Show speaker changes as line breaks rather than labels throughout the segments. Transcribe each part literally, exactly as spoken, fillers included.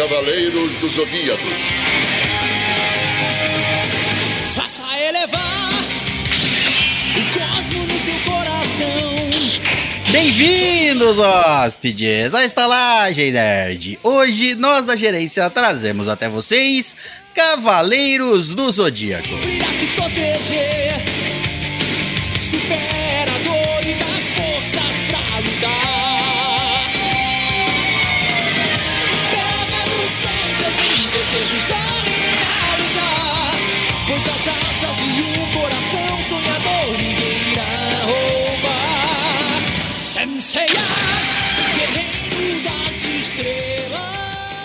Cavaleiros do Zodíaco.
Faça elevar o cosmo no seu coração.
Bem-vindos, hóspedes, à Estalagem Nerd. Hoje, nós da gerência trazemos até vocês Cavaleiros do Zodíaco.
Pra te proteger, supera a dor e dá forças pra lutar. Pega nos dentes e desejos a realizar, pois as asas e o coração sonhador ninguém irá roubar. Senseiya, guerreiro das estrelas.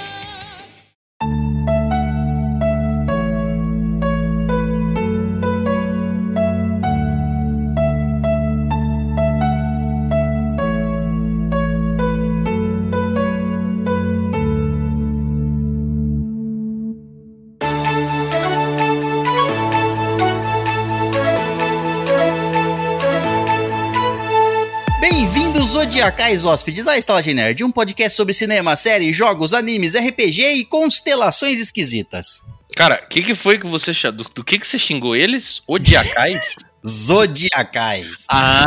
Zodiacais hóspedes, a Estalagem Nerd, um podcast sobre cinema, séries, jogos, animes, R P G e constelações esquisitas.
Cara, o que, que foi que você... Do, do que, que você xingou eles? Odiacais?
Zodiacais.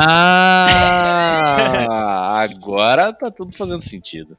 Ah, agora tá tudo fazendo sentido.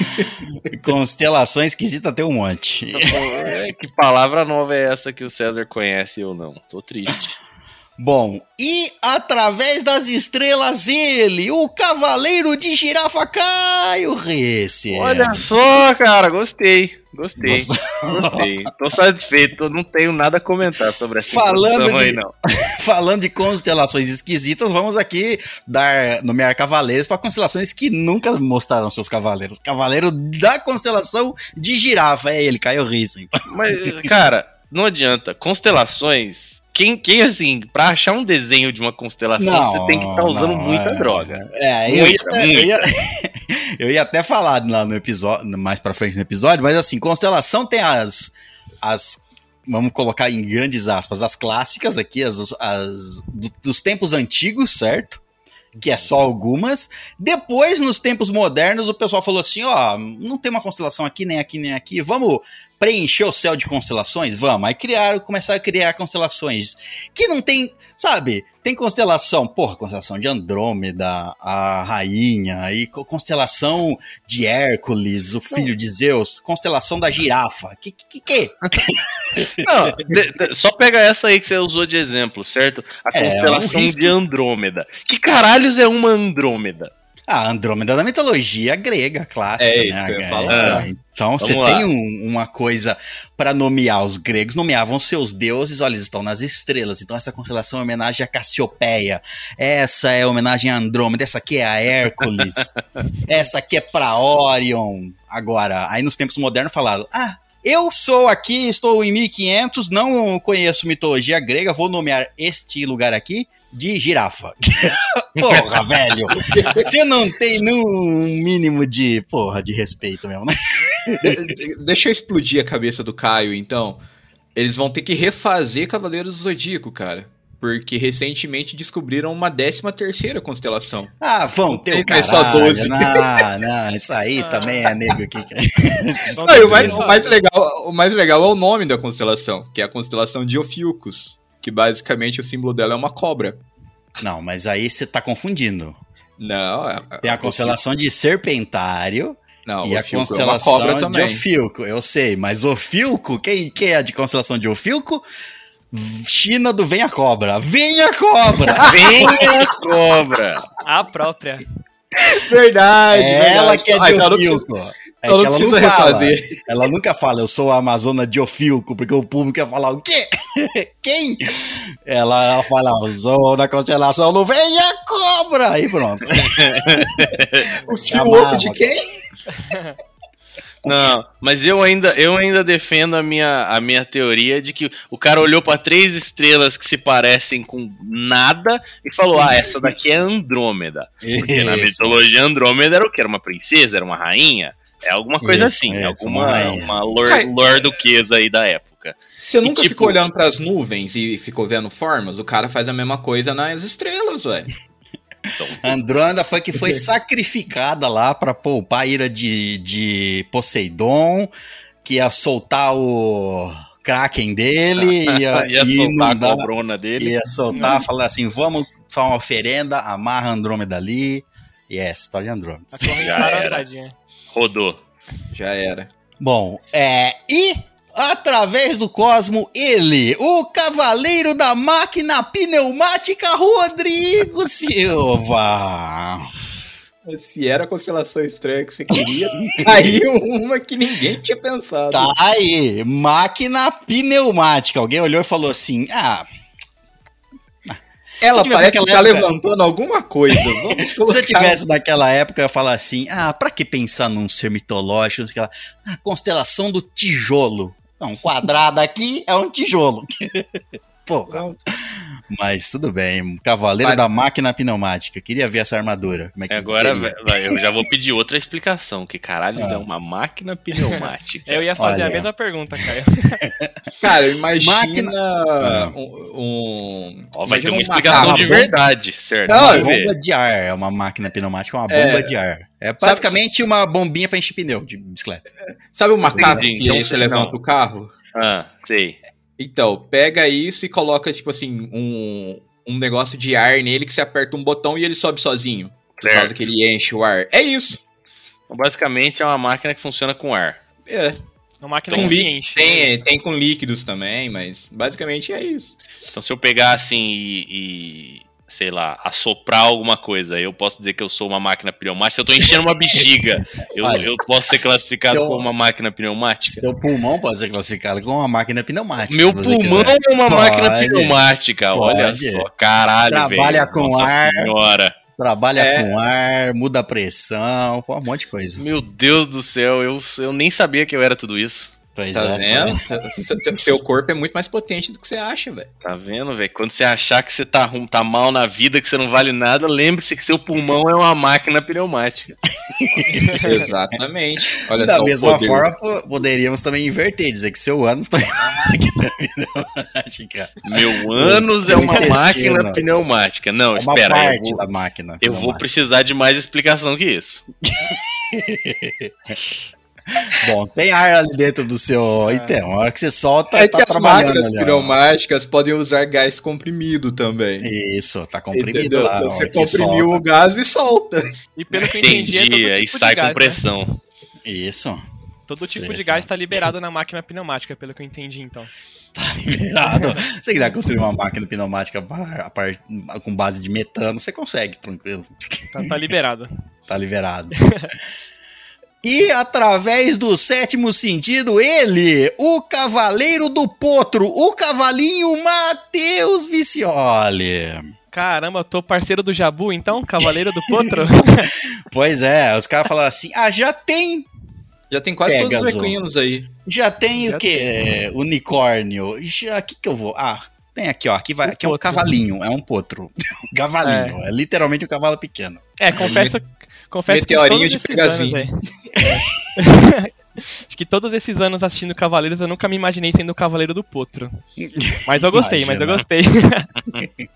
Constelações esquisitas tem um monte.
Que palavra nova é essa que o César conhece ou não? Tô triste.
Bom, e através das estrelas ele, o Cavaleiro de Girafa, Caio Risse.
Olha só, cara, gostei, gostei, Gostou? gostei. Tô satisfeito, não tenho nada a comentar sobre essa
falando
aí,
de,
não.
Falando de constelações esquisitas, vamos aqui dar, nomear cavaleiros para constelações que nunca mostraram seus cavaleiros. Cavaleiro da constelação de Girafa, é ele, Caio Risse.
Mas, cara, não adianta, constelações... Quem, quem, assim, pra achar um desenho de uma constelação, não, você tem que estar tá usando não, muita é, droga.
É, muita, eu, ia até, eu, ia, eu ia até falar lá no episódio, mais pra frente no episódio, mas assim, constelação tem as, as vamos colocar em grandes aspas, as clássicas aqui, as, as dos tempos antigos, certo? Que é só algumas. Depois, nos tempos modernos, o pessoal falou assim, ó, não tem uma constelação aqui, nem aqui, nem aqui, vamos preencher o céu de constelações? Vamos. Aí criaram, começaram a criar constelações que não tem, sabe, tem constelação, porra, constelação de Andrômeda, a rainha, e constelação de Hércules, o filho de Zeus, constelação da girafa, que que que?
Não, de, de, só pega essa aí que você usou de exemplo, certo? A
é,
constelação
um
de Andrômeda. Que caralhos é uma Andrômeda?
A Andrômeda da mitologia grega clássica,
é
né?
Isso que eu ia falar. Ah,
então você tem um, uma coisa para nomear. Os gregos nomeavam seus deuses, olha, eles estão nas estrelas. Então essa constelação é homenagem a Cassiopeia. Essa é homenagem a Andrômeda. Essa aqui é a Hércules. Essa aqui é pra Órion. Agora, aí nos tempos modernos falaram, ah, eu sou aqui, estou em mil e quinhentos, não conheço mitologia grega, vou nomear este lugar aqui de girafa. Porra, velho. Você não tem nenhum mínimo de, porra, de respeito mesmo, né?
De- deixa eu explodir a cabeça do Caio, então. Eles vão ter que refazer Cavaleiros do Zodíaco, cara. Porque recentemente descobriram uma décima terceira constelação.
Ah, vão ter o
caralho. É só doze.
Não, não, isso aí ah. também é nego aqui.
Não, o, mais, o, mais legal, o mais legal é o nome da constelação, que é a constelação de Ophiuchus. Que basicamente o símbolo dela é uma cobra.
Não, mas aí você tá confundindo.
Não. É,
Tem a constelação de Serpentário
não,
e a constelação é de Ophiuco. Eu sei, mas Ophiuco, quem, quem é de constelação de Ophiuco? China do Vem a Cobra. Vem a Cobra!
Vem a Cobra!
A própria.
Verdade,
é
verdade.
Ela que é de Ophiuco. É
eu
que
não
ela
precisa
não fala,
refazer.
Ela nunca fala, eu sou a Amazona de Ophiuco, porque o público ia falar, o quê? Quem? Ela, ela fala, eu sou da constelação do Vem a Cobra! Aí pronto.
O fio de quem?
Não, mas eu ainda, eu ainda defendo a minha, a minha teoria de que o cara olhou pra três estrelas que se parecem com nada e falou, ah, essa daqui é Andrômeda. Porque
Isso.
Na mitologia Andrômeda era o que? Era uma princesa? Era uma rainha? É alguma coisa
isso,
assim,
isso,
alguma
uma,
uma lore, lore duquesa aí da época.
Você nunca
e, tipo,
ficou olhando pras nuvens e ficou vendo formas? O cara faz a mesma coisa nas estrelas, ué.
Então, Andrômeda foi que foi sacrificada lá pra poupar a ira de, de Poseidon. que ia soltar o Kraken dele, ia,
ia
ia
soltar
inundar,
a cobrona dele.
ia soltar, falar assim, vamos fazer uma oferenda, amarra a Andrômeda ali, e é essa história de Andrômeda.
A torre
Já
para,
era.
tadinha.
Rodou.
Já era.
Bom, é, e através do cosmo, ele, o cavaleiro da máquina pneumática, Rodrigo Silva.
Se era a constelação estranha que você queria, caiu uma que ninguém tinha pensado.
Tá aí, máquina pneumática. Alguém olhou e falou assim, ah...
Ela
Se tivesse
parece que tá
naquela época-
levantando alguma coisa. Vamos
Se
colocar.
eu tivesse naquela época, eu ia falar assim, ah, pra que pensar num ser mitológico? Não sei o que lá. Ah, constelação do tijolo. Não, um quadrado aqui é um tijolo. Porra. Mas tudo bem, cavaleiro
Vai.
da máquina pneumática. Queria ver essa armadura. Como é que
Agora,
seria?
vai, eu já vou pedir outra explicação. Que caralho
Ah.
é uma máquina pneumática?
Eu ia fazer
Olha.
a mesma pergunta, Caio.
Cara, imagina
Máquina-
um, um-
Ó, vai ter
imagina
uma
um
explicação
macaco.
de verdade, certo?
Não,
Uma
Vamos ver.
bomba de ar, é uma máquina pneumática, uma
É.
bomba de ar. É basicamente uma bombinha pra encher pneu de bicicleta.
Sabe o macaco
Entendi,
que
então
você
você
levanta
não.
o carro?
Ah, sei.
Então, pega isso e coloca, tipo assim, um, um negócio de ar nele que você aperta um botão e ele sobe sozinho. Por
Certo.
causa que ele enche o ar. É isso.
Então, basicamente é uma máquina que funciona com ar.
É.
Uma máquina
Com
que
líquido,
enche.
tem, tem com líquidos também, mas basicamente é isso.
Então se eu pegar assim e, e, sei lá, assoprar alguma coisa, eu posso dizer que eu sou uma máquina pneumática. Se eu tô enchendo uma bexiga, eu,
Olha,
eu posso ser classificado
se eu-
como uma máquina pneumática?
Seu pulmão pode ser classificado como uma máquina pneumática.
Meu
se você
pulmão
quiser.
é uma
Pode.
máquina pneumática, olha
Pode.
só, caralho, velho.
Trabalha com
Nossa
ar.
Senhora.
Trabalha
É.
com ar, muda a pressão, pô, um monte de coisa.
Meu Deus do céu, eu, eu nem sabia que eu era tudo isso.
Pois
Tá
é,
vendo? Teu- Teu corpo é muito mais potente do que você acha, velho.
Tá vendo, velho? Quando você achar que você tá, rum- tá mal na vida, que você não vale nada, lembre-se que seu pulmão é uma máquina pneumática.
Exatamente. Olha
Da
só o
mesma
poder.
forma, po- poderíamos também inverter, dizer que seu ânus também é uma máquina pneumática.
Meu ânus é uma
intestino.
máquina pneumática. Não,
É uma
espera, eu
parte
vou,
da máquina.
eu vou
pneumática.
precisar de mais explicação que isso.
Bom, tem ar ali dentro do seu. Então, a hora que você solta,
É
tá
que as
trabalhando
máquinas
ali, ó.
pneumáticas podem usar gás comprimido também.
Isso, tá comprimido
Entendeu?
lá.
Então
a
você
hora que
comprimiu
solta.
o gás e solta.
E pelo que eu entendi, é todo
Entendi,
tipo
aí
de
sai
gás,
com pressão.
Né?
Isso,
Todo tipo de
Interessante.
gás tá liberado na máquina pneumática, pelo que eu entendi, então.
tá liberado. Se você quiser construir uma máquina pneumática a par- com base de metano, você consegue, tranquilo.
Tá, tá liberado.
Tá liberado. E através do sétimo sentido, ele, o cavaleiro do potro, o cavalinho Matheus Vicioli.
Caramba, eu tô parceiro do Jabu, então? Cavaleiro do Potro?
Pois é, os caras falaram assim, ah, já tem,
Já tem quase todos
Pegasus.
os equinos aí.
já tem
Já
o quê? É, unicórnio. Já, aqui que eu vou? Ah, tem aqui, ó, aqui, vai,
Um
aqui é um
potro.
cavalinho, é um potro. Um cavalinho, é. literalmente um cavalo pequeno.
É, confesso, confesso
Meteorinho
que
de
todos esses
Pegazinho.
anos aí- Acho que todos esses anos assistindo Cavaleiros, eu nunca me imaginei sendo o Cavaleiro do Potro. Mas eu gostei, mas eu
Imagina.
gostei.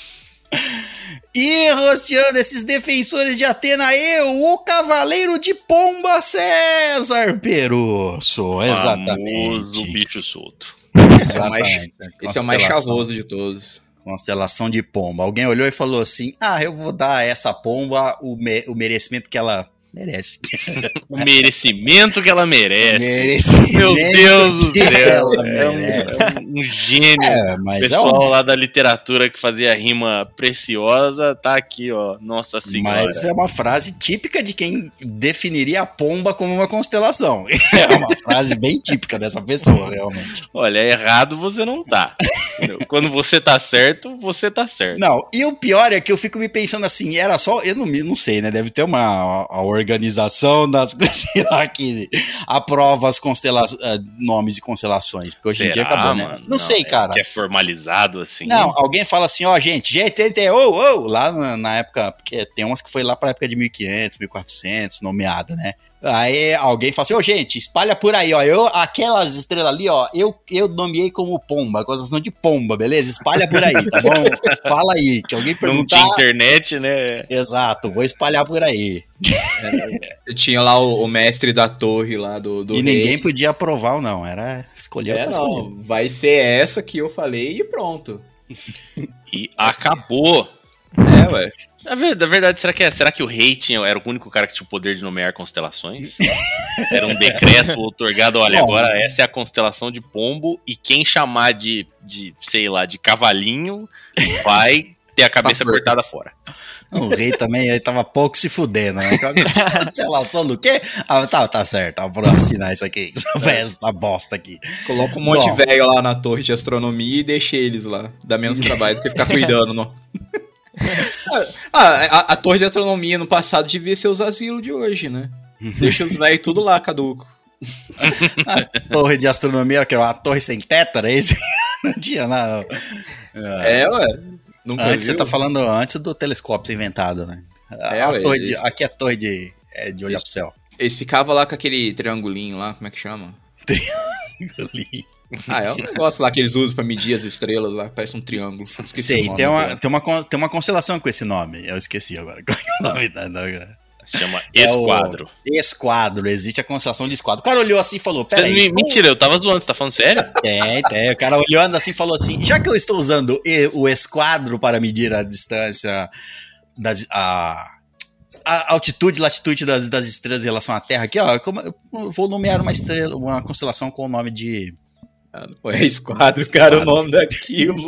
E rosteando esses defensores de Atena, eu, o cavaleiro de Pomba, César Perusso.
Famoso
Exatamente.
bicho solto.
Esse é o mais,
Exatamente.
esse é o mais
Constelação-
chavoso de todos.
Constelação de Pomba. Alguém olhou e falou assim, ah, eu vou dar a essa pomba o, me- o merecimento que ela merece.
O merecimento que ela merece.
Merecimento
Meu Deus do
que
céu.
ela
É um,
merece.
é um- um gênio.
É,
O
mas é
pessoal
um...
lá da literatura que fazia rima preciosa tá aqui, ó. Nossa senhora.
Mas é uma frase típica de quem definiria a pomba como uma constelação. É uma frase bem típica dessa pessoa, realmente.
Olha, errado você não tá. Entendeu? Quando você tá certo, você tá certo.
Não, e o pior é que eu fico me pensando assim, era só, eu não, me- não sei, né, deve ter uma a organização das coisas lá que aprova as constela ah, nomes de constelações, porque hoje em dia
Será,
acabou, né?
mano?
Não, sei,
é
cara.
Que é formalizado assim.
Não, alguém fala assim, ó, gente, G trinta e um, oh, oh, lá na, na época, porque tem umas que foi lá pra época de mil e quinhentos, mil e quatrocentos, nomeada, né? Aí alguém fala assim, ô gente, espalha por aí, ó, eu, aquelas estrelas ali, ó, eu, eu nomeei como pomba, constelação de pomba, beleza? Espalha por aí, tá bom? Fala aí, que alguém perguntar...
Não tinha internet, né?
Exato, vou espalhar por aí.
É, tinha lá o, o mestre da torre lá do, do
E
rei.
ninguém podia aprovar ou não, era escolher
É,
pra
não,
escolher.
vai ser essa que eu falei e pronto.
E acabou.
É, ué.
Na verdade, na verdade, será que, é, será que o rei tinha, era o único cara que tinha o poder de nomear constelações? Era um decreto otorgado, olha,
Bom,
agora essa é a constelação de pombo e quem chamar de, de sei lá, de cavalinho vai ter a cabeça
Tá
cortada fora.
O rei também ele tava pouco se fudendo, né? Constelação do quê? Ah, tá, tá certo, ah, vou assinar isso aqui, essa bosta aqui.
Coloca um monte
Bom.
de velho lá na torre de astronomia e deixa eles lá. Dá menos trabalho do que ficar cuidando, não. Ah, a, a torre de astronomia no passado devia ser os asilos de hoje, né? Deixa os velhos tudo lá, caduco.
A torre de astronomia, que era uma torre sem teto, era isso? Não tinha nada.
É, ué. Nunca
Antes,
viu?
você tá falando antes do telescópio ser inventado, né? A-
É,
a
ué,
torre de-
isso.
aqui é a torre de, é, de olhar
Isso.
pro céu.
Eles ficavam lá com aquele triangulinho lá, como é que chama? Ah, é um negócio lá que eles usam pra medir as estrelas lá, parece um triângulo. Esqueci o
Sei,
nome
tem uma,
agora.
tem, uma, con- tem uma constelação com esse nome, eu esqueci agora. Qual é o nome da- da-
Se chama
É o
esquadro.
Esquadro, existe a constelação de esquadro. O cara olhou assim e falou:
Você-
peraí,
me- Mentira, eu tava zoando, você tá falando sério?
tem, tem. O cara olhando assim falou assim: já que eu estou usando e- o esquadro para medir a distância, das, a, a altitude e latitude das, das estrelas em relação à Terra aqui, ó, como, eu vou nomear uma estrela, uma constelação com o nome de.
Ah, não é esquadros, cara, o nome daquilo.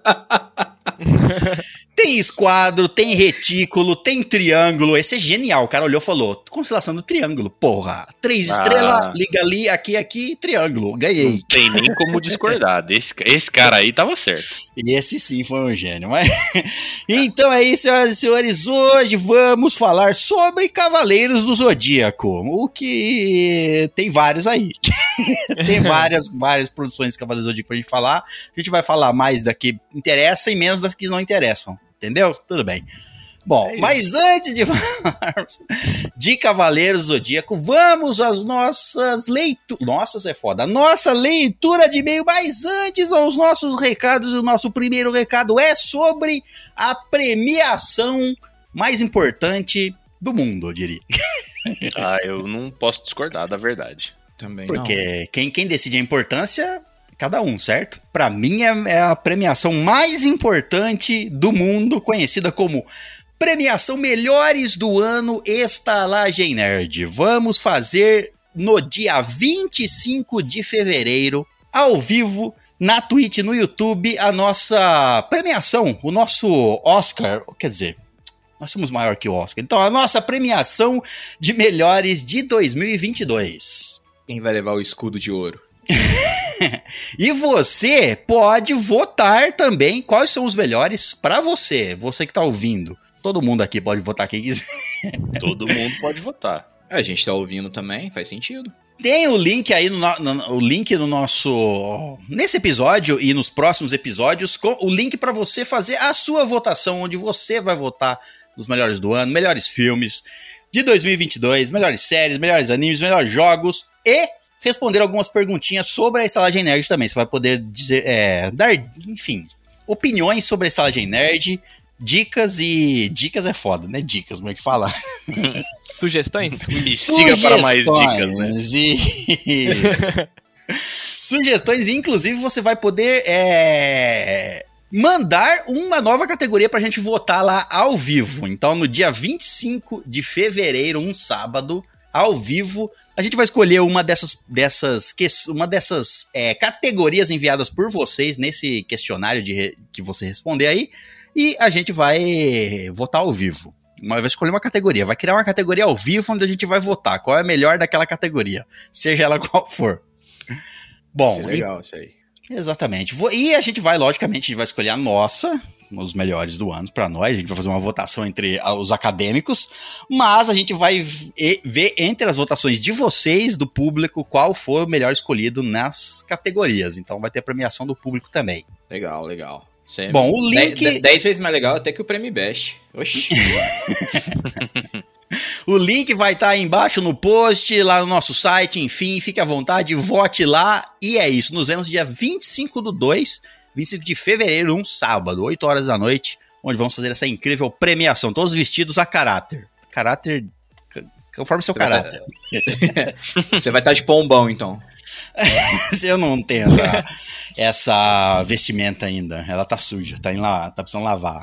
Tem esquadro, tem retículo, tem triângulo. Esse é genial. O cara olhou e falou: constelação do triângulo, porra. Três
Ah.
estrelas, liga ali, aqui, aqui, triângulo. Ganhei.
Não tem nem como discordar. Esse, esse cara aí tava certo.
E esse sim foi um gênio. Mas... Então é isso, senhoras e senhores. Hoje vamos falar sobre Cavaleiros do Zodíaco. O que tem vários aí. Tem várias, várias produções de Cavaleiros do Zodíaco pra gente falar. A gente vai falar mais das que interessam e menos das que não interessam. Entendeu? Tudo bem. Bom, mas antes de falarmos de Cavaleiros do Zodíaco, vamos às nossas leituras. Nossas é foda. A nossa leitura de e-mail, mas antes aos nossos recados. O nosso primeiro recado é sobre a premiação mais importante do mundo, eu diria.
Ah, eu não posso discordar da verdade.
Também
Porque quem, quem decide a importância, cada um, certo? Pra mim é, é a premiação mais importante do mundo, conhecida como Premiação Melhores do Ano Estalagem Nerd. Vamos fazer no dia vinte e cinco de fevereiro, ao vivo, na Twitch, no YouTube, a nossa premiação, o nosso Oscar, quer dizer... Nós somos maior que o Oscar. Então, a nossa premiação de melhores de dois mil e vinte e dois.
Quem vai levar o escudo de ouro?
E você pode votar também quais são os melhores pra você. Você que tá ouvindo. Todo mundo aqui pode votar quem quiser.
Todo mundo pode votar.
A gente tá ouvindo também, faz sentido.
Tem o link aí, no, no- o link no nosso... Nesse episódio e nos próximos episódios, com o link pra você fazer a sua votação, onde você vai votar nos melhores do ano, melhores filmes de dois mil e vinte e dois, melhores séries, melhores animes, melhores jogos e responder algumas perguntinhas sobre a Estalagem Nerd também. Você vai poder dizer, é, dar, enfim, opiniões sobre a Estalagem Nerd, dicas e... Dicas é foda, né? Dicas, como é que fala?
Sugestões?
Me siga para mais dicas, né?
Isso. Sugestões, e inclusive você vai poder é, mandar uma nova categoria pra gente votar lá ao vivo. Então, no dia vinte e cinco de fevereiro, um sábado, ao vivo, a gente vai escolher uma dessas, dessas, uma dessas é, categorias enviadas por vocês nesse questionário de re- que você responder aí, e a gente vai votar ao vivo. Uma vai escolher uma categoria, vai criar uma categoria ao vivo onde a gente vai votar qual é a melhor daquela categoria, seja ela qual for. Bom,
Isso é legal, isso aí.
e, exatamente. Vo- E a gente vai, logicamente, a gente vai escolher a nossa, os melhores do ano pra nós, a gente vai fazer uma votação entre a- os acadêmicos, mas a gente vai v- ver entre as votações de vocês, do público, qual for o melhor escolhido nas categorias. Então vai ter a premiação do público também.
Legal, legal. Sempre.
Bom, o link...
Dez, dez vezes mais legal até que o Prêmio Best. Oxi.
O link vai estar aí embaixo no post, lá no nosso site, enfim, fique à vontade, vote lá. E é isso, nos vemos dia vinte e cinco do dois, vinte e cinco de fevereiro, um sábado, oito horas da noite, onde vamos fazer essa incrível premiação, todos vestidos a caráter. Caráter, conforme seu caráter.
Você vai estar de pombão, então.
Eu não tenho essa, essa vestimenta ainda, ela tá suja, tá, em la, tá precisando lavar.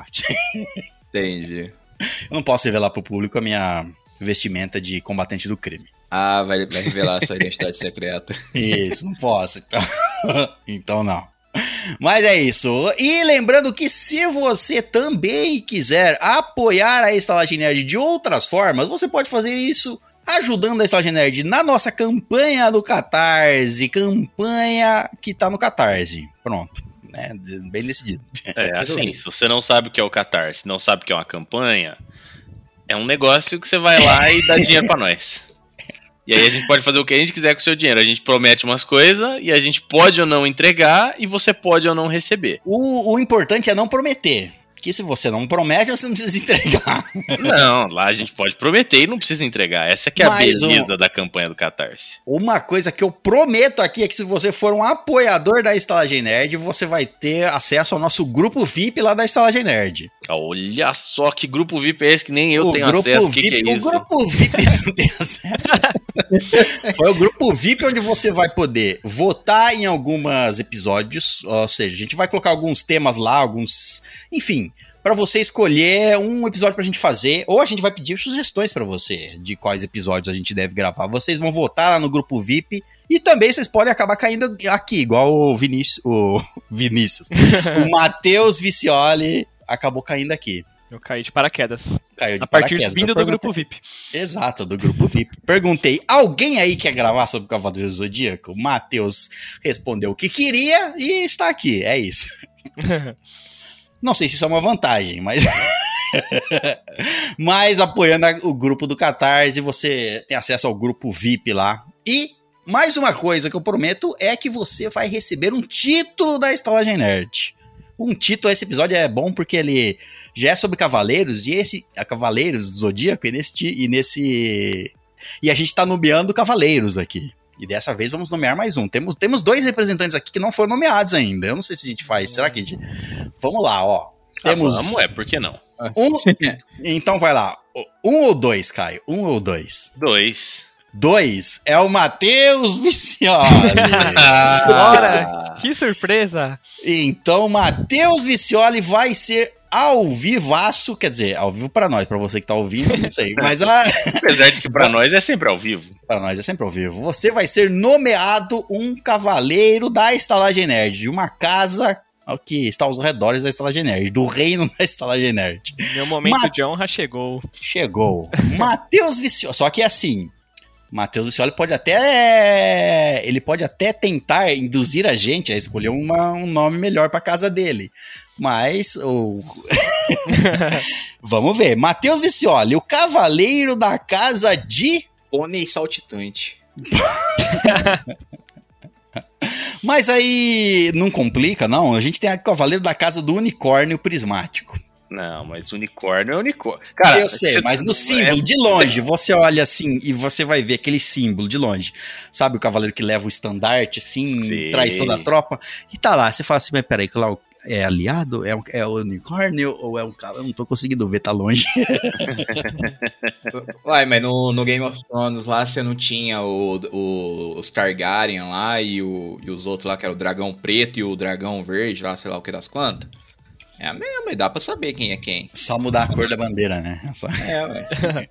Entendi.
Eu não posso revelar pro público a minha vestimenta de combatente do crime.
Ah, vai, vai revelar a sua identidade secreta.
Isso, não posso, então. Então não. Mas é isso. E lembrando que se você também quiser apoiar a Estalagem Nerd de outras formas, você pode fazer isso ajudando a Estalagem Nerd na nossa campanha do Catarse. Campanha que tá no Catarse. Pronto. É, bem decidido.
É, assim, se você não sabe o que é o Catarse, não sabe o que é uma campanha, é um negócio que você vai lá e dá dinheiro pra nós. E aí a gente pode fazer o que a gente quiser com o seu dinheiro. A gente promete umas coisas e a gente pode ou não entregar e você pode ou não receber.
O, o importante é não prometer. Porque se você não promete, você não precisa entregar.
Não, lá a gente pode prometer e não precisa entregar. Essa que é a
Mas
beleza
um-
da campanha do Catarse.
Uma coisa que eu prometo aqui é que se você for um apoiador da Estalagem Nerd, você vai ter acesso ao nosso grupo V I P lá da Estalagem Nerd.
Olha só que grupo V I P é esse que nem eu
O
tenho
grupo
acesso. O que,
V I P,
que é
o
isso?
grupo V I P não tem acesso. Foi o grupo V I P onde você vai poder votar em alguns episódios, ou seja, a gente vai colocar alguns temas lá, alguns, enfim, pra você escolher um episódio pra gente fazer, ou a gente vai pedir sugestões pra você de quais episódios a gente deve gravar. Vocês vão votar lá no grupo V I P e também vocês podem acabar caindo aqui, igual o Vinícius, o Vinícius, o Matheus Vicioli acabou caindo aqui.
Eu caí de paraquedas.
Caiu de
A partir
paraquedas.
vindo
Eu
do
perguntei-
grupo V I P.
Exato, do grupo V I P. Perguntei, alguém aí quer gravar sobre o Cavaleiro do Zodíaco? O Matheus respondeu o que queria e está aqui, é isso. Não sei se isso é uma vantagem, mas... mas apoiando a- o grupo do Catarse, você tem acesso ao grupo V I P lá. E mais uma coisa que eu prometo é que você vai receber um título da Estalagem Nerd. Um título, esse episódio é bom porque ele já é sobre cavaleiros, e esse, a Cavaleiros do Zodíaco, e nesse, ti- e nesse... E a gente tá nomeando cavaleiros aqui. E dessa vez vamos nomear mais um. Temos, temos dois representantes aqui que não foram nomeados ainda. Eu não sei se a gente faz. Será que a gente... Vamos lá, ó.
Ah,
Temos
vamos, é, por que não?
um... Então vai lá. Um ou dois, Caio? Um ou dois?
Dois.
Dois é o Matheus Vicioli.
Bora! Que surpresa!
Então, Matheus Vicioli vai ser ao vivaço, quer dizer, ao vivo pra nós, pra você que tá ouvindo, não sei, mas a...
Apesar de que pra nós é sempre ao vivo.
Pra nós é sempre ao vivo. Você vai ser nomeado um cavaleiro da Estalagem Nerd, de uma casa que está aos redores da Estalagem Nerd, do reino da Estalagem Nerd.
Meu momento
Ma-
de honra chegou.
Chegou. Matheus Vicioli. Só que assim, Matheus Vicioli pode até. Ele pode até tentar induzir a gente a escolher uma- um nome melhor pra casa dele. Mas. O... Vamos ver. Matheus Vicioli, o cavaleiro da casa de.
Pônei saltitante.
Mas aí não complica, não. A gente tem o cavaleiro da casa do unicórnio prismático.
Não, mas unicórnio é unicórnio. Cara,
eu sei,
você-
mas no símbolo,
é-
de longe, você olha assim e você vai ver aquele símbolo de longe. Sabe o cavaleiro que leva o estandarte assim,
Sei.
traz toda a tropa? E tá lá, você fala assim, mas peraí, que lá o- é aliado? É, um, é o unicórnio ou é um cavalo? Eu não tô conseguindo ver, tá longe.
Uai, mas no, no Game of Thrones lá você não tinha o, o, os Targaryen lá e, o, e os outros lá, que era o dragão preto e o dragão verde lá, sei lá o que das quantas? É a mesma, e dá pra saber quem é quem.
Só mudar a cor da bandeira, né? Só,
É, ué.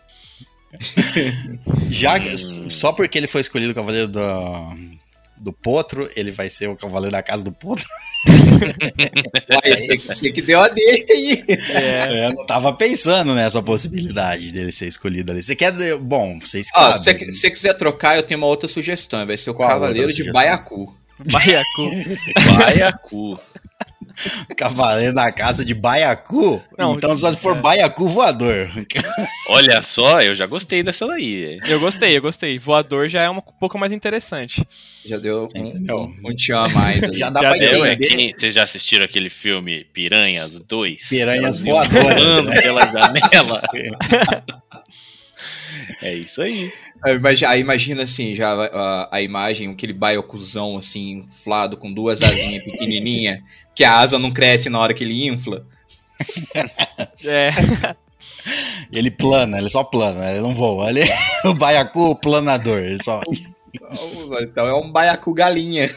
já que- só porque ele foi escolhido o cavaleiro do, do Potro, ele vai ser o cavaleiro da casa do Potro.
Uai, você, você que deu a dele aí.
É, eu não tava pensando nessa possibilidade dele ser escolhido ali. Você quer. Bom, vocês
Ó,
sabem.
se você se você quiser trocar, eu tenho uma outra sugestão. Vai ser o
Qual
Cavaleiro
outra
de
sugestão?
Baiacu.
Baiacu.
Baiacu.
Cavaleiro da casa de Baiacu?
Não,
então só se for
é.
Baiacu voador.
Olha só, eu já gostei dessa daí.
Eu gostei, eu gostei. Voador já é um pouco mais interessante.
Já deu um,
Entendeu?
um, um tchan a mais. ali.
Já dá
Já
pra
deu,
É,
entender.
quem- vocês já assistiram aquele filme Piranhas dois?
Piranhas
Elas iam
voadoras,
voando
né?
pela janela. É isso aí.
Aí imagina, aí imagina assim, já a, a imagem, aquele baiocuzão assim, inflado, com duas asinhas pequenininhas, que a asa não cresce na hora que ele infla.
É.
Ele plana, ele só plana, ele não voa. Ele é o baiacu planador, ele só...
Então é um baiacu galinha.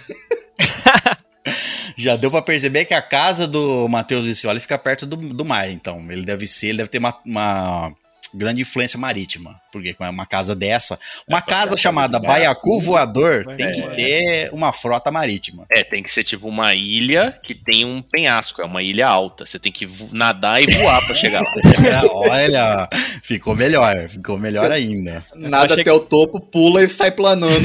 Já deu pra perceber que a casa do Matheus Vicioli fica perto do, do mar, então ele deve ser, ele deve ter uma, uma grande influência marítima, porque com uma casa dessa, uma
É,
casa
é,
chamada
é,
Baiacu Voador
é,
tem que
é.
ter uma frota marítima.
É, tem que ser tipo uma ilha que tem um penhasco, é uma ilha alta. Você tem que vo- nadar e voar pra chegar lá.
Olha, ficou melhor, ficou melhor ainda.
Nada
Achei
até o topo, pula e sai planando.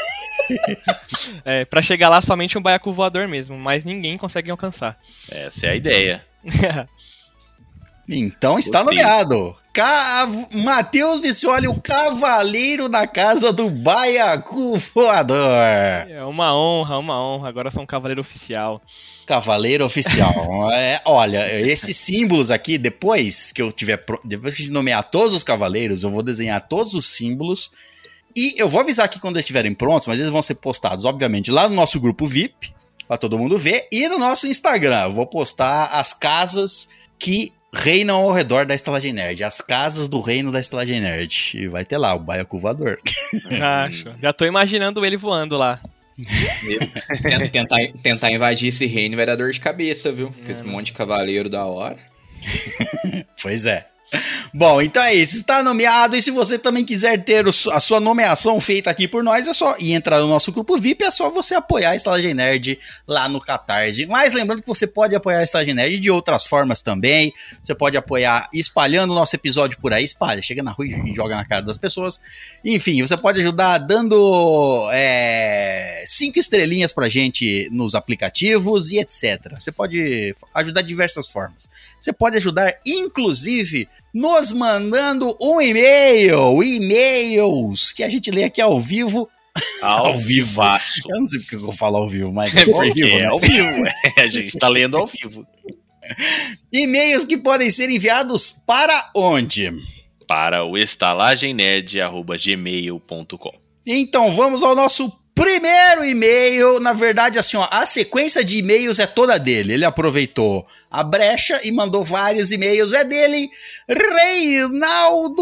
É, pra chegar lá, somente um baiacu voador mesmo, mas ninguém consegue alcançar.
Essa é a ideia.
Então está
Gostei.
nomeado. Ca... Matheus Vicioli, o cavaleiro da casa do Baiacu Voador.
É uma honra, uma honra. Agora eu sou um cavaleiro oficial.
Cavaleiro oficial. É, olha, esses símbolos aqui, depois que eu tiver. pro- Depois que eu nomear todos os cavaleiros, eu vou desenhar todos os símbolos. E eu vou avisar aqui quando eles estiverem prontos, mas eles vão ser postados, obviamente, lá no nosso grupo V I P, pra todo mundo ver, e no nosso Instagram. Eu vou postar as casas que reinam ao redor da Estalagem Nerd. As casas do reino da Estalagem Nerd. E vai ter lá o Baiacu Voador.
Acho. Já tô imaginando ele voando lá.
Tent- tentar, tentar invadir esse reino vai dar dor de cabeça, viu? Com
É,
esse
né?
monte de cavaleiro da hora.
Pois é. Bom, então é isso. Está nomeado. E se você também quiser ter o su- a sua nomeação feita aqui por nós, é só ir entrar no nosso grupo V I P. É só você apoiar a Estalagem Nerd lá no Catarse. Mas lembrando que você pode apoiar a Estalagem Nerd de outras formas também. Você pode apoiar espalhando o nosso episódio por aí. Espalha, chega na rua e joga na cara das pessoas. Enfim, você pode ajudar dando é, cinco estrelinhas pra gente nos aplicativos e etcétera. Você pode ajudar de diversas formas. Você pode ajudar, inclusive, nos mandando um e-mail, e-mails que a gente lê aqui ao vivo.
Ao
Ao vivo.
vivaço.
Eu não sei porque eu vou falar ao vivo, mas
É
é ao
porque
vivo,
é
né?
ao vivo. É, a gente tá lendo ao vivo.
E-mails que podem ser enviados para onde?
Para o estalagemnerd arroba gmail ponto com.
Então vamos ao nosso primeiro e-mail. Na verdade, assim, ó, a sequência de e-mails é toda dele. Ele aproveitou a brecha e mandou vários e-mails. É dele, Reinaldo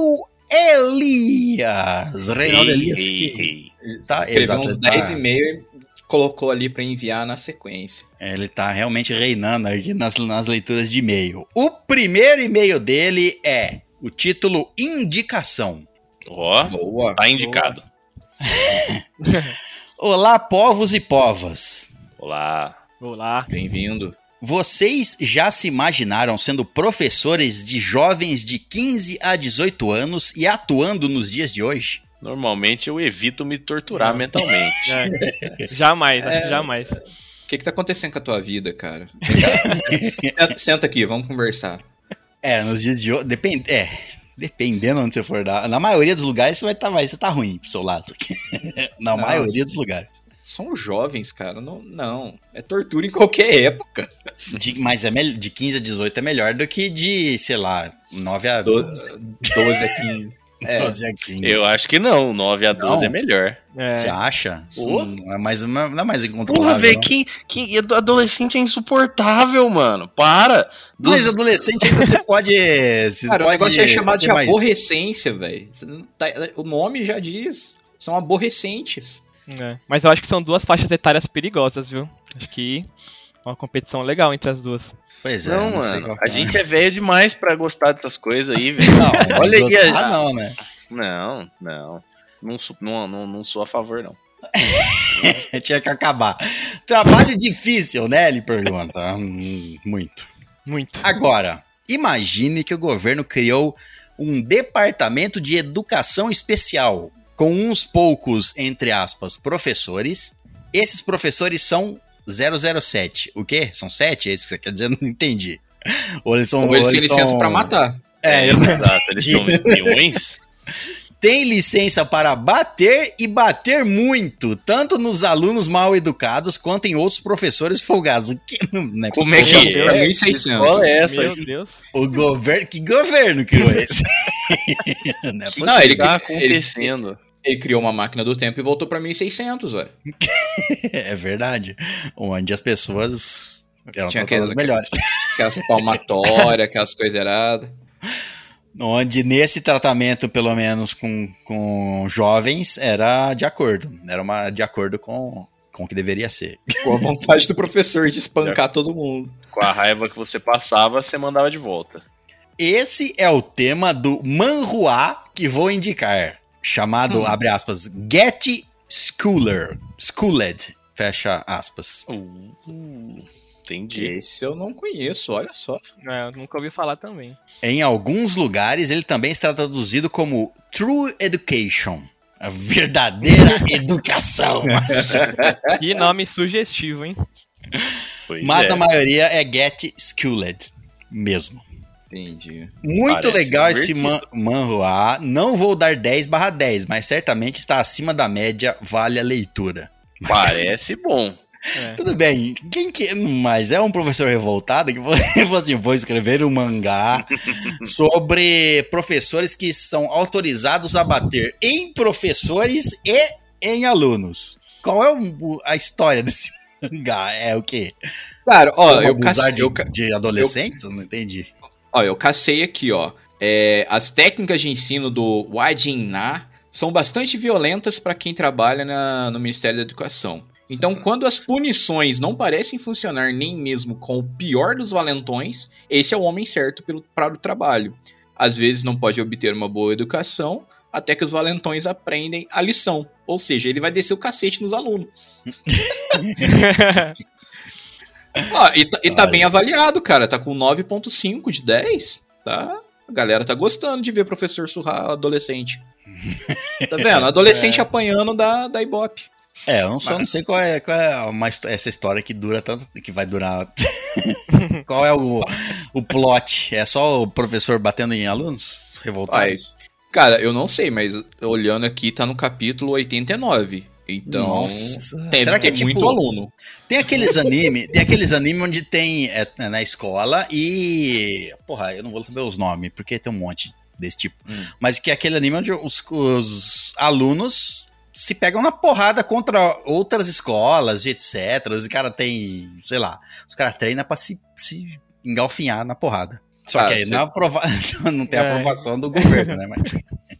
Elias. Reinaldo Elias. que- Tá,
Escreveu
exato,
uns
tá.
dez e-mails e colocou ali pra enviar na sequência.
Ele tá realmente reinando aqui nas, nas leituras de e-mail. O primeiro e-mail dele é o título Indicação.
Ó,
Boa.
tá indicado.
Olá, povos e povas.
Olá.
Olá.
Bem-vindo.
Vocês já se imaginaram sendo professores de jovens de quinze a dezoito anos e atuando nos dias de hoje?
Normalmente eu evito me torturar
Não.
mentalmente.
É. Jamais, acho que jamais.
O que que tá acontecendo com a tua vida, cara? Vem cá. senta, senta aqui, vamos conversar.
É, nos dias de hoje, depende, é, dependendo onde você for dar. Na maioria dos lugares você vai estar vai, você tá ruim pro seu lado. Na
Não,
maioria dos lugares.
São jovens, cara. Não, não. É tortura em qualquer época.
De- mas é mel- de quinze a dezoito é melhor do que de, sei lá, nove a doze.
doze a quinze. É.
doze a quinze.
Eu acho que não, nove a doze
Não.
é melhor.
Você
É.
acha? Isso
Pô.
não é mais, não é mais incontrolável.
Porra, velho,
não.
que, que adolescente é insuportável, mano. Para.
Mas
Dos-
adolescente ainda você pode. Você
Cara, o
pode
negócio é chamado de
ser mais-
aborrecência, velho. Você não tá- O nome já diz. São aborrecentes.
É. Mas eu acho que são duas faixas etárias perigosas, viu? Acho que é uma competição legal entre as duas.
Pois é,
Não,
não sei
mano.
qual
A
que é.
gente é velho demais pra gostar dessas coisas aí, velho.
Não,
Olha aí,
gostar
a-
não, né?
Não, não. Não, sou- não, não, não sou a favor, não.
Tinha que acabar. Trabalho difícil, né? Ele pergunta. Hum, Muito.
Muito.
Agora, imagine que o governo criou um departamento de educação especial com uns poucos, entre aspas, professores. Esses professores são zero zero sete. O quê? São sete? É isso que você quer dizer? Não entendi. Ou eles são...
Ou eles
ou
têm
eles
licença
são-
pra matar.
É, eu
Exato, eles são espiões.
tem licença para bater e bater muito, tanto nos alunos mal educados quanto em outros professores folgados. O que não é
Como é que
possível.
é?
Pra mil e
Que
seiscentos.
escola é essa?
Meu Deus.
O governo, que governo criou isso? Não é
Não, ele,
tá
ele,
acontecendo?
ele criou uma máquina do tempo e voltou pra mil e seiscentos, velho.
É verdade. Onde as pessoas eram
Tinha
todas
aquelas-
melhores.
Aquelas palmatórias, aquelas coisas erradas.
Onde nesse tratamento, pelo menos com, com jovens, era de acordo. Era uma, de acordo com, com o que deveria ser.
Com a vontade do professor de espancar todo mundo.
Com a raiva que você passava, você mandava de volta.
Esse é o tema do manhua que vou indicar. Chamado,
Hum.
abre aspas, Get Schooler. Schooled. Fecha aspas.
Uh, entendi.
Esse eu não conheço, olha só.
É, eu nunca ouvi falar também.
Em alguns lugares, ele também está traduzido como True Education. A verdadeira educação.
Que nome sugestivo, hein?
Pois
Mas
é.
na maioria é Get Schooled mesmo.
Entendi.
Muito
Parece
legal esse man
divertido.
manhua. Não vou dar dez barra dez, mas certamente está acima da média, vale a leitura.
Parece bom.
É.
Tudo bem, quem que. Mas é um professor revoltado que falou assim: vou escrever um mangá sobre professores que são autorizados a bater em professores e em alunos. Qual é o- a história desse mangá? É o quê?
Cara, ó,
Como
eu
abusar
cacei,
de,
eu, ca-
de adolescentes? Eu não entendi.
ó, eu cacei aqui, ó. É, as técnicas de ensino do Wajin-Na são bastante violentas para quem trabalha na- no Ministério da Educação. Então, quando as punições não parecem funcionar nem mesmo com o pior dos valentões, esse é o homem certo pelo, para o trabalho. Às vezes não pode obter uma boa educação, até que os valentões aprendem a lição. Ou seja, ele vai descer o cacete nos alunos. Ó, e, tá- e tá
Olha.
bem avaliado, cara. Tá com nove ponto cinco de dez. Tá? A galera tá gostando de ver professor surrar adolescente. Tá vendo? Adolescente apanhando da, da Ibope.
É, eu não, só não sei qual é, qual é uma histó- essa história que dura tanto, que vai durar. Qual é o, o plot? É só o professor batendo em alunos revoltados?
Cara, eu não sei, mas olhando aqui tá no capítulo oitenta e nove. Então,
Nossa.
tem,
Será que é
tem
tipo-
muito aluno.
Tem aqueles anime, tem aqueles anime onde tem é, na escola e. Porra, eu não vou saber os nomes, porque tem um monte desse tipo.
Hum.
Mas que é aquele anime onde os, os alunos se pegam na porrada contra outras escolas, etcétera. Os caras tem, sei lá, os caras treinam pra se, se engalfinhar na porrada. Só
Ah,
que aí
cê-
não, é aprova... não tem
É.
aprovação do governo, né? Mas...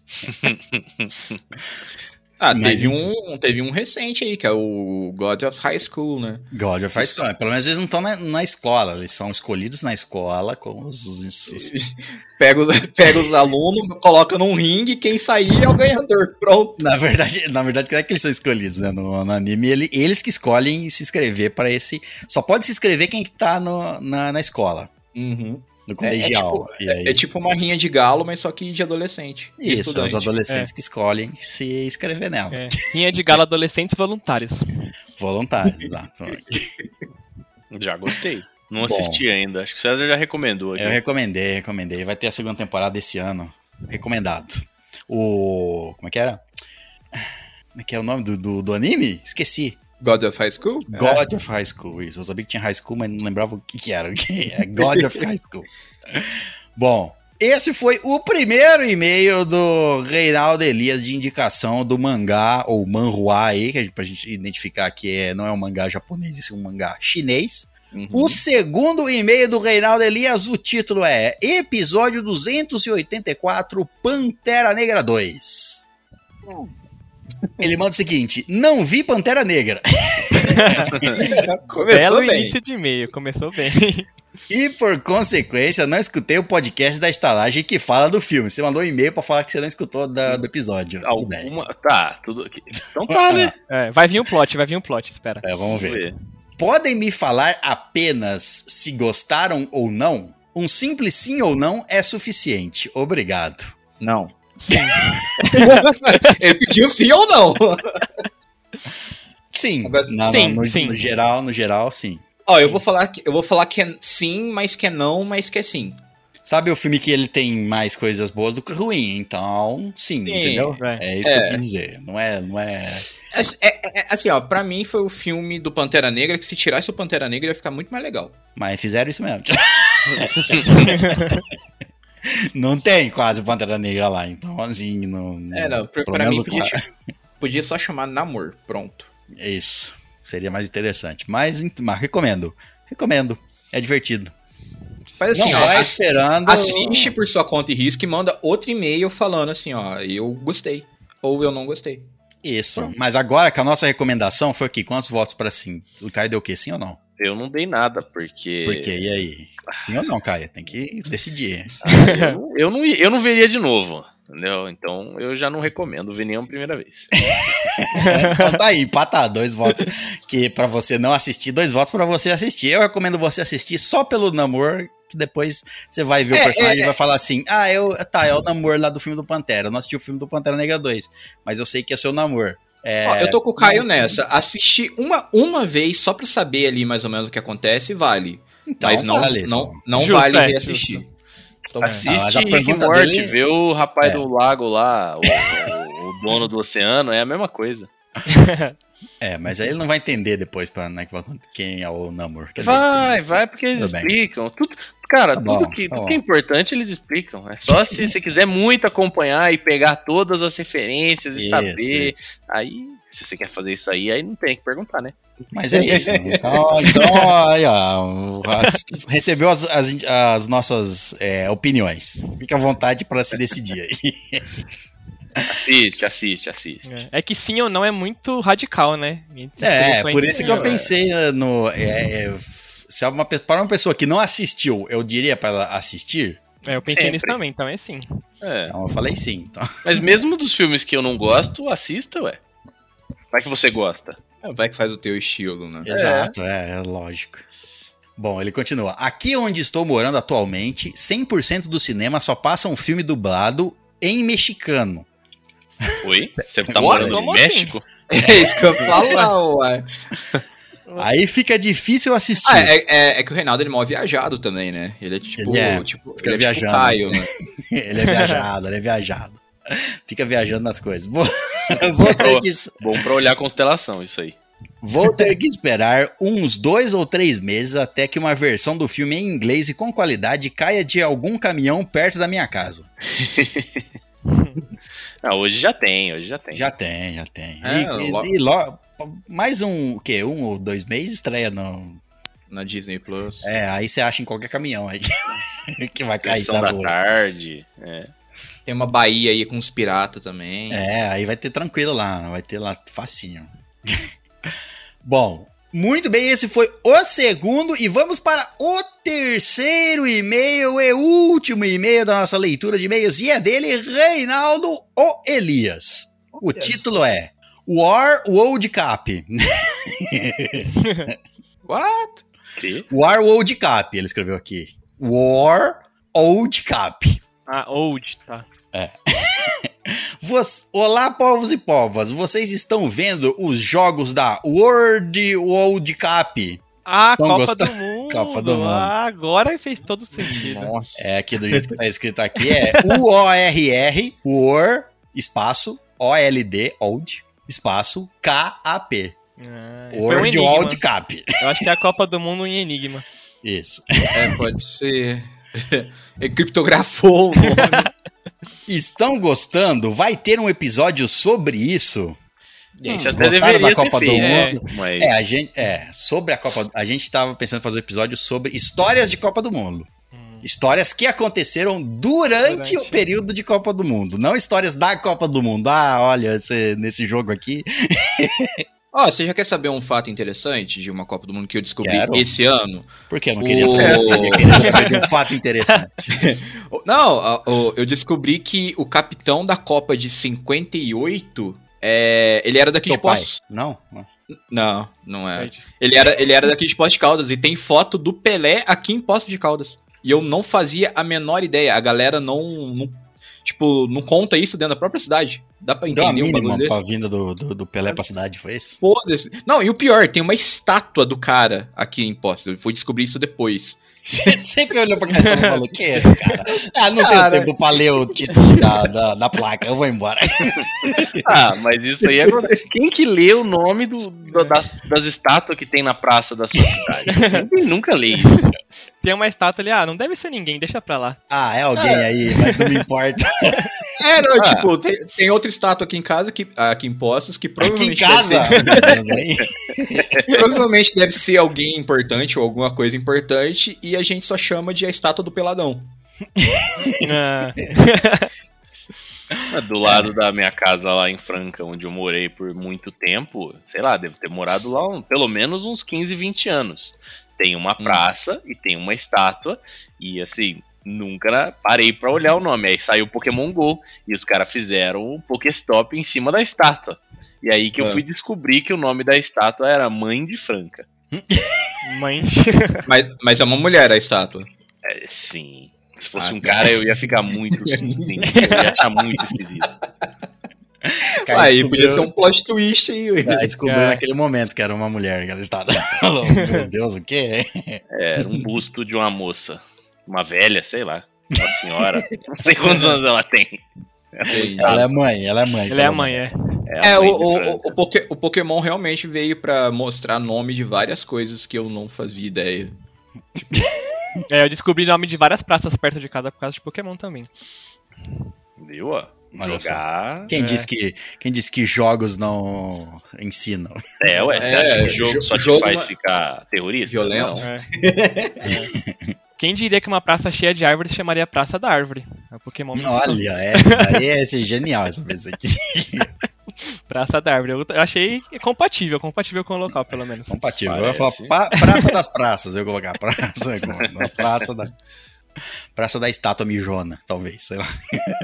Ah,
Mas
teve um, teve um recente aí, que é o God of High School, né?
God of High School. Pelo menos eles não estão na, na escola, eles são escolhidos na escola com os, os- os
Pega os, pega os alunos, coloca num ringue, quem sair é o ganhador. Pronto.
Na verdade, na verdade, não é que eles são escolhidos, né? No, no anime, ele- eles que escolhem se inscrever para esse. Só pode se inscrever quem tá no, na, na escola,
Uhum.
no
É, é
colegial.
tipo,
E aí-
é, é tipo uma rinha de galo, mas só que de adolescente. de
Isso,
estudante.
os adolescentes que escolhem se inscrever nela.
É. Rinha de gala adolescentes voluntários.
Voluntários, exato.
Já gostei. Não
Bom.
assisti ainda. Acho que o César já recomendou aqui.
Eu recomendei, recomendei. Vai ter a segunda temporada esse ano. Recomendado. O. Como é que era? Como é que é o nome do, do, do anime? Esqueci.
God of High School?
God of High School, isso. Eu sabia que tinha High School, mas não lembrava o que, que era. É God of High School. Bom, esse foi o primeiro e-mail do Reinaldo Elias de indicação do mangá, ou manhua aí, que a gente, pra gente identificar que é, não é um mangá japonês, isso é um mangá chinês.
Uhum.
O segundo e-mail do Reinaldo Elias, o título é Episódio duzentos e oitenta e quatro, Pantera Negra dois. Ele manda o seguinte: não vi Pantera Negra.
Começou
Belo
bem.
início de e-mail, começou bem.
E por consequência, não escutei o podcast da Estalagem que fala do filme. Você mandou um e-mail pra falar que você não escutou da- do episódio. Tudo bem.
Alguma... Tá, tudo aqui. Então tá, né?
É, vai vir um plot, vai vir um plot, espera.
É, vamos
Vamos
ver.
ver.
Podem me falar apenas se gostaram ou não? Um simples sim ou não é suficiente. Obrigado.
Não.
Sim.
Ele pediu sim ou não.
Sim,
Agora-
na-
sim,
no,
sim.
no geral, no geral, sim.
Ó, eu vou falar que eu vou falar que é sim, mas que é não, mas que é sim.
Sabe o filme que ele tem mais coisas boas do que ruim, então sim,
Sim,
entendeu?
é.
É isso que
É.
eu quis dizer. Não é, não é.
É, é- é- assim, ó, pra mim foi o filme do Pantera Negra que se tirasse o Pantera Negra ia ficar muito mais legal.
Mas fizeram isso mesmo. Não tem quase Pantera Negra lá, então assim, não...
É, não, pra,
pelo
pra
menos
mim
o
podia,
cara-
podia só chamar Namor, pronto.
Isso, seria mais interessante. Mas, ent- mas recomendo, recomendo, é divertido.
Mas assim,
Não
ó,
vai
ass-
esperando...
assiste por sua conta e risco e manda outro e-mail falando assim, ó, eu gostei, ou eu não gostei.
Isso, mas agora que a nossa recomendação foi aqui, quantos votos pra sim? O Caio deu o quê, sim ou não?
Eu não dei nada, porque.
Por quê? E aí? Sim ou não, Caio? Tem que decidir.
Eu não, eu, não, eu não veria de novo. Entendeu? Então eu já não recomendo ver nenhuma primeira vez.
Então tá aí, empatar, dois votos que pra você não assistir, dois votos pra você assistir. Eu recomendo você assistir só pelo Namor, que depois você vai ver
É,
o personagem
é,
e vai falar assim, ah, eu, tá, é o Namor lá do filme do Pantera, eu não assisti o filme do Pantera Negra dois, mas eu sei que é seu Namor. É,
Ó, eu tô com o Caio
mas-
nessa, assistir uma, uma vez só pra saber ali mais ou menos o que acontece, vale.
Então,
Mas não,
vale,
não,
pô.
não
Justo,
vale
é,
reassistir. Então,
Assiste
mas a
Rick
pergunta
Morty,
dele-
vê o rapaz
É.
do lago lá, o, o- o dono do oceano, é a mesma coisa.
É, mas aí ele não vai entender depois pra, né, quem é o Namor. Quer dizer,
Vai, vai, porque eles
Tudo bem.
explicam. Tudo, cara,
Tá bom,
tudo, que,
tá
tudo
bom.
que é importante eles explicam. É só se você quiser muito acompanhar e pegar todas as referências e
isso,
saber.
isso.
Aí, se você quer fazer isso aí, aí não tem que perguntar, né?
Mas é isso. Então, então aí, ó, as- recebeu as, as, as nossas é, opiniões. Fica à vontade pra se decidir aí.
Assiste, assiste, assiste.
É que sim ou não é muito radical, né? Entre
É,
seleções
por isso que eu
é.
pensei no. É, é, se é uma, pe- para uma pessoa que não assistiu, eu diria pra ela assistir.
É, eu pensei
Sempre.
nisso também, então é sim.
É.
Então eu falei sim. Então.
Mas mesmo dos filmes que eu não gosto, assista, ué. Vai que você gosta.
vai que faz o teu estilo, né?
Exato, é, é lógico. Bom, ele continua. Aqui onde estou morando atualmente, cem por cento do cinema só passa um filme dublado em mexicano.
Oi? Você tá
Agora?
morando no
Como assim?
México?
É isso que eu falo, ué.
Aí fica difícil assistir.
Ah, é, é, é que o Reinaldo ele é mal viajado também, né? Ele é tipo.
Ele é,
tipo,
fica
ele é
viajando.
tipo o Caio, né?
Ele é viajado, ele é viajado. Fica viajando nas coisas. Vou, vou, ter que,
Bom pra olhar a constelação, isso aí.
vou ter que esperar uns dois ou três meses até que uma versão do filme em inglês e com qualidade caia de algum caminhão perto da minha casa.
Ah, hoje já tem, hoje já tem.
Já tem, já tem.
É,
e, e-
lo-
e lo- mais um, o quê? Um ou dois meses estreia no...
Na Disney Plus.
É, aí você acha em qualquer caminhão aí que vai cair
Sessão
da
da
rua.
tarde. É.
Tem uma Bahia aí com os piratas também.
É, aí vai ter tranquilo lá, vai ter lá facinho. Bom, muito bem, esse foi o segundo e vamos para o terceiro e-mail e último e-mail da nossa leitura de e-mails e é dele, Reinaldo O. Elias. O título é War World Cup.
What?
Que?
War World Cup, ele escreveu aqui. War World Cup.
Ah, old, tá.
Voc- Olá, povos e povas, vocês estão vendo os jogos da World World Cup?
Ah,
Estão
Copa
gostando?
do Mundo.
Copa do Mundo.
Ah, agora fez todo sentido.
Nossa.
É, aqui do jeito que tá escrito aqui é U O R R, War, espaço, O L D, Old, espaço, K A P.
Ah, foi um
World
enigma.
World Cup.
Eu acho que é a Copa do Mundo em Enigma.
Isso.
É, pode ser. Ele criptografou o nome.
Estão gostando? Vai ter um episódio sobre isso?
Gente,
Vocês
até
gostaram da
deveria ter
Copa do
feito,
Mundo?
Mas...
É, a gente, é, sobre a Copa, a gente tava pensando em fazer um episódio sobre histórias de Copa do Mundo. Histórias que aconteceram durante,
Durante.
o período de Copa do Mundo, não histórias da Copa do Mundo. Ah, olha, esse- nesse jogo aqui.
Ó, você já quer saber um fato interessante de uma Copa do Mundo que eu descobri
Quero.
esse ano?
Por que eu não queria
O-
saber? Eu queria saber de um fato interessante.
Não, ó, ó, eu descobri que o capitão da Copa de cinquenta e oito, é, ele era daqui
Teu
de
pai?
Poços.
Não?
Não, não é. Ele era, ele era daqui de Poços de Caldas e tem foto do Pelé aqui em Poços de Caldas. E eu não fazia a menor ideia. A galera não, não tipo, não conta isso dentro da própria cidade. Dá pra
Deu a
entender um
mínima
bagulho
pra
desse?
vinda do, do, do Pelé pra cidade, foi isso?
Foda-se. Não, e o pior, tem uma estátua do cara aqui em Poços. Eu fui descobrir isso depois.
Você sempre olhou pra cara e falou, quem é esse cara? Ah, não
Cara.
tenho tempo pra ler o título da, da, da placa, eu vou embora.
Ah, mas isso aí é... Quem que lê o nome do, do- das, das estátuas que tem na praça da sua cidade? Ninguém nunca lê isso.
tem uma estátua ali, ah, não deve ser ninguém, deixa pra lá.
Ah, é alguém
É.
aí, mas não me importa.
É, não,
Ah.
tipo, tem, tem outra estátua aqui em casa, que, aqui em Postos, que
Aqui em
provavelmente
casa.
deve
Meu Deus, aí.
ser, provavelmente deve ser alguém importante ou alguma coisa importante, e a gente só chama de a estátua do Peladão.
Ah,
Do lado da minha casa lá em Franca, onde eu morei por muito tempo, sei lá, devo ter morado lá um- pelo menos uns quinze, vinte anos. Tem uma praça e tem uma estátua, e assim, nunca parei pra olhar o nome. Aí saiu o Pokémon GO, e os caras fizeram um Pokéstop em cima da estátua. E aí que eu
Ah.
fui descobrir que o nome da estátua era Mãe de Franca.
mãe.
Mas, mas é uma mulher a estátua.
É, sim. Se fosse
Ah,
um
tá.
cara, eu ia ficar muito esquisito. Eu ia achar muito esquisito.
Cara,
Aí
descobriu-
podia ser um plot twist aí. ué.
Aí descobriu
É.
naquele momento que era uma mulher que ela estava. Falou, meu Deus, o quê?
Era um busto de uma moça. Uma velha, sei lá. Uma senhora. Não sei quantos anos ela tem. Ela é um
Ela é
estado.
mãe, ela é mãe.
Ele é a
pelo
mãe,
menos.
é.
É, a
É, o,
mãe de
o,
Franca.
o, o Poké- o Pokémon realmente veio pra mostrar nome de várias coisas que eu não fazia ideia.
É, eu descobri o nome de várias praças perto de casa por causa de Pokémon também.
Viu? Ó?
Olha
Jogar.
Quem,
É.
disse que, quem disse que jogos não ensinam?
É, ué. Você
É,
acha que jogo
jo-
só te
jogo
faz
não é-
ficar terrorista?
Violento.
Não.
É. É. Quem diria que uma praça cheia de árvores se chamaria Praça da Árvore? É o Pokémon. me ensinou.
Olha, essa daí é, esse é genial, essa vez aqui.
Praça da Árvore. Eu eu achei compatível, compatível com o local, pelo menos.
Compatível. Eu ia
Parece.
falar pa- Praça das Praças, eu ia colocar. Praça, na praça da. Praça da Estátua Mijona, talvez, sei lá.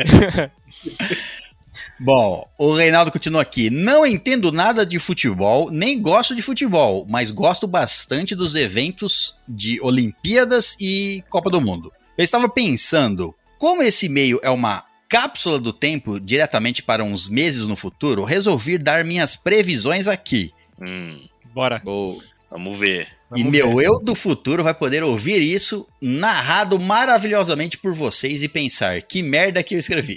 Bom, o Reinaldo continua aqui. Não entendo nada de futebol, nem gosto de futebol, mas gosto bastante dos eventos de Olimpíadas e Copa do Mundo. Eu estava pensando, como esse meio é uma cápsula do tempo diretamente para uns meses no futuro, resolvi dar minhas previsões aqui.
Hum,
Bora.
Ou
vamos ver.
E
Vamos
meu
ver.
eu do futuro vai poder ouvir isso narrado maravilhosamente por vocês e pensar, que merda que eu escrevi.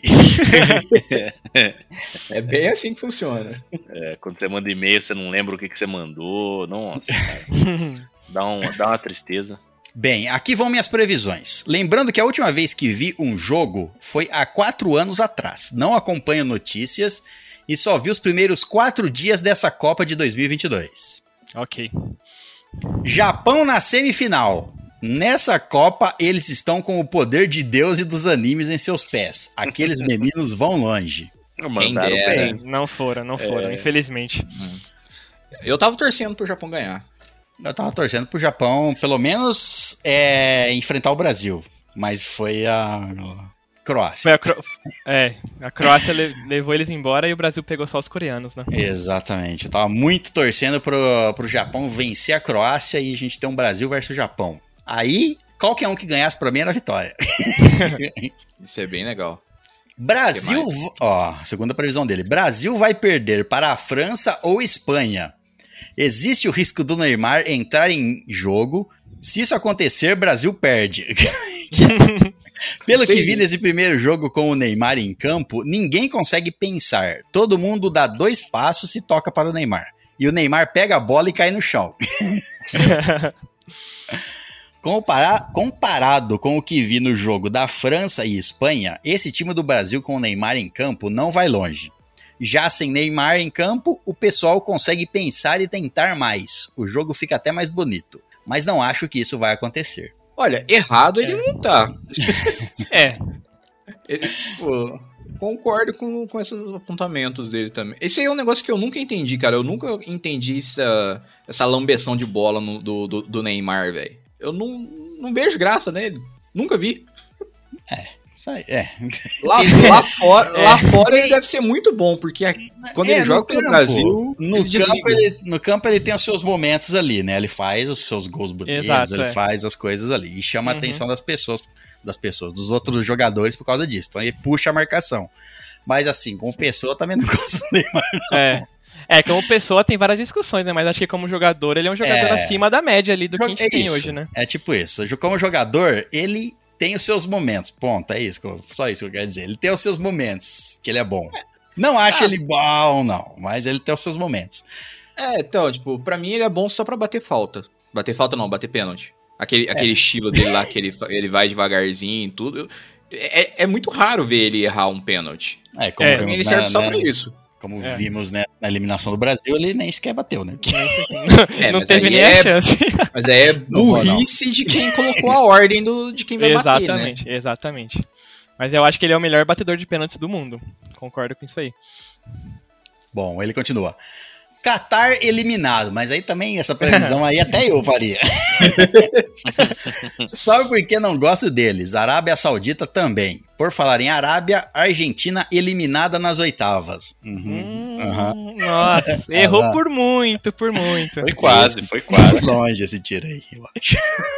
é bem assim que funciona.
É, quando você manda e-mail, você não lembra o que, que você mandou. Nossa, cara. Dá, um, dá uma tristeza.
Bem, aqui vão minhas previsões. Lembrando que a última vez que vi um jogo foi há quatro anos atrás. Não acompanho notícias e só vi os primeiros quatro dias dessa Copa de dois mil e vinte e dois.
Ok.
Japão na semifinal. Nessa Copa, eles estão com o poder de Deus e dos animes em seus pés. Aqueles meninos vão longe.
Mandaram
dera.
bem.
Não foram, não foram, infelizmente.
Eu tava torcendo pro Japão ganhar.
Eu tava torcendo pro Japão, pelo menos, é, enfrentar o Brasil. Mas foi a Croácia.
Foi a Cro... É, a Croácia le- levou eles embora e o Brasil pegou só os coreanos, né?
Exatamente. Eu tava muito torcendo pro, pro Japão vencer a Croácia e a gente ter um Brasil versus Japão. Aí, qualquer um que ganhasse pra mim era vitória.
Isso é bem legal.
Brasil,
Que
ó, segunda previsão dele. Brasil vai perder para a França ou Espanha. Existe o risco do Neymar entrar em jogo. Se isso acontecer, Brasil perde. Pelo que vi nesse primeiro jogo com o Neymar em campo, ninguém consegue pensar. Todo mundo dá dois passos e toca para o Neymar. E o Neymar pega a bola e cai no chão. Compara- comparado com o que vi no jogo da França e Espanha, esse time do Brasil com o Neymar em campo não vai longe. Já sem Neymar em campo, o pessoal consegue pensar e tentar mais. O jogo fica até mais bonito. Mas não acho que isso vai acontecer.
Olha, errado ele não tá.
É,
Ele, tipo, concordo com, com esses apontamentos dele também. Esse aí é um negócio que eu nunca entendi, cara. Eu nunca entendi essa, essa lambeção de bola no- do, do, do Neymar, velho. Eu não, não vejo graça nele. Nunca vi.
Isso aí, é.
Lá, lá, fora, lá fora ele deve ser muito bom, porque aqui- quando
É,
ele
no
joga pelo
campo.
Brasil,
No
ele
campo,
desliga.
ele, no campo ele tem os seus momentos ali, né? Ele faz os seus gols bonitos,
Exato,
ele
é.
faz as coisas ali. E chama a
Uhum.
atenção das pessoas, das pessoas, dos outros jogadores por causa disso. Então ele puxa a marcação. Mas assim, como pessoa, também não gosto do Neymar.
é. É, como pessoa tem várias discussões, né? Mas acho que como jogador, ele é um jogador
É.
acima da média ali do que a gente
É
tem
isso,
hoje, né?
É tipo isso. Como jogador, ele tem os seus momentos. Ponto, é isso. que eu- Só isso que eu quero dizer. Ele tem os seus momentos, que ele é bom. Não acho
Ah.
ele bom, não. Mas ele tem os seus momentos.
É, então, tipo, pra mim ele é bom só pra bater falta. Bater falta não, bater pênalti. Aquele, aquele estilo dele lá, que ele, fa- ele vai devagarzinho e tudo. É, é muito raro ver ele errar um pênalti.
É, como
É,
Pra mim,
vimos,
ele serve
na,
só
na-
pra isso.
como
É.
vimos né, na eliminação do Brasil, ele nem sequer bateu, né?
É,
não
mas
teve
aí
nem
é-
a chance.
Mas é
Não vou, não.
burrice de quem colocou a ordem do, de quem vai bater, né?
Exatamente, exatamente. Mas eu acho que ele é o melhor batedor de pênaltis do mundo. Concordo com isso aí.
Bom, ele continua. Catar eliminado, mas aí também essa previsão aí até eu faria. Só porque não gosto deles. Arábia Saudita também. Por falar em Arábia, Argentina eliminada nas oitavas. Uhum,
Hum,
aham.
Nossa, errou
Ah lá.
por muito, por muito.
Foi quase, foi quase.
Longe esse tiro aí, eu acho.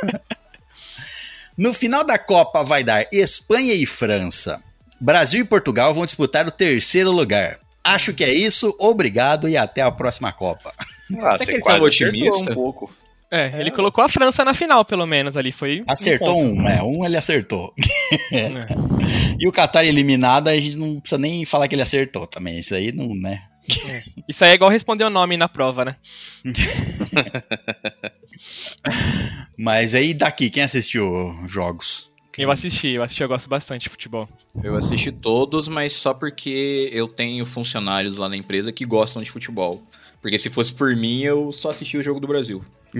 No final da Copa vai dar Espanha e França. Brasil e Portugal vão disputar o terceiro lugar. Acho que é isso, obrigado e até a próxima Copa.
Ah,
Até que
você
ele
quase
tava
acertou
otimista.
um pouco.
É, ele colocou a França na final, pelo menos, ali. Foi
Acertou
um. ponto.
um, é, um ele acertou.
É.
E o Qatar eliminado, a gente não precisa nem falar que ele acertou também. Isso aí não, né?
Isso aí é igual responder o nome na prova, né?
Mas aí daqui, quem assistiu jogos?
Eu assisti, eu assisti, eu gosto bastante de futebol.
Eu assisti todos, mas só porque eu tenho funcionários lá na empresa que gostam de futebol. Porque se fosse por mim, eu só assistia o jogo do Brasil.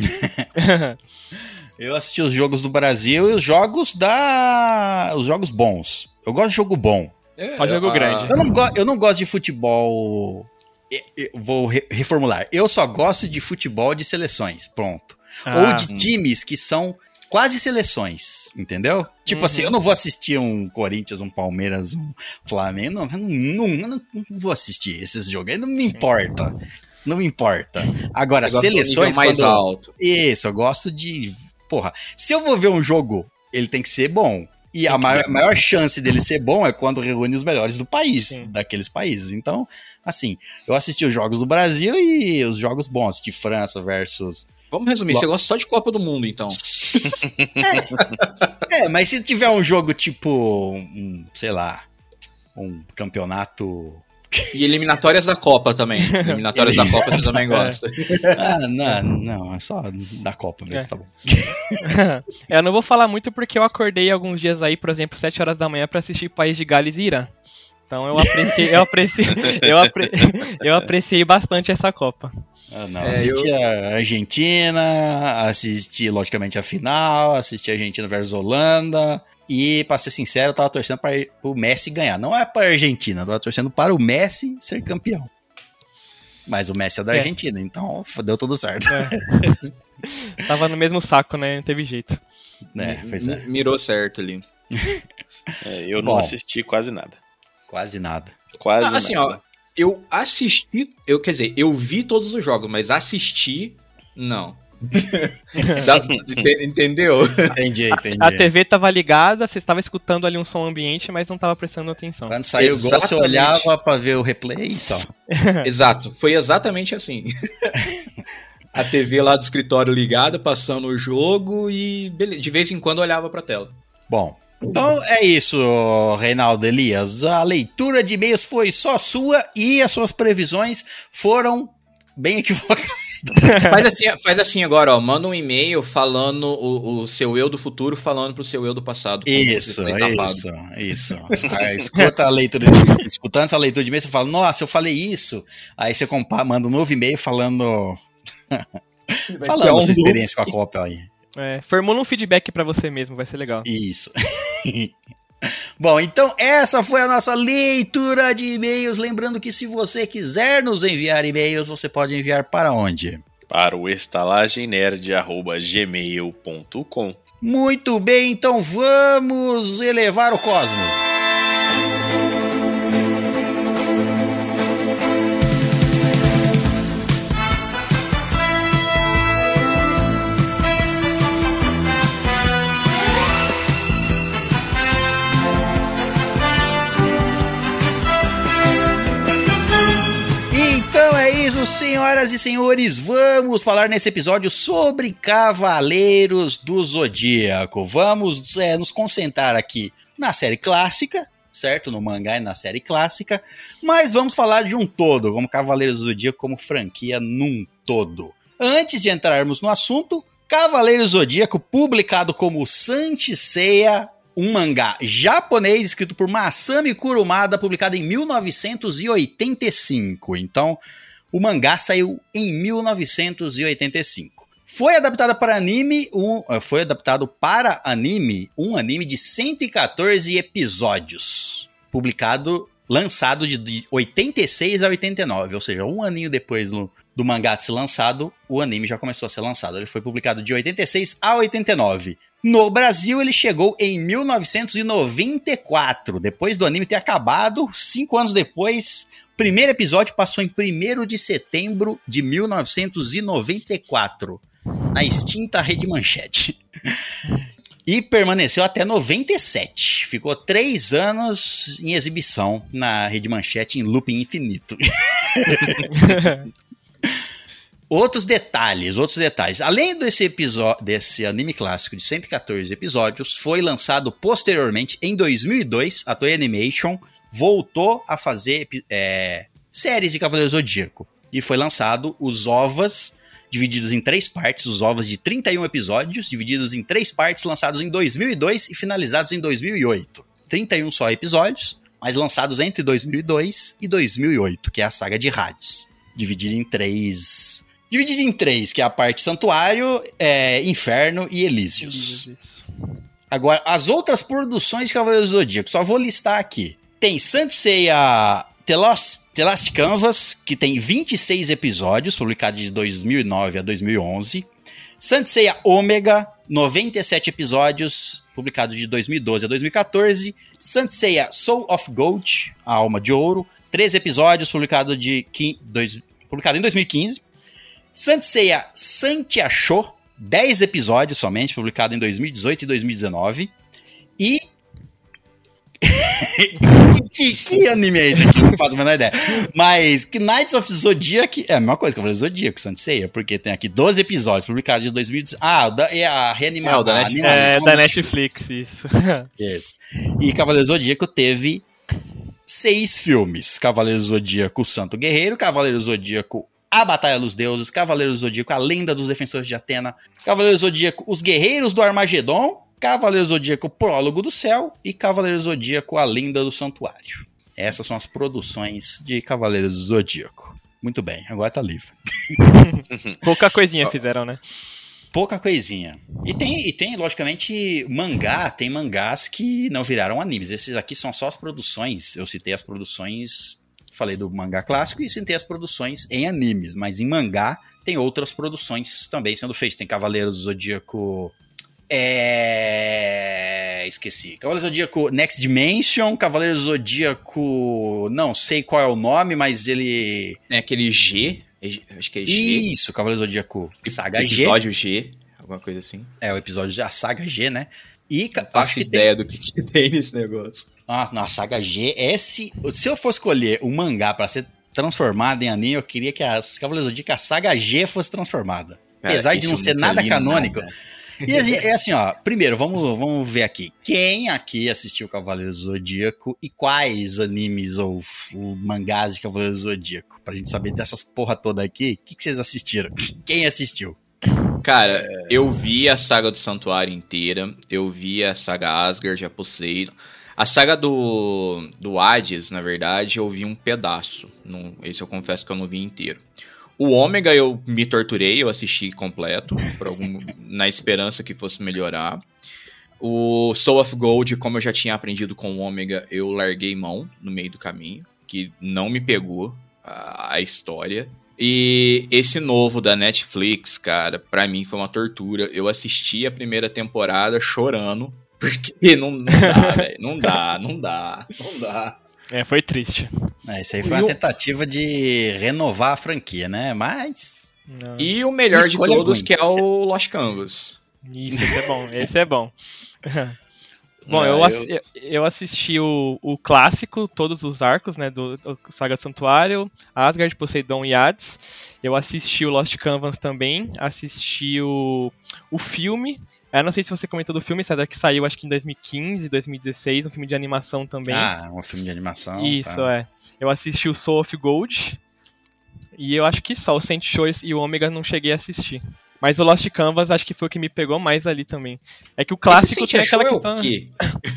Eu assisti os jogos do Brasil e os jogos da. Os jogos bons. Eu gosto de jogo bom.
É,
Só jogo
a-
grande.
Eu não, go- eu não gosto de futebol. Eu- eu vou re- reformular. Eu só gosto de futebol de seleções. Pronto.
Ah,
Ou de times que são quase seleções, entendeu? Tipo
Uhum.
assim, eu não vou assistir um Corinthians, um Palmeiras, um Flamengo, não, eu não, não, não- não vou assistir esses jogos, aí não me importa, não me importa. Agora,
negócio do nível
seleções
mais
quando-
alto.
Isso, eu gosto de, porra, se eu vou ver um jogo, ele tem que ser bom. E a maior, maior chance dele ser bom é quando reúne os melhores do país,
Sim.
daqueles países. Então, assim, eu assisti os jogos do Brasil e os jogos bons, de França versus
Vamos resumir,
Lo-
você gosta só de Copa do Mundo, então.
É, mas se tiver um jogo tipo, um, sei lá, um campeonato.
E eliminatórias da Copa também. Eliminatórias da Copa você também gosta.
Ah, não, não, é só da Copa mesmo,
É.
tá bom.
eu não vou falar muito porque eu acordei alguns dias aí, por exemplo, sete horas da manhã pra assistir País de Gales e Irã. Então eu apreciei, eu apreciei, eu apre- eu apreciei bastante essa Copa.
Ah, não,
É,
assisti a Argentina, assisti logicamente a final, assisti a Argentina versus Holanda. E, pra ser sincero, eu tava torcendo para o Messi ganhar. Não é para a Argentina, eu tava torcendo para o Messi ser campeão. Mas o Messi é da
É.
Argentina, então deu tudo certo.
Tava no mesmo saco, né? Não teve jeito.
É, pois é.
Mi- Mirou certo ali.
É, eu não
Bom.
assisti quase nada.
Quase nada.
Quase
Ah, assim,
nada.
ó, eu assisti, eu quer dizer, eu vi todos os jogos, mas assistir, não. Dá- ente- entendeu?
Entendi, entendi.
A T V tava ligada, você estava escutando ali um som ambiente, mas não tava prestando atenção.
Quando saiu o gol, você
Exatamente.
olhava pra ver o replay e só.
Exato, foi exatamente assim. A T V lá do escritório ligada, passando o jogo e beleza, de vez em quando olhava pra tela.
Bom, então é isso, Reinaldo Elias. A leitura de e-mails foi só sua e as suas previsões foram bem equivocadas.
Faz assim, faz assim agora, ó, manda um e-mail falando o, o seu eu do futuro falando pro seu eu do passado. como
Isso,
você foi tapado.
isso, isso. Aí, escuta a leitura de escutando essa leitura de e-mail, você fala, nossa, eu falei isso. Aí você compa- manda um novo e-mail falando. falando a sua experiência com a Copa aí.
É, formula um feedback pra você mesmo, vai ser legal.
Isso. Bom, então essa foi a nossa leitura de e-mails. Lembrando que se você quiser nos enviar e-mails, você pode enviar para onde?
Para o estalagemnerd arroba gmail ponto com.
Muito bem, então vamos elevar o cosmo. Então é isso, senhoras e senhores, vamos falar nesse episódio sobre Cavaleiros do Zodíaco. Vamos é, nos concentrar aqui na série clássica, certo? No mangá e na série clássica, mas vamos falar de um todo, como Cavaleiros do Zodíaco, como franquia num todo. Antes de entrarmos no assunto, Cavaleiro Zodíaco, publicado como Saint Seiya, um mangá japonês escrito por Masami Kurumada, publicado em mil novecentos e oitenta e cinco. Então, o mangá saiu em mil novecentos e oitenta e cinco. Foi adaptado para anime, um, foi adaptado para anime, um anime de cento e quatorze episódios, publicado, lançado de, de oitenta e seis a oitenta e nove, ou seja, um aninho depois do, do mangá de ser lançado, o anime já começou a ser lançado. Ele foi publicado de oitenta e seis a oitenta e nove. No Brasil, ele chegou em mil novecentos e noventa e quatro, depois do anime ter acabado, cinco anos depois. O primeiro episódio passou em primeiro de setembro de mil novecentos e noventa e quatro, na extinta Rede Manchete. E permaneceu até noventa e sete. Ficou três anos em exibição na Rede Manchete em looping infinito. Outros detalhes, outros detalhes. Além desse episódio, desse anime clássico de cento e quatorze episódios, foi lançado posteriormente, em dois mil e dois, a Toei Animation voltou a fazer é, séries de Cavaleiro Zodíaco. E foi lançado os ovas, divididos em três partes, os ovas de trinta e um episódios, divididos em três partes, lançados em dois mil e dois e finalizados em dois mil e oito. trinta e um só episódios, mas lançados entre dois mil e dois e dois mil e oito, que é a saga de Hades. Dividido em três... Dividido em três, que é a parte Santuário, é, Inferno e Elísios. Isso. Agora, as outras produções de Cavaleiros do Zodíaco, só vou listar aqui. Tem Saint Seiya The Lost, The Last Canvas, que tem vinte e seis episódios, publicado de dois mil e nove a dois mil e onze. Saint Seiya Omega, noventa e sete episódios, publicado de dois mil e doze a dois mil e quatorze. Saint Seiya Soul of Gold, A Alma de Ouro, treze episódios, publicado, de, dois, publicado em dois mil e quinze. Saint Seiya Santiacho, dez episódios somente, publicado em dois mil e dezoito e dois mil e dezenove. E... que, que anime é esse aqui? Não faço a menor ideia. Mas que Knights of Zodiac é a mesma coisa que eu falei, Zodíaco, Saint Seiya, porque tem aqui doze episódios publicados de dois mil e dezoito. Ah, é a reanimação.
É, da, Net... é, da Netflix, isso.
Isso. E Cavaleiro Zodíaco teve seis filmes: Cavaleiro Zodíaco Santo Guerreiro, Cavaleiro Zodíaco A Batalha dos Deuses, Cavaleiro Zodíaco A Lenda dos Defensores de Atena, Cavaleiro Zodíaco Os Guerreiros do Armagedon, Cavaleiro Zodíaco Prólogo do Céu e Cavaleiro Zodíaco A Lenda do Santuário. Essas são as produções de Cavaleiros do Zodíaco. Muito bem, agora tá livre.
Pouca coisinha fizeram, né?
Pouca coisinha. E tem, e tem, logicamente, mangá, tem mangás que não viraram animes. Esses aqui são só as produções. Eu citei as produções, falei do mangá clássico e citei as produções em animes. Mas em mangá tem outras produções também sendo feitas. Tem Cavaleiros do Zodíaco... É... Esqueci. Cavaleiro Zodíaco Next Dimension, Cavaleiro Zodíaco... Não sei qual é o nome, mas ele...
É aquele G, acho que é G.
Isso, Cavaleiro Zodíaco Saga
episódio
G.
Episódio G, alguma coisa assim.
É, o episódio da Saga G, né? E
não faço
acho
ideia
que
tem... do que, que tem nesse negócio.
Ah, na Saga G, esse... Se eu fosse escolher um mangá pra ser transformado em anime, eu queria que a Cavaleiro Zodíaco, a Saga G fosse transformada. Cara, apesar de não ser nada canônico... Nada. E é assim, ó, primeiro, vamos, vamos ver aqui. Quem aqui assistiu Cavaleiro Zodíaco e quais animes ou, ou mangás de Cavaleiro Zodíaco? Pra gente saber dessas porra toda aqui, o que, que vocês assistiram? Quem assistiu?
Cara, eu vi a saga do Santuário inteira, eu vi a saga Asgard, a Poseidon. A saga do, do Hades, na verdade, eu vi um pedaço. Não, esse eu confesso que eu não vi inteiro. O Ômega eu me torturei, eu assisti completo, por algum, na esperança que fosse melhorar. O Soul of Gold, como eu já tinha aprendido com o Ômega, eu larguei mão no meio do caminho, que não me pegou a, a história. E esse novo da Netflix, cara, pra mim foi uma tortura. Eu assisti a primeira temporada chorando, porque não, não dá, velho, não dá, não dá, não dá.
É, foi triste.
É, isso aí foi uma tentativa de renovar a franquia, né? Mas...
Não. E o melhor de todos, que é o Lost Canvas.
Isso, esse é bom, esse é bom. Bom, eu, eu... eu assisti o, o clássico, todos os arcos, né, do, do Saga do Santuário, Asgard, Poseidon e Hades. Eu assisti o Lost Canvas também, assisti o, o filme. Eu não sei se você comentou do filme, esse daqui saiu acho que em dois mil e quinze, dois mil e dezesseis, um filme de animação também.
Ah, um filme de animação.
Isso,
tá.
é. Eu assisti o Soul of Gold, e eu acho que só o Saint Choice e o Ômega não cheguei a assistir. Mas o Lost Canvas acho que foi o que me pegou mais ali também. É que o
Esse
clássico
Saint
tem aquela
Achou é
questão...
o quê?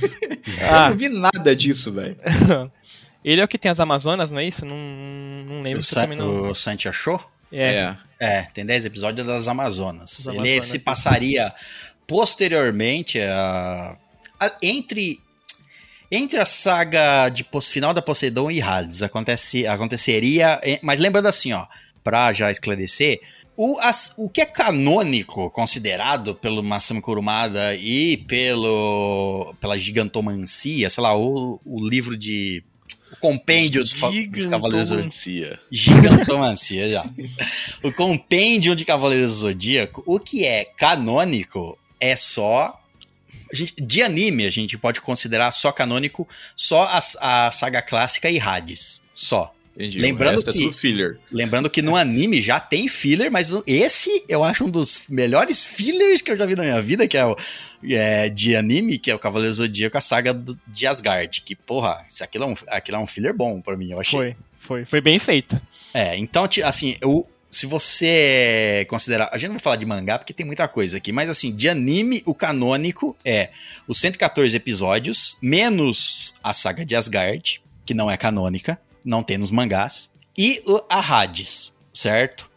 Eu
Ah,
não vi nada disso, velho.
ele é o que tem as Amazonas, não é isso? Não, não lembro
O,
se eu
Sa
também não...
o Santi achou?
É.
É, tem dez episódios das Amazonas.
As
Ele
Amazonas,
se
isso.
passaria posteriormente a, a- entre entre a saga de pos- final da Poseidon e Hades. Acontece, aconteceria, eh, mas lembrando assim, ó, pra já esclarecer, o, as- o que é canônico considerado pelo Masami Kurumada e pelo pela gigantomancia, sei lá, o, o livro de o compêndio dos, fa- dos Cavaleiros do
Gigantomancia.
Gigantomancia, já. O compêndio de Cavaleiros do Zodíaco, o que é canônico é só... a gente- de anime, a gente pode considerar só canônico só a, a saga clássica e Hades. Só.
Entendi.
Lembrando
o resto
que-
é tudo filler.
Lembrando que no anime já tem filler, mas esse eu acho um dos melhores fillers que eu já vi na minha vida, que é o é, de anime, que é o Cavaleiro Zodíaco, a saga do- de Asgard. Que, porra, isso aquilo é um, aquilo é um filler bom pra mim, eu achei.
Foi, foi. Foi bem feito.
É, então, ti- assim, eu, se você considerar... A gente não vai falar de mangá, porque tem muita coisa aqui, mas, assim, de anime, o canônico é os cento e quatorze episódios, menos a saga de Asgard, que não é canônica, não tem nos mangás, e o, a Hades, certo?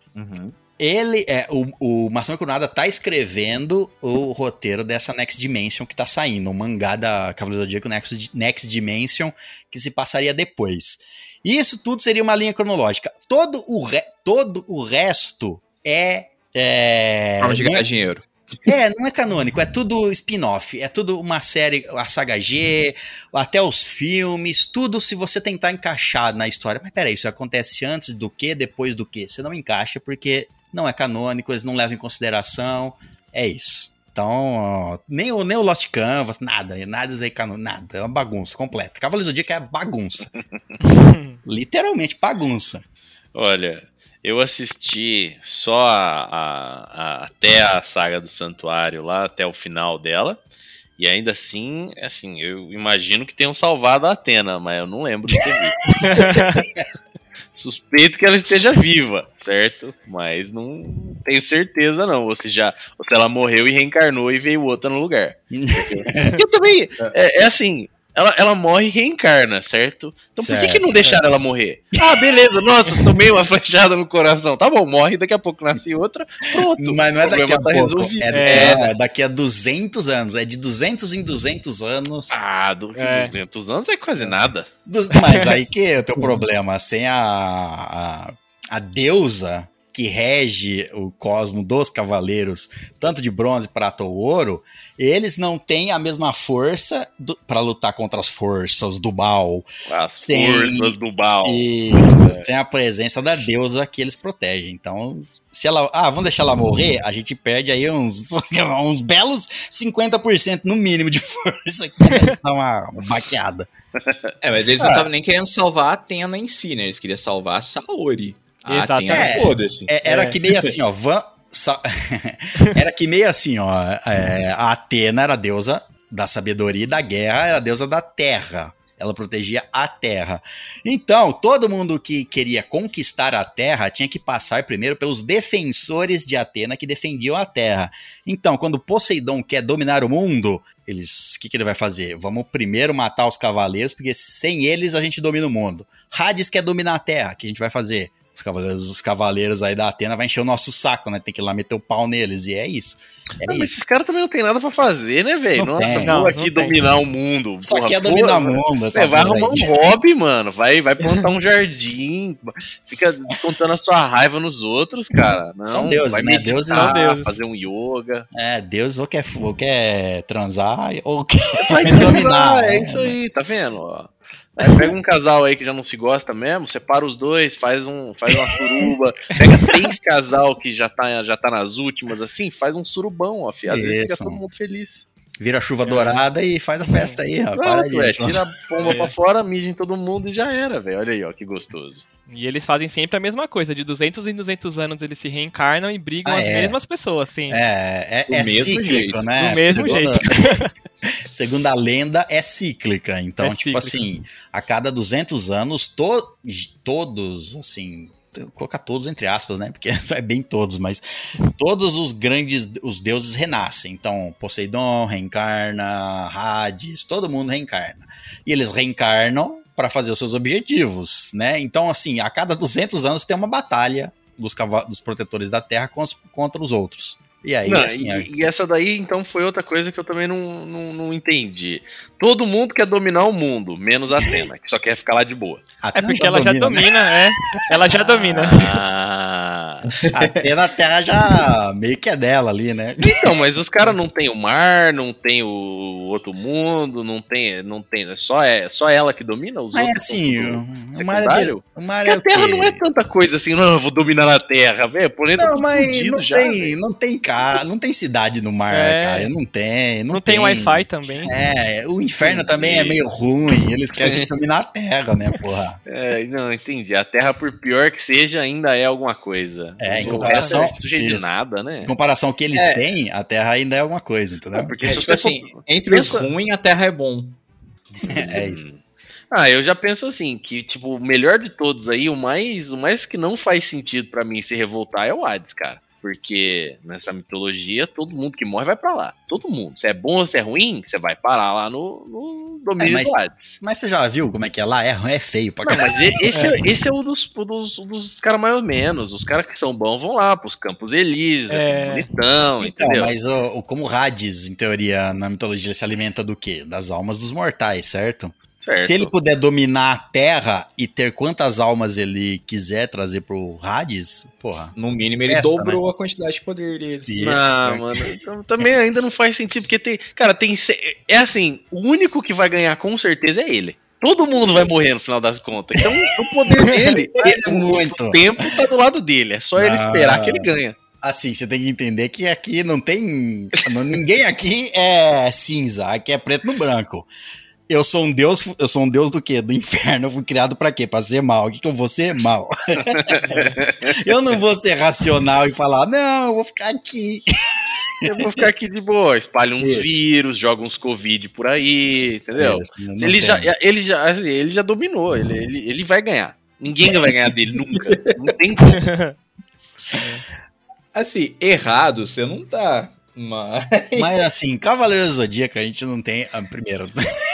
Ele é... O, o Masami Kurumada tá escrevendo o roteiro dessa Next Dimension que tá saindo, o mangá da Cavaleiro do Zodíaco Next, Next Dimension, que se passaria depois. Isso tudo seria uma linha cronológica. Todo o, re, todo o resto é... É
Forma de
não
ganhar
é,
dinheiro.
é, não é canônico, é tudo spin-off, é tudo uma série, a saga G, até os filmes, tudo se você tentar encaixar na história. Mas peraí, isso acontece antes do que, depois do que? Você não encaixa porque não é canônico, eles não levam em consideração, é isso. Então, ó, nem, o, nem o Lost Canvas, nada, nada aí canônico, nada, é uma bagunça completa. Cavaleiro do Zodíaco é bagunça. Literalmente bagunça.
Olha, eu assisti só a, a- a- até a saga do Santuário lá, até o final dela. E ainda assim, assim, eu imagino que tenham salvado a Athena, mas eu não lembro de ter visto. Suspeito que ela esteja viva, certo? Mas não tenho certeza não. Ou se, já, ou se ela morreu e reencarnou e veio outra no lugar. Eu também, é, é assim, ela, ela morre e reencarna, certo? Então por que, que
Certo,
não deixaram ela morrer? Ah, beleza, nossa, tomei uma flechada no coração. Tá bom, morre, daqui a pouco nasce outra, pronto.
Mas não é
o
daqui a
problema tá
pouco,
resolvido.
é, é, é daqui a duzentos anos, é de duzentos em duzentos anos.
Ah, do
É.
duzentos anos é quase nada.
Dos- mas aí que é o teu problema, sem a, a, a deusa que rege o cosmo dos cavaleiros, tanto de bronze, prata ou ouro, eles não têm a mesma força do, para lutar contra as forças do mal.
As
Sem-
forças do Baal.
Isso, sem a presença da deusa que eles protegem. Então, se ela. Ah, vamos deixar ela morrer, a gente perde aí uns, uns belos cinquenta por cento no mínimo de força que eles dão uma baqueada.
É, mas eles não
Ah.
estavam nem querendo salvar a Athena em si, né? Eles queriam salvar a Saori. A
Exatamente.
Athena,
É.
foda-se.
É, era
É.
que meio assim, ó. Van, sa- era que meio assim, ó. é, a Atena era a deusa da sabedoria e da guerra, era a deusa da terra. Ela protegia a terra. Então, todo mundo que queria conquistar a terra tinha que passar primeiro pelos defensores de Atena que defendiam a terra. Então, quando Poseidon quer dominar o mundo, eles, o que, que ele vai fazer? Vamos primeiro matar os cavaleiros, porque sem eles a gente domina o mundo. Hades quer dominar a terra, o que a gente vai fazer? Os cavaleiros, os cavaleiros aí da Atena vai encher o nosso saco, né? Tem que ir lá meter o pau neles, e é isso. É
Não, mas
isso.
esses caras também não tem nada pra fazer, né, velho?
Não
Nossa,
tem.
Não,
vou
não
aqui
tem.
dominar o mundo.
Só
porra,
quer
pô,
dominar o
né?
mundo, essa
Você vai
porra
arrumar
aí.
um hobby, mano. Vai, vai plantar um jardim. Fica descontando a sua raiva nos outros, cara. Não,
São deuses,
vai
né?
meditar,
Deuses
são deuses.
fazer um yoga.
É, Deus ou quer, ou quer transar, ou quer,
Vai
quer dominar.
É
né?
isso aí, tá vendo? Ó. Aí pega um casal aí que já não se gosta mesmo, separa os dois, faz, um, faz uma suruba, pega três casal que já tá, já tá nas últimas, assim, faz um surubão, ó, fi. Às vezes fica
Isso.
todo mundo feliz.
Vira chuva dourada e faz a festa aí, ó. Para
Pronto, é,
de...
tira a pomba pra fora, mija em todo mundo e já era, velho. Olha aí, ó, que gostoso.
E eles fazem sempre a mesma coisa. De duzentos em duzentos anos eles se reencarnam e brigam
Ah,
as
é.
mesmas pessoas, sim.
É, é,
Do
é
mesmo
cíclico,
jeito.
né?
Do mesmo
segundo, segundo a lenda, é cíclica. Então,
É
tipo
cíclica.
assim, a cada duzentos anos, to, todos, assim, vou colocar todos entre aspas, né? Porque não é bem todos, mas todos os grandes, os deuses renascem. Então, Poseidon reencarna, Hades, todo mundo reencarna. E eles reencarnam para fazer os seus objetivos, né? Então, assim, a cada duzentos anos tem uma batalha dos, cava- dos protetores da Terra com os- contra os outros. E aí,
Não,
assim,
e,
é-
e essa daí, então, foi outra coisa que eu também não, não, não entendi. Todo mundo quer dominar o mundo, menos a Atena, que só quer ficar lá de boa.
a
É
Atena
porque ela já
né?
domina, é. Ela já domina.
Ah.
A Atena, a Terra já meio que é dela ali, né?
Então, mas os caras não tem o mar, não tem o outro mundo, não tem, não tem, é só é só ela que domina os
Mas
outros.
assim,
são tudo
o mar é
secundário?
dele- o mar
Porque
é
a
o
Terra
quê?
não é tanta coisa assim, não, eu vou dominar a Terra, velho. O planeta
Não,
tá
mas
fudido
não
já.
tem,
velho.
não tem cara, não tem cidade no mar,
É.
cara. Não tem, não,
Não tem Wi-Fi também.
É, o inferno
Entendi.
também é meio ruim. Eles querem dominar a Terra, né, porra?
É, não, entendi. A Terra, por pior que seja, ainda é alguma coisa.
É, em
O
comparação-
resto é sujeito de
isso.
nada, né?
Em comparação ao que eles
É.
têm, a Terra ainda é alguma coisa, entendeu?
Porque
É,
se
tipo
você
assim,
for-
entre os
pensa-
ruins, a Terra é bom.
É isso.
Hum. Ah, eu já penso assim, que tipo, o melhor de todos aí, o mais, o mais que não faz sentido pra mim se revoltar é o Hades, cara. Porque nessa mitologia, todo mundo que morre vai pra lá. Todo mundo. Se é bom ou se é ruim, você vai parar lá no, no domínio
É, mas-
do Hades.
Mas você já viu como é que é lá? É, é feio pra
Não,
caralho.
mas e- esse é, esse é o dos, o dos, o dos caras mais ou menos. Os caras que são bons vão lá pros Campos Elíseos, é.
É.
tudo bonitão,
Então,
entendeu?
mas o, o- como Hades, em teoria, na mitologia, ele se alimenta do quê? Das almas dos mortais, certo?
Certo.
Se ele puder dominar a Terra e ter quantas almas ele quiser trazer pro Hades, porra.
No mínimo, ele
Festa,
dobrou a quantidade de poder dele.
Isso,
Não,
né?
mano, então, também ainda não faz sentido, porque tem. Cara, tem. se- É assim, o único que vai ganhar com certeza é ele. Todo mundo vai morrer no final das contas. Então, o poder dele,
É
o-
muito.
o tempo tá do lado dele. É só ele
Não.
esperar que ele ganha.
Assim, você tem que entender que aqui não tem. não- ninguém aqui é cinza, aqui é preto no branco. Eu sou um deus, eu sou um deus do quê? Do inferno. Eu fui criado pra quê? Pra ser mal. O que, que eu vou ser? Mal. Eu não vou ser racional e falar, não, eu vou ficar aqui.
Eu vou ficar aqui de boa, espalha uns
Isso.
vírus, joga uns Covid por aí, entendeu?
Isso, não
ele,
tem.
já, ele, já, assim, ele já dominou, ele, ele, ele vai ganhar. Ninguém vai ganhar dele nunca. Não tem como.
Assim, errado, você não tá. Mas.
Mas assim, Cavaleiro do Zodíaco a gente não tem. Ah, primeiro.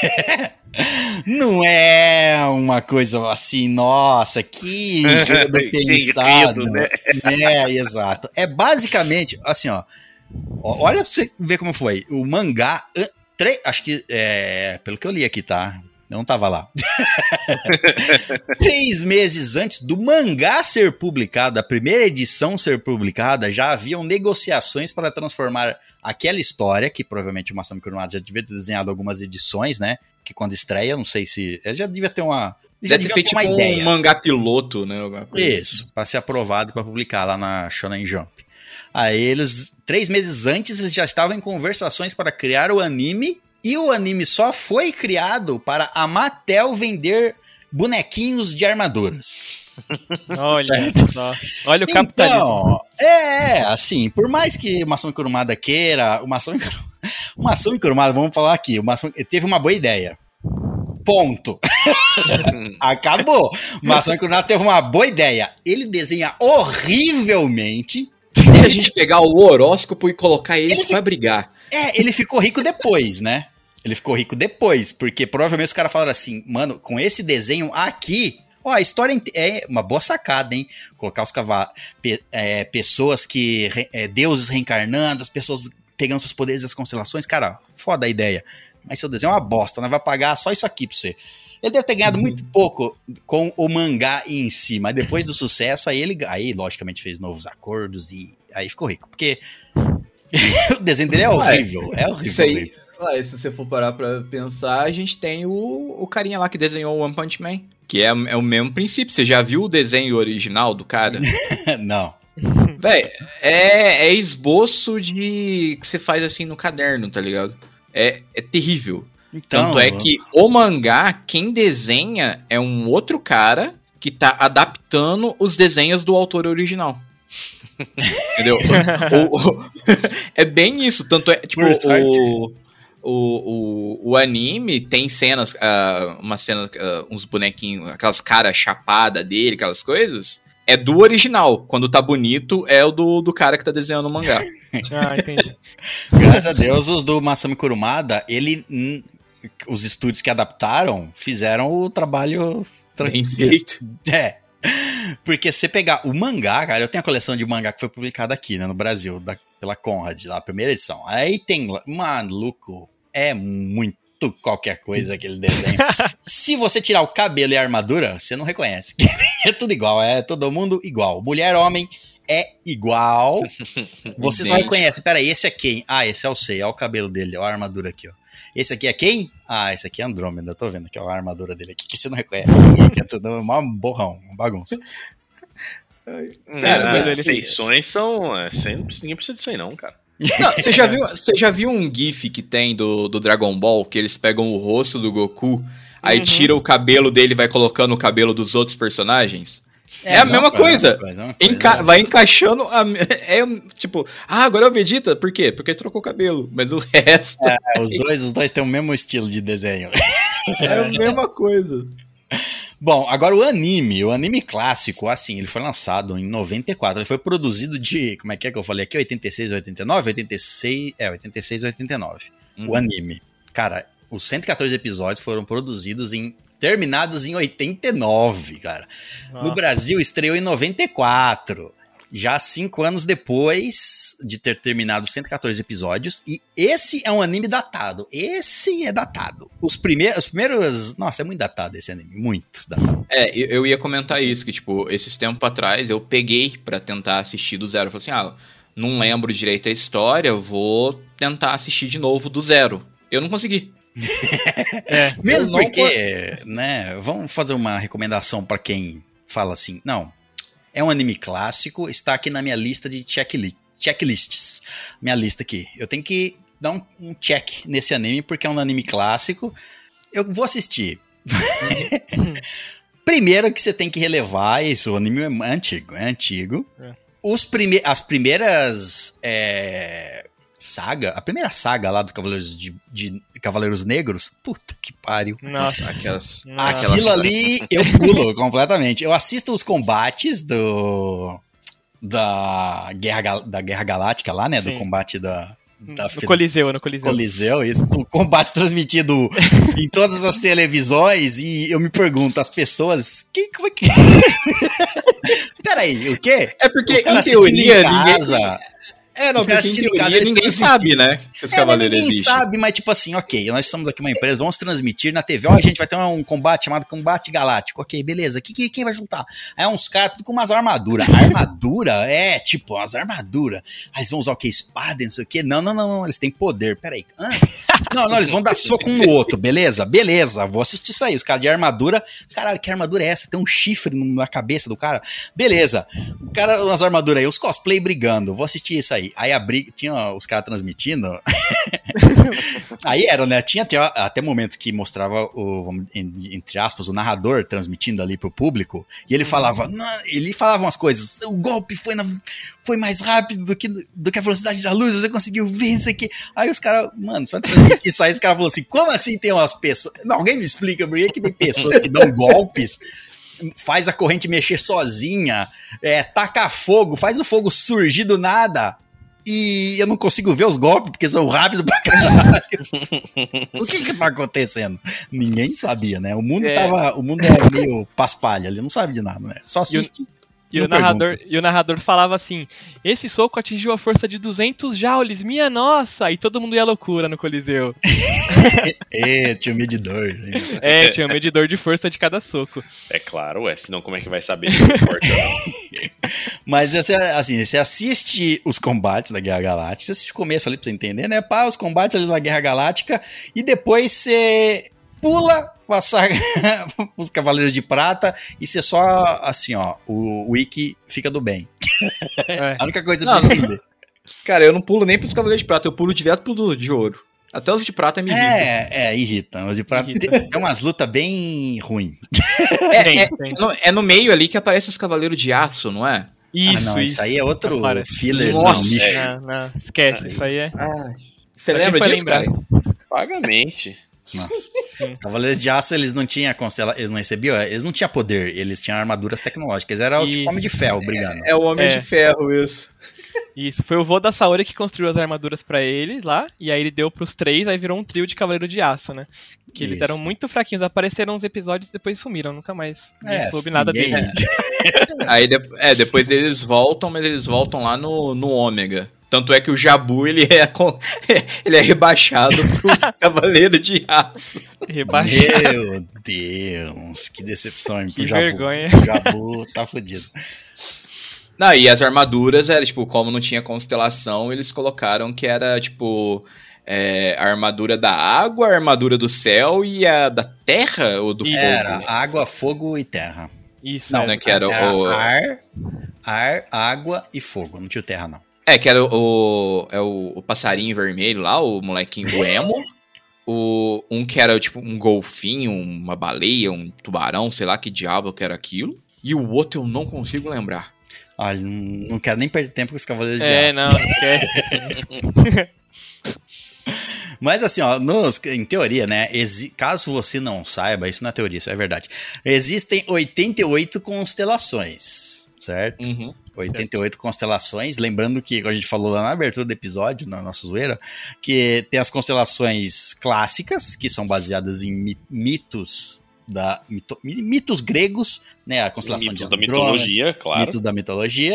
Não é uma coisa assim, nossa, que jogo
Que
pensado.
enredo, né?
É, exato. É basicamente, assim, ó. ó, Olha pra você ver como foi. O mangá. ah, tre- Acho que. É, pelo que eu li aqui, tá? Eu não tava lá. Três meses antes do mangá ser publicado, a primeira edição ser publicada, já haviam negociações para transformar aquela história, que provavelmente o Masami Kurumada já devia ter desenhado algumas edições, né? Que quando estreia, não sei se... Ele já devia ter uma... Já
Deve ter
devia
feito
ter uma
tipo
ideia.
um mangá piloto, né? Alguma coisa
Isso, para ser aprovado para publicar lá na Shonen Jump. Aí eles, três meses antes, eles já estavam em conversações para criar o anime, e o anime só foi criado para a Mattel vender bonequinhos de armaduras.
Olha
Certo.
só. Olha o capitalismo.
Então, é, assim, por mais que o Masami Kurumada queira, o Masami, Kur- o Masami Kurumada, vamos falar aqui, o Masami, ele teve uma boa ideia. Ponto. Acabou. O Masami Kurumada teve uma boa ideia. Ele desenha horrivelmente.
Se a gente pegar o horóscopo e colocar eles pra brigar.
É, ele ficou rico depois, né? Ele ficou rico depois, porque provavelmente os caras falaram assim, mano, com esse desenho aqui, ó, a história inte- é uma boa sacada, hein? Colocar os cavalos, pe- é, pessoas que, re- é, deuses reencarnando, as pessoas pegando seus poderes das constelações, cara, foda a ideia. Mas seu desenho é uma bosta, nós vai pagar só isso aqui pra você. Ele deve ter ganhado muito pouco com o mangá em si, mas depois do sucesso, aí ele, aí logicamente fez novos acordos e aí ficou rico, porque o desenho dele é horrível, é horrível.
Isso aí.
horrível.
Ah, se você for parar pra pensar, a gente tem o, o carinha lá que desenhou o One Punch Man. Que é, é o mesmo princípio. Você já viu o desenho original do cara?
Não.
Véi, é, é esboço de que você faz assim no caderno, tá ligado? É, é terrível.
Então,
Tanto é que o mangá, quem desenha é um outro cara que tá adaptando os desenhos do autor original. Entendeu? O- o- é bem isso. Tanto é, tipo,
Por sorte.
o, o, o, o anime tem cenas, uh, uma cena, uh, uns bonequinhos, aquelas caras chapadas dele, aquelas coisas. é do original. Quando tá bonito, é o do, do cara que tá desenhando o mangá.
Ah, entendi.
Graças a Deus, os do Masami Kurumada, ele, hum, os estúdios que adaptaram fizeram o trabalho... Tra...
Bem feito.
É. Porque se você pegar o mangá, cara, eu tenho a coleção de mangá que foi publicada aqui, né, no Brasil, da, pela Conrad, lá, a primeira edição. Aí tem, maluco, é muito qualquer coisa aquele desenho. Se você tirar o cabelo e a armadura, você não reconhece. É tudo igual, é todo mundo igual. Mulher, homem, é igual. Você só reconhece, peraí, esse é quem? Ah, esse é o Sei, olha o cabelo dele, olha a armadura aqui, ó. Esse aqui é quem? Ah, esse aqui é Andrômeda, eu tô vendo aqui, ó, a armadura dele aqui, que você não reconhece. É tudo uma borrão, uma bagunça.
Cara,
mas
as feições são... É, sem- ninguém precisa disso aí não, cara.
Não, você, já viu, você já viu um gif que tem do, do Dragon Ball, que eles pegam o rosto do Goku, aí
Uhum.
tira o cabelo dele e vai colocando o cabelo dos outros personagens? É,
É,
a
não,
mesma
cara,
coisa.
é uma coisa, é uma coisa.
Enca- vai encaixando. A, é tipo, ah, agora é o Vegeta. Por quê? Porque ele trocou o cabelo. Mas o resto é,
É, os dois, os dois têm o mesmo estilo de desenho.
a mesma coisa.
Bom, agora o anime, o anime clássico, assim, ele foi lançado em noventa e quatro, ele foi produzido de, como é que é que eu falei aqui, oitenta e seis, oitenta e nove, oitenta e seis, é, oitenta e seis, oitenta e nove,
Uhum.
o anime. Cara, os cento e quatorze episódios foram produzidos em, terminados em oitenta e nove, cara. No
Nossa.
Brasil estreou em noventa e quatro, já cinco anos depois de ter terminado cento e quatorze episódios, e esse é um anime datado, esse é datado. Os primeiros, os primeiros, nossa, é muito datado esse anime, muito datado.
É, eu, eu ia comentar isso, que tipo, esses tempos atrás eu peguei pra tentar assistir do zero. Eu falei assim, ah, não lembro direito a história, vou tentar assistir de novo do zero. Eu não consegui.
É.
Mesmo
Eu não
porque, né, vamos fazer uma recomendação pra quem fala assim, não, é um anime clássico, está aqui na minha lista de checkli- checklists, minha lista aqui, eu tenho que dar um, um check nesse anime, porque é um anime clássico, eu vou assistir. Primeiro que você tem que relevar isso, o anime é antigo, é antigo,
É.
Os prime- as primeiras é, saga, a primeira saga lá do Cavaleiros de, de Cavaleiros Negros, puta que pariu.
Nossa.
Aquelas.
Nossa.
aquelas-
Aquilo ali eu pulo completamente. Eu assisto os combates do da Guerra, Gal- da Guerra Galáctica lá, né? Do
Sim.
combate da, da
No
Fe-
Coliseu, no Coliseu.
Coliseu, isso, o combate transmitido em todas as televisões, e eu me pergunto, as pessoas, que, como é que... Peraí, o quê?
É porque,
O cara
em
assistindo
teoria,
em casa,
ninguém. É, não,
o cara
porque em
assistindo em
teoria
casa, eles
ninguém
transmitem.
sabe, né? Que os
É, mas
cavaleiros
ninguém
existem.
sabe, mas tipo assim, ok, nós somos aqui uma empresa, vamos transmitir na T V, ó, a gente vai ter um combate chamado Combate Galáctico, ok, beleza, que, que, quem vai juntar? Aí é uns caras tudo com umas armaduras, armadura é, tipo, umas armaduras, aí eles vão usar o que, espada, não sei o que, não, não, não, não, eles têm poder, peraí, Hã? Não, não, eles vão dar soco um no outro, beleza, beleza, vou assistir isso aí, os caras de armadura, caralho, que armadura é essa? Tem um chifre na cabeça do cara, beleza, o cara, umas armaduras aí, os cosplay brigando, vou assistir isso aí, aí a briga, tinha os caras transmitindo, aí era, né, tinha até, até momento que mostrava o, vamos, entre aspas, o narrador transmitindo ali pro público, e ele falava, não, ele falava umas coisas, o golpe foi, na, foi mais rápido do que, do que a velocidade da luz, você conseguiu ver isso aqui, aí os caras, mano, você vai transmitir isso aí, os caras falaram assim, como assim tem umas pessoas, não, alguém me explica por que que tem pessoas que dão golpes, faz a corrente mexer sozinha, é, taca fogo, faz o fogo surgir do nada, e eu não consigo ver os golpes, porque são rápidos pra caralho. O que que tá acontecendo? Ninguém sabia, né? O mundo
É.
tava, o mundo era meio paspalho, ele não sabe de nada, né? Só assiste.
E
Não
o, narrador, e o narrador falava assim, esse soco atingiu a força de duzentos joules, minha nossa! E todo mundo ia à loucura no Coliseu.
É, tinha um medidor. Né?
É, tinha um medidor de força de cada soco.
É claro, ué, senão como é que vai saber se importa ou não?
Mas você, assim, você assiste os combates da Guerra Galáctica, você assiste o começo ali pra você entender, né? Pá, os combates ali da Guerra Galáctica, e depois você pula passar os Cavaleiros de Prata e você só, assim, ó, o Wiki fica do bem.
É.
A única coisa
Não,
pra entender.
Cara, eu não pulo nem pros cavaleiros de prata, eu pulo direto pro do- de ouro. Até os de prata me irritam.
É, é, irrita. Os de Prata
Irrita.
tem, tem umas lutas bem ruins.
É,
Tem,
é,
tem.
no, é no meio ali que aparecem os cavaleiros de aço, não é?
Isso,
ah, não,
isso.
isso aí é outro
Aparece.
filler.
Nossa.
Não,
É.
Não, não, esquece, isso aí é...
Ah, você
Pra quem
lembra
foi
disso,
lembrar?
cara?
Vagamente.
Nossa. Os Cavaleiros de Aço, eles não tinham constela... eles não recebiam, eles não tinham poder, eles tinham armaduras tecnológicas. Era o
Isso.
tipo Homem de Ferro brigando.
É o Homem
É.
de Ferro, isso.
Isso, foi o vô da Saori que construiu as armaduras pra eles lá, e aí ele deu pros três, aí virou um trio de Cavaleiro de Aço, né? Que eles
Isso.
eram muito fraquinhos, apareceram uns episódios e depois sumiram, nunca mais ninguém
É,
soube nada
ninguém-
deles.
Aí de- é, depois eles voltam, mas eles voltam lá no, no Ômega. Tanto é que o Jabu, ele é, com- ele é rebaixado pro Cavaleiro de Aço.
Rebaixado.
Meu Deus, que decepção, hein, pro
Que
Jabu.
vergonha.
O Jabu tá fudido.
Não, e as armaduras, era tipo, como não tinha constelação, eles colocaram que era, tipo, é, a armadura da água, a armadura do céu e a da terra ou do fogo?
Era água, fogo e terra.
Isso,
Não,
é.
né, que era o...
ar, ar, água e fogo. Não tinha terra, não.
É, que era o, é o, o passarinho vermelho lá, o molequinho do emo. O, um que era tipo um golfinho, uma baleia, um tubarão, sei lá que diabo que era aquilo. E o outro eu não consigo lembrar.
Olha, não, não quero nem perder tempo com os Cavaleiros de
É,
Aço.
não, esquece.
Mas assim, ó, nos, em teoria, né? exi- caso você não saiba, isso não é teoria, isso é verdade. Existem oitenta e oito constelações, certo?
Uhum.
oitenta e oito constelações, lembrando que a gente falou lá na abertura do episódio, na nossa zoeira, que tem as constelações clássicas, que são baseadas em mi- mitos da mito- mi- mitos gregos, né? A constelação
Mitos
de
da
Andrômeda,
mitologia, claro.
mitos da mitologia,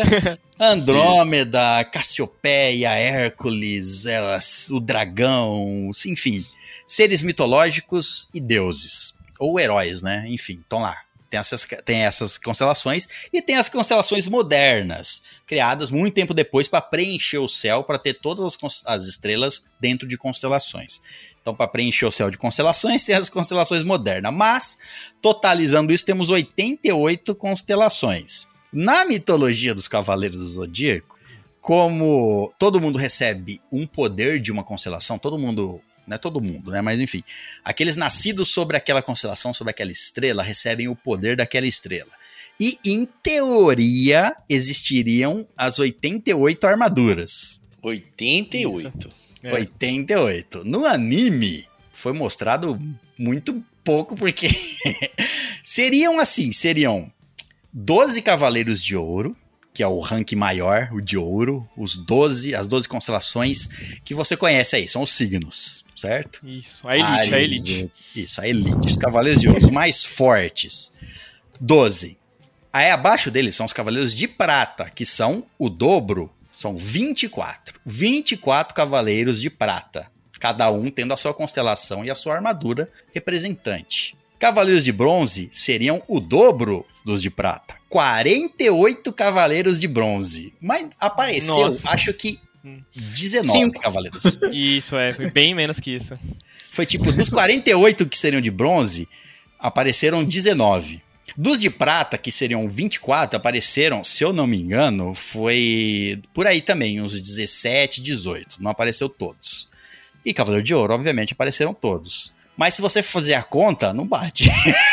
Andrômeda, Cassiopeia, Hércules, elas, o dragão, enfim, seres mitológicos e deuses, ou heróis, né? Enfim, estão lá. Tem essas, tem essas constelações e tem as constelações modernas, criadas muito tempo depois para preencher o céu, para ter todas as, cons- as estrelas dentro de constelações. Então, para preencher o céu de constelações, tem as constelações modernas. Mas, totalizando isso, temos oitenta e oito constelações. Na mitologia dos Cavaleiros do Zodíaco, como todo mundo recebe um poder de uma constelação, todo mundo... Não é todo mundo, né? Mas enfim. Aqueles nascidos sobre aquela constelação, sobre aquela estrela, recebem o poder daquela estrela. E, em teoria, existiriam as oitenta e oito armaduras.
oitenta e oito.
É.
oitenta e oito. No anime, foi mostrado muito pouco, porque seriam assim, seriam doze Cavaleiros de Ouro, que é o rank maior, o de ouro, os doze, as doze constelações que você conhece aí, são os signos, certo?
Isso, a elite, a
Ares,
elite.
Isso, a elite. Os Cavaleiros de Ouro, os mais fortes. doze. Aí abaixo deles são os Cavaleiros de Prata, que são o dobro, são vinte e quatro. vinte e quatro Cavaleiros de Prata, cada um tendo a sua constelação e a sua armadura representante. Cavaleiros de Bronze seriam o dobro dos de Prata. quarenta e oito Cavaleiros de Bronze. Mas apareceu,
Nossa.
acho que dezenove
Cinco.
Cavaleiros.
Isso, é, foi bem menos que isso.
Foi tipo, dos quarenta e oito que seriam de bronze, apareceram dezenove. Dos de prata, que seriam vinte e quatro, apareceram, se eu não me engano, foi por aí também, uns dezessete, dezoito. Não apareceu todos. E Cavaleiro de Ouro, obviamente, apareceram todos. Mas se você fizer a conta, não bate.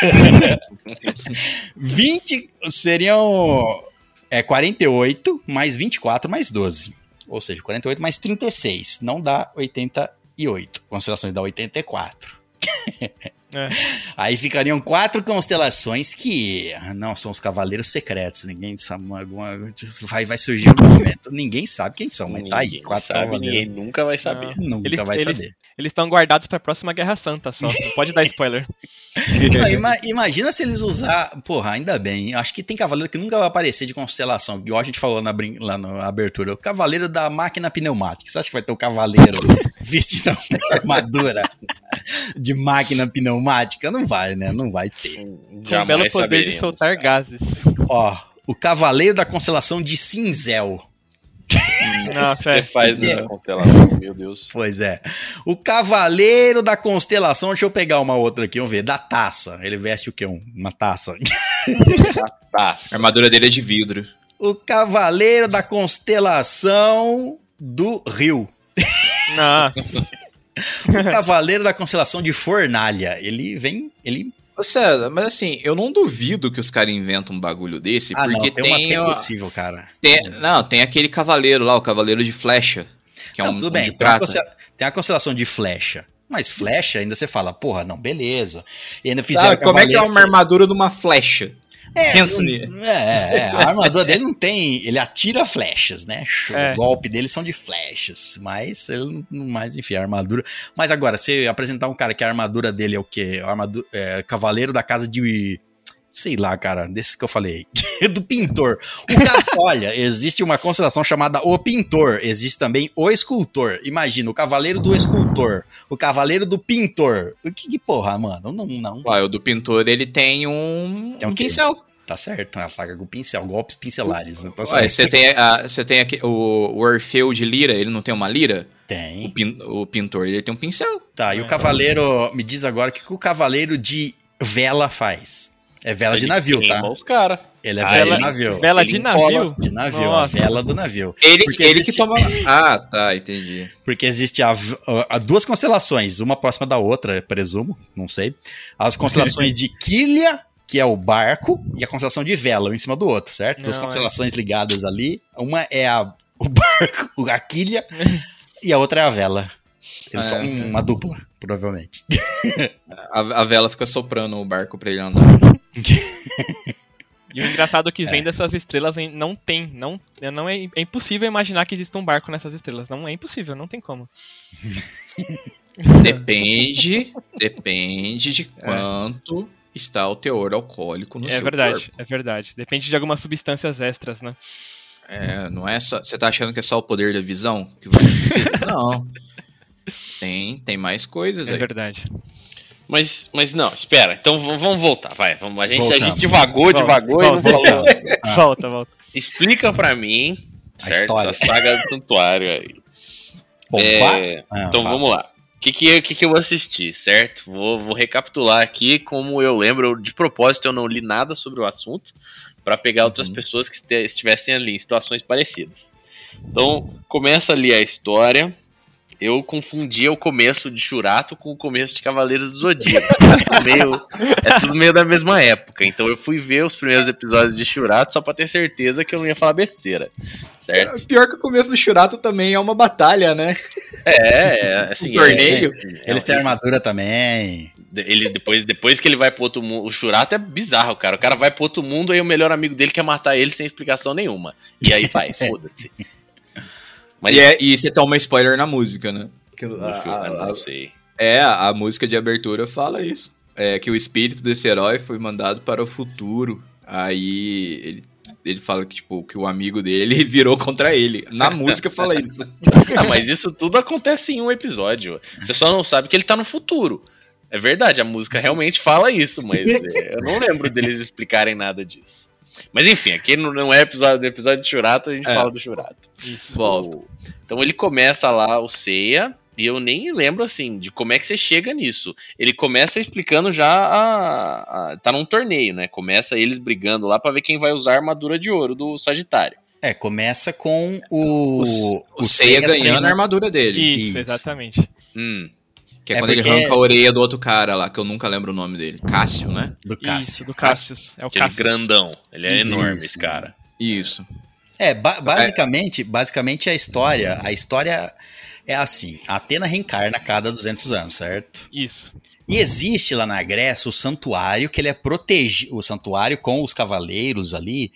vinte seriam é, quarenta e oito mais vinte e quatro mais doze. Ou seja, quarenta e oito mais trinta e seis. Não dá oitenta e oito. Constelações dá oitenta e quatro.
É.
Aí ficariam quatro constelações que não são os Cavaleiros Secretos. Ninguém sabe. Alguma, vai, vai surgir um momento. Ninguém sabe quem são, mas tá aí.
Ninguém
Quatro
sabe,
Cavaleiros.
ninguém nunca vai saber.
Não.
Nunca
Eles-
vai
eles-
saber.
Eles estão guardados pra próxima Guerra Santa só. Não pode dar spoiler.
Não, ima- imagina se eles usar. Porra, ainda bem. Acho que tem cavaleiro que nunca vai aparecer de constelação. Igual a gente falou na, brin- lá na abertura. O cavaleiro da máquina pneumática. Você acha que vai ter o cavaleiro vestido com armadura de máquina pneumática? Não vai, né? Não vai ter.
Com o
Jamais
belo poder de
saberemos,
soltar
cara.
gases.
Ó, o cavaleiro da constelação de Cinzel.
Nossa,
Você
é.
faz nessa constelação, meu Deus.
Pois é. O cavaleiro da constelação. Deixa eu pegar uma outra aqui, vamos ver. Da taça. Ele veste o quê? Um- Uma taça.
A
Taça.
armadura dele é de vidro.
O cavaleiro da constelação do Rio.
Nossa.
O cavaleiro da constelação de Fornalha. Ele vem. Ele.
Ô, César, mas assim, eu não duvido que os caras inventam um bagulho desse,
Ah,
porque
não, tem umas que é
ó,
impossível, cara.
tem- não, tem aquele cavaleiro lá, o cavaleiro de flecha, que é
Não,
um,
tudo
um
bem.
de
Tem, uma
prata.
constela- tem a constelação de flecha. Mas flecha, ainda você fala, porra, não, beleza. E ainda fizeram
Ah, como é que é
cavaleiro-
uma armadura de uma flecha?
É,
Pensa
não-
nisso.
é, é, a armadura dele não tem. Ele atira flechas, né?
É.
O golpe dele são de flechas. Mas ele não. Mas, enfim, a armadura. Mas agora, você apresentar um cara que a armadura dele é o quê? A armadura, é, cavaleiro da casa de. Sei lá, cara, desses que eu falei. Do pintor. O cara, olha, existe uma constelação chamada o pintor. Existe também o escultor. Imagina, o cavaleiro do escultor. O cavaleiro do pintor. O que, que porra, mano? Não, não.
Ué, o do pintor, ele tem um,
Tem um
um
quê?
pincel.
Tá certo, a faca com pincel, golpes pincelares. Tá
Ué,
certo.
você tem, a, você tem aqui, o, o Orfeu de Lira, ele não tem uma lira? O,
Tem.
pin, o pintor, ele tem um pincel.
Tá, e o cavaleiro, me diz agora o que, que o cavaleiro de vela faz. É vela de
Ele
navio,
queima
tá?
os cara.
Ele é
Ah,
vela
Vela-
de navio.
Vela
Ele
de
encola
navio?
De navio,
Nossa.
a vela do navio.
Ele,
Porque
ele
existe-
que toma... Ah, tá, entendi.
Porque existe a, a- duas constelações, uma próxima da outra, presumo, não sei. As constelações de Quilha, que é o barco, e a constelação de Vela, um em cima do outro, certo? Duas
Não, é.
constelações ligadas ali. Uma é a, o barco, a Quilha, e a outra é a Vela. Eles
É.
são uma dupla, provavelmente.
A, a vela fica soprando o barco pra ele andar.
E o engraçado que vem dessas estrelas em- não tem, não, não é, é impossível imaginar que exista um barco nessas estrelas. Não é impossível, não tem como.
Depende, depende de quanto está o teor alcoólico no
é
seu
verdade,
corpo.
é verdade. Depende de algumas substâncias extras, né?
É, não é só... Você tá achando que é só o poder da visão que você precisa? Não. Tem, tem mais coisas
É
aí.
verdade.
Mas, mas não, espera. Então v- vamos voltar, vai. Vamos, a, gente, a
Voltamos.
gente divagou,
Volta,
divagou e não
volta.
falou.
Ah.
Volta, volta.
Explica pra mim,
A
certo?
história.
A saga do santuário aí.
Bom,
É,
vai- Ah,
Então
fala.
vamos lá. O que, que, eu- que, que eu assisti, certo? Vou, vou recapitular aqui como eu lembro. Eu, de propósito, eu não li nada sobre o assunto pra pegar outras
Uhum.
pessoas que este- estivessem ali em situações parecidas. Então, começa ali a história. Eu confundia o começo de Shurato com o começo de Cavaleiros do Zodíaco. É tudo meio, é tudo meio da mesma época. Então eu fui ver os primeiros episódios de Shurato só pra ter certeza que eu não ia falar besteira. Certo?
Pior que o começo do Shurato também é uma batalha, né?
É, é assim.
Um torneio.
é-
Eles têm
é-
armadura também.
Ele, depois, depois que ele vai pro outro mundo. O Shurato é bizarro, cara. O cara vai pro outro mundo e o melhor amigo dele quer matar ele sem explicação nenhuma. E aí vai, foda-se. Mas
E, é, e você toma spoiler na música, né? Que
no
a-
filme,
a-
eu
a-
não sei.
É, a música de abertura fala isso. É que o espírito desse herói foi mandado para o futuro. Aí ele, ele fala que, tipo, que o amigo dele virou contra ele. Na música fala isso.
Ah, mas isso tudo acontece em um episódio. Você só não sabe que ele tá no futuro. É verdade, a música realmente fala isso, mas é, eu não lembro deles explicarem nada disso. Mas enfim, aqui não não é episódio, episódio de Shurato, a gente
É.
fala do Shurato.
Isso.
Volta.
O- Então ele começa lá, o Seiya, e eu nem lembro assim de como é que você chega nisso. Ele começa explicando já a, a- tá num torneio, né? Começa eles brigando lá pra ver quem vai usar a armadura de ouro do Sagitário.
É, começa com o.
O, o Seiya ganhando a
treinando-
armadura dele.
Isso,
Isso.
exatamente.
Hum.
Que é,
É
quando ele
porque-
arranca a orelha do outro cara lá, que eu nunca lembro o nome dele. Cássio, né?
do
Isso,
Cássio.
do Cassius. É o
Aquele
Cassius.
grandão. Ele é
Isso.
enorme, esse cara.
Isso.
É, ba- basicamente, basicamente a história, a história é assim, a Atena reencarna a cada duzentos anos, certo?
Isso.
E existe lá na Grécia o santuário que ele é protegido, o santuário com os cavaleiros ali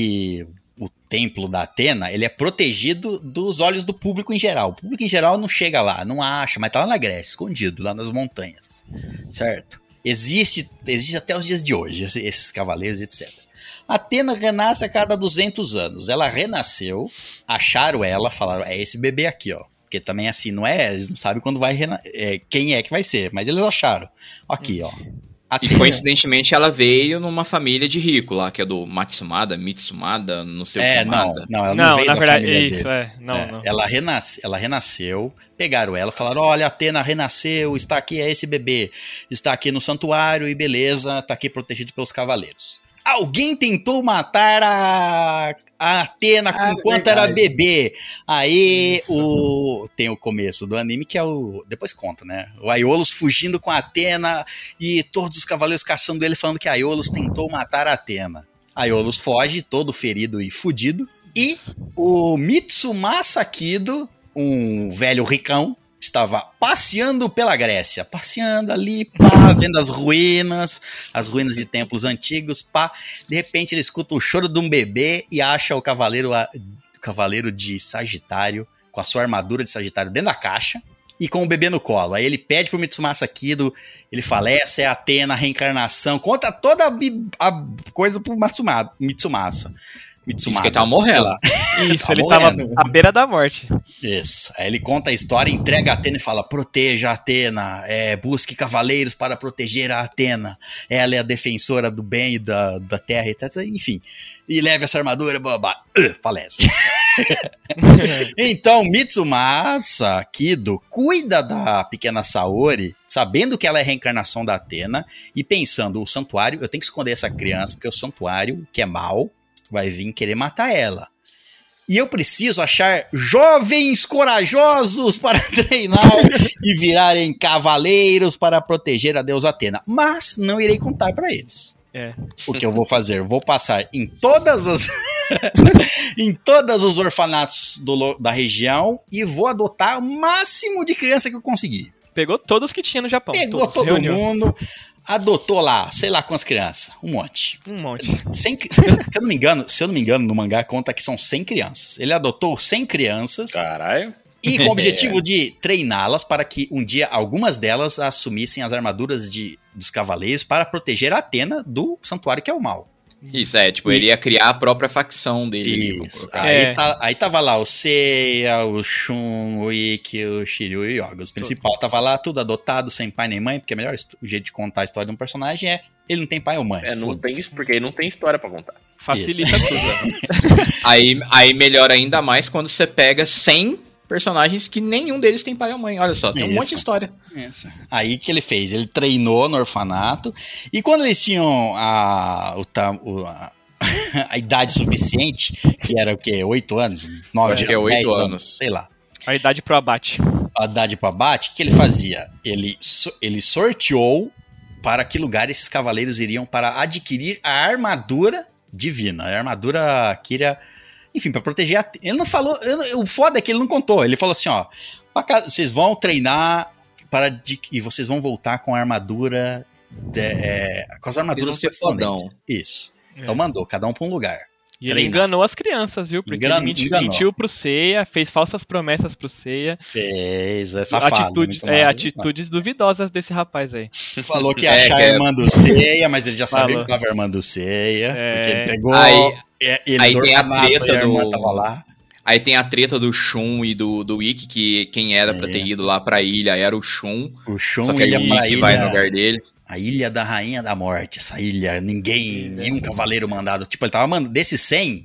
e o templo da Atena, ele é protegido dos olhos do público em geral. O público em geral não chega lá, não acha, mas tá lá na Grécia, escondido, lá nas montanhas, certo? Existe, existe até os dias de hoje, esse- esses cavaleiros, etcétera. Atena renasce a cada duzentos anos. Ela renasceu, acharam ela, falaram, é esse bebê aqui, ó. Porque também assim, não é, eles não sabem quando vai rena- é, quem é que vai ser, mas eles acharam. Aqui, ó.
E
Atena-
coincidentemente ela veio numa família de rico lá, que é do Matsumada, Mitsumada, não sei
É,
o que
não,
Mada.
não, ela não,
Não,
veio
na
da
verdade,
família
isso,
dele.
é. Não,
É,
não.
Ela, renasce, ela renasceu, pegaram ela, falaram, olha, Atena renasceu, está aqui, é esse bebê, está aqui no santuário e beleza, está aqui protegido pelos cavaleiros. Alguém tentou matar a, a Atena
Ah,
enquanto
verdade.
era bebê. Aí o tem o começo do anime que é o... Depois conta, né? O Aiolos fugindo com a Atena e todos os cavaleiros caçando ele falando que Aiolos tentou matar a Atena. Aiolos foge, todo ferido e fudido. E o Mitsumasa Kido, um velho ricão, estava passeando pela Grécia, passeando ali, pá, vendo as ruínas, as ruínas de templos antigos, pá. De repente ele escuta o choro de um bebê e acha o cavaleiro, o cavaleiro de Sagitário, com a sua armadura de Sagitário dentro da caixa e com o bebê no colo. Aí ele pede pro Mitsumasa Kido, ele fala, essa é a Athena, a reencarnação, conta toda a, a coisa pro Matsuma, Mitsumasa. Mitsumasa.
Isso que ele tava morrendo.
Isso,
Tá
ele
morrendo.
tava à beira da morte.
Isso. Aí ele conta a história, entrega a Athena e fala, proteja a Athena, é, busque cavaleiros para proteger a Athena. Ela é a defensora do bem e da, da terra, etcétera. Enfim. E leve essa armadura, blá, blá, blá. Falece. Então, Mitsumasa Kido cuida da pequena Saori, sabendo que ela é a reencarnação da Athena, e pensando, o santuário, eu tenho que esconder essa criança, porque o santuário, que é mau, vai vir querer matar ela. E eu preciso achar jovens corajosos para treinar e virarem cavaleiros para proteger a deusa Athena. Mas não irei contar para eles.
É.
O que eu vou fazer? Vou passar em todas as em todos os orfanatos do, da região e vou adotar o máximo de criança que eu conseguir.
Pegou todos que tinha no Japão.
Pegou
todos,
todo
reuniu.
mundo, adotou lá, sei lá quantas crianças, um monte.
Um monte.
cem, se eu não me engano, se eu não me engano, no mangá conta que são cem crianças. Ele adotou cem crianças.
Caralho.
E com o objetivo de treiná-las para que um dia algumas delas assumissem as armaduras de, dos cavaleiros para proteger a Athena do santuário que é o mal.
Isso, é, tipo,
E-
ele ia criar a própria facção dele. ali, vamos
Isso.
colocar.
Aí,
É.
tá- aí tava lá o Seiya, o Shun, o Ikki, o Shiryu e o Yoga. Os principais tava lá, tudo adotado, sem pai nem mãe, porque o melhor est- o jeito de contar a história de um personagem é ele não tem pai ou mãe.
É, não
foda-se.
tem, porque aí não tem história pra contar.
Facilita tudo.
Aí, aí melhora ainda mais quando você pega cem personagens que nenhum deles tem pai ou mãe. Olha só, tem um
Isso.
monte de história.
Isso. Aí que ele fez? Ele treinou no orfanato e quando eles tinham a, o, ta- o- a, a idade suficiente, que era o quê? oito anos? nove
Acho que é
anos,
oito
dez
anos.
Sei lá.
A idade pro abate.
A idade para abate, o que ele fazia? Ele, so- ele sorteou para que lugar esses cavaleiros iriam para adquirir a armadura divina. A armadura que iria... Enfim, para proteger a... Ele não falou... eu- O foda é que ele não contou. Ele falou assim, ó... pra cá- vocês vão treinar para adqu- e vocês vão voltar com a armadura... de- é, com as armaduras
Eles vão ser
correspondentes. Isso.
É.
Então mandou, cada um para um lugar.
E ele
Treinar.
enganou as crianças, viu? Porque
Enganou-
ele mentiu,
enganou.
mentiu pro Seiya, fez falsas promessas pro Seiya.
Fez essa fala.
atitudes, é, atitudes duvidosas desse rapaz aí.
Falou que ia
É,
achar
que é-
a irmã do Seiya, mas ele já sabia
Falou.
que tava a irmã do Seiya.
É.
Porque ele pegou.
Aí-
é, ele
aí
do
tem a
orfanato
treta
e a irmã
do-
tava lá.
Aí tem a treta do Shun e do, do Ikki, que quem era pra ter
Isso.
ido lá pra ilha era o Shun.
O Shun
Só que aí
ia
o
pra
Ikki
ilha,
vai no lugar dele.
a ilha da Rainha da Morte. Essa ilha, ninguém, nenhum cavaleiro mandado. Tipo, ele tava mandando. Desses cem,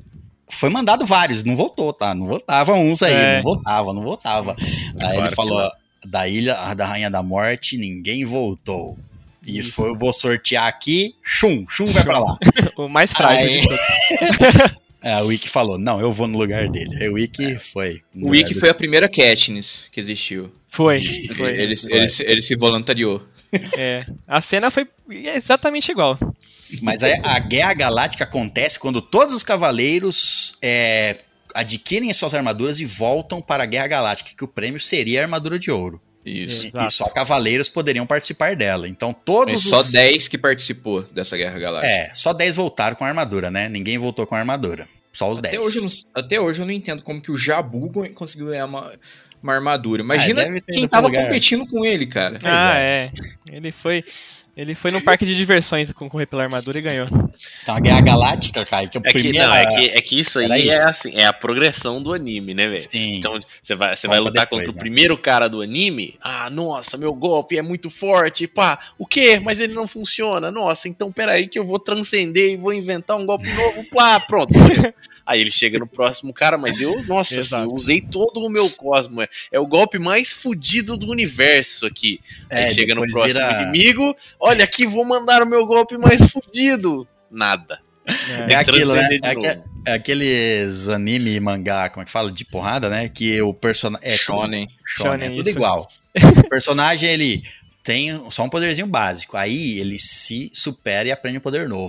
foi mandado vários, não voltou, tá? Não voltavam uns aí,
É.
não voltava, não voltava. Aí
Claro
ele
que
falou: da ilha da Rainha da Morte, ninguém voltou. E
Isso.
foi, eu vou sortear aqui, Shun, Shun vai pra lá.
O mais frágil
Aí-
de todos.
É, o Ikki falou, não, eu vou no lugar dele. Aí o Ikki foi. no
O
lugar
Ikki
do-
foi a primeira Katniss que existiu.
Foi,
Isso.
foi.
Ele,
Foi.
ele, ele se voluntariou.
É. A cena foi exatamente igual.
Mas aí a Guerra Galáctica acontece quando todos os cavaleiros é, adquirem as suas armaduras e voltam para a Guerra Galáctica, que o prêmio seria a armadura de ouro.
Isso.
E,
Exato.
e só cavaleiros poderiam participar dela. Então todos
Mas
os...
só dez que participou dessa Guerra Galáctica.
É, só dez voltaram com a armadura, né? Ninguém voltou com a armadura. Só os
Até
dez.
hoje, eu não, até hoje eu não entendo como que o Jabu conseguiu ganhar uma, uma armadura. Imagina
Ah, deve ter
quem
ido pro
tava
lugar.
competindo com ele, cara.
Pois
ah, é. Ele foi. Ele foi num parque de diversões concorrer pela armadura e ganhou.
Então a Guerra Galáctica, cara, que é o
É que,
primeiro...
não, é, que, é que isso aí
Era
é
isso.
assim, é a progressão do anime, né, velho?
Sim.
Então você vai, você
Vamos
vai
pra
lutar
depois,
contra o
né?
primeiro cara do anime. Ah, nossa, meu golpe é muito forte, pá. O quê? Mas ele não funciona. Nossa, então peraí que eu vou transcender e vou inventar um golpe novo. Pá, pronto. Aí ele chega no próximo cara, mas eu, nossa, assim,
Exato.
eu usei todo o meu cosmo. É, é o golpe mais fudido do universo aqui.
É,
Aí chega no
depois
próximo
vira-
inimigo. Olha aqui, vou mandar o meu golpe mais fudido. Nada.
É
É.
aquilo, né?
transcender de
É,
novo.
aque- é aqueles anime e mangá, como é que fala? De porrada, né? Que o personagem... É,
Shonen.
Shonen, é
Shonen,
tudo
isso.
igual. O personagem, ele tem só um poderzinho básico. Aí ele se supera e aprende um poder novo.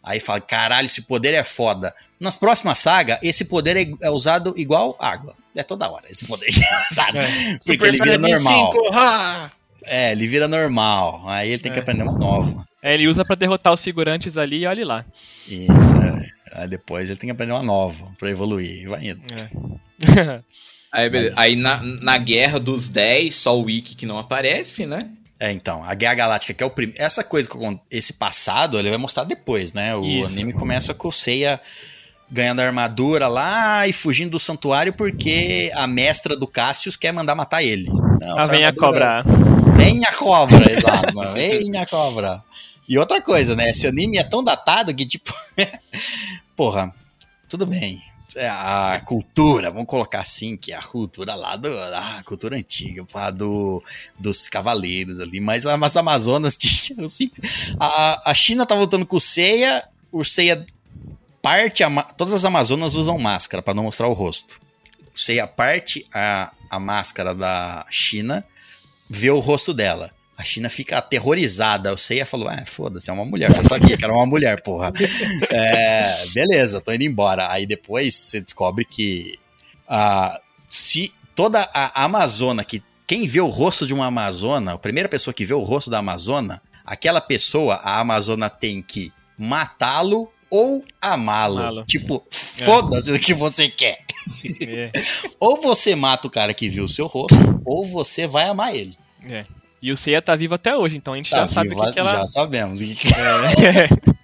Aí fala, caralho, esse poder é foda. Nas próximas sagas, esse poder é, é usado igual água. É toda hora esse poder, sabe?
É.
Porque
Super
ele vira
Saiyajin
normal.
cinco, ah!
É, ele vira normal. Aí ele tem que
É.
aprender uma nova.
É, ele usa pra derrotar os figurantes ali e olha lá.
Isso, é. Aí depois ele tem que aprender uma nova pra evoluir. E vai indo.
É.
Aí, beleza.
Mas-
Aí na, na guerra dos dez, só o Ikki que não aparece, né?
É, então, a Guerra Galáctica, que é o primeiro. Essa coisa, que eu con- esse passado, ele vai mostrar depois, né? O
Isso.
anime começa com o Seiya ganhando a armadura lá e fugindo do santuário porque a mestra do Cassius quer mandar matar ele. Não,
Ah,
essa
vem a
armadura-
cobra.
Vem a cobra, exato. Mano. Vem a cobra. E outra coisa, né? Esse anime é tão datado que, tipo. Porra, tudo bem. É a cultura, vamos colocar assim, que é a cultura lá do. A cultura antiga, pá, do, dos cavaleiros ali. Mas as Amazonas tinham. Assim, a, a China tava lutando com o Seiya, o Seiya parte. A, ma- todas as Amazonas usam máscara pra não mostrar o rosto. O Seiya parte a, a máscara da China, vê o rosto dela. A China fica aterrorizada. O Seiya falou, ah, foda-se, é uma mulher. Eu sabia que era uma mulher, porra. É, beleza, tô indo embora. Aí depois você descobre que ah, se toda a Amazona, que quem vê o rosto de uma Amazona, a primeira pessoa que vê o rosto da Amazona, aquela pessoa, a Amazona tem que matá-lo ou amá-lo.
Amá-lo.
Tipo, foda-se o que você quer.
É.
Ou você mata o cara que viu o seu rosto, ou você vai amar ele.
É. E o Seiya tá vivo até hoje, então a gente
Tá
já sabe o
vivo,
que, que ela.
Já sabemos. o que-
É.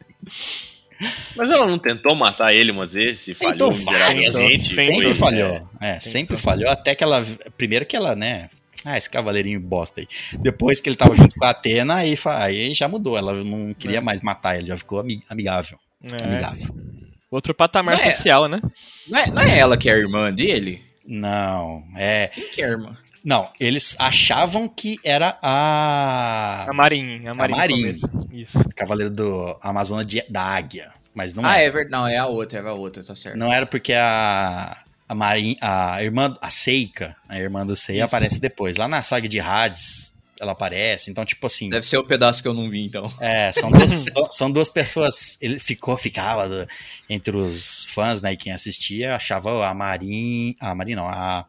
Mas ela não tentou matar ele umas vezes e
Tentou
falhou
várias
miseravelmente?
vezes.
Sempre
Foi,
falhou. É, sempre falhou. Até que ela. Primeiro que ela, né? Ah, esse cavaleirinho bosta aí. Depois que ele tava junto com a Atena, aí, fa- aí já mudou. Ela não queria
É.
mais matar ele, já ficou ami- amigável.
É.
Amigável.
Outro patamar
É.
social, né?
Não é, não é ela que é a irmã dele?
Não, é.
Quem que é a irmã?
Não, eles achavam que era a.
A Marin. A Marin.
A Marin.
no começo. Isso.
Cavaleiro do Amazônia de- da Águia. Mas não
ah,
é.
é verdade. Não, é a outra, é a outra, tá certo.
Não era porque a. A, Marin, a irmã, a Seika, a irmã do Seiya,
Isso.
aparece depois. Lá na saga de Hades, ela aparece. Então, tipo assim.
Deve ser o pedaço que eu não vi, então.
É, são duas, so- são duas pessoas. Ele ficou, ficava do- entre os fãs, né? E quem assistia achava a Marin. A Marin não, a.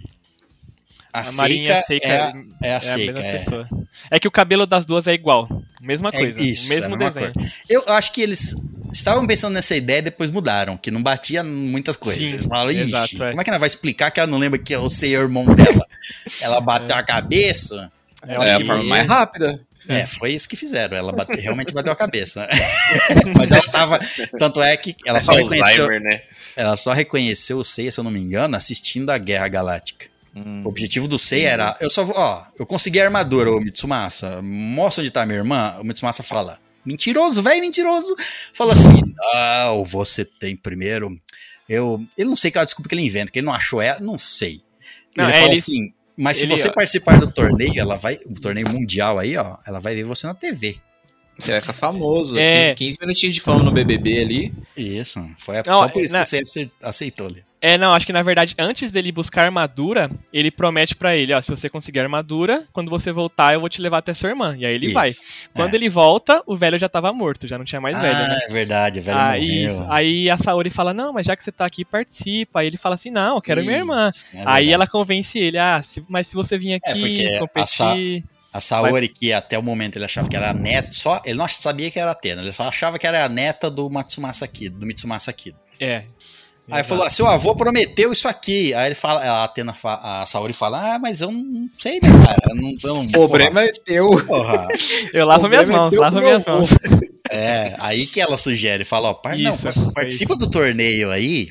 A,
A Marin e a
Seika
Seika
é, a- é a
é a
Seika.
mesma
É.
pessoa. É que o cabelo das duas é igual. Mesma
É
coisa.
isso, é a
mesmo
mesma
desenho.
Eu acho que eles estavam pensando nessa ideia e depois mudaram, que não batia muitas coisas.
Sim,
Eles falaram, ixi,
exato, é.
como é que ela vai explicar que ela não lembra que eu sei o irmão dela? Ela bateu a cabeça.
É,
É a
E-
forma mais rápida.
É, foi isso que fizeram. Ela bate- realmente bateu a cabeça. Mas ela tava. Tanto é que ela só reconheceu.
Alzheimer, né?
Ela só reconheceu o Seiya, se eu não me engano, assistindo a Guerra Galáctica.
Hum.
O objetivo do Seiya era. Eu só vou. Ó, eu consegui a armadura, ô Mitsumasa. Mostra onde tá minha irmã. O Mitsumasa fala. Mentiroso, velho, mentiroso. Fala assim: não, você tem primeiro. Eu. Ele não sei qual é a desculpa que ele inventa, que ele não achou ela, não sei.
Não,
ele
é,
fala
ele-
assim. Mas se
ele-
você participar do torneio, ela vai. O torneio mundial aí, ó, ela vai ver você na T V.
Você vai ficar famoso.
É.
quinze minutinhos de fama no B B B ali.
Isso. Foi a,
Não,
só por isso
né?
que você ace- aceitou ali.
É, não, acho que na verdade, antes dele buscar a armadura, ele promete pra ele, ó, se você conseguir a armadura, quando você voltar, eu vou te levar até sua irmã. E aí ele
Isso.
vai. Quando
É.
ele volta, o velho já tava morto, já não tinha mais
ah,
velho, né?
é verdade, o velho
Ah,
morreu.
isso. Aí a Saori fala, não, mas já que você tá aqui, participa. Aí ele fala assim, não, eu quero minha irmã.
Isso, é
Aí
verdade.
ela convence ele, ah, se- mas se você vir
É,
aqui
porque a
competir...
A Saori, que até o momento ele achava que era a neta, só ele não sabia que era a Atena, ele só achava que era a neta do Matsumasa Kido, do Mitsumasa Kido.
É.
Aí
Exato.
falou, ah, seu avô prometeu isso aqui. Aí ele fala, a Atena, fa- a Saori fala, ah, mas eu não sei, né, cara? Eu não, eu não,
O problema é teu.
porra, porra.
Eu lavo minhas
problema é
mãos,
teu
lavo
com
minhas
meu
mãos.
É, aí que ela sugere, fala, ó, par, não,
Isso,
par-
foi
participa do torneio aí,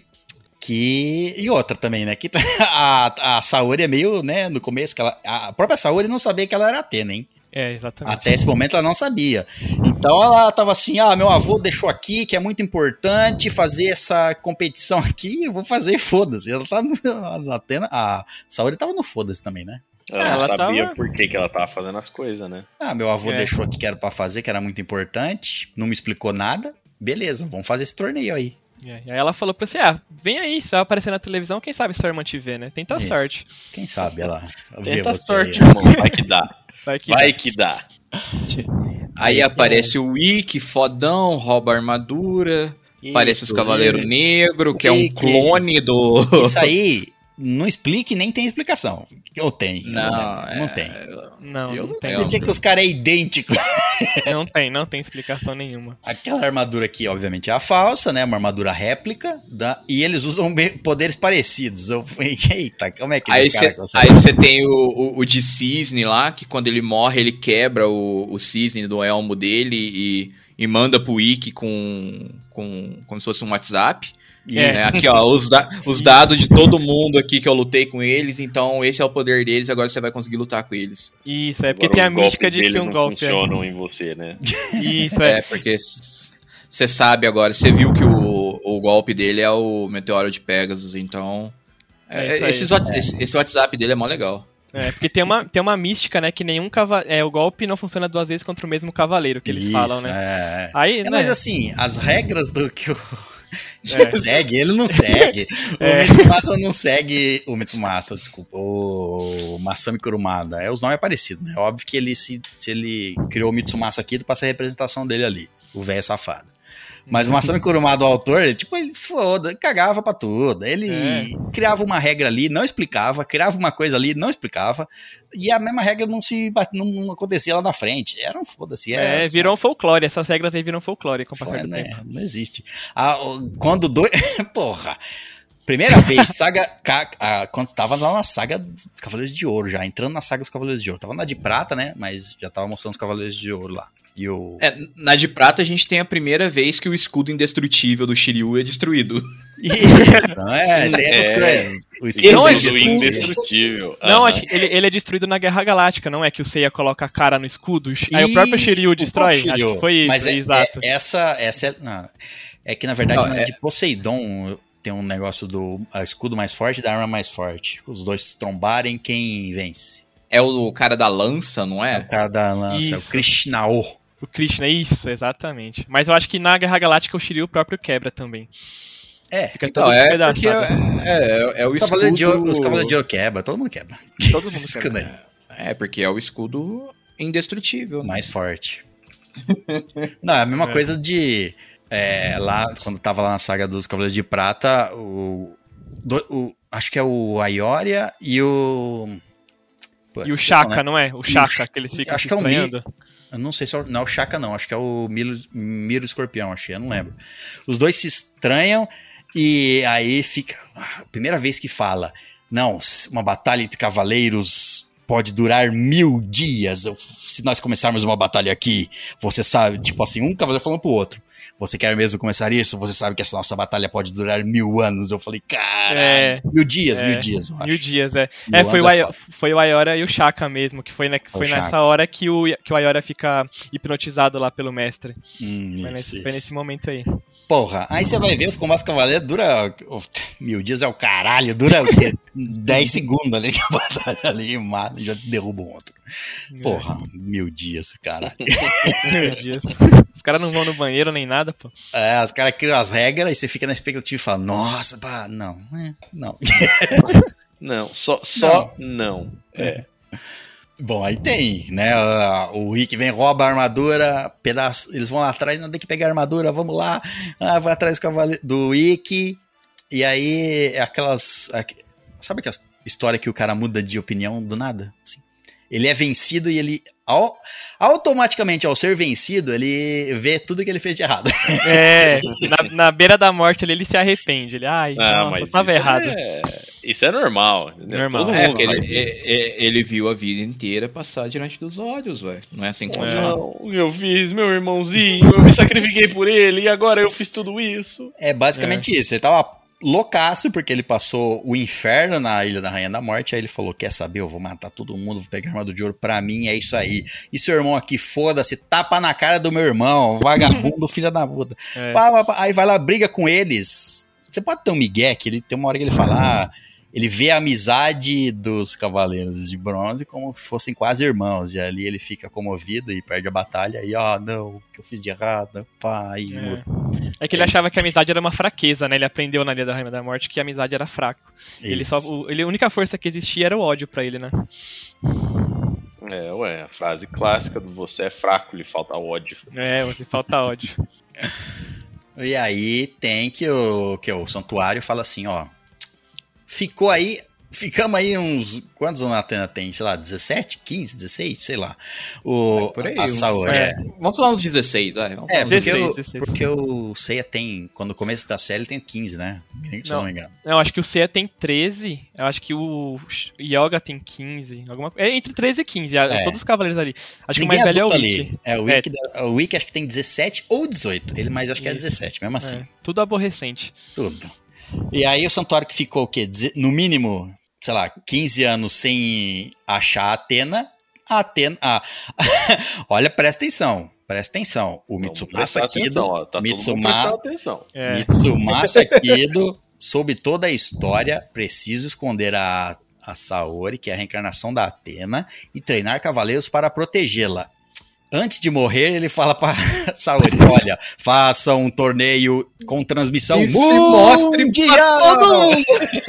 que... E outra também, né, que a, a Saori é meio, né, no começo, que ela, a própria Saori não sabia que ela era Atena, hein?
É, exatamente.
Até esse momento ela não sabia. Então ela tava assim, ah, meu avô deixou aqui, que é muito importante fazer essa competição aqui, eu vou fazer, foda-se. Ela tá no, a Atena, a Saori tava no foda-se também, né?
Ela,
Ela
não sabia
tava-
por que, que ela tava fazendo as coisas, né?
Ah, meu avô
É.
deixou aqui que era pra fazer, que era muito importante, não me explicou nada. Beleza, vamos fazer esse torneio aí.
É, e aí ela falou pra você, ah, vem aí, você vai aparecer na televisão, quem sabe sua irmã te vê, né? Tenta
Isso.
sorte.
Quem sabe ela vê
Tenta
você
sorte,
aí.
irmão. Vai que dá.
Vai que
Vai que dá.
Aí aparece o Ikki, fodão, rouba a armadura.
Isso,
Aparece os Cavaleiros
e-
Negros, que é um
Ikki.
clone do...
Isso aí não explica e nem tem explicação. Ou tem?
Não,
não
é-
tem.
Não,
Eu
não
não
tem.
Por que, que os caras é idêntico?
Não tem, não tem explicação nenhuma.
Aquela armadura aqui, obviamente, é a falsa, né? Uma armadura réplica. Da... E eles usam be- poderes parecidos. Eu falei, eita, como é que
Aí
esse
você
cara consegue?
aí você tem o, o, o de cisne lá, que quando ele morre, ele quebra o, o cisne do elmo dele e, e manda pro Ikki com, com como se fosse um WhatsApp.
É.
É, aqui, ó, os, da- os dados de todo mundo aqui que eu lutei com eles, então esse é o poder deles, agora você vai conseguir lutar com eles.
Isso, é porque
Agora,
tem a
os golpes
mística de
dele
que um
não
golpe é.
funcionam em você, né?
Isso, é.
É, porque você sabe agora, você viu que o, o golpe dele é o Meteoro de Pegasus, então...
É
é,
isso aí.
esses what- esse, esse WhatsApp dele é mó legal.
É, porque tem uma, tem uma mística, né, que nenhum cavaleiro... É, o golpe não funciona duas vezes contra o mesmo cavaleiro, que eles
Isso,
falam, né?
É,
Aí,
É,
né?
mas assim, as regras do que o
É.
segue, ele não segue. O
É.
Mitsumasa não segue. O Mitsumasa, desculpa. O Masami Kurumada. É, os nomes é parecido, né? Óbvio que ele se, se ele criou o Mitsumasa aqui, ele passa a representação dele ali. O velho safado. Mas o Masami Kurumada, o autor, ele, tipo, ele foda, cagava pra tudo. Ele
É.
criava uma regra ali, não explicava, criava uma coisa ali, não explicava, e a mesma regra não se bat- não acontecia lá na frente. Era um foda-se.
É,
era-
virou um folclore. Essas regras aí viram folclore com o passar
Foi,
do
né?
tempo.
Não existe. Ah, o- quando dois. Porra! Primeira vez, saga. ca- ah, quando tava lá na saga dos Cavaleiros de Ouro, já entrando na saga dos Cavaleiros de Ouro. Tava na de prata, né? Mas já tava mostrando os Cavaleiros de Ouro lá. E o.
É, na de prata a gente tem a primeira vez que o escudo indestrutível do Shiryu é destruído.
Isso, não é? Tem essas
É.
coisas. O
Esse
escudo
não é
destruído.
escudo.
indestrutível.
Não,
Aham.
acho que ele, ele é destruído na Guerra Galáctica, não é que o Seiya coloca a cara no escudo? Aí o próprio
Ih,
Shiryu
o
destrói?
próprio
Acho
Shiryu.
que foi isso,
Mas é,
exato.
é- essa, essa é. Não, é que na verdade
Não,
na
é-
de Poseidon tem um negócio do a escudo mais forte e da arma mais forte. Os dois se trombarem, quem vence?
É o cara da lança, não
É
é?
o cara da lança, é o
Isso.
Krishnao.
O Krishna, isso, exatamente. Mas eu acho que na Guerra Galáctica o Shiryu próprio quebra também.
É.
Fica
Então,
todo
é
despedaçado.
porque é, é, é o
O Cavaleiro de Ouro-
escudo...
os Cavaleiros de Ouro quebra, todo mundo quebra.
Todo mundo
Esse
quebra.
escudo aí,
É, porque é o escudo indestrutível. né?
mais forte. Não, é a mesma
É.
coisa de. é, lá, quando tava lá na saga dos Cavaleiros de Prata, o. do- o- acho que é o Aioria e o. Putz,
E o
sei
Shaka,
qual, né?
não é? O Shaka, que eles ficam
acho
se
que é o Mi-
estranhando.
Eu não sei se é o, não é o Shaka, não. Acho que é o Miro, Miro Escorpião, acho que eu não lembro. Os dois se estranham e aí fica. A primeira vez que fala, não, uma batalha entre cavaleiros pode durar mil dias. Eu- se nós começarmos uma batalha aqui, você sabe, tipo assim, um cavaleiro falando pro outro. Você quer mesmo começar isso? Você sabe que essa nossa batalha pode durar mil anos. Eu falei, cara,
É,
mil dias,
é,
mil dias, eu acho.
Mil dias, é.
Mil
É, foi
anos
o,
é
Ai-
foda.
foi o Ayora e o Shaka mesmo, que foi, né, que
Foi
foi
o
nessa
Shaka.
hora que o, que o Ayora fica hipnotizado lá pelo mestre.
Hum,
Foi
isso,
nesse, foi
isso.
nesse momento aí.
Porra, aí você vai ver os combates cavaleiros, dura. oh, Mil dias é o caralho, dura o quê? dez segundos ali que a batalha ali mata e já te derruba um outro. Porra, mil dias, caralho.
Mil dias. Os caras não vão no banheiro nem nada, pô.
É, os caras criam as regras e você fica na expectativa e fala, nossa, pá, não, é, não.
Não, só, só não.
Bom, aí tem, né? ah, O Rick vem, rouba a armadura, pedaço, eles vão lá atrás, não tem que pegar a armadura, vamos lá. Ah, vai atrás do, cavale- do Rick. E aí, é aquelas. aqu- Sabe aquela história que o cara muda de opinião do nada? Assim, ele é vencido e ele. Ao, automaticamente, ao ser vencido, ele vê tudo que ele fez de errado.
É, na, na beira da morte ali, ele se arrepende. Ele, ai,
Ah,
nossa,
mas
eu tava
isso
errado.
É, isso é normal. entendeu?
Normal.
Todo
É,
mundo
que
vai
ele,
ver.
é- é- ele viu a vida inteira passar diante dos olhos, velho. Não é assim que
É.
funciona.
Não, eu fiz, meu irmãozinho, eu me sacrifiquei por ele e agora eu fiz tudo isso.
É basicamente isso. Ele tava loucaço porque ele passou o inferno na Ilha da Rainha da Morte. Aí ele falou: quer saber? Eu vou matar todo mundo, vou pegar a arma de ouro pra mim, é isso aí. E seu irmão aqui, foda-se, tapa na cara do meu irmão, vagabundo, filha da puta.
É.
Pá, pá, pá. Aí vai lá, briga com eles. Você pode ter um migué que ele tem uma hora que ele fala. Ah, ele vê a amizade dos Cavaleiros de Bronze como se fossem quase irmãos. E ali ele fica comovido e perde a batalha. E ó, não, o que eu fiz de errado, pá, e
É.
muda.
É que ele
É
achava
isso.
que a amizade era uma fraqueza, né? Ele aprendeu na Ilha da Rainha da Morte que a amizade era fraco. Ele só,
Isso.
o, ele, a única força que existia era o ódio pra ele, né?
É, ué, a frase clássica do você é fraco, lhe falta ódio.
É, você falta ódio.
E aí tem que o, que o santuário fala assim, ó. Ficou aí. Ficamos aí uns. Quantos anos a Athena tem? Sei lá, dezessete, quinze, dezesseis? Sei lá. O,
É, por aí,
a
um-
Saori.
é.
É,
Vamos falar uns dezesseis, vai. Vamos
é
falar uns
porque,
dezesseis,
o,
dezesseis.
porque o Seiya tem. Quando no começo da série ele tem quinze, né? Se eu não
Não.
me engano.
Não, acho que o Seiya tem treze, eu acho que o Yoga tem quinze, alguma coisa. É entre treze e quinze, a-
É.
todos os cavaleiros ali. Acho que o
Ninguém
mais velho é o
adulto
Wiki.
ali. É, o Wiki, da- o Wiki acho que tem dezessete ou dezoito. Ele, mas acho que é
Isso.
dezessete, mesmo assim.
É, tudo aborrecente.
Tudo. E aí o santuário que ficou o quê? Deze- No mínimo, sei lá, quinze anos sem achar a Athena. A Athena. a- Olha, presta atenção. Presta atenção. O
Vamos
Mitsumasa
prestar
Kido.
atenção, ó, tá todo mundo
Mitsuma-
prestando atenção.
É,
Mitsumasa Kido, sob toda a história, preciso esconder a, a Saori, que é a reencarnação da Athena, e treinar cavaleiros para protegê-la. Antes de morrer, ele fala para Saori: olha, faça um torneio com transmissão
E se mostre
mundial.
pra todo mundo.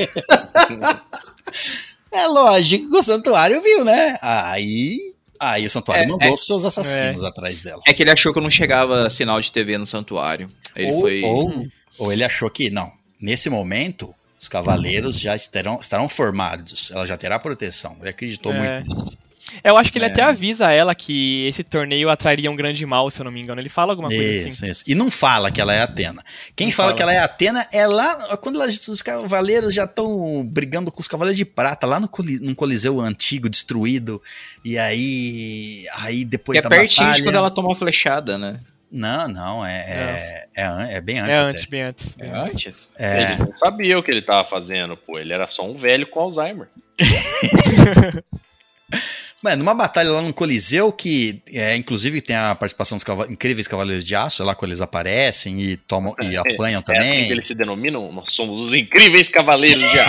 É lógico que o santuário viu, né? Aí, aí o santuário
É,
mandou
é.
os seus assassinos atrás dela.
É que ele achou que não chegava sinal de T V no santuário. Ele
ou,
foi.
ou, ou ele achou que, não, nesse momento, os cavaleiros já estarão, estarão formados, ela já terá proteção. Ele acreditou
É.
muito nisso.
eu acho que ele
É.
até avisa ela que esse torneio atrairia um grande mal, se eu não me engano. Ele fala alguma coisa
Isso,
assim.
isso. E não fala que ela é Athena. Quem
Não
fala,
fala.
que ela é Athena é lá quando ela- os cavaleiros já estão brigando com os cavaleiros de prata, lá no coli- num coliseu antigo, destruído. E aí. Aí depois
Que é
da
pertinho
batalha...
de quando ela tomou a flechada, né?
Não, não, é, é, é, an- é bem antes.
É
até.
antes, bem antes.
É antes.
É,
Ele não sabia o que ele tava fazendo, pô. Ele era só um velho com Alzheimer.
Mano, numa batalha lá no Coliseu, que é, inclusive tem a participação dos cava- incríveis Cavaleiros de Aço, é lá quando eles aparecem e tomam e apanham
É assim
também.
que eles se denominam? Nós somos os incríveis cavaleiros já.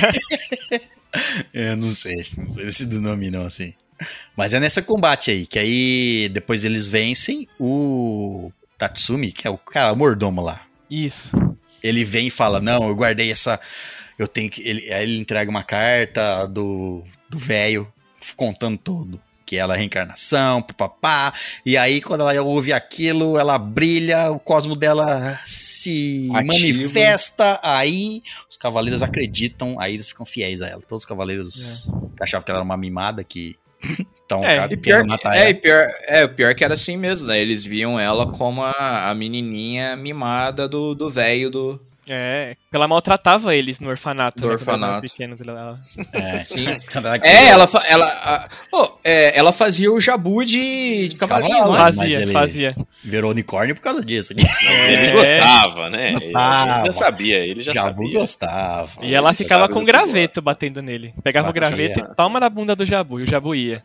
Eu não sei, eles se denominam assim. Mas é nessa combate aí, que aí depois eles vencem o Tatsumi, que é o cara, o mordomo lá.
Isso.
Ele vem e fala: não, eu guardei essa. Eu tenho que. Ele, aí ele entrega uma carta do do velho contando tudo. Que ela é a reencarnação, papapá. E aí, quando ela ouve aquilo, ela brilha, o cosmo dela se
Ativa.
manifesta. Aí os cavaleiros acreditam, aí eles ficam fiéis a ela. Todos os cavaleiros achavam que ela era uma mimada que estão
É,
E pior,
querendo matar
é,
ela.
e pior, é, o pior que era assim mesmo, né? Eles viam ela como a, a menininha mimada do do velho do.
É, ela maltratava eles no orfanato.
Do
né, quando eles eram
orfanato.
pequenos, ela-
É,
Sim.
quando ela
É, ela, fa- ela, a- oh, é, ela fazia o jabu de, de cavalinho,
Cavalo.
né?
Mas
Fazia,
ele-
fazia.
virou unicórnio por causa disso.
Ele
É.
gostava, né?
Gostava.
Ele já sabia, ele já
Jabu
sabia.
gostava.
E ela
Você
ficava
sabe
com
do
o
que
graveto batendo nele. Pegava o
Batia.
graveto e toma na bunda do Jabu, e o Jabu ia.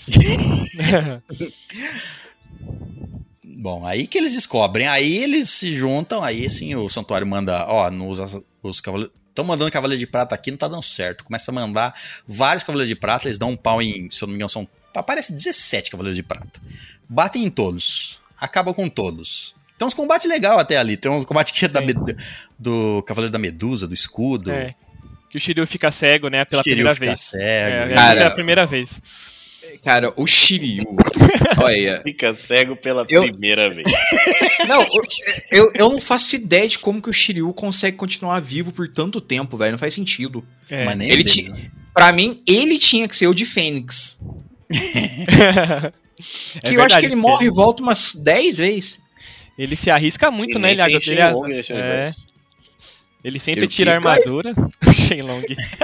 Bom, aí que eles descobrem, aí eles se juntam, aí assim o santuário manda, ó, nos, os cavaleiros, estão mandando cavaleiro de prata aqui, não tá dando certo. Começa a mandar vários cavaleiros de prata, eles dão um pau em, se eu não me engano, são, parece dezessete cavaleiros de prata. Batem em todos, acabam com todos. Tem uns combates legais até ali, tem uns combates que é da,
Sim.
Med- do cavaleiro da medusa, do escudo.
É. Que o Shiryu fica cego, né, pela
Shiryu
primeira
fica
vez.
cego.
É,
Cara.
é a primeira vez.
Cara, o Shiryu. Olha.
Fica cego pela
Eu-
primeira vez.
Não, eu, eu, eu não faço ideia de como que o Shiryu consegue continuar vivo por tanto tempo, velho. Não faz sentido.
É.
Mas nem
Ele
dele,
ti-
né?
Pra mim, ele tinha que ser o de Fênix.
É
Que eu acho
verdade,
que ele
porque
morre e volta umas dez vezes.
Ele se arrisca muito,
E
né?
nem
Ele,
tem
ele,
Shenlong nesse
é,
universo.
ele sempre
Ele
tira a
fica-
armadura. Shenlong.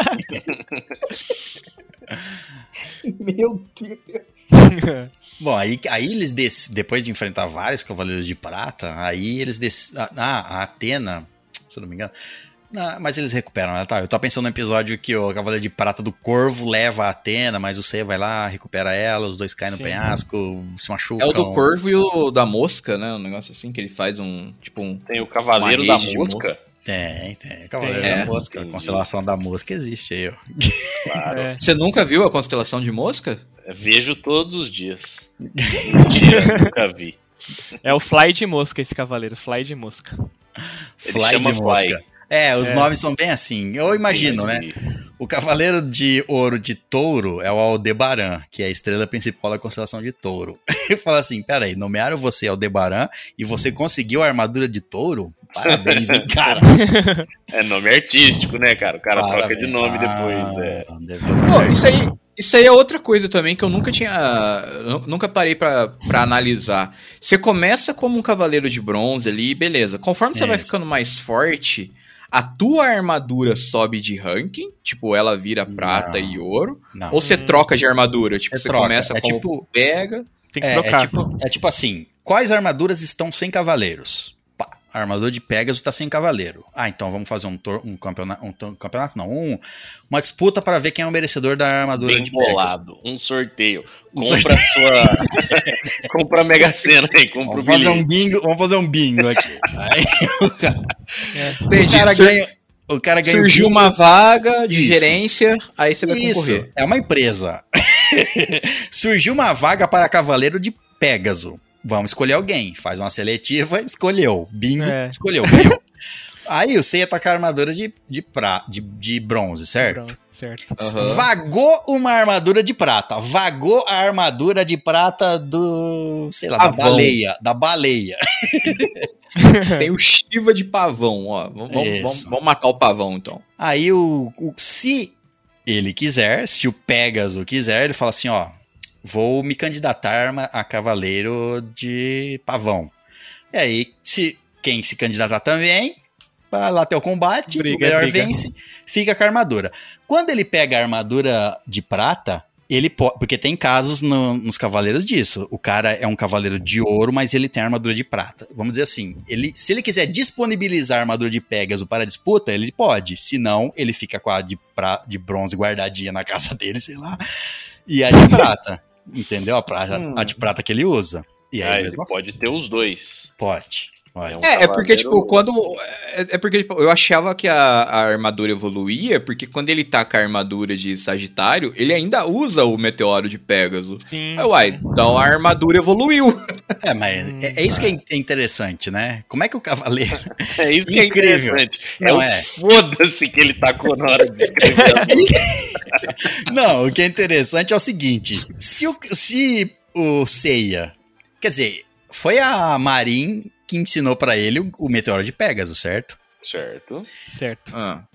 Meu Deus.
Bom, aí, aí eles, des- depois de enfrentar vários cavaleiros de prata, aí eles... Des- ah, a Athena, se eu não me engano... Não, mas eles recuperam, né? Tá, eu tô pensando no episódio que o Cavaleiro de Prata do Corvo leva a Athena, mas o Seiya vai lá, recupera ela, os dois caem no
Sim.
penhasco, se
É
machucam.
o do Corvo e o da Mosca, né? Um negócio assim que ele faz um. Tipo um.
Tem o Cavaleiro
Uma
da
rede de
Mosca.
Tem, tem. Cavaleiro
Tem.
da
É,
Mosca, a
entendi.
constelação da Mosca existe aí, ó.
Claro.
É.
Você nunca viu a constelação de Mosca?
Vejo todos os dias. Mentira, nunca vi.
É o Fly de Mosca esse cavaleiro, Fly de Mosca.
Fly
chama
de Mosca.
Fly.
É, os
É.
nomes são bem assim. Eu imagino, né?
Entendi.
O Cavaleiro de Ouro de Touro é o Aldebaran, que é a estrela principal da constelação de Touro. Ele fala assim, peraí, nomearam você Aldebaran e você conseguiu a armadura de Touro? Parabéns, hein, cara.
É nome artístico, né, cara? O cara
Parabéns.
troca de nome depois.
Ah,
É.
deve ter um
Pô,
nome
isso aí,
artístico.
isso aí é outra coisa também que eu nunca tinha. eu Nunca parei pra, pra analisar. Você começa como um cavaleiro de bronze ali, beleza. Conforme você
É
vai
isso.
ficando mais forte, a tua armadura sobe de ranking. Tipo, ela vira prata
Não.
e ouro.
Não.
Ou você
Hum.
troca de armadura? Tipo,
Você
você
troca.
começa
É
como
tipo-
pega.
Tem que
É,
trocar.
é, tipo, é tipo assim, quais armaduras estão sem cavaleiros? Pá, a armadura de Pegasus tá sem cavaleiro. Ah, então vamos fazer um, tor- um campeonato, um tor- campeonato não, um, uma disputa para ver quem é o merecedor da armadura
Bem
de Pegasus.
bolado. Um sorteio.
Um
Compra a sua. Compra a Mega Sena aí, compra o
Vamos fazer um
bilhete.
bingo, vamos fazer um bingo aqui. Aí o cara, o
Entendi.
cara
Sur-
ganha, o cara ganha o
Surgiu
bingo.
uma vaga de
Isso.
gerência, aí você vai
Isso,
concorrer.
é uma empresa. Surgiu uma vaga para cavaleiro de Pégaso. Vamos escolher alguém. Faz uma seletiva, escolheu. Bingo,
É.
escolheu, ganhou. Aí o Seiya tá com a armadura de, de, pra, de, de bronze, certo?
Pronto, certo.
Aham.
Vagou uma armadura de prata. Vagou a armadura de prata do. Sei lá, da
Pavão.
baleia. Da baleia.
Tem o Shiva de pavão, ó. Vamos, vamos,
Isso.
vamos- vamos matar o pavão, então.
Aí o, o- se ele quiser, se o Pégaso quiser, ele fala assim, ó, vou me candidatar ma- a cavaleiro de pavão. E aí, se quem se candidatar também, vai lá até o combate,
Briga,
o melhor
briga.
vence, fica com a armadura. Quando ele pega a armadura de prata, ele pode, porque tem casos no- nos cavaleiros disso. O cara é um cavaleiro de ouro, mas ele tem armadura de prata. Vamos dizer assim, ele, se ele quiser disponibilizar a armadura de Pégaso para a disputa, ele pode. Se não, ele fica com a de, pra, de bronze guardadinha na casa dele, sei lá. E a de prata, entendeu? A, prata,
Hum.
a de prata que ele usa. E aí,
Ah, ele
mesmo
pode ter os dois.
pode. pode.
É um
É, é porque,
cavaleiro-
tipo, quando. É, é porque tipo, eu achava que a, a armadura evoluía, porque quando ele tá com a armadura de Sagitário, ele ainda usa o meteoro de Pégaso.
Sim.
Aí, uai, então a armadura evoluiu.
É, mas é, é isso que é in- é interessante, né? Como é que o cavaleiro.
É isso que é
Incrível.
interessante. É
Não
o
é?
foda-se que ele tacou na hora de escrever a música.
Não, o que é interessante é o seguinte: se o, se o Seiya. Quer dizer, foi a Marin que ensinou pra ele o, o meteoro de Pégaso, certo?
Certo.
Certo,
Ah.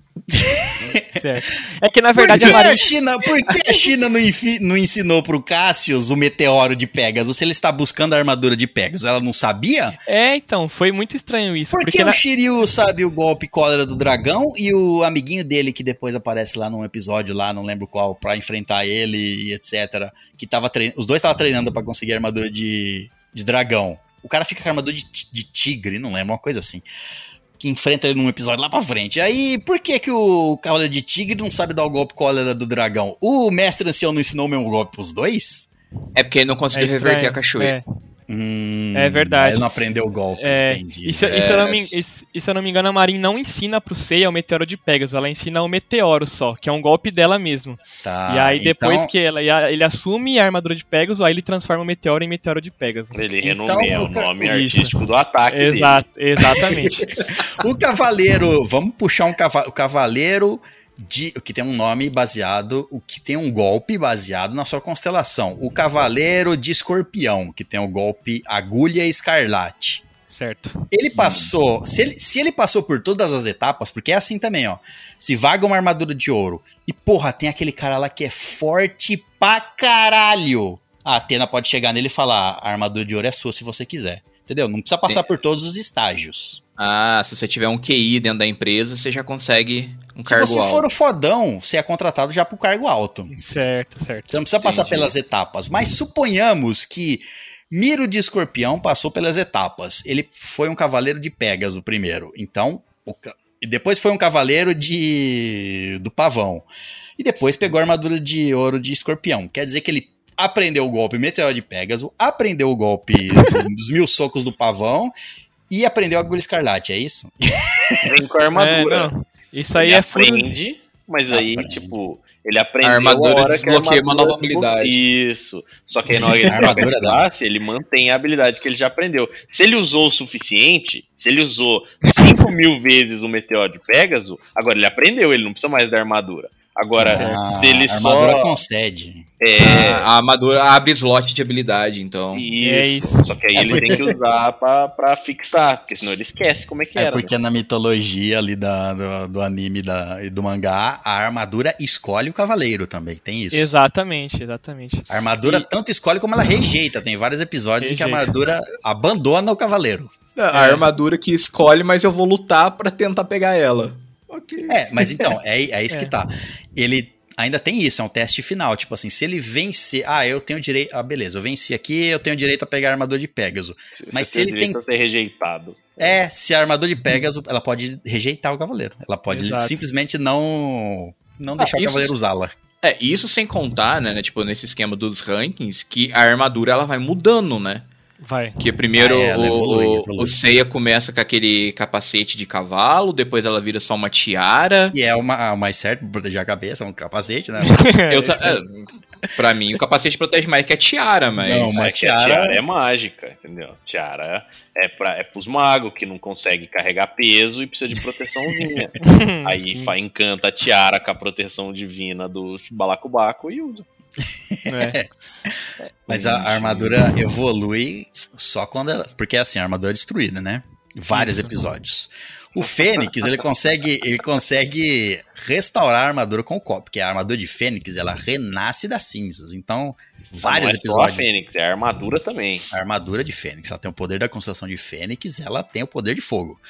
certo. É que na verdade
por
a
que
Marin.
a China, por que a China não, enfi- não ensinou pro Cassius o meteoro de Pégaso se ele está buscando a armadura de Pégaso? Ela não sabia?
É, então, foi muito estranho isso.
Por
porque
que
na-
o Shiryu sabe o golpe cólera do dragão e o amiguinho dele que depois aparece lá num episódio lá, não lembro qual, pra enfrentar ele e etcétera, que tava trein... os dois estavam treinando pra conseguir a armadura de, de dragão. O cara fica com a armadura de, ti- de tigre, não lembro, uma coisa assim. Que enfrenta ele num episódio lá pra frente. Aí, por que que o cavaleiro de tigre não sabe dar o golpe cólera do dragão? O mestre ancião não ensinou o mesmo golpe pros dois?
É porque ele não
é
conseguiu
estranho.
reverter a cachoeira.
É.
Hum,
É verdade.
Ele não aprendeu o golpe,
É,
entendi.
e se, e se eu não me,
É.
e se- e se eu não me engano, a Marin não ensina pro Seiya o meteoro de Pegasus, ela ensina o meteoro só, que é um golpe dela mesmo.
Tá,
e aí depois
então-
que ela, e a- ele assume a armadura de Pegasus, aí ele transforma o meteoro em meteoro de Pegasus.
Ele
Então,
renomeia o
o ca-
nome
isso.
artístico do ataque dele.
Exato, exatamente.
O cavaleiro, vamos puxar um cava, o cavaleiro de, que tem um nome baseado, o que tem um golpe baseado na sua constelação. O cavaleiro de escorpião, que tem o golpe agulha escarlate.
Certo.
Ele passou, se ele, se ele passou por todas as etapas, porque é assim também, ó. Se vaga uma armadura de ouro e, porra, tem aquele cara lá que é forte pra caralho. A Atena pode chegar nele e falar, a armadura de ouro é sua se você quiser. Entendeu? Não precisa passar
Tem-
por todos os estágios.
Ah, se você tiver um Q I dentro da empresa, você já consegue um
Se
cargo
você
alto.
for o fodão, você é contratado já pro cargo alto.
Certo, certo.
Você não precisa passar
Entendi.
pelas etapas. Mas suponhamos que Miro de Escorpião passou pelas etapas. Ele foi um cavaleiro de Pégaso primeiro. Então, o ca- e depois foi um cavaleiro de do Pavão. E depois pegou a armadura de ouro de Escorpião. Quer dizer que ele aprendeu o golpe Meteoro de Pégaso, aprendeu o golpe dos mil socos do Pavão e aprendeu a agulha escarlate, é isso?
Vem com a armadura.
É, não. Isso aí
ele
é furo.
aprende, mas aí,
Aprende.
tipo, ele aprendeu
A armadura
hora que a
desbloqueia uma nova
desbloqueia.
habilidade.
Isso. Só que aí na hora que ele
A
troca
armadura
de
dá.
classe, ele mantém a habilidade que ele já aprendeu. Se ele usou o suficiente, se ele usou cinco mil vezes o Meteoro de Pégaso, agora ele aprendeu, ele não precisa mais da armadura. Agora,
Ah,
se ele
a armadura
só...
concede.
É,
A, a armadura abre slot de habilidade, então.
isso.
É isso.
Só que aí
É
ele
porque-
tem que usar pra, pra fixar, porque senão ele esquece como é que
É
era.
porque na mitologia ali da, do, do anime da, e do mangá, a armadura escolhe o cavaleiro também, tem isso.
Exatamente, exatamente.
A armadura
E-
tanto escolhe como ela rejeita. Tem vários episódios em que a
Rejeita.
armadura abandona o cavaleiro.
A armadura que escolhe, mas eu vou lutar pra tentar pegar ela. Ok.
É, mas então, é, é isso
É.
que tá. Ele ainda tem isso, é um teste final. Tipo assim, se ele vencer. Ah, eu tenho direito. Ah, beleza, eu venci aqui, eu tenho direito a pegar a armadura de Pégaso. Mas se
Você
ele
direito
tem-
a ser rejeitado.
É, se a armadura de Pégaso, ela pode rejeitar o cavaleiro. Ela pode
Exato.
simplesmente não. Não deixar
Ah,
o
isso-
cavaleiro usá-la.
É, isso sem contar, né, né, tipo, nesse esquema dos rankings, que a armadura ela vai mudando, né?
Vai.
Que primeiro
Ah, é, ela
o,
evolui,
o-
evolui.
o Seiya começa com aquele capacete de cavalo, depois ela vira só uma tiara.
E é uma, o mais certo pra proteger a cabeça, é um capacete, né?
Eu ta- é, pra mim, o capacete protege mais que a tiara, mas...
Não, mas-
É que a
tiara-
tiara é mágica, entendeu? Tiara é, pra, é pros magos que não conseguem carregar peso e precisa de proteçãozinha. Aí fa- encanta a tiara com a proteção divina do balacobaco e usa.
É.
Mas a, a armadura evolui só quando ela. Porque assim, a armadura é destruída, né? Vários
Isso.
episódios. O Fênix, ele consegue, ele consegue restaurar a armadura com o copo, porque a armadura de Fênix, ela renasce das cinzas. Então, vários
não é só a
episódios.
Fênix, é a armadura também.
A armadura de Fênix, ela tem o poder da constelação de Fênix, ela tem o poder de fogo.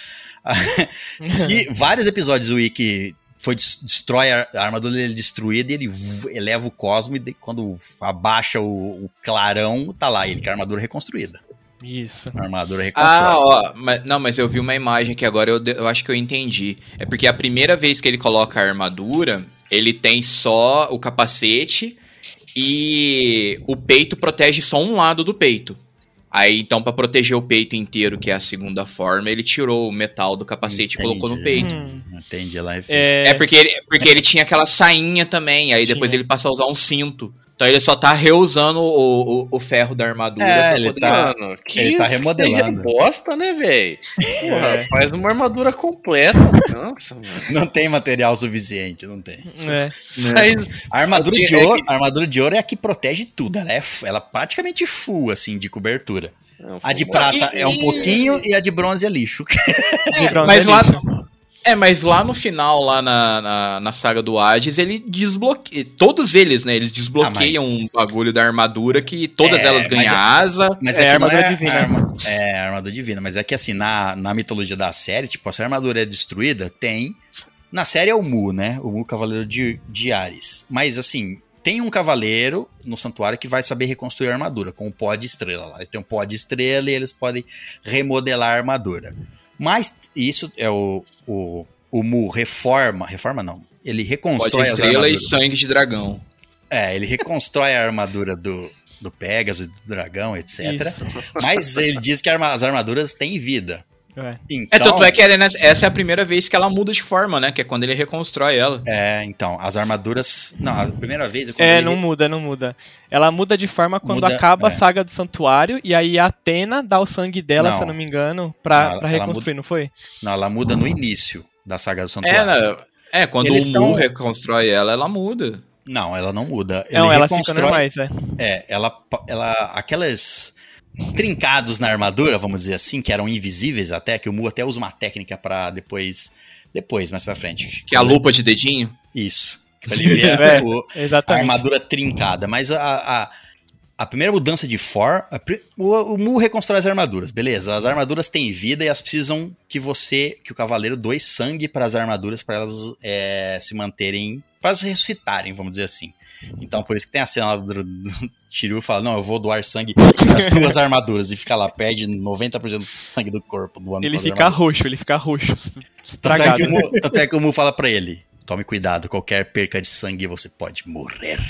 Se vários episódios o Ikki foi des- destrói a, a armadura dele é destruída e ele v- eleva o cosmo e de- quando abaixa o, o clarão, tá lá ele com a armadura reconstruída.
Isso.
A armadura reconstrói.
Ah, ó, mas, não, mas eu vi uma imagem que agora eu, de- eu acho que eu entendi. É porque a primeira vez que ele coloca a armadura, ele tem só o capacete e o peito protege só um lado do peito. Aí, então, pra proteger o peito inteiro, que é a segunda forma, ele tirou o metal do capacete e colocou no
Entendi.
peito.
Hum,
Entendi ela refez.
é,
É porque ele, porque ele tinha aquela sainha também, aí depois
Tinha.
ele passa a usar um cinto. Então ele só tá reusando o, o, o ferro da armadura
É,
pra
ele
poder...
tá-
Mano, que
ele tá
isso
remodelando.
que bosta, né, velho? Porra,
É.
faz uma armadura completa. Nossa, mano.
Não tem material suficiente, não tem.
é.
Faz-
A armadura
Eu
de
tinha-
ouro, a armadura de ouro é a que protege tudo. Ela é, fu- ela é praticamente full, assim, de cobertura.
Não,
A de
pô,
prata
e-
é um pouquinho e a de bronze é lixo.
De bronze
mas
é
lá,
lixo.
é, mas lá no final, lá na, na, na saga do Hades, ele desbloqueia. Todos eles, né? Eles desbloqueiam
Ah, mas-
um bagulho da armadura que todas
É,
elas ganham
mas é-
asa.
Mas
É,
é, que
armadura
não é
divina.
arma- é, armadura divina. Mas é que assim, na, na mitologia da série, tipo, se a armadura é destruída, tem. Na série é o Mu, né? O Mu, Cavaleiro de, de Ares. Mas assim, tem um cavaleiro no santuário que vai saber reconstruir a armadura, com o pó de estrela lá. Tem um pó de estrela e eles podem remodelar a armadura. Mas isso é o. O, o Mu reforma. Reforma não. Ele
Pode
reconstrói as
estrela e
armaduras.
sangue de dragão.
É, ele reconstrói a armadura do, do Pegasus, do dragão, etcétera.
Isso.
Mas ele diz que arma- as armaduras têm vida.
É.
Então,
É, tanto é que ela é nessa- essa é a primeira vez que ela muda de forma, né? Que é quando ele reconstrói ela.
é, então, as armaduras. Não, a primeira vez é quando
É,
ele-
não muda, não muda. Ela muda de forma quando
Muda,
acaba
é.
a saga do santuário e aí a Atena dá o sangue dela,
Não.
se eu não me engano, pra,
Não,
pra
ela
reconstruir, não foi?
Não, ela muda no início da saga do
É,
santuário.
né? É, quando
Eles
o Mu
tão-
reconstrói ela, ela muda.
Não, ela não muda.
Não,
ele
elas ficam
reconstrói.
normais, é.
É, ela, ela. Aquelas trincados na armadura, vamos dizer assim, que eram invisíveis até, que o Mu até usa uma técnica pra depois. Depois, mais pra frente.
Que é a lupa de dedinho.
Isso. Pra ele ver
É,
o- a
exatamente.
armadura trincada. Mas a, a, a primeira mudança de for, a pri- o, o Mu reconstrói as armaduras, beleza? As armaduras têm vida e elas precisam que você, que o cavaleiro doe sangue para as armaduras para elas é, se manterem, para elas ressuscitarem, vamos dizer assim. Então por isso que tem a cena lá do, do Shiryu fala, não, eu vou doar sangue para as duas armaduras e fica lá, perde noventa por cento do sangue do corpo do ano.
Ele fica roxo, ele fica roxo,
Tanto é,
estragado.
que o Mu, tanto é que o Mu fala pra ele: tome cuidado, qualquer perca de sangue você pode morrer.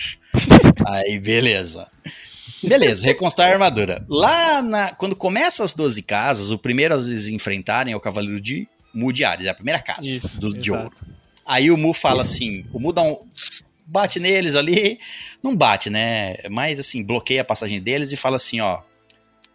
Aí, beleza. Beleza, reconstrói a armadura. Lá na. Quando começa as doze casas, o primeiro a eles enfrentarem é o Cavaleiro de Mu de Ares, é a primeira casa
Isso,
do, de
exato.
ouro. Aí o Mu fala assim: o Mu dá um. Bate neles ali. Não bate, né? Mas assim, bloqueia a passagem deles e fala assim: ó.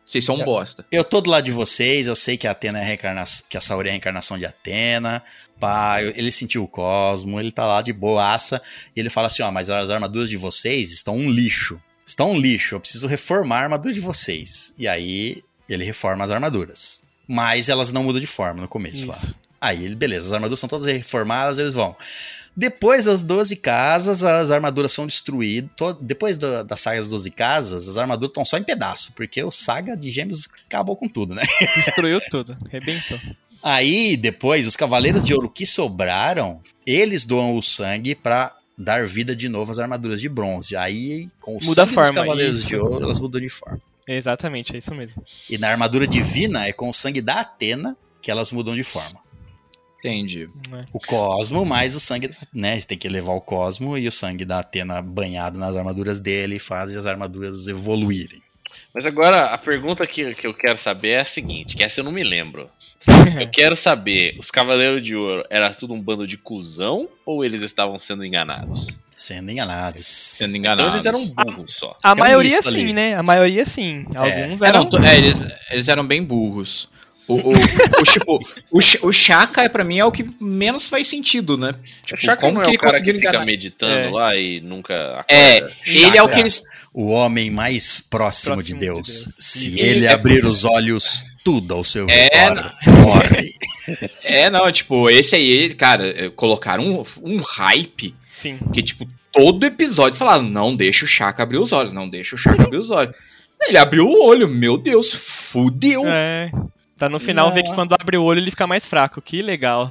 Vocês são um bosta.
Eu tô do lado de vocês, eu sei que a Atena é a reencarnação, que a Saori é a reencarnação de Atena. Pá, ele sentiu o Cosmo, ele tá lá de boaça. E ele fala assim, ó, mas as armaduras de vocês estão um lixo. Estão um lixo, eu preciso reformar a armadura de vocês. E aí, ele reforma as armaduras. Mas elas não mudam de forma no começo Isso. lá. Aí, ele, beleza, as armaduras são todas reformadas, eles vão. Depois das doze casas, as armaduras são destruídas. To- Depois da, da saga das doze casas, as armaduras estão só em pedaço. Porque o Saga de Gêmeos acabou com tudo, né?
Destruiu tudo, arrebentou.
Aí, depois, os Cavaleiros de Ouro que sobraram, eles doam o sangue pra dar vida de novo às armaduras de bronze. Aí, com o
Muda
sangue
a forma,
dos Cavaleiros
isso.
de Ouro, elas mudam de forma.
Exatamente, é isso mesmo.
E na armadura divina, é com o sangue da Atena que elas mudam de forma.
Entendi.
É.
O Cosmo, mais o sangue, né? Você tem que levar o Cosmo e o sangue da Atena banhado nas armaduras dele faz as armaduras evoluírem.
Mas agora, a pergunta que, que eu quero saber é a seguinte, que essa eu não me lembro. Eu quero saber, os Cavaleiros de Ouro era tudo um bando de cuzão ou eles estavam sendo enganados?
Sendo enganados.
Sendo enganados.
Então eles eram burros só.
A
Tem um
maioria
misto
sim,
ali.
né? A maioria sim. Alguns
É,
eram...
não, tô- é, eles, eles eram bem burros. O, o, o, tipo, o, Ch- o Chaka, pra mim, é o que menos faz sentido, né? Tipo,
O Chaka
como
não é
que
o
ele
cara que
conseguiu
fica
enganar?
meditando
É.
lá e nunca acorda?
É, ele é o
Chaka.
que eles...
O homem mais próximo,
Próximo
de
de
Deus.
Deus.
Se
E
ele
é-
abrir os olhos, tudo ao seu
É,
redor morre.
É, não, tipo, esse aí, cara, eh, colocaram um, um hype
Sim.
que, tipo, todo episódio falaram, não deixa o Chaka abrir os olhos, não deixa o Chaka abrir os olhos. Ele abriu o olho, meu Deus, fudeu.
É. Pra no final ver que quando abre o olho ele fica mais fraco. Que legal.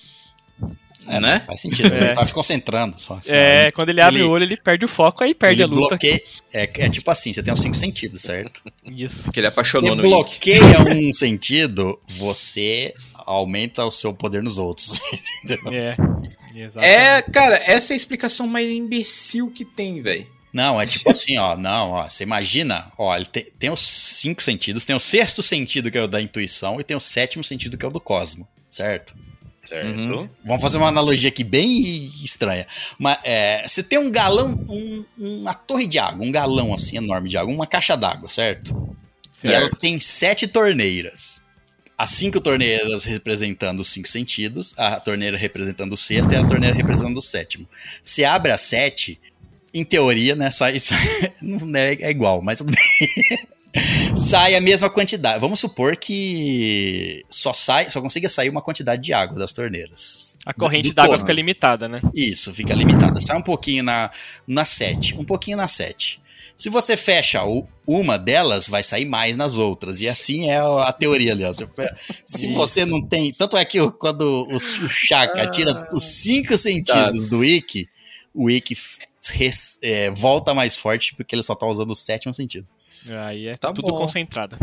É,
Né?
Faz sentido.
É.
Ele tá se concentrando só. assim,
É,
ó.
quando ele abre
ele-
o olho ele perde o foco, aí perde
ele
a luta.
bloqueia. É, é tipo assim, você tem os cinco sentidos, certo?
Isso.
Que ele apaixonou
Você
no Ikki.
bloqueia um sentido, você aumenta o seu poder nos outros. Entendeu?
É. Exatamente.
É, cara, essa é a explicação mais imbecil que tem, velho.
Não, é tipo assim, ó. Não, ó. Você imagina, ó, ele tem, tem os cinco sentidos, tem o sexto sentido, que é o da intuição, e tem o sétimo sentido, que é o do cosmo, certo?
Certo.
Uhum.
Vamos fazer uma analogia aqui bem estranha. Mas, é, você tem um galão, um- uma torre de água, um galão assim enorme de água, uma caixa d'água, certo? E ela
Certo.
tem sete torneiras. As cinco torneiras representando os cinco sentidos, a torneira representando o sexto e a torneira representando o sétimo. Você abre a sete, em teoria, né, sai, sai não é, é igual, mas tudo bem. Sai a mesma quantidade. Vamos supor que só sai, só consiga sair uma quantidade de água das torneiras.
A corrente
Do- do
d'água
torno.
fica limitada, né?
Isso, fica limitada. Sai um pouquinho na, na sete, um pouquinho na sete. Se você fecha o- uma delas, vai sair mais nas outras. E assim é a, a teoria ali. Ó. Você fe- Se você não tem... Tanto é que o- quando o, o Chaka tira os cinco sentidos do Ikki, o Ikki f- res- é, volta mais forte porque ele só tá usando o sétimo sentido.
Aí é
Tá
tudo
bom.
concentrado.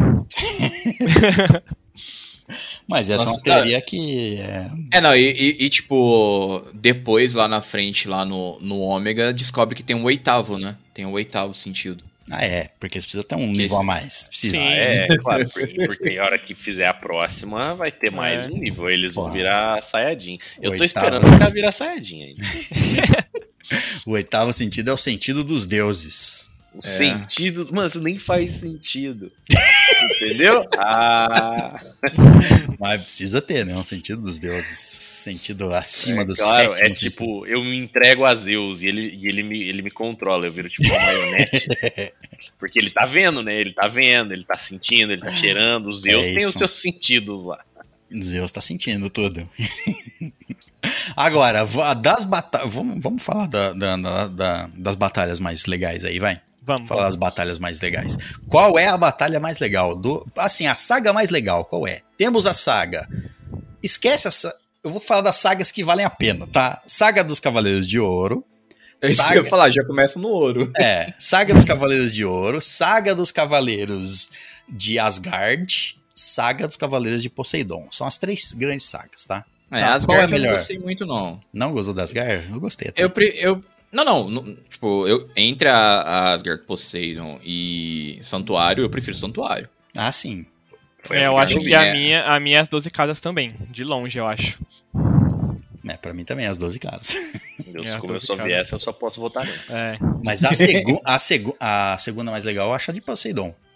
Mas essa
Nossa,
é uma teoria que... É,
É, não, e, e- e, tipo, depois lá na frente, lá no, no Ômega, descobre que tem um oitavo, né? Tem um oitavo sentido.
ah, é. Porque você precisa ter um
Que
nível
esse-
a mais. Precisa.
Sim.
Ah, é, claro, porque, porque a hora que fizer a próxima vai ter mais
É.
um nível. Eles vão
Porra.
virar Saiyajin. Eu tô
Oitavo.
esperando os caras virar Saiyajin ainda.
O oitavo sentido é o sentido dos deuses.
O
É.
sentido. Mano, isso nem faz sentido. Entendeu? Ah.
Mas precisa ter, né? Um sentido dos deuses. Sentido acima
É,
do
claro,
sétimo.
é tipo, eu me entrego a Zeus e ele, e ele, me, ele me controla, eu viro tipo uma marionete. Porque ele tá vendo, né? Ele tá vendo, ele tá sentindo, ele tá cheirando. Os Zeus
É
têm os
isso.
seus sentidos lá.
Zeus tá sentindo tudo. Agora, va- das batalhas. Vamos, vamos falar da- da- da- da- das batalhas mais legais aí, vai.
Vamos.
Falar das batalhas mais legais. Qual é a batalha mais legal? Do, assim, a saga mais legal, qual é? Temos a saga. Esquece essa. Eu vou falar das sagas que valem a pena, tá? Saga dos Cavaleiros de Ouro.
É isso que eu ia falar, já começa no ouro.
É, Saga dos Cavaleiros de Ouro, Saga dos Cavaleiros de Asgard, Saga dos Cavaleiros de Poseidon. São as três grandes sagas, tá?
É,
Tá,
Asgard
qual é
eu não
melhor?
gostei muito, não.
Não gostou das Asgard? Eu gostei até.
Eu, pre- eu não, não, não, tipo, eu, entre a, a Asgard, Poseidon e Santuário, eu prefiro Santuário.
Ah, sim.
Foi
É,
a
eu
minha
acho que
dúvida.
a minha, a minha é as doze casas também. De longe, eu acho.
É, pra mim também, as doze casas.
Deus,
É,
como eu
tô
sou
ficando.
viesse, eu só posso votar nessa.
É.
Mas a, segu a, segu a segunda mais legal eu acho a de Poseidon.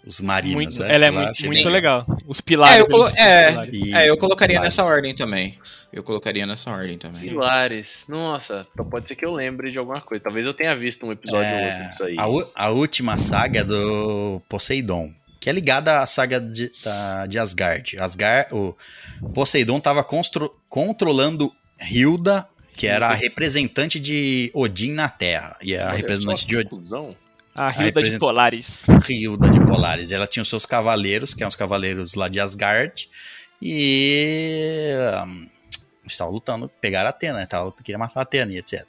Os marinas,
Muito,
né?
ela é
Pilar,
muito,
você
muito
tem-
legal. Os pilares.
É, eu, colo-
eles-
é,
pilares.
Isso,
é, eu colocaria
pilares.
nessa ordem também. Eu colocaria nessa ordem também.
Pilares. Nossa, então pode ser que eu lembre de alguma coisa. Talvez eu tenha visto um episódio ou
É,
outro disso aí.
a, u- a última saga é do Poseidon, que é ligada à saga de, da- de Asgard. Asgard. O Poseidon estava controlando Hilda, que era a representante de Odin na Terra. E a
Olha
representante
só
de
que
Odin.
conclusão.
A Hilda
represent-
de Polaris.
Hilda de Polaris. Ela tinha os seus cavaleiros, que eram os cavaleiros lá de Asgard, e hum, estava lutando, pegaram a Atena, né? Tava, queria matar a Atena e etcétera.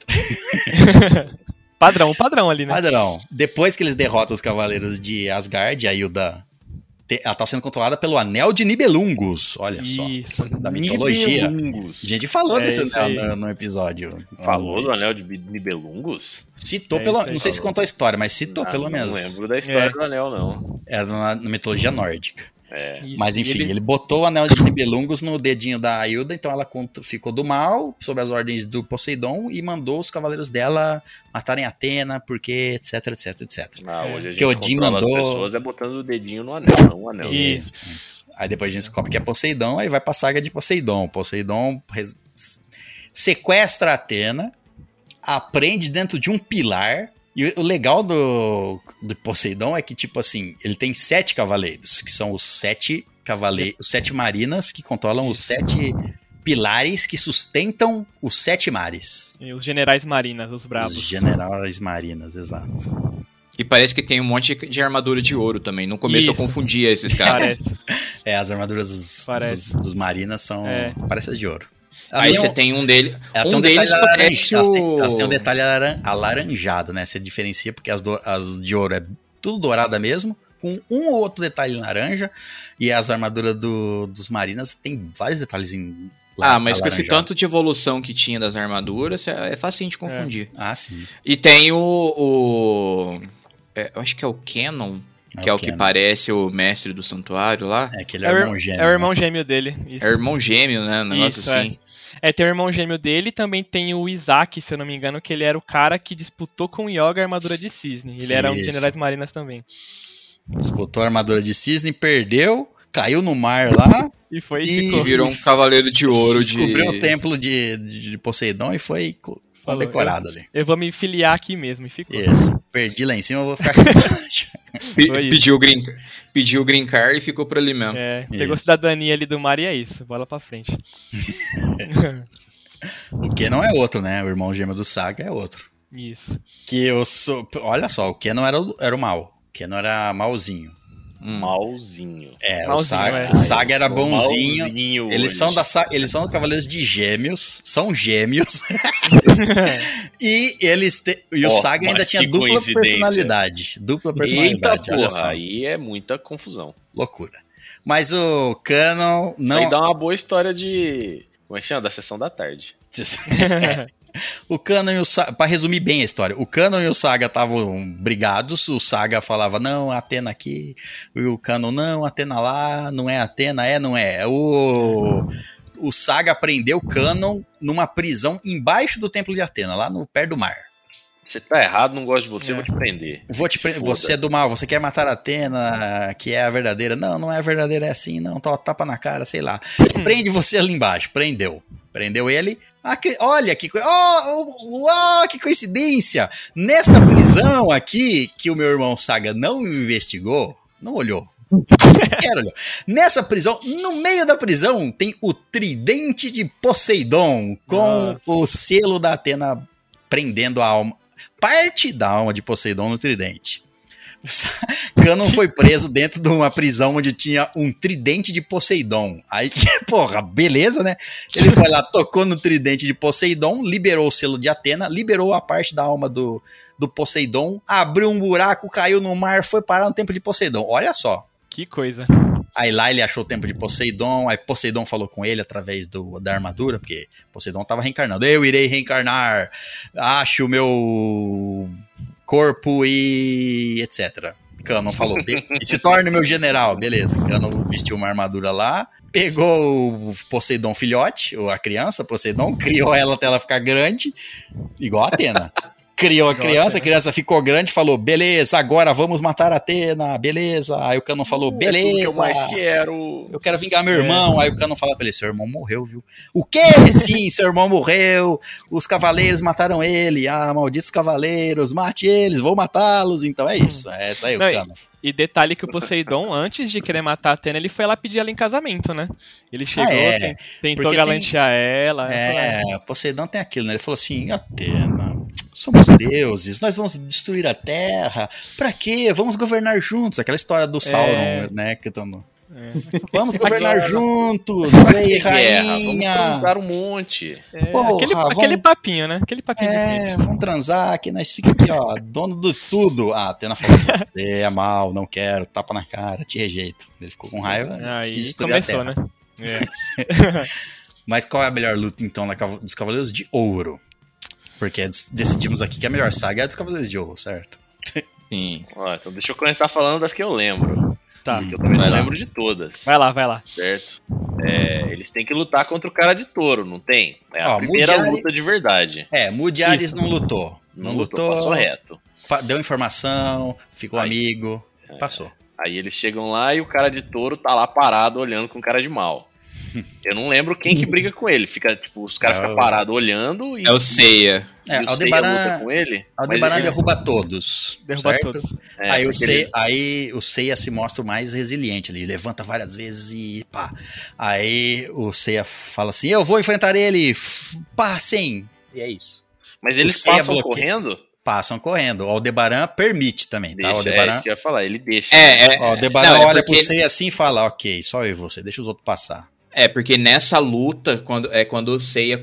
Padrão, padrão ali, né?
Padrão. Depois que eles derrotam os cavaleiros de Asgard, a Hilda te- ela tá sendo controlada pelo Anel de Nibelungos. Olha
Isso.
só. Da mitologia.
Nibelungos.
A gente falou
É
desse
isso
anel
aí.
no, no episódio.
Falou do anel de Nibelungos?
Citou
É
pelo.
isso aí.
Não sei se contou a história, mas citou
Ah,
pelo
não
menos.
lembro da história
É.
do anel, não.
Era na, na mitologia nórdica.
É.
Isso.
Mas enfim,
E
ele...
ele-
botou o anel de Nibelungos no dedinho da Hilda, então ela contra- ficou do mal, sob as ordens do Poseidon, e mandou os cavaleiros dela matarem Atena, porque etc, etc, etcétera.
Ah, hoje a gente
Que Odin
controla
mandou-
as pessoas é botando o dedinho no anel, não o anel.
Isso.
Aí depois a gente descobre que é Poseidon, aí vai pra saga de Poseidon. Poseidon res- sequestra Atena, aprende dentro de um pilar. E o legal do, do Poseidon é que, tipo assim, ele tem sete cavaleiros, que são os sete cavaleiros, os sete marinas que controlam os sete pilares que sustentam os sete mares.
E os generais marinas, os bravos.
Os generais marinas, exato.
E parece que tem um monte de armadura de ouro também. No começo
Isso.
eu confundia esses caras.
Parece.
É, as armaduras dos,
Parece.
dos, dos marinas são
É.
parecem as de ouro. Elas
Aí
têm
você
um-
tem um dele.
Ela
Um
tem um
deles
detalhe
parece
alaranjado. Elas,
o.
têm- elas têm um detalhe alaran- alaranjado, né? Você diferencia porque as, do- as de ouro é tudo dourada mesmo, com um ou outro detalhe laranja, e as armaduras do- dos marinas tem vários detalhes em
Ah, mas com esse
alaranjado.
tanto de evolução que tinha das armaduras, é, é facinho de confundir.
Ah, sim.
E tem o. o é, eu acho que é o Canon, que é, o que
Canon.
parece o mestre do santuário lá.
É que ele é,
É o,
irmão gêmeo.
é o irmão
né?
gêmeo dele. Isso.
É irmão gêmeo, né? Um negócio
Isso,
assim.
É, tem o irmão gêmeo dele e também tem o Isaac, se eu não me engano, que ele era o cara que disputou com o Yoga a armadura de cisne. Ele era um dos
Isso.
generais marinas também.
Disputou a armadura de cisne, perdeu, caiu no mar lá,
E foi
E
e
E
ficou.
virou um cavaleiro de ouro de.
descobriu o templo de, de, de Poseidon e foi co-
Falou,
condecorado ali.
Eu vou me filiar aqui mesmo e ficou.
Isso. Perdi lá em cima, eu vou ficar aqui embaixo.
Pe-
Foi isso.
pediu, green, pediu o green card e ficou por ali mesmo.
É, pegou
Isso.
cidadania ali do mar e é isso. Bola pra frente.
O Kenon é outro, né? O irmão gêmeo do Saga é outro.
Isso.
Que eu sou. Olha só, o Kenon era o, era o mal. O Kenon era malzinho.
Hum.
Malzinho.
É, o
Malzinho,
Saga,
é.
o Saga era
Eu sou
bonzinho.
malzinho
Eles
hoje.
são, da, sa- eles são Cavaleiros de Gêmeos, são gêmeos. e eles te- e o
Ó,
Saga ainda
mas
tinha
que
dupla
coincidência.
personalidade. Dupla
Eita
personalidade, olha
porra,
só.
aí é muita confusão.
Loucura. Mas o Canon
Isso aí
não.
dá uma boa história de... Como é que chama? Da sessão da tarde.
O Canon e o Saga, pra resumir bem a história, o Canon e o Saga estavam brigados, o Saga falava, não, Atena aqui, e o Canon, não, Atena lá, não é Atena, é, não é. O, o Saga prendeu o Canon numa prisão embaixo do templo de Atena, lá no pé do mar.
Você tá errado, não gosto de você,
É.
eu vou te prender.
Vou te pre-
Foda.
você é do mal, você quer matar a Atena, que é a verdadeira. Não, não é a verdadeira, é assim, não, tó- tapa na cara, sei lá. Prende você ali embaixo, prendeu. Prendeu ele. Ah, que- olha que, coi- oh, oh, oh, que coincidência! Nessa prisão aqui, que o meu irmão Saga não investigou, não olhou. Sequer olhou. Nessa prisão, no meio da prisão, tem o tridente de Poseidon, com
Nossa.
o selo da Atena prendendo a alma. Parte da alma de Poseidon no tridente. Canon foi preso dentro de uma prisão onde tinha um tridente de Poseidon. Aí, porra, beleza, né? Ele foi lá, tocou no tridente de Poseidon, liberou o selo de Atena, liberou a parte da alma do, do Poseidon, abriu um buraco, caiu no mar, foi parar no templo de Poseidon. Olha só.
Que coisa.
Aí lá ele achou o templo de Poseidon, aí Poseidon falou com ele através do, da armadura, porque Poseidon estava reencarnando. Eu irei reencarnar, acho o meu corpo e etcétera. Canon falou, "Be- e se torne meu general", beleza. Canon vestiu uma armadura lá, pegou o Poseidon filhote, ou a criança Poseidon, criou ela até ela ficar grande, igual a Atena. Criou a criança, a criança ficou grande, falou, beleza, agora vamos matar a Atena, beleza. Aí o Canon falou, beleza.
É tudo que eu mais quero.
Eu quero vingar meu irmão. É. Aí o Canon fala pra ele, seu irmão morreu, viu? O quê? Sim, seu irmão morreu. Os cavaleiros mataram ele. Ah, malditos cavaleiros, mate eles, vou matá-los. Então é isso, é essa aí o Canon.
E detalhe que o Poseidon, antes de querer matar a Atena, ele foi lá pedir ela em casamento, né? Ele chegou,
ah, é.
tentou galantear tem... ela.
É, o Poseidon tem aquilo, né? Ele falou assim, Atena, somos deuses, nós vamos destruir a Terra. Pra quê? Vamos governar juntos. Aquela história do Sauron, é. né? Que tamo... É. Vamos governar juntos, rei e rainha.
Vamos transar um monte.
É, Porra, aquele, vamos... aquele papinho, né? Aquele papinho.
É, vamos transar, que nós fica aqui, ó, dono de tudo. Ah, a Atena falou, você é mal, não quero, tapa na cara, te rejeito. Ele ficou com raiva.
Aí começou, né? É.
Mas qual é a melhor luta, então, dos Cavaleiros de Ouro? Porque decidimos aqui que a melhor saga é a dos Cavaleiros de Ouro, certo?
Sim. Ó, então deixa eu começar falando das que eu lembro.
Tá.
Porque eu também não lembro de todas.
Vai lá, vai lá.
Certo? É, eles têm que lutar contra o cara de touro, não tem? É a Ó, primeira Mudiari... luta de verdade.
É, Mudiares não lutou. Não, não lutou,
passou reto.
Deu informação, ficou aí, amigo, é, passou.
Aí eles chegam lá e o cara de touro tá lá parado olhando com cara de mal. Eu não lembro quem que briga com ele. Fica, tipo, os caras é ficam parados olhando e...
É o Seiya.
É,
o
Aldebaran
luta com ele.
Aldebaran
ele...
derruba todos.
Derruba
certo?
todos.
É, aí, o Seiya, ele... aí o Seiya se mostra o mais resiliente. Ele levanta várias vezes e pá. Aí o Seiya fala assim, eu vou enfrentar ele, pá, sim. E é isso.
Mas eles passam correndo?
Passam correndo. O Aldebaran permite também,
deixa,
tá? O Aldebaran...
É isso que eu ia falar, ele deixa.
É, é,
o Aldebaran
não, é
olha
porque...
pro Seiya assim e fala, ok, só eu e você, deixa os outros passar.
É, porque nessa luta, quando, é quando o Seiya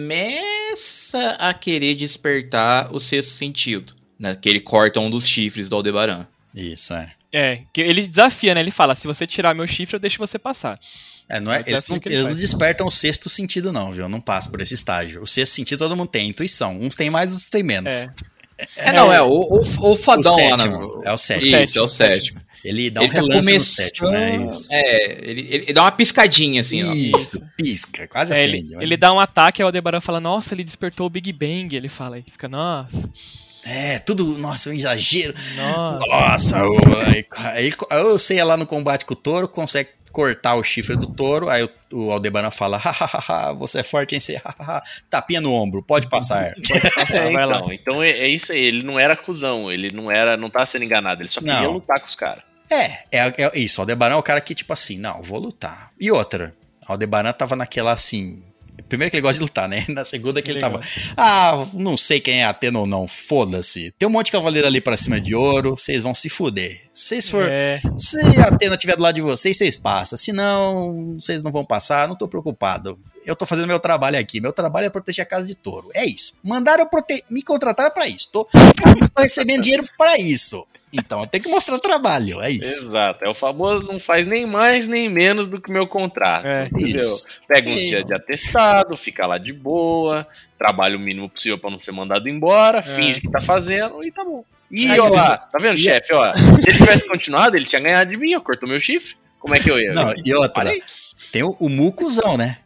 começa a querer despertar o sexto sentido, né? Que ele corta um dos chifres do Aldebaran.
Isso, é.
É, que ele desafia, né? Ele fala, se você tirar meu chifre, eu deixo você passar.
É, não é, eles não, eles não despertam o sexto sentido não, viu? Não passa por esse estágio. O sexto sentido todo mundo tem, intuição. Uns tem mais, outros tem menos.
É, é não, é o, o, o fodão
o
lá.
Sétimo, é o sétimo.
Isso, é o sétimo.
Ele dá um
ele tá
relance
começando,
no sétimo, né? Isso.
É, ele, ele dá uma piscadinha assim,
Isso, ó. pisca, quase
é,
assim.
Ele, ele dá um ataque e o Aldebaran fala, nossa, ele despertou o Big Bang. Ele fala, aí fica, nossa...
É, tudo, nossa, um exagero.
Nossa,
nossa aí, aí, aí eu sei lá no combate com o touro, consegue cortar o chifre do touro, aí o, o Aldebaran fala, hahaha, você é forte em si, hahaha, tapinha no ombro, pode passar.
É, então, então é, é isso aí, ele não era cuzão, ele não era, não tava sendo enganado, ele só queria não. lutar com os caras.
É, é, é isso, o Aldebaran é o cara que tipo assim, não, vou lutar. E outra, o Aldebaran tava naquela assim... Primeiro que ele gosta de lutar, né? Na segunda que ele tava... Ah, não sei quem é Atena ou não, foda-se. Tem um monte de cavaleiro ali pra cima de ouro, vocês vão se fuder. Se for... É. Se a Atena estiver do lado de vocês, vocês passam. Se não, vocês não vão passar, não tô preocupado. Eu tô fazendo meu trabalho aqui. Meu trabalho é proteger a casa de touro. É isso. Mandaram prote... me contratar pra isso. Tô, tô recebendo dinheiro pra isso. Então, eu tenho que mostrar trabalho, é isso.
Exato, é o famoso não faz nem mais nem menos do que o meu contrato, é, entendeu? Isso. Pega uns dias de atestado, fica lá de boa, trabalha o mínimo possível pra não ser mandado embora, é. finge que tá fazendo e tá bom. E aí, ó lá, tá vendo, chefe, ó, se ele tivesse continuado, ele tinha ganhado de mim, ó, cortou meu chifre, como é que eu ia?
Não, e outra, Parei. tem o, o mucuzão, né?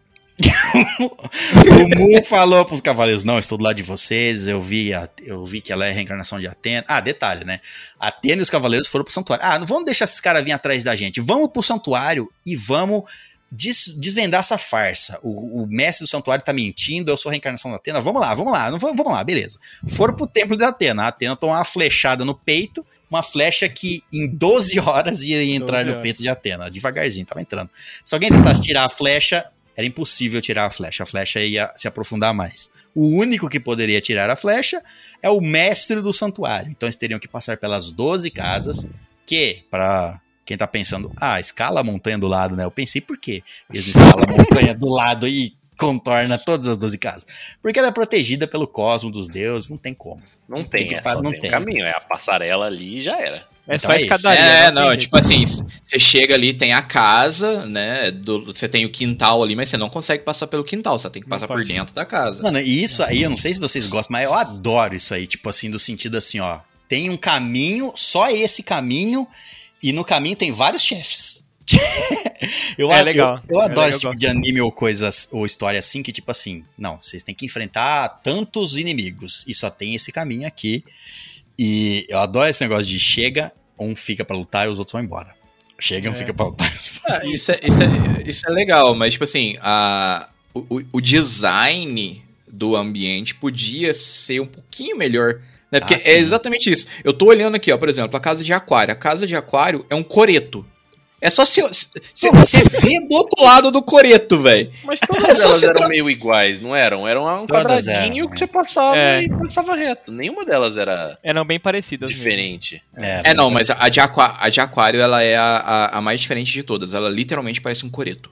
O Mu falou pros cavaleiros, não, estou do lado de vocês, eu vi, a, eu vi que ela é a reencarnação de Atena. Ah, detalhe, né? Atena e os cavaleiros foram pro santuário. Ah, não vamos deixar esses caras virem atrás da gente. Vamos pro santuário e vamos des, desvendar essa farsa. O, o mestre do santuário tá mentindo, eu sou a reencarnação da Atena. Vamos lá, vamos lá, não, vamos lá, beleza. Foram pro templo de Atena. A Atena tomou uma flechada no peito, uma flecha que em doze horas ia entrar no peito de Atena. Devagarzinho, tava entrando. Se alguém tentasse tirar a flecha... Era impossível tirar a flecha, a flecha ia se aprofundar mais. O único que poderia tirar a flecha é o mestre do santuário. Então eles teriam que passar pelas doze casas, que, para quem tá pensando, ah, escala a montanha do lado, né? Eu pensei, por quê? Eles escalam a montanha do lado e contorna todas as doze casas. Porque ela é protegida pelo cosmo dos deuses, não tem como.
Não tem, tem é só não tem, tem caminho, é a passarela ali e já era.
É
então
só
é
escadaria.
É, não, não tipo assim, você chega ali, tem a casa, né, do, você tem o quintal ali, mas você não consegue passar pelo quintal, você tem que passar por dentro da casa.
Mano, e isso aí, eu não sei se vocês gostam, mas eu adoro isso aí, tipo assim, do sentido assim, ó, tem um caminho, só esse caminho, e no caminho tem vários chefes. eu,
É
a-
legal.
eu, eu
É
adoro
legal,
esse tipo
eu
de anime ou coisas ou história assim, que tipo assim, não, vocês têm que enfrentar tantos inimigos e só tem esse caminho aqui. E eu adoro esse negócio de chega, um fica pra lutar e os outros vão embora. Chega, um
É.
fica pra lutar e os outros vão
Ah, isso, é, isso, é, isso é legal, mas tipo assim, a, o, o- o design do ambiente podia ser um pouquinho melhor, né? Porque
Ah, sim.
é exatamente isso. Eu tô olhando aqui, ó, por exemplo, a casa de aquário. A casa de aquário é um coreto. É só se você vê do outro lado do coreto, velho.
Mas
É
todas
só
elas
você
eram
tra-
meio iguais, não eram? Era um
Todas
quadradinho
eram,
que você passava
É.
e passava reto. Nenhuma delas era
Eram bem parecidas mesmo.
diferente.
É, não, mas a de, aqua- a de aquário, ela é a, a, a mais diferente de todas. Ela literalmente parece um coreto.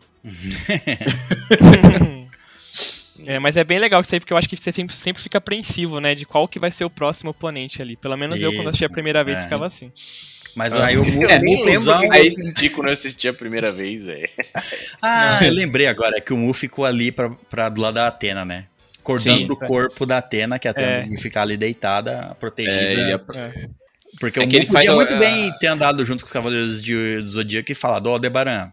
É, mas é bem legal isso aí, porque eu acho que você sempre sempre fica apreensivo, né? De qual que vai ser o próximo oponente ali. Pelo menos eu, quando assisti a
Isso,
primeira vez,
é.
ficava assim.
Mas
Ah.
aí o, Mu-
Eu
o
nem lembro
Mufuzão...
o que
aí-
eu senti quando eu assisti a primeira vez, velho.
Ah, eu lembrei agora, é que o Mu ficou ali pra, pra, do lado da Atena, né? Acordando
Sim.
do corpo da Atena, que a Atena
É.
tem que ficar ali deitada, protegida.
É, ele é-
É.
Porque
É
o
que
Mu
ele faz
podia
o-
muito
a-
bem ter andado junto com os Cavaleiros de, do Zodíaco e falado, ó, Aldebaran.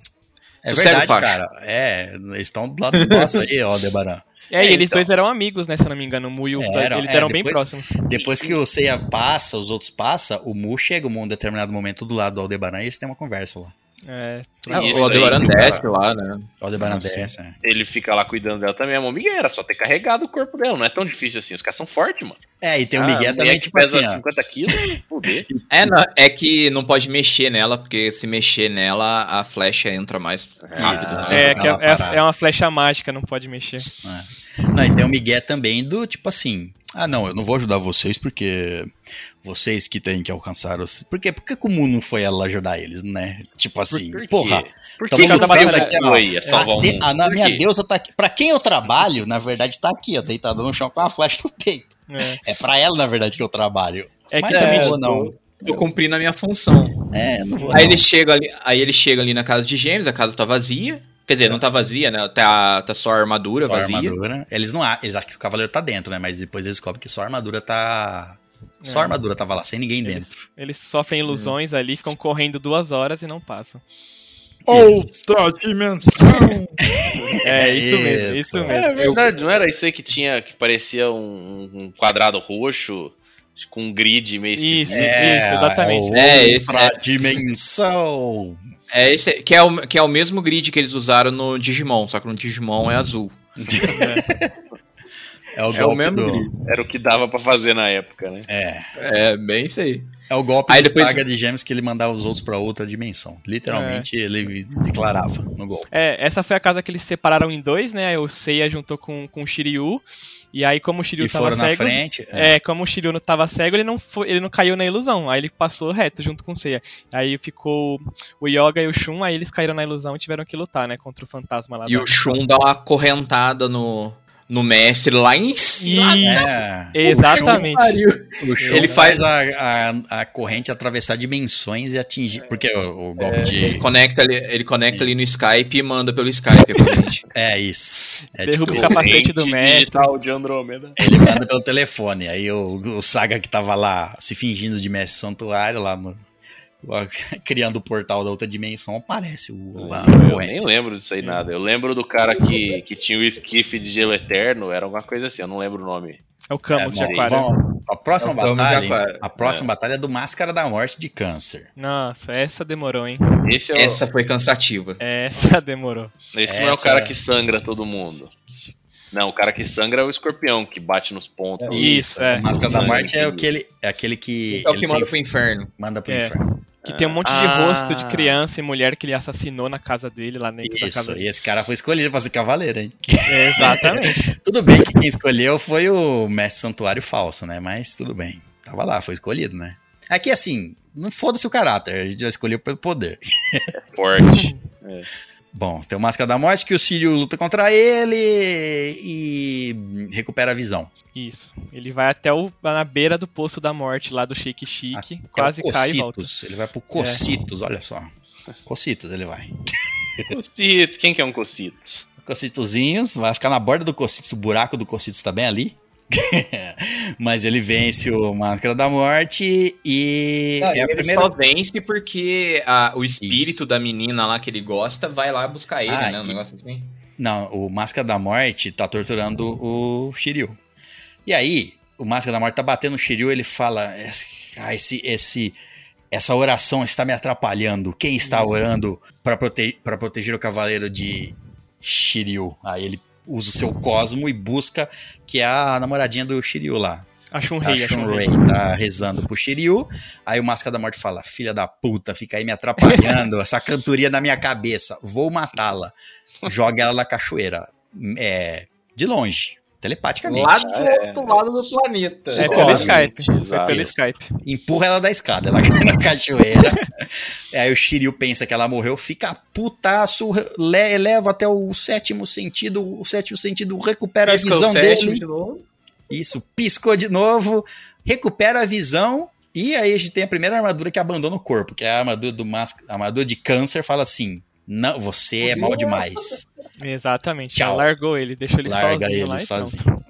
É
Sossega
verdade,
o facho.
cara. É, eles estão do lado nosso aí, ó, Aldebaran.
É, e
É,
eles
então.
dois eram amigos, né? Se eu não me engano, o Mu e o
Eram,
eles
é,
eram bem
depois-
próximos.
Depois que o Seiya passa, os outros passam, o Mu chega um determinado momento do lado do Aldebaran e eles têm uma conversa lá.
É,
Ah,
Isso
o Aldebaran
aí que o
desce
cara-
lá, né?
O Aldebaran
Nossa.
desce, né?
Ele fica lá cuidando dela também. A Momigueira, era só ter carregado o corpo dela. Não é tão difícil assim. Os caras são fortes, mano.
É, e tem o
Ah,
Miguel
a mulher
também,
que
tipo
pesa
assim, ó.
cinquenta quilos, poder.
É, não, é que não pode mexer nela, porque se mexer nela, a flecha entra mais rápido.
Ah,
né?
é,
ficar
que é,
lá
é-
parado.
é uma flecha mágica, não pode mexer.
Não, e tem o Miguel também do tipo assim. Ah, não, eu não vou ajudar vocês porque vocês que têm que alcançar os. Por quê? Por que que o Mu não foi ela ajudar eles, né? Tipo assim,
Por quê?
porra.
Por
Tamo
que que
no
ela
período
batalha
aqui, ó.
foi a salvar
A,
o
de-
mundo?
a, a
Por
minha
quê?
deusa tá aqui. Pra quem eu trabalho, na verdade, tá aqui, ó, deitada no chão com a flecha no peito.
É,
É pra ela, na verdade, que eu trabalho.
É que
Mas
também-
eu não vou, não.
Tô cumprindo a minha função.
É, não vou.
Aí
não.
ele chega ali, aí ele chega ali na casa de Gêmeos, a casa tá vazia. Quer dizer, não tá vazia, né? Tá, tá só a armadura
Só a
vazia.
armadura. Eles não a- eles acham que o cavaleiro tá dentro, né? Mas depois eles descobrem que só a armadura tá. Só a
É.
armadura tava lá, sem ninguém dentro.
Eles sofrem ilusões ali, ficam correndo duas horas e não passam.
Outra dimensão!
É, isso mesmo,
Isso.
isso
É
mesmo.
verdade, não era isso aí que tinha, que parecia um, um quadrado roxo com um grid meio
Isso,
esquisito.
isso, exatamente.
É, esse
outra
é-
dimensão.
É esse, que é, o, que é o mesmo grid que eles usaram no Digimon, só que no Digimon é azul.
É o
É
golpe
o mesmo
do.
grid.
Era o que dava pra fazer na época, né?
É.
É bem isso aí.
É o golpe
Aí
do
depois-
Saga de Gêmeos que ele mandava os outros pra outra dimensão. Literalmente ele declarava no golpe.
É, essa foi a casa que eles separaram em dois, né? O Seiya juntou com, com o Shiryu. E aí, como o Shiryu
E
tava
foram na
cego.
frente. É.
É, como o Shiryu não tava cego, ele não, foi, ele não caiu na ilusão. Aí ele passou reto junto com o Seiya. Aí ficou o Yoga e o Shun, aí eles caíram na ilusão e tiveram que lutar, né? Contra o fantasma lá.
E
da-
o Shun dá uma correntada no, no mestre lá em cima.
Isso,
É.
exatamente.
Pariu.
O Shun
Ele
faz a, a, a corrente atravessar dimensões e atingir. Porque o, o golpe de.
Ele conecta, ali, ele conecta ali no Skype e manda pelo Skype a corrente.
É isso. É
Derruba
tipo,
o capacete do
Corrente
mestre.
digital de Andrômeda.
ele manda pelo telefone. Aí o, o Saga que tava lá se fingindo de mestre santuário, lá no, criando o portal da outra dimensão, aparece o, a
Eu
corrente.
nem lembro disso aí nada. Eu lembro do cara que, que tinha o esquife de gelo eterno, era alguma coisa assim, eu não lembro o nome.
É o Camus
É,
de
bom,
Aquário.
vamos- a próxima
É o Camus de
batalha,
Aquário.
a próxima batalha é do Máscara da Morte de Câncer.
Nossa, essa demorou, hein?
Esse, é o,
Essa foi cansativa.
Essa demorou.
esse não é o
essa-
cara que sangra todo mundo. Não, o cara que sangra é o escorpião, que bate nos pontos.
Isso, é.
O Máscara da
Sangue.
Morte é, aquele, é aquele que.
É o
ele
que manda
tem-
pro inferno.
manda pro
É.
inferno.
Que tem um monte de
Ah.
rosto de criança e mulher que ele assassinou na casa dele, lá dentro da
Isso,
casa
e
dele.
esse cara foi escolhido pra ser cavaleiro, hein?
É, exatamente.
Tudo bem que quem escolheu foi o Mestre Santuário Falso, né? Mas tudo bem. Tava lá, foi escolhido, né? Aqui, assim, não foda-se o caráter, a gente já escolheu pelo poder.
Forte.
Bom, tem o Máscara da Morte que o Shiryu luta contra ele e recupera a visão.
Isso. Ele vai até o, lá na beira do poço da morte, lá do Shake Chique.
Até
Quase
o
cai e volta.
Cocitos, ele vai pro Cocitos, olha só. Cocitos ele vai.
Cocitos, quem que é um Cocitos?
Cocitozinhos, vai ficar na borda do Cocitos, o buraco do Cocitos tá bem ali. Mas ele vence o Máscara da Morte e
Não,
é a
ele
primeira...
só vence porque a- o espírito
Isso.
da menina lá que ele gosta vai lá buscar ele,
Ah,
né? Um
e-
negócio assim.
Não, o Máscara da Morte tá torturando o Shiryu. E aí, o Máscara da Morte tá batendo no Shiryu, ele fala: ah, esse, esse, essa oração está me atrapalhando. Quem está orando para prote pra proteger o cavaleiro de Shiryu? Aí ele usa o seu Cosmo e busca, que é a namoradinha do Shiryu lá.
Acho um
A
rei, acho um rei.
Shunrei tá rezando pro Shiryu. Aí o Máscara da Morte fala: filha da puta, fica aí me atrapalhando, essa cantoria na minha cabeça, vou matá-la. Joga ela na cachoeira. É, de longe, telepaticamente.
Lá do outro lado do planeta.
É
Ó,
pelo
assim,
Skype. Foi
exato.
pelo
Isso.
Skype.
Empurra ela da escada, ela cai na cachoeira. Aí o Shiryu pensa que ela morreu, fica putaço, le- eleva até o sétimo sentido. O sétimo sentido recupera
Pisca
a
o
visão
sétimo
dele.
de novo.
Isso, piscou de novo, recupera a visão. E aí a gente tem a primeira armadura que abandona o corpo, que é a armadura do máscara, a armadura de câncer, fala assim: não, você é mal demais.
Exatamente.
Tchau.
Ela largou ele, deixou ele
Larga
sozinho
ele
lá e
sozinho.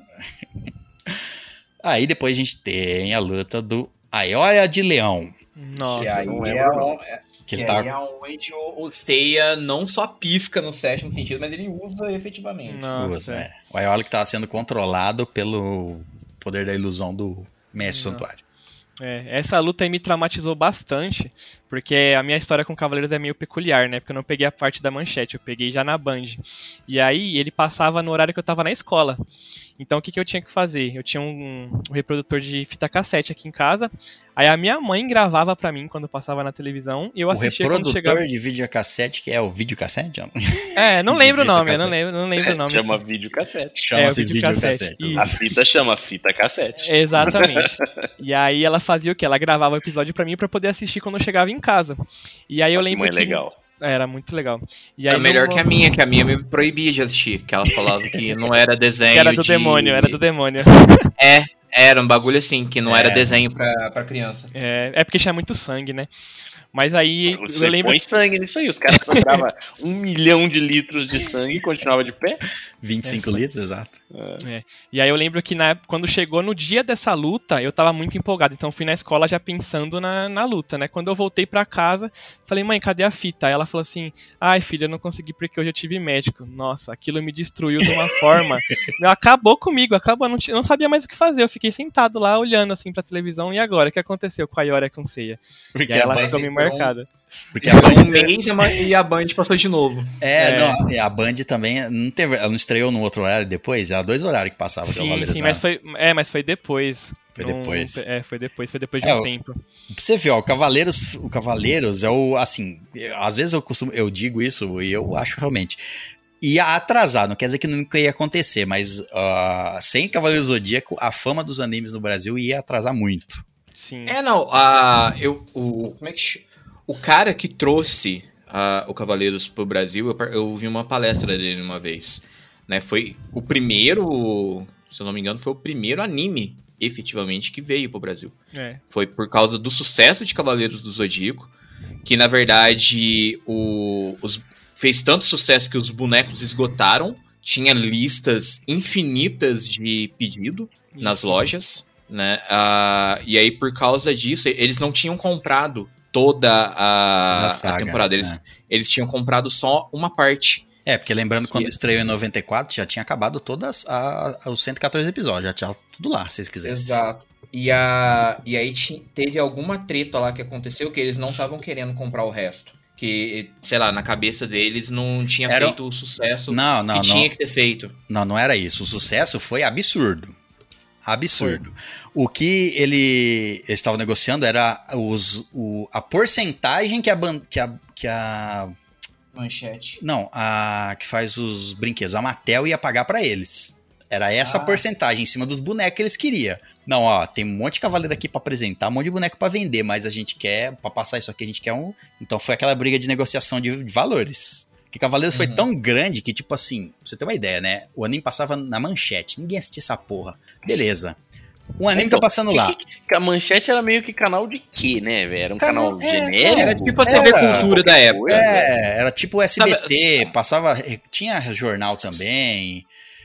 Aí depois a gente tem a luta do Aioria de Leão.
pronto. Nossa.
Que aí
não
é,
lembro,
on-
Que
que
ele tá
aí é onde o, o Seiya não só pisca no sétimo sentido, mas ele usa efetivamente.
Nossa.
usa, é. O Aioria que tava sendo controlado pelo poder da ilusão do Mestre
Não.
Santuário.
É, essa luta aí me traumatizou bastante, porque a minha história com Cavaleiros é meio peculiar, né? Porque eu não peguei a parte da manchete, eu peguei já na Band. E aí ele passava no horário que eu tava na escola. Então o que, que eu tinha que fazer? Eu tinha um, um reprodutor de fita cassete aqui em casa, aí a minha mãe gravava pra mim quando passava na televisão, e eu
O
assistia quando
reprodutor
chegava...
de videocassete, que é o videocassete,
É, não lembro o
fita
nome, eu não
cassete.
lembro, não lembro o nome.
Chama videocassete.
chama-se
É, o videocassete.
videocassete.
Isso.
A fita chama fita cassete.
Exatamente. E aí ela fazia o quê? Ela gravava o episódio pra mim pra poder assistir quando eu chegava em casa. E aí eu lembro
Mãe
que...
legal.
É, era muito legal. E aí
É melhor
no-
que a minha, que a minha me proibia de assistir, que ela falava que não era desenho
Que era do
de...
demônio, era do demônio.
É, era um bagulho assim, que não
É.
era desenho pra, pra criança.
É, é porque tinha muito sangue, né? Mas aí
Você
eu lembro.
põe sangue nisso aí. Os caras sangravam um milhão de litros de sangue e continuava de pé.
vinte e cinco litros, exato.
É. E aí eu lembro que na, quando chegou no dia dessa luta, eu tava muito empolgado. Então eu fui na escola já pensando na, na luta, né? Quando eu voltei pra casa, falei, mãe, cadê a fita? Aí ela falou assim: ai, filha, eu não consegui porque hoje eu tive médico. Nossa, aquilo me destruiu de uma forma. Meu, acabou comigo, acabou. Eu não, ti- eu não sabia mais o que fazer. Eu fiquei sentado lá olhando assim pra televisão. E agora? O que aconteceu com a Aioria com Ceia?
Porque
E aí ela
a Band,
ficou me
por um-
marcada.
porque a
Foi
Band,
um mês e a mãe- e a Band passou de novo.
é,
É.
não, a Band também não teve, ela não estreou no outro horário depois, era dois horários que passava
Sim,
Cavaleiros,
sim,
né?
mas foi, é, mas foi depois.
Foi
Não-
depois.
É, foi depois, foi depois de
É,
um
o-
tempo.
Pra você ver, ó, o Cavaleiros, o Cavaleiros é o, assim, eu- às vezes eu costumo, eu digo isso e eu acho realmente, ia atrasar, não quer dizer que nunca ia acontecer, mas ah, sem Cavaleiros do Zodíaco, a fama dos animes no Brasil ia atrasar muito.
Sim.
É, não, a, eu, o, como é que ch- o cara que trouxe a, o Cavaleiros pro Brasil, eu, par- eu vi uma palestra dele uma vez, né, foi o primeiro, se eu não me engano, foi o primeiro anime, efetivamente, que veio pro Brasil.
É.
Foi por causa do sucesso de Cavaleiros do Zodíaco, que na verdade o, os, fez tanto sucesso que os bonecos esgotaram, tinha listas infinitas de pedido nas
Isso.
lojas, né? Ah, e aí, por causa disso, eles não tinham comprado toda a,
Da saga,
a temporada. Eles,
né?
eles tinham comprado só uma parte.
É, porque lembrando
Que-
quando estreou em noventa e quatro, já tinha acabado todas a- os cento e quatorze episódios, já tinha tudo lá, se vocês quisessem.
E, a, e aí ti- teve alguma treta lá que aconteceu que eles não estavam querendo comprar o resto. Que, sei lá, na cabeça deles não tinha
Era-
feito o sucesso
Não, não,
que
não.
tinha que ter feito.
Não, não era isso. O sucesso foi absurdo. Absurdo. O que ele eles estavam negociando era os, o, a porcentagem que a, ban- que a que a
Manchete.
não, a que faz os brinquedos, a Mattel ia pagar pra eles. Era essa
Ah.
porcentagem em cima dos bonecos que eles queriam. Não, ó, tem um monte de cavaleiro aqui pra apresentar, um monte de boneco pra vender, mas a gente quer, pra passar isso aqui, a gente quer um. Então foi aquela briga de negociação de, de valores. Que Cavaleiros foi
Uhum.
tão grande que, tipo assim, pra você ter uma ideia, né? O anime passava na manchete, ninguém assistia essa porra. Beleza. O anime
Então,
tá passando lá.
Que a manchete era meio que canal de quê, né, velho? Era um
Canal-
canal,
é,
genérico?
Era tipo a T V
Era.
Cultura da época.
É, era tipo o S B T,
Sabe-
passava. Tinha jornal também.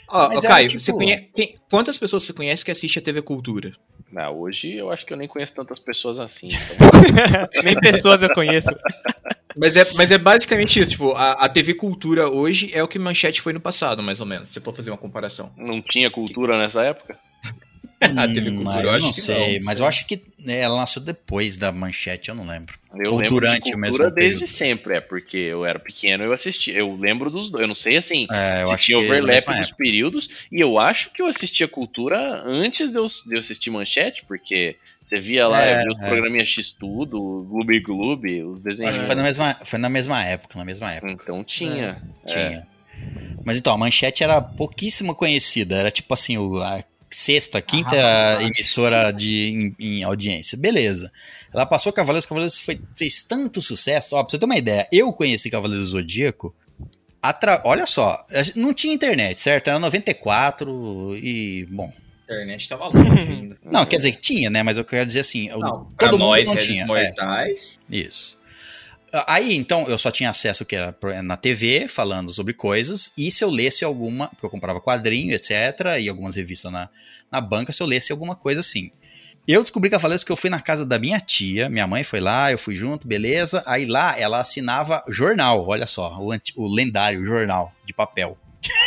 Ó,
Mas
ó,
era,
Caio,
tipo-
você conhece, quem- quantas pessoas você conhece que assiste a T V Cultura?
Ah, hoje eu acho que eu nem conheço tantas pessoas assim. Então...
Nem pessoas eu conheço.
Mas é, mas é basicamente isso, tipo, a, a T V Cultura hoje é o que Manchete foi no passado, mais ou menos, se for fazer uma comparação.
Não tinha cultura nessa época?
A T V
Hum,
Cultura,
eu
eu acho
não
que
sei,
não.
mas eu acho que né, ela nasceu depois da Manchete, eu não lembro.
Eu
Ou
lembro
durante
de
o
cultura
mesmo
desde
período.
sempre, é porque eu era pequeno e eu assisti. Eu lembro dos dois. Eu não sei assim
É, eu
se
acho
tinha
que na
overlap
mesma
dos
época.
períodos. E eu acho que eu assistia cultura antes de eu, de eu assistir Manchete, porque você via lá,
É,
eu via os
é.
programinhas X Tudo, Gloob Gloob, os desenhos.
Acho que foi na mesma, foi na mesma época, na mesma época.
Então tinha. É.
Tinha. Mas então, a Manchete era pouquíssimo conhecida. Era tipo assim, o- a sexta, quinta emissora de, em, em audiência. Beleza. Ela passou Cavaleiros, Cavaleiros foi, fez tanto sucesso. Ó, pra você ter uma ideia, eu conheci Cavaleiros do Zodíaco. Atra... Olha só, não tinha internet, certo? Era noventa e quatro e. Bom.
A internet tava longe ainda.
Não, quer dizer que tinha, né? Mas eu quero dizer assim. o-
Não, pra
todo mundo
nós,
não
Réis
tinha. É.
Mortais.
Isso. Aí, então, eu só tinha acesso que era pro- na T V, falando sobre coisas, e se eu lesse alguma, porque eu comprava quadrinho, etcétera, e algumas revistas na, na banca, se eu lesse alguma coisa assim. Eu descobri Cavaleiros que eu fui na casa da minha tia, minha mãe foi lá, eu fui junto, beleza. Aí lá ela assinava jornal, olha só, o, anti- o lendário jornal de papel.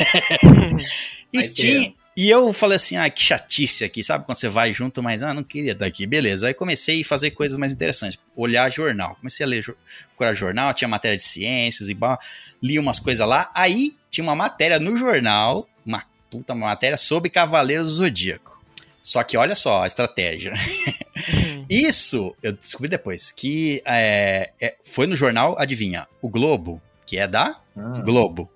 e
Aí
tinha...
tem.
E eu falei assim, ah, que chatice aqui, sabe? Quando você vai junto, mas ah, não queria estar aqui. Beleza, aí comecei a fazer coisas mais interessantes. Olhar jornal. Comecei a ler, jo- procurar jornal, tinha matéria de ciências e bah, li umas coisas lá. Aí tinha uma matéria no jornal, uma puta matéria sobre Cavaleiros do Zodíaco. Só que olha só a estratégia. Isso eu descobri depois, que é, é, foi no jornal, adivinha, o Globo, que é da
Hum.
Globo.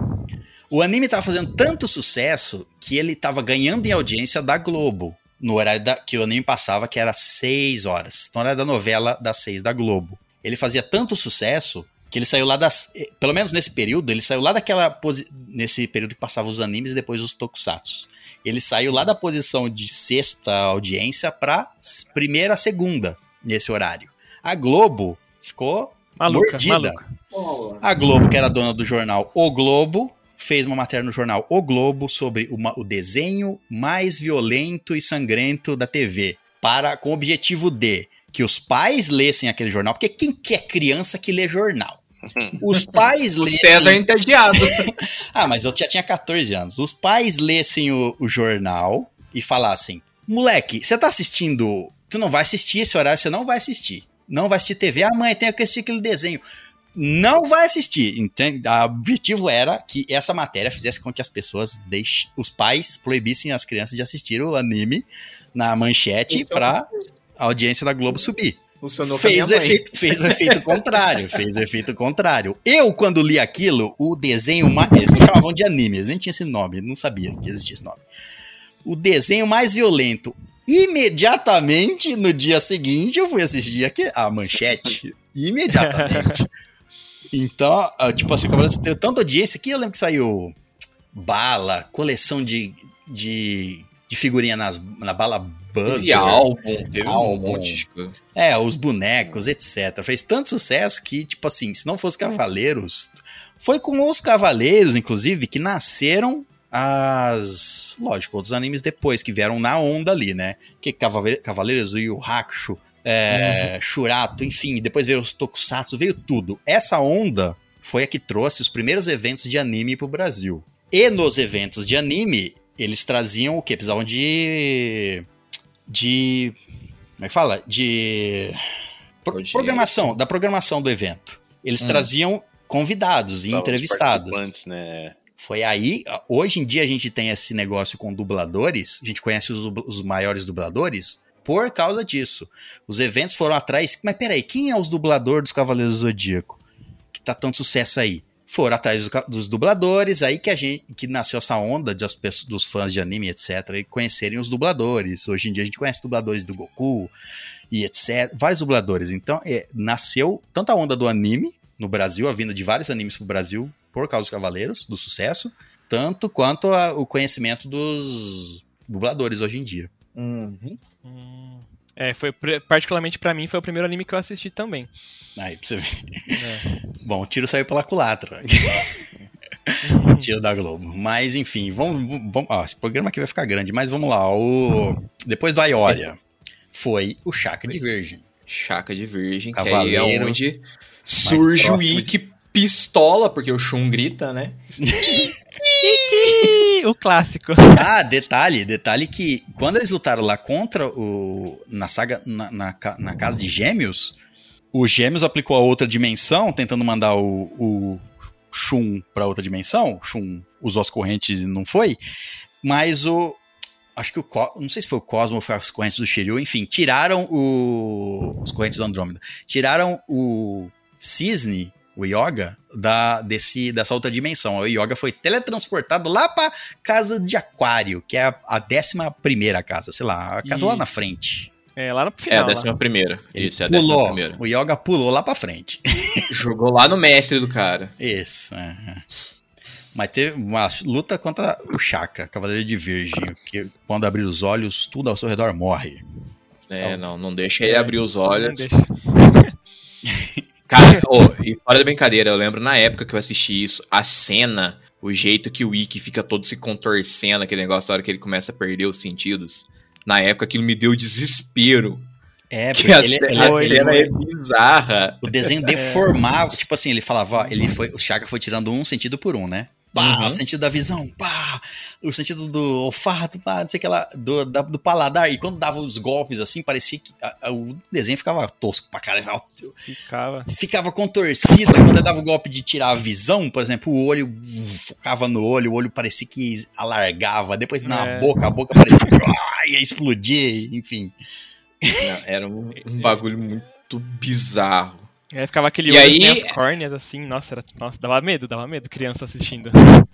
O anime tava fazendo tanto sucesso que ele tava ganhando em audiência da Globo, no horário da, que o anime passava, que era seis horas. No horário da novela das seis da Globo. Ele fazia tanto sucesso que ele saiu lá das... Pelo menos nesse período, ele saiu lá daquela... Posi, nesse período que passava os animes e depois os tokusatsu. Ele saiu lá da posição de sexta audiência pra primeira, segunda, nesse horário. A Globo ficou
Maluca,
mordida.
maluca.
A Globo, que era dona do jornal O Globo, fez uma matéria no jornal O Globo sobre uma, o desenho mais violento e sangrento da T V, para, com o objetivo de que os pais lessem aquele jornal, porque quem quer criança que lê jornal? Os pais
O
lessem...
César é entediado.
Ah, mas eu já tinha catorze anos. Os pais lessem o, o jornal e falassem, moleque, você tá assistindo... Tu não vai assistir esse horário, você não vai assistir. Não vai assistir T V. Ah, mãe, tem que assistir aquele desenho. Não vai assistir, entende? O objetivo era que essa matéria fizesse com que as pessoas deixem, os pais proibissem as crianças de assistir o anime na Manchete
Então,
para a audiência da Globo subir.
Funcionou com a
Fez o,
minha mãe.
efeito, fez o efeito contrário, fez o efeito contrário. Eu, quando li aquilo, o desenho mais... Eles não chamavam de anime, eles nem tinham esse nome, não sabia que existia esse nome. O desenho mais violento. Imediatamente, no dia seguinte, eu fui assistir aqui, a Manchete. Imediatamente. Então, tipo assim, Cavaleiros teve tanta audiência que eu lembro que saiu bala, coleção de, de, de figurinha nas, na bala Buzzer.
Teve álbum, teve
Álbum.
um monte de coisa.
É, os bonecos, etcétera. Fez tanto sucesso que, tipo assim, se não fosse Cavaleiros... Foi com os Cavaleiros, inclusive, que nasceram as... Lógico, outros animes depois, que vieram na onda ali, né? Que Cavale- Cavaleiros, o Yu Hakusho, é, Shurato, enfim, depois veio os Tokusatsu, veio tudo. Essa onda foi a que trouxe os primeiros eventos de anime pro Brasil. E nos eventos de anime, eles traziam o quê? Precisavam de... De... Como é que fala? De... Pro-
Audiência.
programação, da programação do evento. Eles
Hum.
traziam convidados e
Tava os
entrevistados.
participantes, né?
Foi aí, hoje em dia a gente tem esse negócio com dubladores, a gente conhece os, os maiores dubladores por causa disso. Os eventos foram atrás, mas peraí, quem é os dubladores dos Cavaleiros do Zodíaco? Que tá tanto sucesso aí? Foram atrás dos, ca- dos dubladores, aí que a gente, que nasceu essa onda de as pessoas- dos fãs de anime, etcétera, e conhecerem os dubladores. Hoje em dia a gente conhece dubladores do Goku e etcétera. Vários dubladores. Então, é, nasceu tanto a onda do anime no Brasil, a vinda de vários animes pro Brasil por causa dos Cavaleiros, do sucesso, tanto quanto a- o conhecimento dos dubladores hoje em dia.
Uhum.
Hum. É, foi pre- particularmente pra mim foi o primeiro anime que eu assisti também.
Aí, pra você ver.
É.
Bom, o tiro saiu pela culatra. O tiro da Globo. Mas, enfim, vamos. vamos ó, esse programa aqui vai ficar grande, mas vamos lá. O, depois do Aioria, foi o Chaka de Virgem.
Chaka de Virgem,
Cavaleiro,
que aí é onde surge o
próximo
Ikki pistola, porque o Shun grita, né?
O clássico.
Ah, detalhe, detalhe que quando eles lutaram lá contra o. Na saga. Na, na, ca- na casa de Gêmeos, o Gêmeos aplicou a outra dimensão, tentando mandar o, o Shun pra outra dimensão. O Shun usou as correntes e não foi. Mas o. Acho que o. Co- Não sei se foi o Cosmo ou foi as correntes do Shiryu. Enfim, tiraram o. As correntes do Andrômeda. Tiraram o Cisne, o Yoga, da, desse, dessa outra dimensão. O Yoga foi teletransportado lá pra casa de Aquário, que é a, a décima primeira casa, sei lá, a casa
Isso.
lá na frente.
É, lá no
É a
final. lá.
décima primeira.
Ele
Isso, é a décima
pulou,
primeira.
o Yoga pulou lá pra frente.
Jogou lá no mestre do cara.
Isso, é, é. Mas teve uma luta contra o Chaka, Cavaleiro de Virgem, que quando abrir os olhos, tudo ao seu redor morre.
É, não, não deixa ele abrir os olhos.
Não deixa.
Cara, ô, e fora da brincadeira, eu lembro na época que eu assisti isso, a cena, o jeito que o Ikki fica todo se contorcendo, aquele negócio, na hora que ele começa a perder os sentidos. Na época aquilo me deu desespero.
É,
Que
porque
a,
ele,
ce-
ele-
a
ele-
cena é bizarra.
o desenho deformava, tipo assim, ele falava, ó, ele foi, o Chaka foi tirando um sentido por um, né? Pá,
Uhum.
o sentido da visão, pá, o sentido do olfato, pá, não sei o que lá, do, da- do paladar. E quando dava os golpes assim, parecia que a- a- o desenho ficava tosco pra caralho.
Ficava.
Ficava contorcido. Quando ele dava o golpe de tirar a visão, por exemplo, o olho focava no olho, o olho parecia que alargava. Depois na
É.
boca, a boca parecia que ah, ia explodir, enfim.
Não, era um, um bagulho muito bizarro.
Aí ficava aquele
E
olho
aí-
sem as córneas, assim, nossa, era, nossa, dava medo, dava medo, criança assistindo.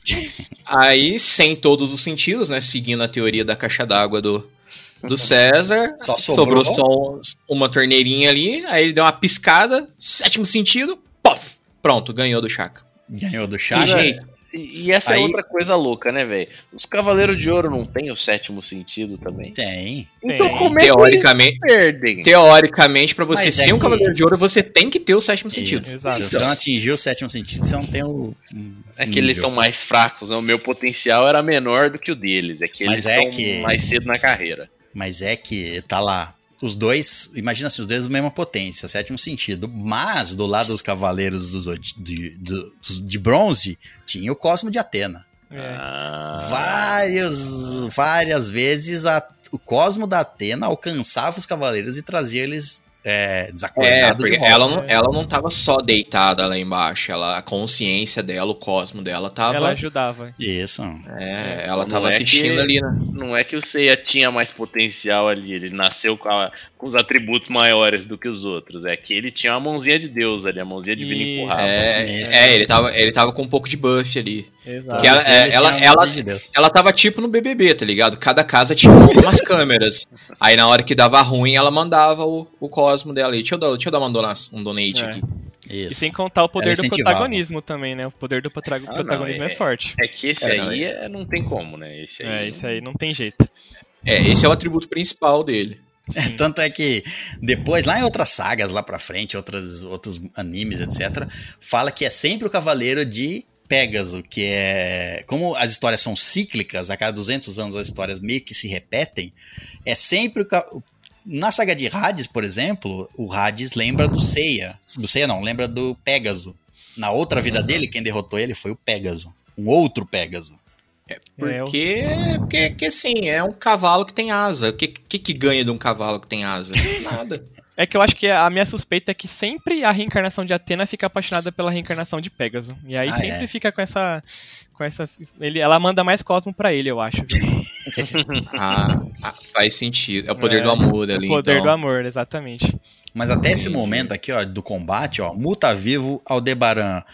Aí, sem todos os sentidos, né? Seguindo a teoria da caixa d'água do, do César,
Só sobrou.
sobrou só uma torneirinha ali, aí ele deu uma piscada, sétimo sentido, pof! Pronto, ganhou do Chaka.
Ganhou do
Que
Chaka.
jeito.
E, e essa
Aí-
é outra coisa louca, né, velho? Os Cavaleiros de Ouro não têm o sétimo sentido também?
Tem.
Então
Tem.
como é que eles
Teoricamente,
perdem?
teoricamente, pra você
Mas é
ser um
que-
Cavaleiro de Ouro, você tem que ter o sétimo sentido.
Isso.
Exato.
Se você não atingir o sétimo sentido, você não tem o. um
É que eles
nível.
são mais fracos, né? O meu potencial era menor do que o deles. É que
Mas
eles
é
estão
que-
mais cedo na carreira.
Mas é que tá lá. Os dois, imagina assim, os dois da mesma potência, sétimo sentido. Mas do lado dos cavaleiros dos, Odi- de, do- dos- de bronze, tinha o Cosmo de Atena.
É.
Ah,
Várias, várias vezes a- o Cosmo da Atena alcançava os cavaleiros e trazia eles é,
É,
desacordados
porque
de volta.
ela não, ela não tava só deitada lá embaixo, ela, a consciência dela, o cosmo dela tava.
Ela ajudava.
Isso.
É, ela
Não
tava
é
assistindo
que-
ali, né?
Não é que o Seiya tinha mais potencial ali, ele nasceu com, a- com os atributos maiores do que os outros. É que ele tinha uma mãozinha de Deus ali, a mãozinha divina
Isso.
empurrava.
É,
isso.
é, ele tava, ele tava com um pouco de buff ali.
Exato.
Que ela-
Todos eles
ela-
tinham a
ela-
mãozinha de Deus.
Ela tava tipo no B B B, tá ligado? Cada casa tinha umas câmeras. Aí na hora que dava ruim, ela mandava o, o cosmo dela aí. Deixa eu dar, deixa eu dar uma dona, um donate
É.
aqui.
E
Isso.
sem contar o poder
Ela
do
incentivava.
protagonismo também, né? O poder do potra-
Ah, não,
protagonismo é,
é-
forte.
É que esse
É, não,
aí é- não tem como, né? Esse aí.
É, isso aí não tem jeito.
É, esse é o atributo principal dele.
É, tanto é que depois, lá em outras sagas, lá pra frente, outras, outros animes, etcétera, fala que é sempre o cavaleiro de Pégaso, que é... Como as histórias são cíclicas, a cada duzentos anos as histórias meio que se repetem, é sempre o... ca- Na saga de Hades, por exemplo, o Hades lembra do Seiya. Do Seiya não, lembra do Pégaso. Na outra vida dele, quem derrotou ele foi o Pégaso. Um outro Pégaso.
É,
Porque, porque, porque assim, é um cavalo que tem asa. O que, que que ganha de um cavalo que tem asa? Nada.
É que eu acho que a minha suspeita é que sempre a reencarnação de Atena fica apaixonada pela reencarnação de Pégaso. E aí
Ah,
sempre
é?
fica com essa. Com essa ele, ela manda mais Cosmo pra ele, eu acho. viu?
Ah, ah, faz sentido. É o poder
É,
do amor ali.
O poder
então.
do amor, exatamente.
Mas até esse momento aqui, ó, do combate, ó, Mu tá vivo, Aldebaran,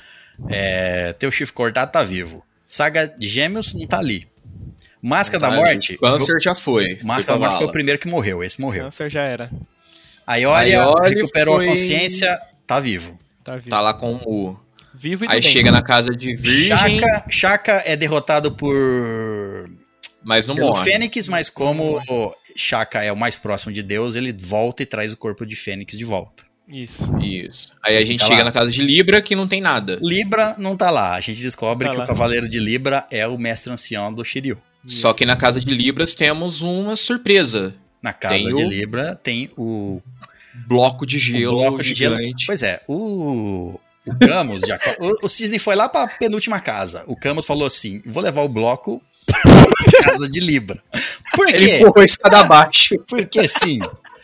é, teu chifre cortado tá vivo. Saga de Gêmeos não tá ali. Máscara da
Ah,
Morte.
o Câncer já foi.
foi- Máscara da Morte foi o
primeiro.
primeiro que morreu, esse morreu.
Câncer já era.
A Ioria
Aioli
recuperou
foi-
a consciência, tá vivo.
Tá vivo.
Tá lá com o Mu.
Vivo e
Aí
doente.
chega na casa de Virgem,
Shaka, Shaka é derrotado por
mas não
pelo
morre.
Fênix, mas como Shaka é o mais próximo de Deus, ele volta e traz o corpo de Fênix de volta.
Isso.
Isso. Aí a gente
Tá
chega
lá.
na casa de Libra, que não tem nada.
Libra não tá lá. A gente descobre
Tá
que
lá.
o Cavaleiro de Libra é o mestre ancião do Shiryu.
Só que na casa de Libras temos uma surpresa.
Na casa
Tem
de
o-
Libra tem o,
Bloco de
o
gelo
bloco de gelo.
gigante.
Pois é, o, o Camus, de Aqua- o, o Cisne foi lá pra penúltima casa. O Camus falou assim: vou levar o bloco pra casa de Libra. Por
Ele
quê?
empurrou a escada abaixo.
Porque sim.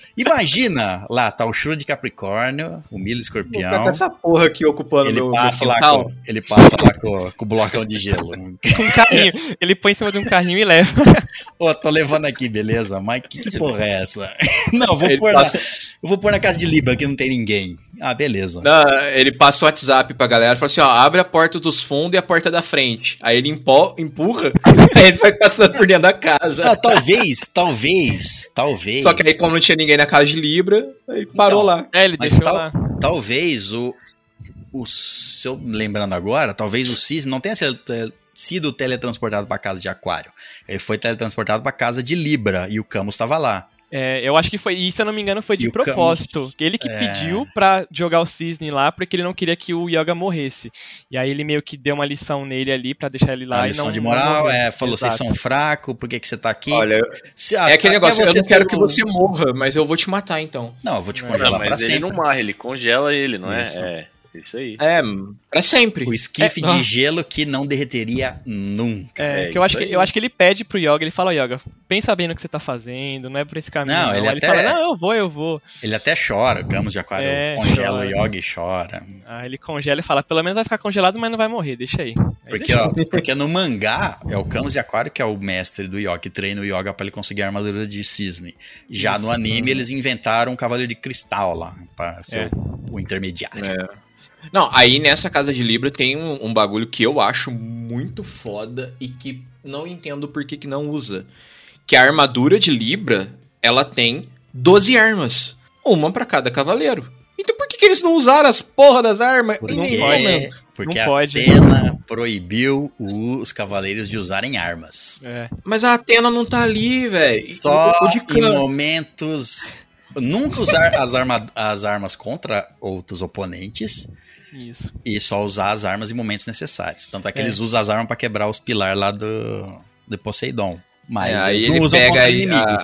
Imagina, lá tá o Shura de Capricórnio, o Milho
Vou
Escorpião.
ficar com essa porra aqui ocupando
Ele
meu,
passa,
meu
lá
quintal.
com, ele passa lá com, com o blocão de gelo.
Com um carrinho. Ele põe em cima de um carrinho e leva.
Ô, tô levando aqui, beleza? Mas que, que porra é essa? Não, vou
Ele
pôr,
passa-
na, eu vou pôr na casa de Libra, que não tem ninguém. Ah, beleza.
Não, ele passa o WhatsApp pra galera e fala assim, ó, abre a porta dos fundos e a porta da frente. Aí ele empo- empurra, aí ele vai passando por dentro da casa.
Ah, talvez, talvez, talvez.
Só que aí, como não tinha ninguém na casa de Libra, aí parou
Então,
lá.
É, ele
Mas
deixou
tal-
lá.
Talvez o, o. Se eu lembrando agora, talvez o Cisne não tenha sido, sido teletransportado pra casa de Aquário. Ele foi teletransportado pra casa de Libra e o Camus tava lá.
É, eu acho que foi, e se eu não me engano, foi
E
de
o Camus-
propósito. Ele que
É.
pediu pra jogar o Cisne lá, porque ele não queria que o Yoga morresse. E aí ele meio que deu uma lição nele ali pra deixar ele lá
A
e
lição
não.
de
não
moral,
morrer.
é, falou, vocês
Exato.
são fracos, por que, que você tá aqui?
Olha,
Se-
é aquele
até
negócio, eu
você
não quero
ter
que
o-
você morra, mas eu vou te matar então.
Não, eu vou te
Não,
congelar
Não,
pra
mas ele
sempre.
não morre, ele congela ele, não
Isso.
é? É, isso aí.
É, pra sempre.
O esquife
É,
de
ah.
gelo que não derreteria nunca.
É,
É,
que eu, acho
isso
que,
aí.
eu acho que ele pede pro Yoga, ele fala, Yoga, pensa bem no que você tá fazendo, não é por esse caminho.
Não,
Não,
ele
Aí ele
até-
fala, não, eu vou, eu vou.
Ele até chora, o Camus de Aquário
É,
congela
chora.
o Yogi e chora.
Aí ele congela e fala, pelo menos vai ficar congelado, mas não vai morrer, deixa aí. Aí
Porque,
deixa.
ó, porque no mangá é o Camus de Aquário que é o mestre do Yoga, que treina o Yoga pra ele conseguir a armadura de cisne. Já no anime eles inventaram um cavaleiro de cristal lá, pra ser
É.
o, o intermediário.
É. Não, aí nessa casa de Libra tem um, um bagulho que eu acho muito foda e que não entendo por que, que não usa. Que a armadura de Libra, ela tem doze armas. Uma pra cada cavaleiro. Então por que, que eles não usaram as porra das armas
Porque,
em
Não
nenhum
pode.
momento?
porque
Não
a
pode.
Atena proibiu os cavaleiros de usarem armas.
É.
Mas a Atena não tá ali, velho.
Só
O de
em
can-
momentos... Nunca usar as, arma- as armas contra outros oponentes
Isso.
e só usar as armas em momentos necessários. Tanto é que
É.
eles usam as armas pra quebrar os pilares lá do, do Poseidon. Mas
É, aí
eles
ele
não usam
pega
contra
aí
inimigos.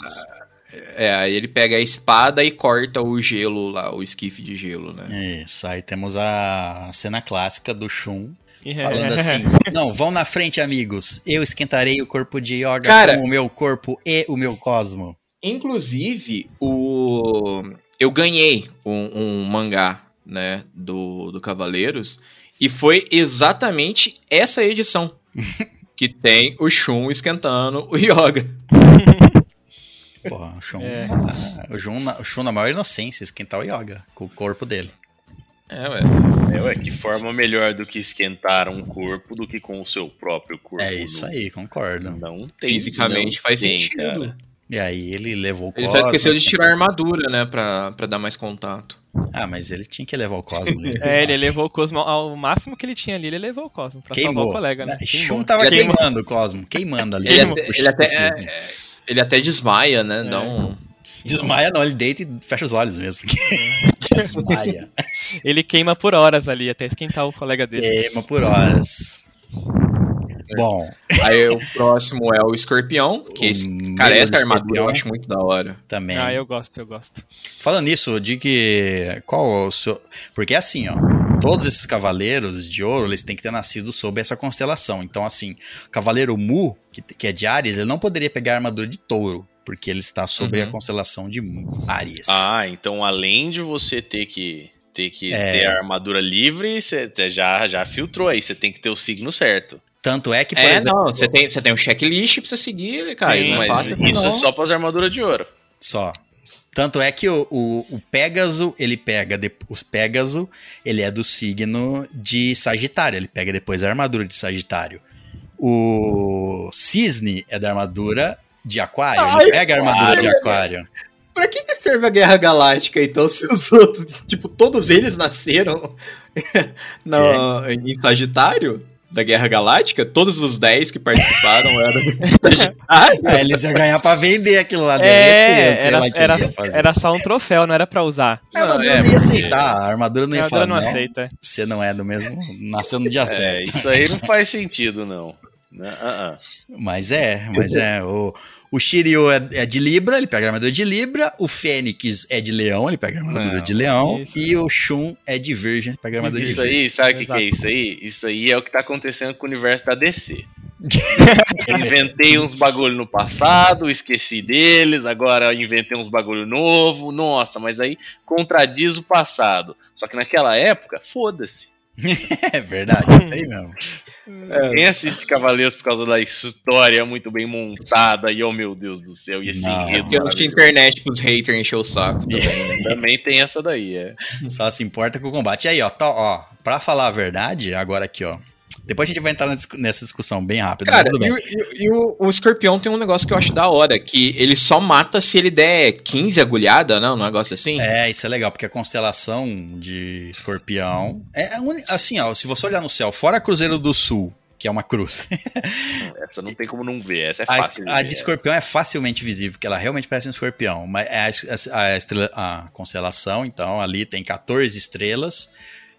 É, aí ele pega a espada e corta o gelo lá, o esquife de gelo, né?
Isso, aí temos a cena clássica do Shun
E-
falando assim: não, vão na frente, amigos. Eu esquentarei o corpo de Yoga
Cara-
com o meu corpo e o meu cosmo.
Inclusive, o... eu ganhei um, um mangá, né, do, do Cavaleiros, e foi exatamente essa edição que tem o Shun esquentando o Yoga.
Porra, o Shun,
É.
ah, o, Shun na, o Shun na maior inocência, esquentar o Yoga com o corpo dele.
É, ué.
É, ué, que forma melhor do que esquentar um corpo do que com o seu próprio corpo.
É isso
nu?
aí, concordo.
Não tem.
Fisicamente
não
faz
tem,
sentido.
cara.
E aí ele levou o
Ele
cosmo.
só esqueceu de tirar a armadura, né, pra, pra dar mais contato.
Ah, mas ele tinha que levar o cosmo. Dele.
É, ele levou o Cosmo ao máximo que ele tinha ali, ele levou o Cosmo pra salvar
Queimou.
o colega, né?
Shun
Queimou.
tava
Queimou.
queimando o cosmo, queimando ali.
Ele
Queimou.
até,
O
ele, até,
cisne.
é, ele até desmaia, né, dá
É.
um...
Desmaia não, ele deita e fecha os olhos mesmo. Desmaia.
Ele queima por horas ali, até esquentar o colega dele.
Queima por horas. Bom,
Aí o próximo é o Escorpião, que
O
esse,
meio
cara,
do
essa armadura
Escorpião.
eu acho muito da hora.
também.
Ah, eu gosto, eu gosto.
Falando nisso, de que. Qual o seu. Porque assim, ó. Todos esses cavaleiros de ouro, eles têm que ter nascido sob essa constelação. Então, assim, o cavaleiro Mu, que, que é de Áries, ele não poderia pegar a armadura de touro, porque ele está sobre
Uhum.
a constelação de Áries.
Ah, então além de você ter que ter que
É.
ter a armadura livre, você já já filtrou aí, você tem que ter o signo certo.
Tanto é que, por
É,
exemplo.
não, você tem, você tem um checklist pra você seguir, cara,
Sim,
não é
Mas
fácil.
isso
não.
é só para as armaduras de ouro.
Só. Tanto é que o, o, o Pégaso, ele pega. De, os Pégaso, ele é do signo de Sagitário. Ele pega depois a armadura de Sagitário. O Cisne é da armadura de Aquário.
Ai,
Ele pega a armadura de
Aquário.
Aquário.
Pra que, que serve a Guerra Galáctica, então, se os outros, tipo, todos eles nasceram no, em Sagitário? da Guerra Galáctica, todos os dez que participaram eram...
É, eles iam ganhar pra vender aquilo lá dentro.
É,
sei
era,
lá o que
era,
eles iam fazer.
era só um troféu, não era pra usar.
A armadura
Não, é,
não ia
porque-
aceitar, a armadura não
A
ia
armadura
falar,
não
não,
aceita.
você não é do mesmo, nasceu no dia
É,
certo.
isso aí não faz sentido, não. Né? Ah, ah.
Mas é, mas é, o, o Shiryu é, é de Libra, ele pega a armadura de Libra, o Fênix é de Leão, ele pega a armadura
Não,
de Leão,
isso.
e o Shun é de Virgem, pega a armadura de
Isso
Virgem.
aí, sabe o que, que é
Exato.
isso aí? Isso aí é o que tá acontecendo com o universo da D C. Eu inventei uns bagulho no passado, esqueci deles, agora inventei uns bagulho novo. Nossa, mas aí contradiz o passado. Só que naquela época, foda-se.
É verdade, é isso aí mesmo.
Quem assiste Cavaleiros por causa da história muito bem montada e, oh meu Deus do céu, e esse
Não.
enredo
Porque não tinha
maravilhoso.
internet pros haters encher o saco.
Também tem essa daí, é.
Só se importa com o combate. E aí, ó, tá, ó, pra falar a verdade, agora aqui, ó. Depois a gente vai entrar na discu- nessa discussão bem rápido. mas
Cara,
tudo
e,
bem.
o, e- e o, o escorpião tem um negócio que eu acho da hora, que ele só mata se ele der quinze agulhada, não? Um negócio assim?
É, isso é legal, porque a constelação de escorpião é a uni- assim, ó, se você olhar no céu, fora Cruzeiro do Sul, que é uma cruz,
Essa não tem como não ver, essa é
a,
fácil
a
de
de
ver.
escorpião é facilmente visível, porque ela realmente parece um escorpião, mas é a, a, estrela- a constelação, então ali tem quatorze estrelas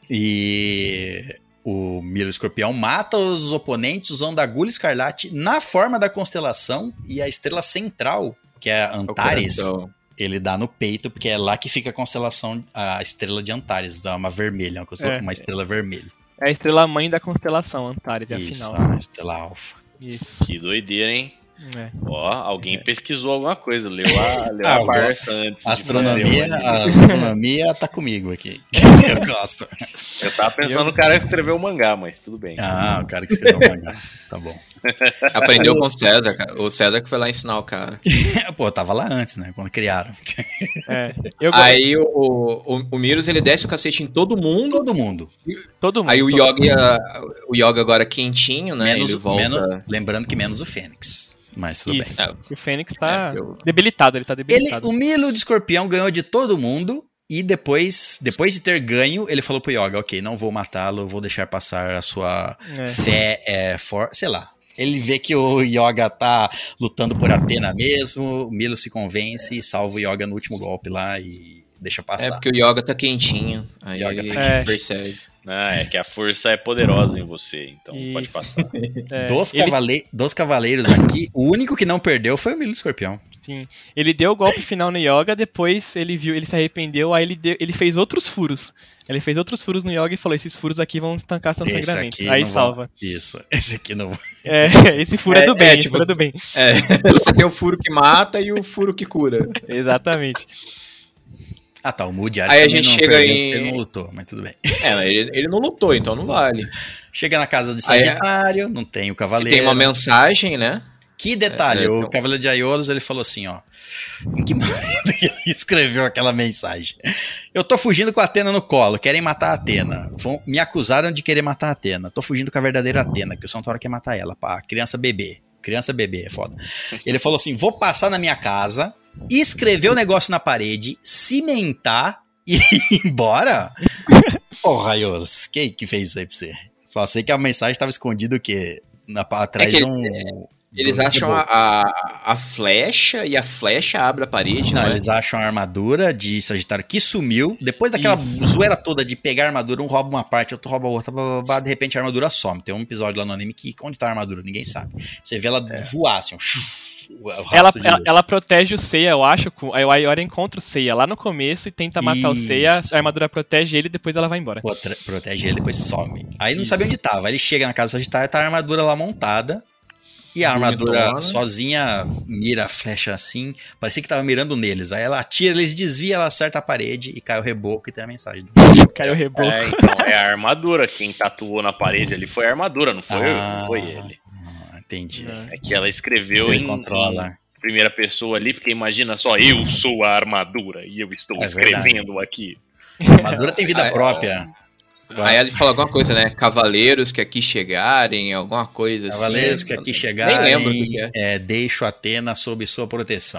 e o Milo Escorpião mata os oponentes usando a agulha escarlate na forma da constelação e a estrela central, que é a Antares,
Então,
ele dá no peito, porque é lá que fica a constelação, a estrela de Antares, dá uma vermelha, uma, constela-
É.
uma estrela vermelha.
É a estrela mãe da constelação, Antares, é a
Isso,
final.
a estrela alfa.
Isso.
Que doideira, hein?
É.
Ó, alguém pesquisou alguma coisa, leu a, leu
Ah,
a
eu
Barça antes. de
Astronomia,
fazer o
a
anime.
astronomia tá comigo aqui. Eu gosto.
Eu tava pensando no cara que escreveu o mangá, mas tudo bem.
Ah, o cara que escreveu o mangá. Tá bom.
aprendeu com o César, cara. O César que foi lá ensinar o cara.
Pô, eu tava lá antes, né? Quando criaram.
É. Eu,
Aí o, o, o Miros, ele desce o cacete em todo mundo.
Todo mundo.
todo mundo.
Aí o
todo
Yoga, o Yoga agora quentinho, né?
Menos,
ele volta...
menos- lembrando que menos o Fênix. Mas tudo
Isso.
bem.
É,
O Fênix tá
É, eu-
debilitado, ele tá
Ele,
debilitado.
o Milo de Escorpião ganhou de todo mundo. E depois, depois de ter ganho, ele falou pro Yoga, ok, não vou matá-lo, vou deixar passar a sua
É.
fé, é, for, sei lá. Ele vê que o Yoga tá lutando por Atena mesmo, o Milo se convence e salva o Yoga no último golpe lá e deixa passar.
É porque o Yoga tá quentinho. Aí
Yoga
ele
tá
quente.
percebe.
Ah, é que a força é poderosa em você, então
Isso.
pode passar.
É,
Dos,
ele,
cavale- dos cavaleiros aqui, o único que não perdeu foi o Milo de Escorpião.
sim, ele deu o golpe final no Yoga, depois ele viu, ele se arrependeu, aí ele, deu, ele fez outros furos. Ele fez outros furos no Yoga e falou: esses furos aqui vão estancar seu
Esse
sangramento.
aqui
Aí
não
salva.
vai- Isso, esse aqui não vai.
É, esse furo é,
É,
do bem,
é,
esse
tipo-
furo é do bem.
É, você tem o furo que mata e o furo que cura.
Exatamente.
Ah tá, o Moody
Aí a
também
gente
não
chega
perdeu,
em-
porque ele não lutou, mas tudo bem.
É, mas ele, ele não lutou, então não vale.
Chega na casa de
Aí é-
Sagitário, não tem o
Que
cavaleiro.
tem uma mensagem, né?
Que detalhe,
É, é,
o
então-
Cavaleiro de Aiolos, ele falou assim, ó. Em que momento que ele escreveu aquela mensagem? Eu tô fugindo com a Atena no colo, querem matar a Atena. Vão, me acusaram de querer matar a Atena. Tô fugindo com a verdadeira Atena, que o São Toro quer matar ela, pá, criança bebê. Criança bebê, é foda. Ele falou assim, vou passar na minha casa, escrever o negócio na parede, cimentar e ir embora? Porra, Aiolos, quem que fez isso aí pra você? Só sei que a mensagem tava escondida o quê? Na, atrás
É que
de um...
Eles
do-
acham a, a, a flecha e a flecha abre a parede,
Não,
não, é?
eles acham a armadura de Sagitário que sumiu. Depois daquela
Isso.
zoeira toda de pegar a armadura, um rouba uma parte, outro rouba a outra, blá, blá, blá, de repente a armadura some. Tem um episódio lá no anime que onde tá a armadura, ninguém sabe. Você vê ela voar assim, um, o rastro
Ela,
de
ela,
luz.
ela protege o Seiya, eu acho. com- Aí o Ayori encontra o Seiya lá no começo e tenta matar o Seiya.
Isso.
A armadura protege ele e depois ela vai embora.
Prote- protege ele, depois some. Aí não
Isso.
sabia onde tava. Aí ele chega na casa do Sagitário, tá a armadura lá montada. E a armadura
Bonitona.
sozinha mira a flecha assim. Parecia que tava mirando neles. Aí ela atira, eles desviam, ela acerta a parede e cai o reboco e tem a mensagem.
Caiu o reboco.
É, então, é a armadura. Quem tatuou na parede ali foi a armadura, não foi eu,
Ah.
não foi ele.
Ah, entendi.
É que ela escreveu
Ele
em,
controla.
em primeira pessoa ali, porque imagina só, eu sou a armadura e eu estou
É
escrevendo aqui.
A armadura tem vida
Ah, é.
própria.
Aí ele fala alguma coisa, né? Cavaleiros que aqui chegarem, alguma coisa
Cavaleiros
assim.
que aqui
Nem
chegarem,
lembro o que que é.
é, deixo Atena sob sua proteção.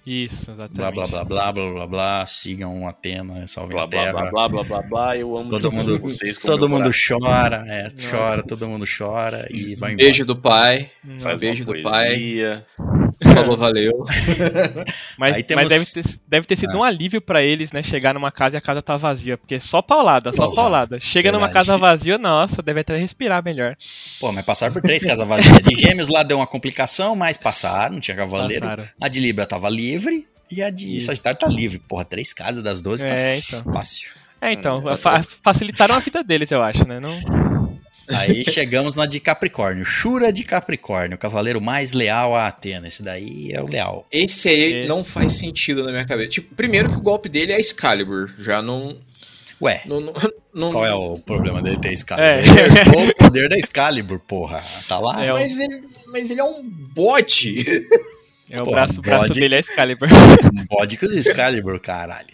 Isso, exatamente.
Blá, blá, blá, blá, blá, blá, blá. Sigam Atena, salvem
Blá,
a
blá,
Terra.
blá, blá, blá, blá, blá. Eu amo
Todo mundo,
vocês com
todo
meu
mundo
coração.
chora, é, chora, todo mundo chora e vai embora.
Beijo do pai.
Faz
Beijo
uma
do pai.
poesia.
Falou, valeu.
Mas,
Aí temos-
mas deve, ter, deve ter sido
Ah.
um alívio pra eles, né? Chegar numa casa e a casa tá vazia. Porque só paulada, só
Porra,
paulada. Chega numa
verdade.
casa vazia, nossa, deve até respirar melhor.
Pô, mas passaram por três casas vazias. De Gêmeos lá deu uma complicação, mas passaram, não tinha cavaleiro.
Passaram.
A de Libra tava livre e a de Sagitário tá livre. Porra, três casas das doze
É,
tá
então.
fácil.
É, então,
Hum,
fa- facilitaram a vida deles, eu acho, né? Não...
Aí chegamos na de Capricórnio. Shura de Capricórnio, o cavaleiro mais leal a Atena. Esse daí é o leal.
Esse aí
Esse.
não faz sentido na minha cabeça. Tipo, primeiro que o golpe dele é Excalibur. Já não.
Ué,
não, não, não-
qual é o problema dele ter Excalibur?
É.
Ele herdou o poder da Excalibur, porra. Tá lá?
É,
Mas ele, mas ele é um bot.
É o
Pô,
braço, o braço
bode-
dele é Excalibur.
Um bode com os Excalibur, caralho.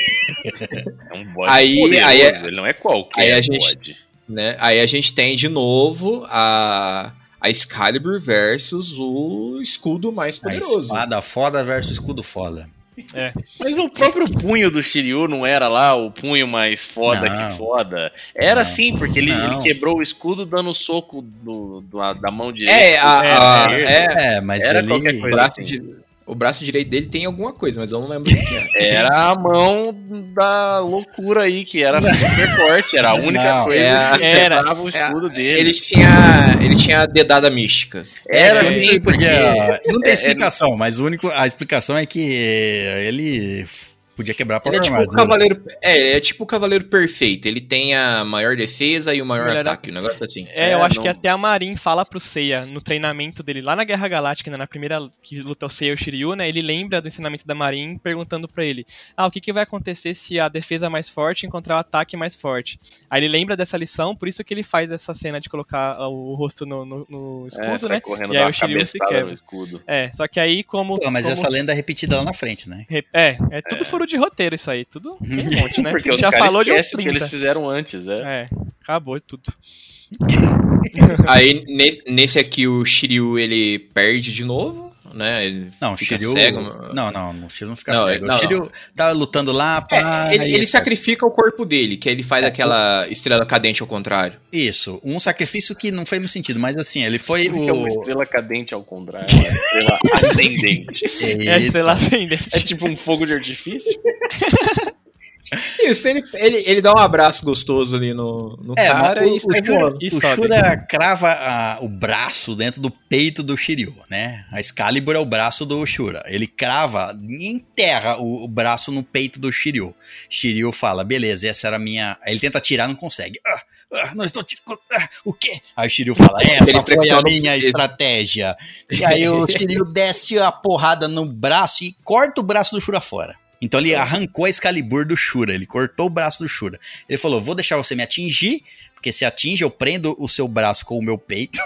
É um bode
Aí-
poderoso,
aí é-
ele não é qualquer
aí a gente-
bode.
Né? Aí a gente tem de novo a, a Excalibur versus o escudo mais
A
poderoso.
espada foda versus escudo foda.
Mas o próprio punho do Shiryu não era lá o punho mais foda
Não.
que foda? Era
Não.
sim, porque ele,
Não.
ele quebrou o escudo dando soco do, do- da mão direita.
É, a, a-
É,
é,
É, mas
Era
ele...
qualquer
o,
coisa.
braço
assim.
de- o braço direito dele tem alguma coisa, mas eu não lembro o que é.
Era a mão da loucura aí, que era super forte. Era a única
Não,
coisa
é-
que
era-
quebrava o escudo dele.
Ele tinha, ele tinha a dedada mística.
Era
É,
assim,
ele
porque...
podia... Não tem
é-
explicação, mas o único... a explicação é que ele podia quebrar a
Ele é
própria
tipo o
armadura.
cavaleiro, é, ele é tipo o cavaleiro perfeito. Ele tem a maior defesa e o maior
Melhor
ataque, um negócio assim.
É,
É,
eu acho
não-
que até a Marin fala pro Seiya, no treinamento dele, lá na Guerra Galáctica, né, na primeira que luta o Seiya e o Shiryu, né, ele lembra do ensinamento da Marin, perguntando pra ele, ah, o que, que vai acontecer se a defesa mais forte encontrar o ataque mais forte? Aí ele lembra dessa lição, por isso que ele faz essa cena de colocar ah, o rosto no, no- no
É,
escudo,
sai
né,
correndo
e aí
da
o Shiryu se
cabeçada no
quebra.
escudo.
É, só que aí como...
Pô, mas
como
essa lenda é repetida lá na frente, né?
Re- É, é tudo furo de roteiro isso aí, tudo tem um monte, né?
Porque os
Já
caras
falou de uns
esquecem o que
trinta.
eles fizeram antes, é.
É, acabou tudo.
Aí ne- nesse aqui o Shiryu ele perde de novo, né? Ele
Não, o
fica
Shiryu...
cego.
Não, não, o Shiryu não fica
Não,
cego.
não,
o Shiryu tá lutando lá
É,
pra...
ele, ele
Isso.
sacrifica o corpo dele, que ele faz aquela estrela cadente ao contrário.
Isso, um sacrifício que não fez muito sentido, mas assim, ele foi
Porque é uma
o...
estrela cadente ao contrário, é uma estrela ascendente.
É,
Isso.
sei lá, ascendente.
É tipo um fogo de artifício?
Isso, ele, ele, ele dá um abraço gostoso ali no, no
É,
cara
mas o,
e sai
o Shura,
voando.
E
o
sobe.
Shura crava a- o braço dentro do peito do Shiryu, né? A Excalibur é o braço do Shura. Ele crava, enterra o, o braço no peito do Shiryu. Shiryu fala, beleza, essa era a minha... Aí ele tenta tirar, não consegue. Ah, ah, não estou tirando... Ah, o quê? Aí o Shiryu fala, essa
Ele
foi a
pressiona o-
minha estratégia. E aí o Shiryu desce a porrada no braço e corta o braço do Shura fora. Então ele arrancou a Excalibur do Shura, ele cortou o braço do Shura. Ele falou, vou deixar você me atingir, porque se atinge eu prendo o seu braço com o meu peito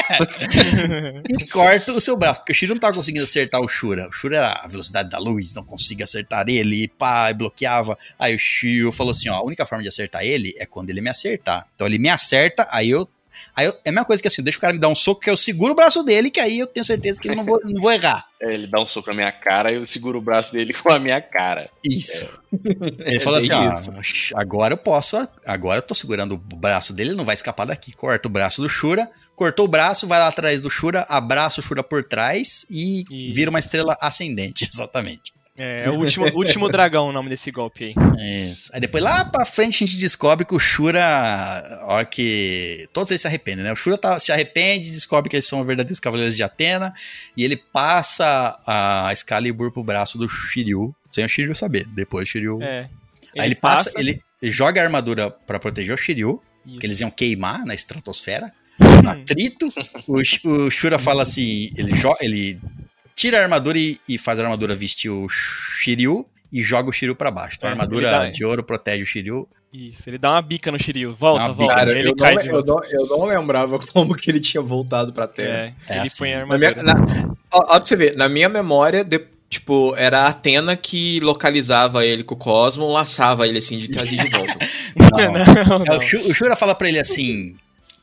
e corto o seu braço, porque o Shiryu não tava conseguindo acertar o Shura. O Shura era a velocidade da luz, não conseguia acertar ele, e pá, e bloqueava. Aí o Shiryu falou assim, ó, a única forma de acertar ele é quando ele me acertar. Então ele me acerta, aí eu... Aí eu, é a mesma coisa que assim, deixa o cara me dar um soco que eu seguro o braço dele, que aí eu tenho certeza que eu não vou, não vou errar.
É, ele dá um soco na minha cara e eu seguro o braço dele com a minha cara.
Isso. Ele
É
falou assim,
bem
ó, agora eu posso, agora eu tô segurando o braço dele, ele não vai escapar daqui. Corta o braço do Shura, cortou o braço, vai lá atrás do Shura, abraça o Shura por trás e
Isso.
vira uma estrela ascendente, exatamente.
É, é o último, último dragão o nome desse golpe aí.
Isso. Aí depois lá pra frente a gente descobre que o Shura, a hora que todos eles se arrependem, né? O Shura tá, se arrepende, descobre que eles são verdadeiros cavaleiros de Atena e ele passa a Excalibur pro braço do Shiryu, sem o Shiryu saber. Depois o Shiryu...
É.
Aí ele passa, ele joga a armadura pra proteger o Shiryu,
Isso.
que eles iam queimar na estratosfera. No atrito, o, Sh- o Shura fala assim, ele, jo- ele tira a armadura e, e faz a armadura vestir o Shiryu e joga o Shiryu pra baixo. Então a
É,
armadura
ele dá-
de ouro protege o Shiryu.
Isso, ele dá uma bica no Shiryu. Volta,
Dá uma
volta.
bica.
Cara,
ele
eu
cai
não,
de
eu,
volta.
não, eu não lembrava como que ele tinha voltado pra Terra.
É,
É
ele
assim.
põe a
Na minha,
armadura.
na, ó, ó, pra você ver, na minha memória, de- tipo, era a Atena que localizava ele com o Cosmo, laçava ele assim de trazer de volta.
Não,
É,
não.
o, Shu- o Shura fala pra ele assim,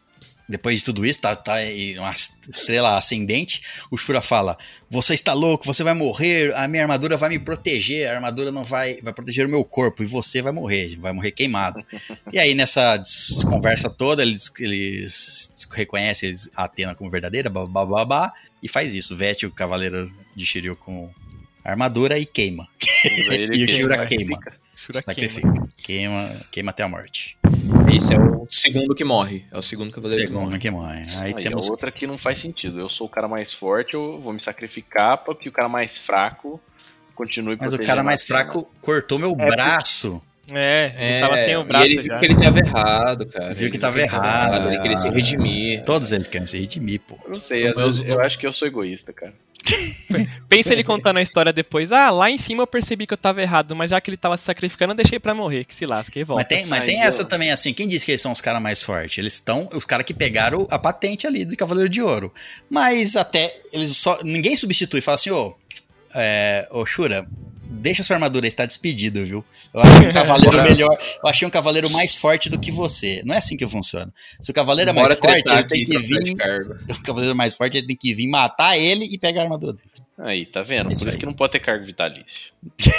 depois de tudo isso, tá, tá uma estrela ascendente, o Shura fala, você está louco, você vai morrer, a minha armadura vai me proteger, a armadura não vai, vai proteger o meu corpo, e você vai morrer, vai morrer queimado. E aí nessa conversa toda, eles, eles reconhecem a Athena como verdadeira, blá, blá, blá, e faz isso, veste o cavaleiro de Shiryu com a armadura e queima. E o Shura queima.
Shura
Sacrifica.
queima.
Queima, queima até a morte.
Esse é o segundo que morre. É o segundo cavaleiro que
Segundo
morre.
que morre. Aí
Aí
temos
a outra que não faz sentido. Eu sou o cara mais forte, eu vou me sacrificar para que o cara mais fraco continue
Mas o
protegendo
cara
a
mais
Athena.
fraco cortou meu
É,
braço.
É, ele
É,
tava sem o
e
braço
ele
já.
viu que ele tava errado, cara.
Viu
Ele
que tava
ele
errado.
Ele queria se redimir.
Todos eles querem se redimir, pô.
Eu não sei, às
Eu-
vezes eu acho que eu sou egoísta, cara.
Pensa ele contando a história depois. Ah, lá em cima eu percebi que eu tava errado, mas já que ele tava se sacrificando, eu deixei pra morrer. Que se lasque, e volta.
Mas tem, mas
Aí
tem
eu-
essa também, assim, quem disse que eles são os caras mais fortes? Eles estão, os caras que pegaram a patente ali do Cavaleiro de Ouro. Mas até, eles só, ninguém substitui, fala assim, ô, é, ô Shura, deixa sua armadura aí, está despedido, viu? Eu achei um cavaleiro
Bora.
melhor, eu achei um cavaleiro mais forte do que você. Não é assim que funciona. Se o cavaleiro é
Bora
mais forte,
tretar
ele tem
aqui,
que
trocar de
vir,
cargo.
o cavaleiro mais forte, ele tem que vir matar ele e pegar a armadura dele.
Aí, tá vendo?
Isso
Por isso
aí.
que não pode ter cargo vitalício.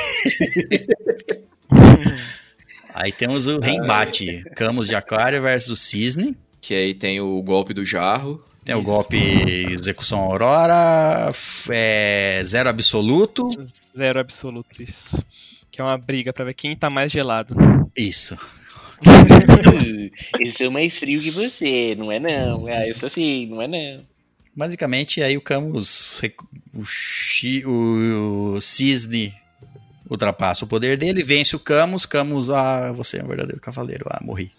Aí temos o reembate, Camus de Aquário versus Cisne.
Que aí tem o golpe do jarro.
Tem o golpe Execução Aurora, f- é, Zero Absoluto.
Zero absoluto, isso. Que é uma briga pra ver quem tá mais gelado.
Isso.
Eu sou mais frio que você, não é não. Ah, eu sou assim, não é não.
Basicamente, aí o Camus, rec- o, Chi- o, o Cisne ultrapassa o poder dele, vence o Camus. Camus, ah, você é um verdadeiro cavaleiro. Ah, morri.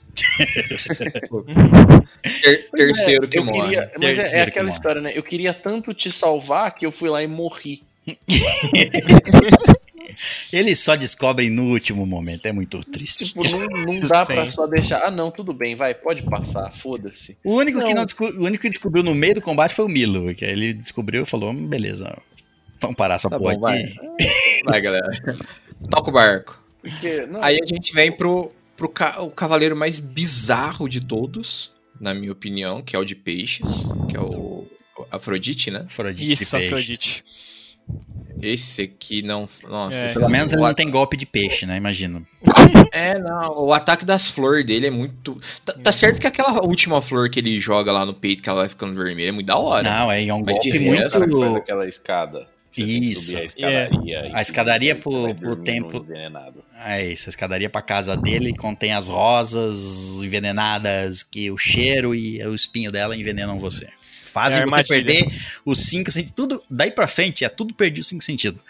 Ter- terceiro que
eu
morre.
queria, mas é- é,
Terceiro que
aquela
morre.
história, né? Eu queria tanto te salvar que eu fui lá e morri.
Eles só descobrem no último momento, é muito triste.
Tipo, não, não dá pra
Sim.
só deixar. Ah, não, tudo bem, vai, pode passar, foda-se.
O único, que
Não.
não desco- o único que descobriu no meio do combate foi o Milo, que aí ele descobriu e falou, "Hum, beleza, vamos parar essa
Tá
porra
bom,
aqui."
Vai, galera. Toca o barco.
Porque, não,
Aí a gente vem pro, pro ca- o cavaleiro mais bizarro de todos, na minha opinião, que é o de peixes, que é o o Afrodite, né?
Afrodite de
Isso,
peixe.
Afrodite.
Esse aqui não. Nossa,
É.
esse
Pelo menos ele
o
não tem golpe de peixe, né? Imagina.
É, não. O ataque das flores dele é muito. Tá, tá certo que aquela última flor que ele joga lá no peito, que ela vai ficando vermelha, é muito da hora.
Não, é, é um
Mas
golpe
de
muito...
resto,
Essa coisa daquela escada. Você tem que
Isso.
subir a escadaria. e
A escadaria
você
pro-
vai
pro
dormindo
tempo-
envenenado.
É isso, a escadaria pra casa dele contém as rosas envenenadas, que o cheiro e o espinho dela envenenam você. Fazem
É
você
armadilha.
perder os cinco sentidos. Tudo, daí pra frente, é tudo perder os cinco sentidos.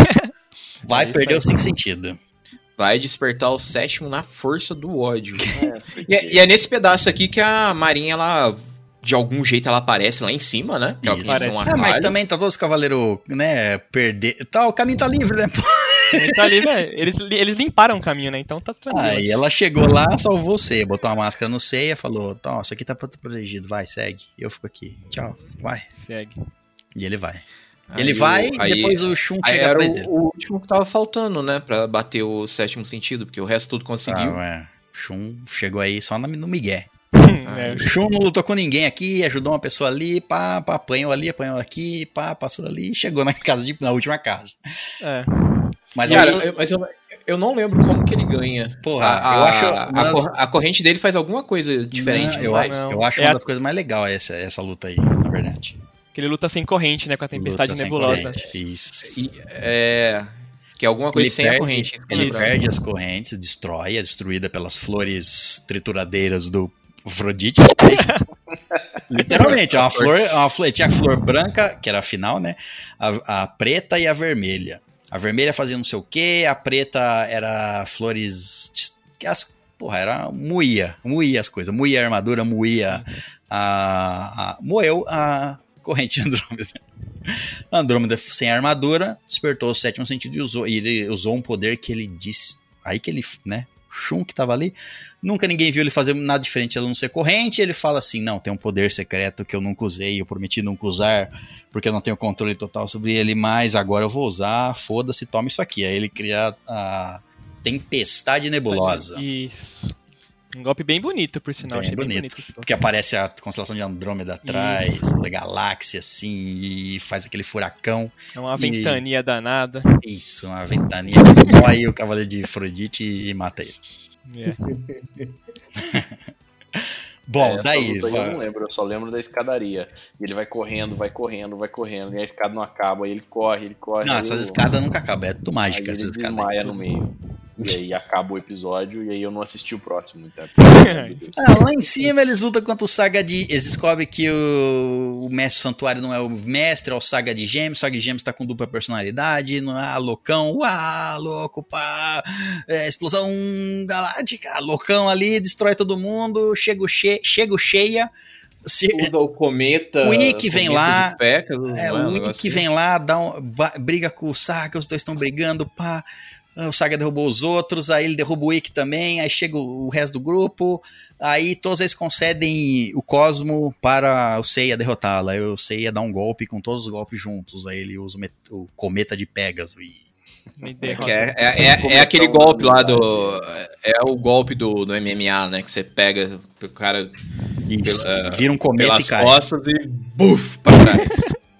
Vai
É isso
perder
aí.
os cinco sentidos.
Vai despertar o sétimo na força do ódio.
É, porque-
E é, e é nesse pedaço aqui que a Marinha, ela. De algum jeito ela aparece lá em cima, né? Que ela
Isso.
precisa de um
Ah, mas
atalho.
também tá todos os cavaleiros, né, perder... Tá, o caminho tá livre, né? pô?
Ele tá ali, velho. Eles, eles limparam o caminho, né? Então tá tranquilo.
Aí ela chegou lá, salvou você, botou uma máscara no ceia, falou, tá, isso aqui tá protegido, vai, segue. Eu fico aqui, tchau, vai.
Segue.
E ele vai.
Aí
Ele
o-
vai,
aí-
depois o Shun
Aí
chega
era
atrás
o,
dele.
o último que tava faltando, né? Pra bater o sétimo sentido, porque o resto tudo conseguiu.
Ah, é. Shun chegou aí só na- no migué.
É,
O Shun não lutou com ninguém aqui, ajudou uma pessoa ali, pá, pá, apanhou ali, apanhou aqui, pá, passou ali e chegou na, casa de, na última casa.
é.
Mas
Cara,
aí,
eu- mas eu, eu não lembro como que ele ganha.
porra,
a,
eu
a-
acho...
a,
nas-
cor- a corrente dele faz alguma coisa diferente,
Não,
não,
eu,
faz?
acho-
Não.
eu acho
É
uma
a-
das coisas mais legais essa, essa luta aí, na verdade.
Que ele luta sem corrente, né? Com a tempestade
Luta sem
nebulosa.
corrente, Isso.
E, é, que é alguma coisa
Ele
sem
perde,
a corrente. isso que eu
ele
lembrava.
perde as correntes, destrói, é destruída pelas flores trituradeiras do Afrodite. Literalmente, é uma flor, é uma flor. Tinha a flor branca, que era a final, né? A, a preta e a vermelha. A vermelha fazia não sei o quê, a preta era flores. Que as, porra, era. Moía, moía as coisas. Moía a armadura, moía a. a moeu a corrente de Andrômeda. Andrômeda sem armadura, despertou o sétimo sentido e usou, e ele usou um poder que ele disse. Aí que ele, né? Shun que tava ali, nunca ninguém viu ele fazer nada diferente a não ser corrente. Ele fala assim: não, tem um poder secreto que eu nunca usei, eu prometi nunca usar, porque eu não tenho controle total sobre ele, mas agora eu vou usar, foda-se, toma isso aqui. Aí ele cria a Tempestade Nebulosa.
Isso. Um golpe bem bonito, por sinal.
Bem
achei
bonito.
bem bonito esse golpe.
Porque aparece a constelação de Andrômeda atrás, da galáxia, assim, e faz aquele furacão.
É uma
E-
ventania danada.
Isso, uma ventania que mói o Cavaleiro de Afrodite e mata ele.
É.
Bom,
É, essa
daí.
luta aí
vai-
eu não lembro, eu só lembro da escadaria. E ele vai correndo, vai correndo, vai correndo, e a escada não acaba, aí ele corre, ele corre.
Não,
aí
essas
eu-
escadas nunca acabam, é tudo
Aí
mágica
ele
essas escadas.
desmaia no meio. E aí acaba o episódio, e aí eu não assisti o próximo. Então.
Ah, lá em cima eles lutam contra o Saga de. Eles descobrem que o, o Mestre Santuário não é o mestre, é o Saga de Gêmeos. O Saga de Gêmeos tá com dupla personalidade, não é loucão, uá, louco, pá, é, explosão galáctica, loucão ali, destrói todo mundo, chega o, che, chega o Cheia. Se,
Usa o cometa.
O Ikki vem
cometa
lá,
de Pegasus,
é,
não é, um
o
negócio
Ikki
assim?
vem lá, dá um, ba- briga com o Saga, os dois estão brigando, pá. O Saga derrubou os outros, aí ele derruba o Ikki também, aí chega o, o resto do grupo, aí todos eles concedem o Cosmo para o Seiya derrotá-la. Aí o Seiya dá um golpe com todos os golpes juntos, aí ele usa o, met- o cometa de Pegasus e...
Me
É,
derrota.
que é, é, é, é aquele golpe lá do. É o golpe do, do M M A, né? Que você pega o cara
Isso,
Pela-
vira um cometa e
pelas
cai.
costas e buf, pra trás.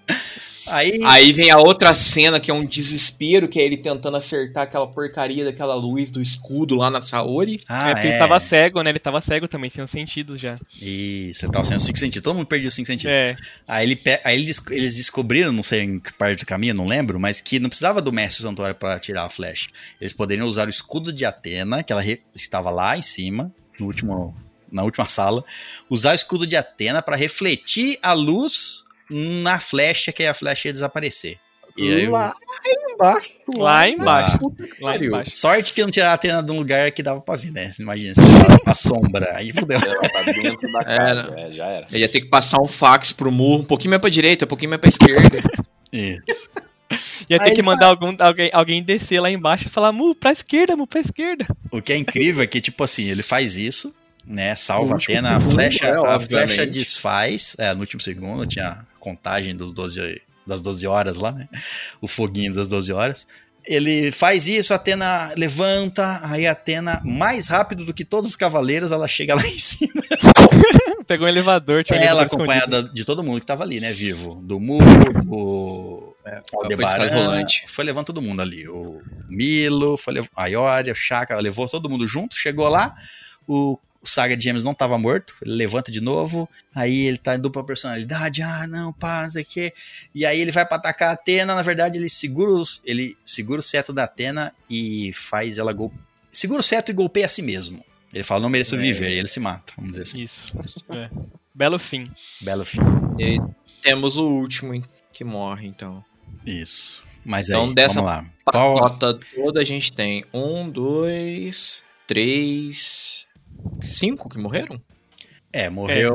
Aí,
Aí vem a outra cena que é um desespero, que é ele tentando acertar aquela porcaria daquela luz do escudo lá na Saori.
ah,
é porque ele tava cego, né? Ele tava cego também, sem os sentidos já.
Isso, você tava sendo cinco sentidos, todo mundo perdeu os cinco sentidos.
É.
Aí, ele pe- aí eles, eles descobriram, não sei em que parte do caminho, não lembro, mas que não precisava do Mestre Santuário para tirar a flecha. Eles poderiam usar o escudo de Atena, que ela re- estava lá em cima, no último, na última sala, usar o escudo de Atena para refletir a luz na flecha, que aí a flecha ia desaparecer. E aí,
Lá embaixo.
Lá embaixo. Lá
pariu.
embaixo.
sorte que não tiraram a Atena de um lugar que dava pra ver, né? Você imagina, se tava a sombra, aí fudeu.
Ela tá dentro da
É,
casa, é, já era.
Ele ia ter que passar um fax pro murro, um pouquinho mais pra direita, um pouquinho mais pra esquerda.
Isso.
Ia
Aí
ter que
ele
mandar algum, alguém, alguém descer lá embaixo e falar, mu, pra esquerda, mu, pra esquerda.
O que é incrível é que, tipo assim, ele faz isso, né? Salva
No
a
último
Atena, a
segundo,
flecha,
é,
a
obviamente.
flecha desfaz. É, no último segundo tinha a contagem dos doze, das doze horas lá, né? O foguinho das doze horas. Ele faz isso, a Atena levanta, aí a Atena, mais rápido do que todos os cavaleiros, ela chega lá em cima.
Pegou um elevador, tinha um
Ela
elevador escondido.
acompanhada de todo mundo que tava ali, né? Vivo. Do Muro, do
foi
Aldebaran,
de volante.
foi levando todo mundo ali. O Milo, foi lev... a Ioria, o Shaka, ela levou todo mundo junto. Chegou lá, o, o Saga de Gêmeos não tava morto, ele levanta de novo. Aí ele tá em dupla personalidade. Ah, não, pá, não sei o quê. E aí ele vai pra atacar a Atena. Na verdade, ele segura, os, ele segura o cetro da Atena e faz ela golpe. Segura o cetro e golpeia a si mesmo. Ele fala, não mereço viver, e ele se mata, vamos dizer assim.
Isso. É. Belo fim.
Belo fim.
E aí temos o último que morre, então.
Isso. Mas
Então,
aí,
dessa
vamos lá. Qual,
Nota toda a gente tem um, dois, três, cinco que morreram?
é, morreu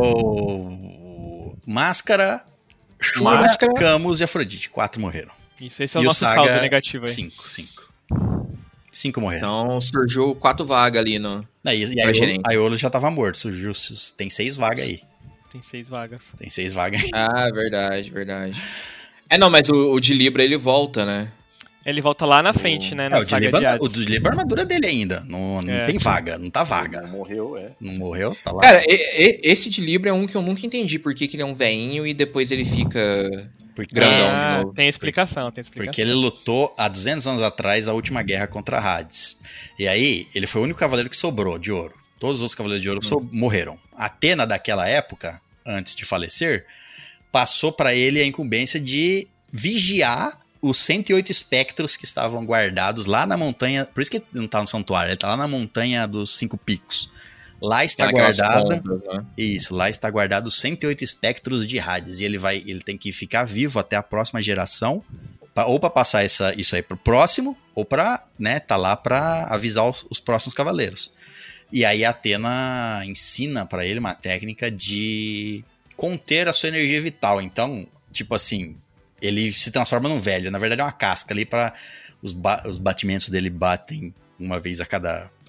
Máscara, Shura,
Máscara.
Camus e Afrodite. Quatro morreram.
Isso, esse é o
E o
nosso
Saga,
saldo negativo aí.
Cinco, cinco. Cinco morreram.
Então surgiu quatro vagas ali no.
Aí, e
pra
aí,
gerente.
a Iolo já tava morto. Surgiu, tem seis vagas aí.
Tem seis vagas.
Tem seis vagas aí.
Ah, verdade, verdade. É, não, mas o, o de Libra ele volta, né?
Ele volta lá na frente, né? Na
É, o de
saga
Libra,
de Hades.
o de Libra é a armadura dele ainda. Não, não
É.
tem vaga, não tá vaga.
Não morreu, é.
Não morreu, tá lá.
Cara, e- e- esse de Libra é um que eu nunca entendi por que que ele é um veinho e depois ele fica.
porque,
grandão de
Ah,
novo.
tem explicação, tem explicação.
porque ele lutou há duzentos anos atrás a última guerra contra Hades. E aí, ele foi o único cavaleiro que sobrou de ouro. Todos os outros cavaleiros de ouro so- morreram. Atena, daquela época, antes de falecer, passou pra ele a incumbência de vigiar os cento e oito espectros que estavam guardados lá na montanha. Por isso que ele não tá no santuário, ele tá lá na montanha dos cinco picos. Lá está
Aquelas
guardada.
pontas, né?
Isso, lá está guardado os cento e oito espectros de Hades. E ele vai, ele tem que ficar vivo até a próxima geração, pra- ou para passar essa, isso aí pro próximo, ou para, né, tá lá para avisar os, os próximos cavaleiros. E aí a Atena ensina para ele uma técnica de conter a sua energia vital. Então, tipo assim, ele se transforma num velho. Na verdade é uma casca ali para os, ba- os batimentos dele batem uma vez a cada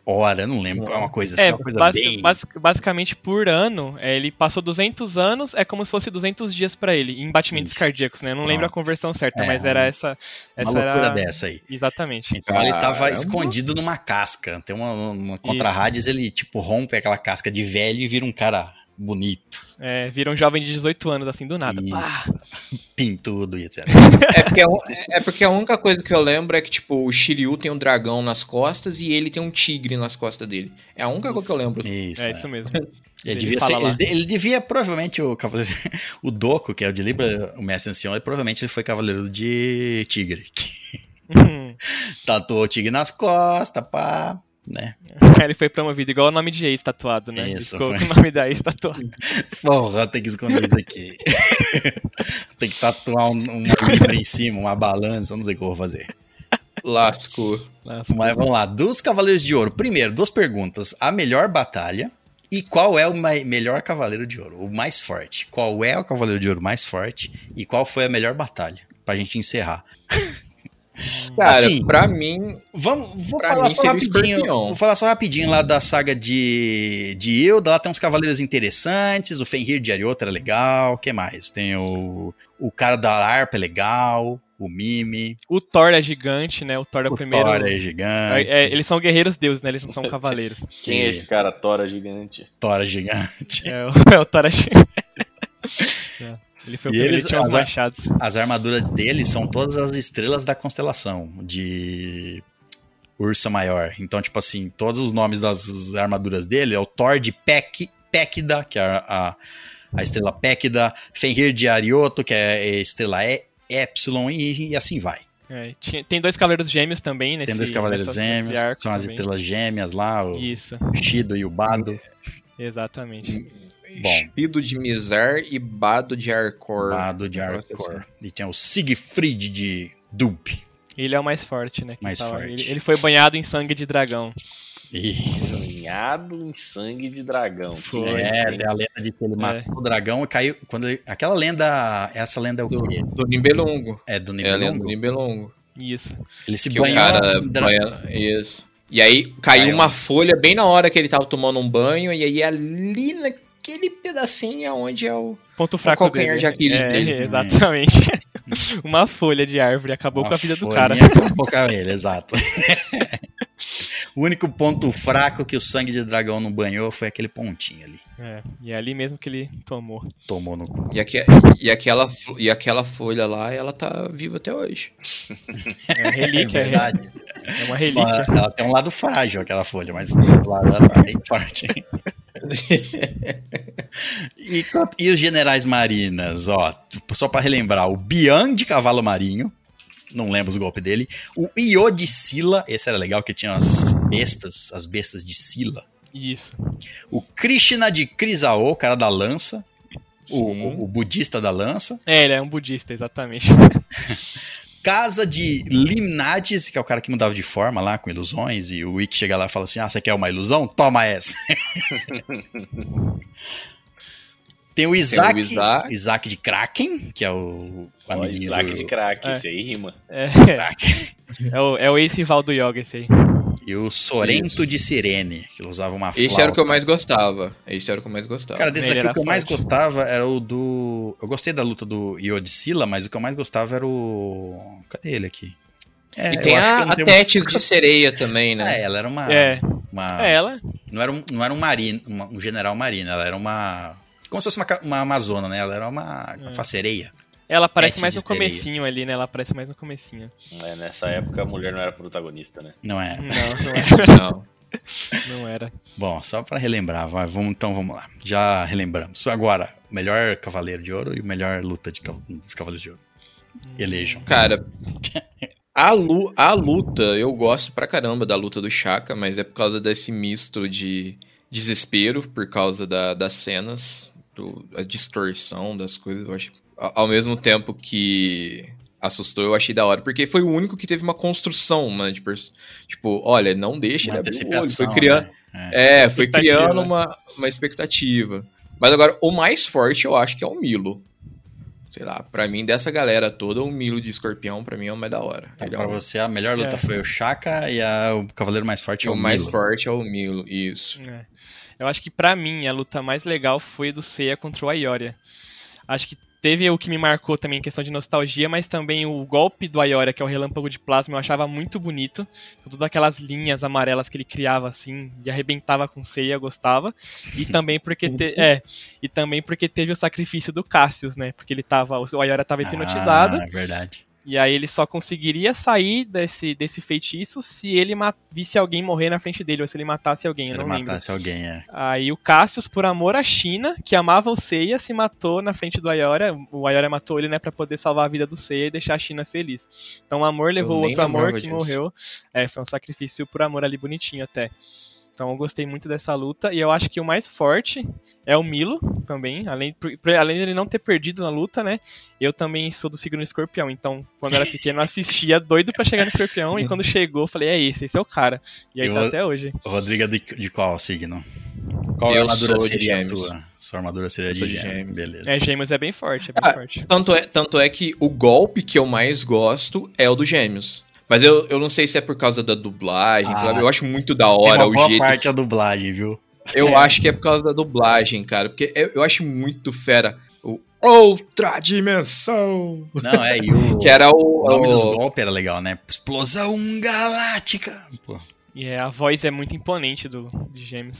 hora, eu não lembro, é uma coisa assim,
É,
uma coisa
basic-
bem...
basic- basicamente por ano, é, ele passou duzentos anos, é como se fosse duzentos dias pra ele, em batimentos
Isso.
cardíacos, né? Eu não lembro a
Pronto.
conversão certa,
É,
mas era essa.
Uma
essa
loucura
era...
dessa aí.
Exatamente.
Então ele tava
Caramba.
escondido numa casca. Tem uma, uma contra
Isso.
Hades, ele tipo rompe aquela casca de velho e vira um cara bonito,
É, vira um jovem de dezoito anos, assim, do nada.
Isso.
Pá!
pintudo e etcétera.
É porque, a un- é porque a única coisa que eu lembro é que, tipo, o Shiryu tem um dragão nas costas e ele tem um tigre nas costas dele. É a única coisa que eu lembro.
Isso.
É
é.
isso mesmo.
Ele,
Ele
devia
fala
ser,
lá.
ele, de- ele devia, provavelmente, o cavaleiro. O Doku, que é o de Libra, o Mestre Ancião, ele, provavelmente ele foi cavaleiro de tigre. Tatuou o tigre nas costas, pá, né?
Ele foi promovido, igual o nome de ex tatuado, né? Ele
Isso,
ficou
foi.
com o nome da ex tatuado.
Porra, tem que esconder isso aqui. Tem que tatuar um- uma libra em cima, uma balança, eu não sei o que eu vou fazer.
Lasco.
Nossa.
Mas vamos lá, dos Cavaleiros de Ouro. Primeiro, duas perguntas. A melhor batalha e qual é o mai- melhor Cavaleiro de Ouro? O mais forte. Qual é o Cavaleiro de Ouro mais forte e qual foi a melhor batalha? Pra gente encerrar.
Cara,
Assim,
pra mim,
Vamos, vou
Pra
falar
mim
só
seria o
rapidinho.
Escorpião.
Vou falar só rapidinho lá da saga de, de Hilda. Lá tem uns cavaleiros interessantes. O Fenrir de Ariota é legal. O que mais? Tem o, o cara da harpa é legal. O Mimi.
O Thor é gigante, né? O Thor é o,
O
primeiro.
Thor é gigante.
É, é, eles são guerreiros deuses, né? Eles não são cavaleiros.
Quem é esse cara, Tora gigante?
Thor é gigante.
É, o, é o Thor é gigante. É, ele foi o
E
primeiro
eles-
que tinha os
as-
machados.
As armaduras deles são todas as estrelas da constelação de Ursa Maior. Então, tipo assim, todos os nomes das armaduras dele é o Thor de Pek, Pekda, que é a, a, a estrela Pekda, Fenrir de Arioto, que é a estrela e, Epsilon, e, e assim vai.
É, tinha- tem dois cavaleiros gêmeos também nesse
Tem dois cavaleiros
nessa-
gêmeos,
nesse arco
que são as
também.
estrelas gêmeas lá, o
Isso,
Shido e o Bado.
exatamente.
Bom.
Espido de Mizar e Bado de Arcor.
Bado de
Negócio
Arcor.
assim.
E tinha o Siegfried de Dub.
Ele é o mais forte, né? que
Mais
tava-
forte.
Ele, ele foi banhado em sangue de dragão.
Isso.
Banhado em sangue de dragão.
Foi.
É, tem a lenda de que ele matou o dragão e caiu. Quando ele- aquela lenda. Essa lenda é o
Do,
quê?
do Nibelungo.
É do
É a lenda do
Nibelungo.
Nibelungo.
Isso.
Ele se
Que o
banhou.
cara
no dra-
banha... Isso. E aí caiu
Caiu.
uma folha bem na hora que ele tava tomando um banho, e aí ali naquele pedacinho é onde é o.
Ponto fraco
calcanhar
dele.
de Aquiles
é,
dele.
Exatamente. Uma folha de árvore acabou
uma
com a vida do
folhinha
cara.
acabou com ele, exato. O único ponto fraco que o sangue de dragão não banhou foi aquele pontinho ali.
É, e é ali mesmo que ele tomou.
Tomou no cu.
E, aque... e, aquela, fo- e aquela folha lá, ela tá viva até hoje.
É relíquia,
É
é,
verdade.
é uma relíquia.
Ela, ela tem um lado frágil, aquela folha, mas do outro lado ela tá bem forte. E, quanto- e os generais marinas, ó, só pra relembrar, o Bian de cavalo marinho, não lembro os golpes dele, o Io de Sila, esse era legal que tinha as bestas, as bestas de Sila,
Isso.
o Krishna de Crisao, o cara da lança, o,
Sim.
o, o budista da lança,
É, ele é um budista, exatamente.
Casa de Limnades, que é o cara que mudava de forma lá, com ilusões, e o Ikki chega lá e fala assim, ah, você quer uma ilusão? Toma essa. Tem o Isaac,
Isaac.
Isaac de Kraken, que é o
Ó,
amiguinho
Isaac
do
de crack,
É.
esse aí rima.
É,
Kraken.
é o, é o ex-rival do Yoga esse aí.
E o Sorento
Isso.
de Sirene, que ele usava uma
Esse
flauta.
era o que eu mais gostava. Esse era o que eu mais gostava.
Cara, desse
Ele
aqui
era
o que eu mais
forte.
gostava era o do... Eu gostei da luta do Io de Sila, mas o que eu mais gostava era o... Cadê ele aqui? É,
e
eu
tem
acho que
a,
eu não
a
tenho-
Tétis de sereia também, né?
É, ela era uma...
É,
uma...
é ela.
Não era um, não era um marino, uma- um general marino, ela era uma... Como se fosse uma, ca- uma amazona, né? Ela era uma, uma
É.
facereia.
Ela aparece
Tétis
mais
de
no
sereia.
comecinho ali, né? Ela aparece mais no comecinho.
É, nessa época a mulher não era protagonista, né?
Não é?
Não, não era.
Não.
Não era.
Bom, só pra relembrar, vai, vamos, então vamos lá. Já relembramos. Agora, o melhor Cavaleiro de Ouro e o melhor luta de, cav- dos Cavaleiros de Ouro. Elejam.
Cara, a, lu a luta, eu gosto pra caramba da luta do Shaka, mas é por causa desse misto de desespero, por causa da- das cenas, do, a distorção das coisas. Eu acho, a- ao mesmo tempo que assustou, eu achei da hora, porque foi o único que teve uma construção, né, de pers- tipo, olha, não deixa
Uma
ele abrir o olho.
antecipação,
Foi criando,
né?
é, foi
Expectativa.
criando uma, uma expectativa. Mas agora, o mais forte eu acho que é o Milo. sei lá, pra mim, dessa galera toda, o Milo de Escorpião, pra mim, é o mais da hora.
Então,
Ele é
pra
um-
você, a melhor luta
É.
foi o Shaka e a- o Cavaleiro mais forte é
o
o
mais
Milo.
forte é o Milo, isso.
É. Eu acho que pra mim a luta mais legal foi a do Seiya contra o Aioria. Acho que teve o que me marcou também em questão de nostalgia, mas também o golpe do Aioria, que é o relâmpago de plasma, eu achava muito bonito. Então, todas aquelas linhas amarelas que ele criava assim e arrebentava com o Seiya, eu gostava. E também porque te- é, e também porque teve o sacrifício do Cassius, né? Porque ele tava, o Aioria tava hipnotizado.
Ah, é verdade.
E aí ele só conseguiria sair desse, desse feitiço se ele ma- visse alguém morrer na frente dele, ou se ele matasse alguém,
Se
eu
ele
não lembro.
matasse alguém, é.
Aí o Cassius, por amor à China, que amava o Seiya, se matou na frente do Aioria. O Aioria matou ele, né, pra poder salvar a vida do Seiya e deixar a China feliz. Então o amor levou o
nem
outro amor
lembrava
que
disso.
morreu. É, foi um sacrifício por amor ali bonitinho até. Então eu gostei muito dessa luta. E eu acho que o mais forte é o Milo também. Além, por- por- além dele não ter perdido na luta, né? Eu também sou do signo Escorpião. Então, quando eu era pequeno, eu assistia doido pra chegar no Escorpião. E quando chegou, eu falei, é esse, esse é o cara. E aí
Eu-
tá até hoje.
O Rodrigo é de, de qual signo? Qual
Eu
armadura
sou de
seria a
Gêmeos.
tua? Sua armadura seria
Eu
de
sou de
gêmeos.
Gêmeos.
Beleza.
É, Gêmeos é bem forte, é bem
Ah,
forte.
Tanto é, tanto é que o golpe que eu mais gosto é o do Gêmeos. Mas eu, eu não sei se é por causa da dublagem,
Ah,
sabe? Eu acho muito da
Tem
hora
uma
o
boa
jeito.
parte a dublagem, viu?
Eu acho que é por causa da dublagem, cara. Porque eu, eu acho muito fera o Outra Dimensão.
Não, é, e o,
Que era o.
o nome dos
o-
golpes era legal, né? Explosão Galáctica. Pô,
E é, a voz é muito imponente do, de Gêmeos.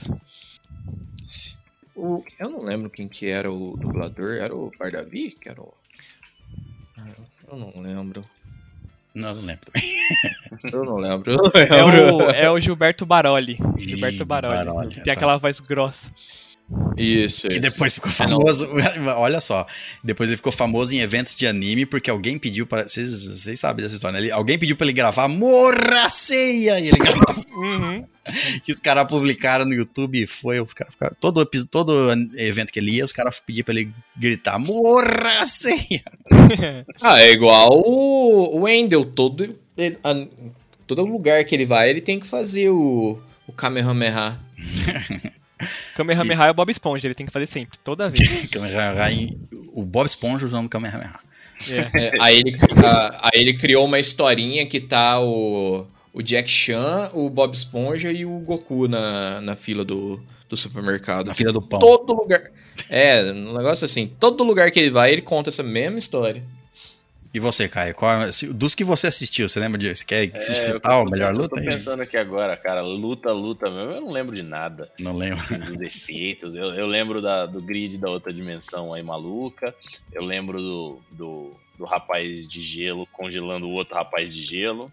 o- eu não lembro quem que era o dublador. Era o Bardavi? Que era o. Eu não lembro.
não, não lembro.
Eu não lembro. Eu não
É
lembro.
o, é o Gilberto Baroli.
Ih,
Gilberto Baroli.
Baroli,
que tem
tá.
aquela voz grossa.
Isso,
E
isso.
depois ficou
É, não.
famoso, olha só, depois ele ficou famoso em eventos de anime porque alguém pediu para vocês, vocês sabem dessa história, né? Ele- alguém pediu pra ele gravar Morra Ceia e ele gravava.
Uhum.
Que os caras publicaram no YouTube e foi, os cara, ficaram- todo, epi- todo evento que ele ia, os caras pediam pra ele gritar Morra Ceia.
Ah, é igual o o Wendel. Todo, ele- a- todo lugar que ele vai, ele tem que fazer o, o Kamehameha.
Kamehameha é o Bob Esponja, ele tem que fazer sempre, toda vez.
Kamehameha, o Bob Esponja usando o Kamehameha.
É.
É, aí, ele, a- aí ele criou uma historinha que tá o, o Jack Chan, o Bob Esponja e o Goku na, na fila do, do supermercado.
Na fila do pão.
Todo lugar. É, um negócio assim. Todo lugar que ele vai, ele conta essa mesma história.
E você, Caio, qual, é- se- dos que você assistiu, você lembra de, você quer
É,
citar
eu
a
tô-
melhor
eu
luta?
tô
aí?
pensando aqui agora, cara, luta, luta mesmo, eu não lembro de nada.
Não lembro.
Assim, dos efeitos. Eu, eu lembro da- do grid da outra dimensão aí maluca. Eu lembro do, do, do rapaz de gelo congelando o outro rapaz de gelo.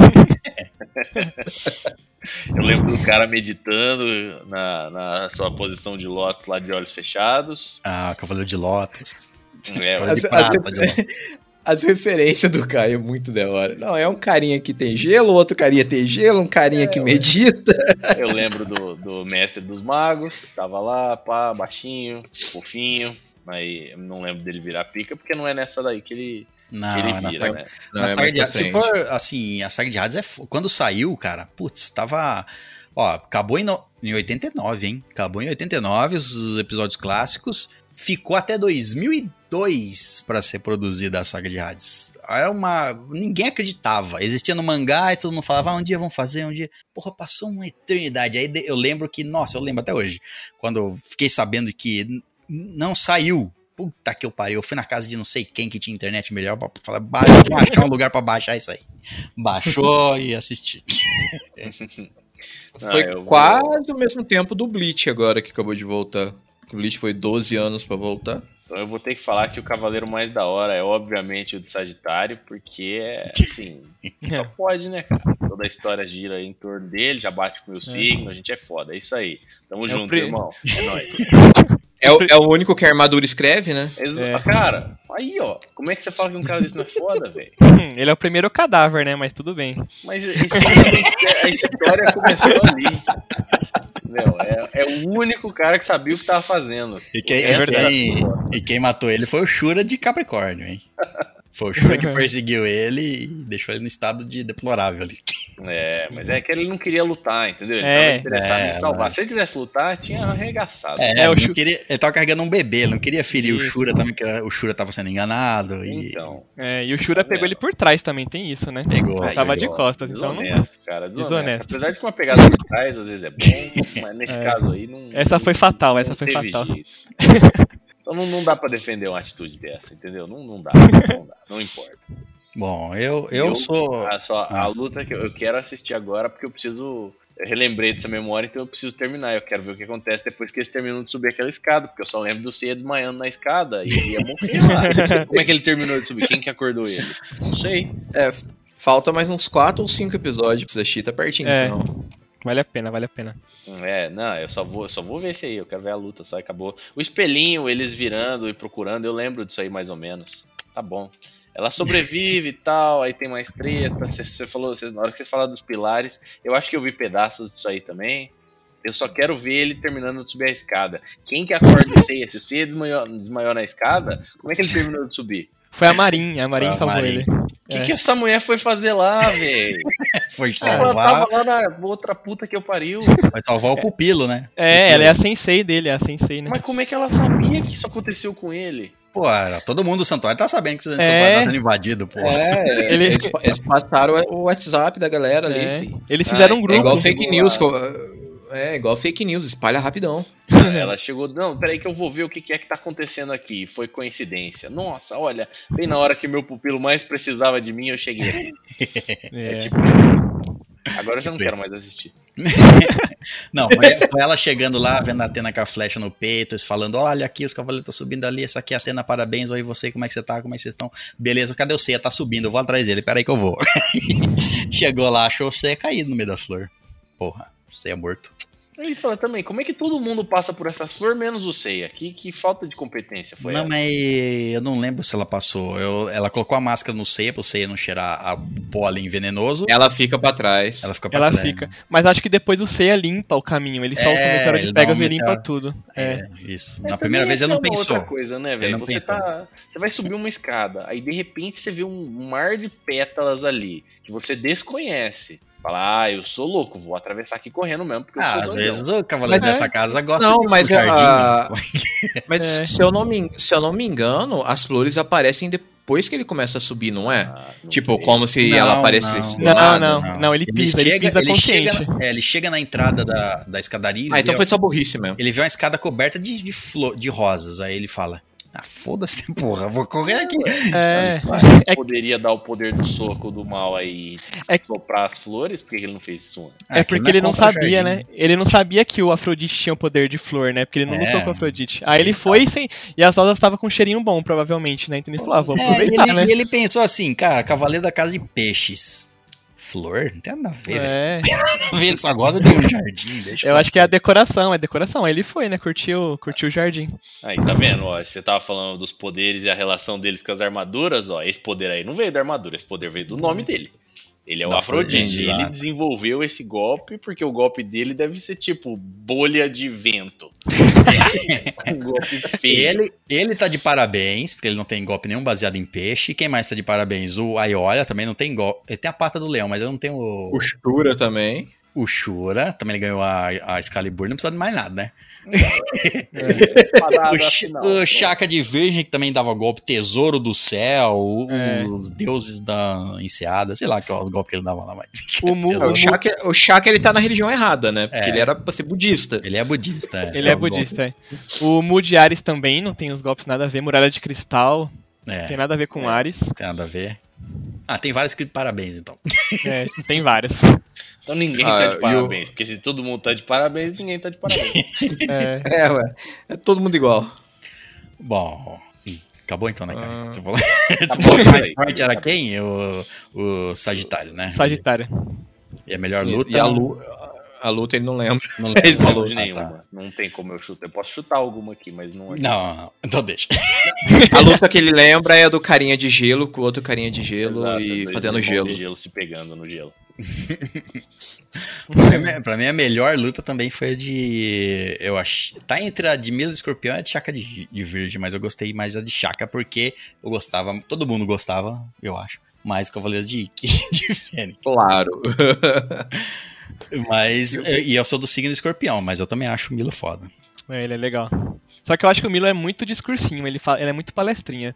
Eu lembro do cara meditando na, na sua posição de lótus lá de olhos fechados.
Ah, Cavaleiro de Lotus.
É,
Cavaleiro de
As- as-
Prata, de Lotus.
As referências do Caio é muito da hora. Não, é um carinha que tem gelo, outro carinha tem gelo, um carinha que medita.
eu lembro do, do mestre dos magos. Tava lá, pá, baixinho, fofinho. Mas eu não lembro dele virar pica, porque não é nessa daí que ele,
Não,
que ele
é na
vira, né?
Não,
Na
é
saga
mais
de
pra
Hades, se
frente.
for, assim, a saga de Hades é. fo- Quando saiu, cara, putz, tava. Ó, acabou em, no- em oitenta e nove, hein? Acabou em oitenta e nove, os episódios clássicos. Ficou até dois mil e dois pra ser produzida a saga de Hades. Era uma. Ninguém acreditava. Existia no mangá e todo mundo falava, ah, um dia vão fazer, um dia. Porra, passou uma eternidade. Aí de- eu lembro que, nossa, eu lembro até hoje. Quando eu fiquei sabendo que n- não saiu. Puta que eu pariu, eu fui na casa de não sei quem que tinha internet melhor pra falar, ba- vou achar um lugar pra baixar isso aí. Baixou e assisti.
Foi
Ah, eu vou-
quase o mesmo tempo do Bleach agora que acabou de voltar. O Bleach foi doze anos pra voltar.
Então eu vou ter que falar que o cavaleiro mais da hora é obviamente o de Sagitário, porque é assim, só pode, né, cara? Toda a história gira em torno dele, já bate com o meu signo, a gente é foda, é isso aí. Tamo
É o
junto,
pri-
irmão. É nóis.
É, o- é o único que a armadura escreve, né?
Exa-
É.
Cara, aí ó, como é que você fala que um cara desse não é foda, velho?
Hum, ele é o primeiro cadáver, né? Mas tudo bem.
Mas isso- a história começou ali. Meu, é, é o único cara que sabia o que tava fazendo.
E quem,
É
e
verdade.
quem- e quem matou ele foi o Shura de Capricórnio, hein? Foi o Shura que perseguiu ele e deixou ele no estado de deplorável ali.
É, mas é que ele não queria lutar, entendeu? Ele
É.
tava interessado
É,
em salvar.
mas-
Se ele quisesse lutar, tinha arregaçado.
É,
É,
ele,
o
não
Shu-
queria, ele tava carregando um bebê, ele não queria ferir o
Isso.
Shura também, que o Shura tava sendo enganado. E
Então.
É, e o Shura
Tá
pegou
vendo?
ele por trás também, tem isso, né?
pegou.
Aí,
Tava
pegou.
de costas, então não.
Desonesto, cara. Desonesto.
Desonesto.
Apesar de que uma pegada por trás às vezes é bom, mas nesse
É.
caso aí não.
Essa foi fatal,
não
essa foi
teve
fatal.
jeito. Então não, não dá pra defender uma atitude dessa, entendeu? Não, não dá, não dá, não importa.
Bom, eu, eu, sou.
A, só, a
Ah.
luta que eu, eu quero assistir agora, porque eu preciso. Eu relembrei dessa memória, então eu preciso terminar. Eu quero ver o que acontece depois que eles terminam de subir aquela escada, porque eu só lembro do Seiya desmaiando na escada e ele ia morrer lá. Como é que ele terminou de subir? Quem que acordou ele? Não sei.
É, falta mais uns quatro ou cinco episódios pra você assistir, tá pertinho
É.
do final.
Vale a pena, vale a pena.
É, não, eu só vou, eu só vou ver esse aí, eu quero ver a luta, só acabou. O espelhinho, eles virando e procurando, eu lembro disso aí mais ou menos. Tá bom. Ela sobrevive e tal, aí tem mais treta. Você, você falou, você, na hora que vocês falaram dos pilares, eu acho que eu vi pedaços disso aí também. Eu só quero ver ele terminando de subir a escada. Quem que acorda o Seiya? Se o Seiya desmaiou, desmaiou na escada, como é que ele terminou de subir?
Foi a Marin, a Marin
Foi a
salvou
Marin.
ele.
O que,
É.
que essa mulher foi fazer lá, velho?
Foi
Ela
salvar,
tava lá na outra puta que eu pariu.
vai salvar o pupilo, né?
É, ela é a sensei dele, é a sensei, né?
Mas como é que ela sabia que isso aconteceu com ele?
Pô, era, todo mundo do santuário tá sabendo que o
É.
santuário tá sendo invadido, pô.
É,
Ele-
eles, eles passaram o WhatsApp da galera ali,
É.
filho.
Eles fizeram um
Ah,
É
grupo.
igual fake
chegou
news.
lá.
co- É, igual fake news, espalha rapidão.
Ela chegou, não, peraí que eu vou ver o que que é que tá acontecendo aqui. Foi coincidência. Nossa, olha, bem na hora que meu pupilo mais precisava de mim, eu cheguei aqui. É,
É.
tipo isso. Agora eu já não quero mais assistir.
Não, foi, foi ela chegando lá, vendo a Atena com a flecha no peito, eles falando, olha aqui, os cavaleiros estão subindo ali, essa aqui é a Atena, parabéns, oi você, como é que você tá, como é que vocês estão? Beleza, cadê o Seiya? Tá subindo, eu vou atrás dele, peraí que eu vou. Chegou lá, achou o Seiya caído no meio das flores. Porra, o Seiya morto.
Ele fala também, como é que todo mundo passa por essas flores menos o Seiya? Que, que falta de competência foi
Não,
essa?
mas eu não lembro se ela passou. Eu, ela colocou a máscara no Seiya, pro Seiya não cheirar a pólen venenoso.
Ela fica pra trás.
Ela fica pra
Ela
trás.
fica. Mas acho que depois o Seiya limpa o caminho. Ele solta
É,
o meteoro
ele
de
dá
Pegasus
um
e limpa
meteoro.
tudo. É.
É, isso.
É,
Na primeira
também
vez ele
essa
não
é uma
pensou.
outra coisa, né,
Ele
velho?
não
Você
pensou.
tá, você vai subir uma escada, aí de repente você vê um mar de pétalas ali que você desconhece. Fala, ah, eu sou louco, vou atravessar aqui correndo mesmo, porque eu
Ah,
sou
às
doidão.
vezes o cavaleiro
Mas
dessa
é-
casa gosta
Não,
de ir pro
mas
jardim.
a- Mas
É.
se, eu não me, se eu não me engano, as flores aparecem depois que ele começa a subir, não é?
Ah, não
Tipo,
sei.
como se
Não,
ela aparecesse
não.
do
Não,
lado.
não, não, ele pisa, ele pisa
ele
consciente.
chega, é, ele chega na entrada da, da escadaria.
Ah, então
ele,
foi só burrice mesmo.
ele vê uma escada coberta de, de, flor, de rosas. Aí ele fala: ah, foda-se, porra, vou correr aqui.
É.
Ele poderia dar o poder do soco do mal aí e
É-
soprar as flores, por que ele não fez isso?
Ah,
É
aqui
porque ele não
contra o
sabia,
jardim.
né? Ele não sabia que o Afrodite tinha o poder de flor, né? Porque ele não
É.
lutou com o Afrodite. Aí ele foi sem... e as rosas estavam com um cheirinho bom, provavelmente, né? Então ele falou, ah, vou
É,
aproveitar,
ele,
né?
e ele pensou assim, cara, cavaleiro da casa de peixes. Flor? Não tem nada a ver, velho.
É,
Ele só gosta de um jardim. Deixa
eu acho que é a decoração, é decoração. Aí ele foi, né? Curtiu, curtiu o jardim.
Aí, tá vendo? Ó, você tava falando dos poderes e a relação deles com as armaduras, ó. Esse poder aí não veio da armadura, esse poder veio do nome dele. Ele é o
Da
Afrodite.
Afrodite,
Ele
exato.
desenvolveu esse golpe porque o golpe dele deve ser tipo bolha de vento. Um golpe feio.
Ele, ele tá de parabéns, porque ele não tem golpe nenhum baseado em peixe. E quem mais tá de parabéns? O Aiolia também não tem golpe. Ele tem a pata do leão, mas ele não tem o,
Costura também.
o Shura. Também ele ganhou a, a Excalibur, não precisa de mais nada, né?
Parada
O, Ch-
final.
o Chaka de Virgem, que também dava golpe, Tesouro do Céu, o-
É.
os deuses da Enseada, sei lá que os golpes que ele dava lá, mas.
O Mu,
É,
o
o
Mu-
Shaka, o Shaka, ele tá na religião errada, né? Porque
É.
ele era pra ser budista.
Ele é budista. É.
ele é budista, é. O Mu de Ares também não tem os golpes nada a ver. Muralha de Cristal,
É,
não tem nada a ver com
É.
Ares.
tem nada a ver. Ah, tem vários escritos parabéns, então.
É, tem vários.
Então ninguém
Ah,
tá
e
de
o-
parabéns. Porque se todo mundo tá de parabéns, ninguém tá de parabéns.
É,
É, ué. É todo mundo igual.
Bom, acabou então, né, cara?
Ah.
Você falou,
Tá
Você
bom,
falou que o mais
aí,
forte
tá
era
bom.
quem? O, o Sagitário, né?
Sagitário.
E a melhor
E-
luta.
E a, lu- a luta ele não lembra.
Não
Ele
lembro.
falou.
de
Ah,
nenhuma.
tá.
Não tem como eu chutar. Eu posso chutar alguma aqui, mas não é.
Não, não, então deixa.
A luta que ele lembra é a do carinha de gelo com o outro carinha de gelo
Exato,
e
dois
fazendo
irmãos
gelo.
de gelo se pegando no gelo.
Pra mim, pra mim, a melhor luta também foi a de. Eu acho. Tá entre a de Milo e Escorpião e a de Chaka de, de Virgem, mas eu gostei mais a de Chaka porque eu gostava. Todo mundo gostava, eu acho. mais Cavaleiros de, de Fênix.
Claro.
Mas, e eu sou do signo Escorpião, mas eu também acho o Milo foda.
É, ele é legal. Só que eu acho que o Milo é muito discursinho, ele, fala, ele é muito palestrinha.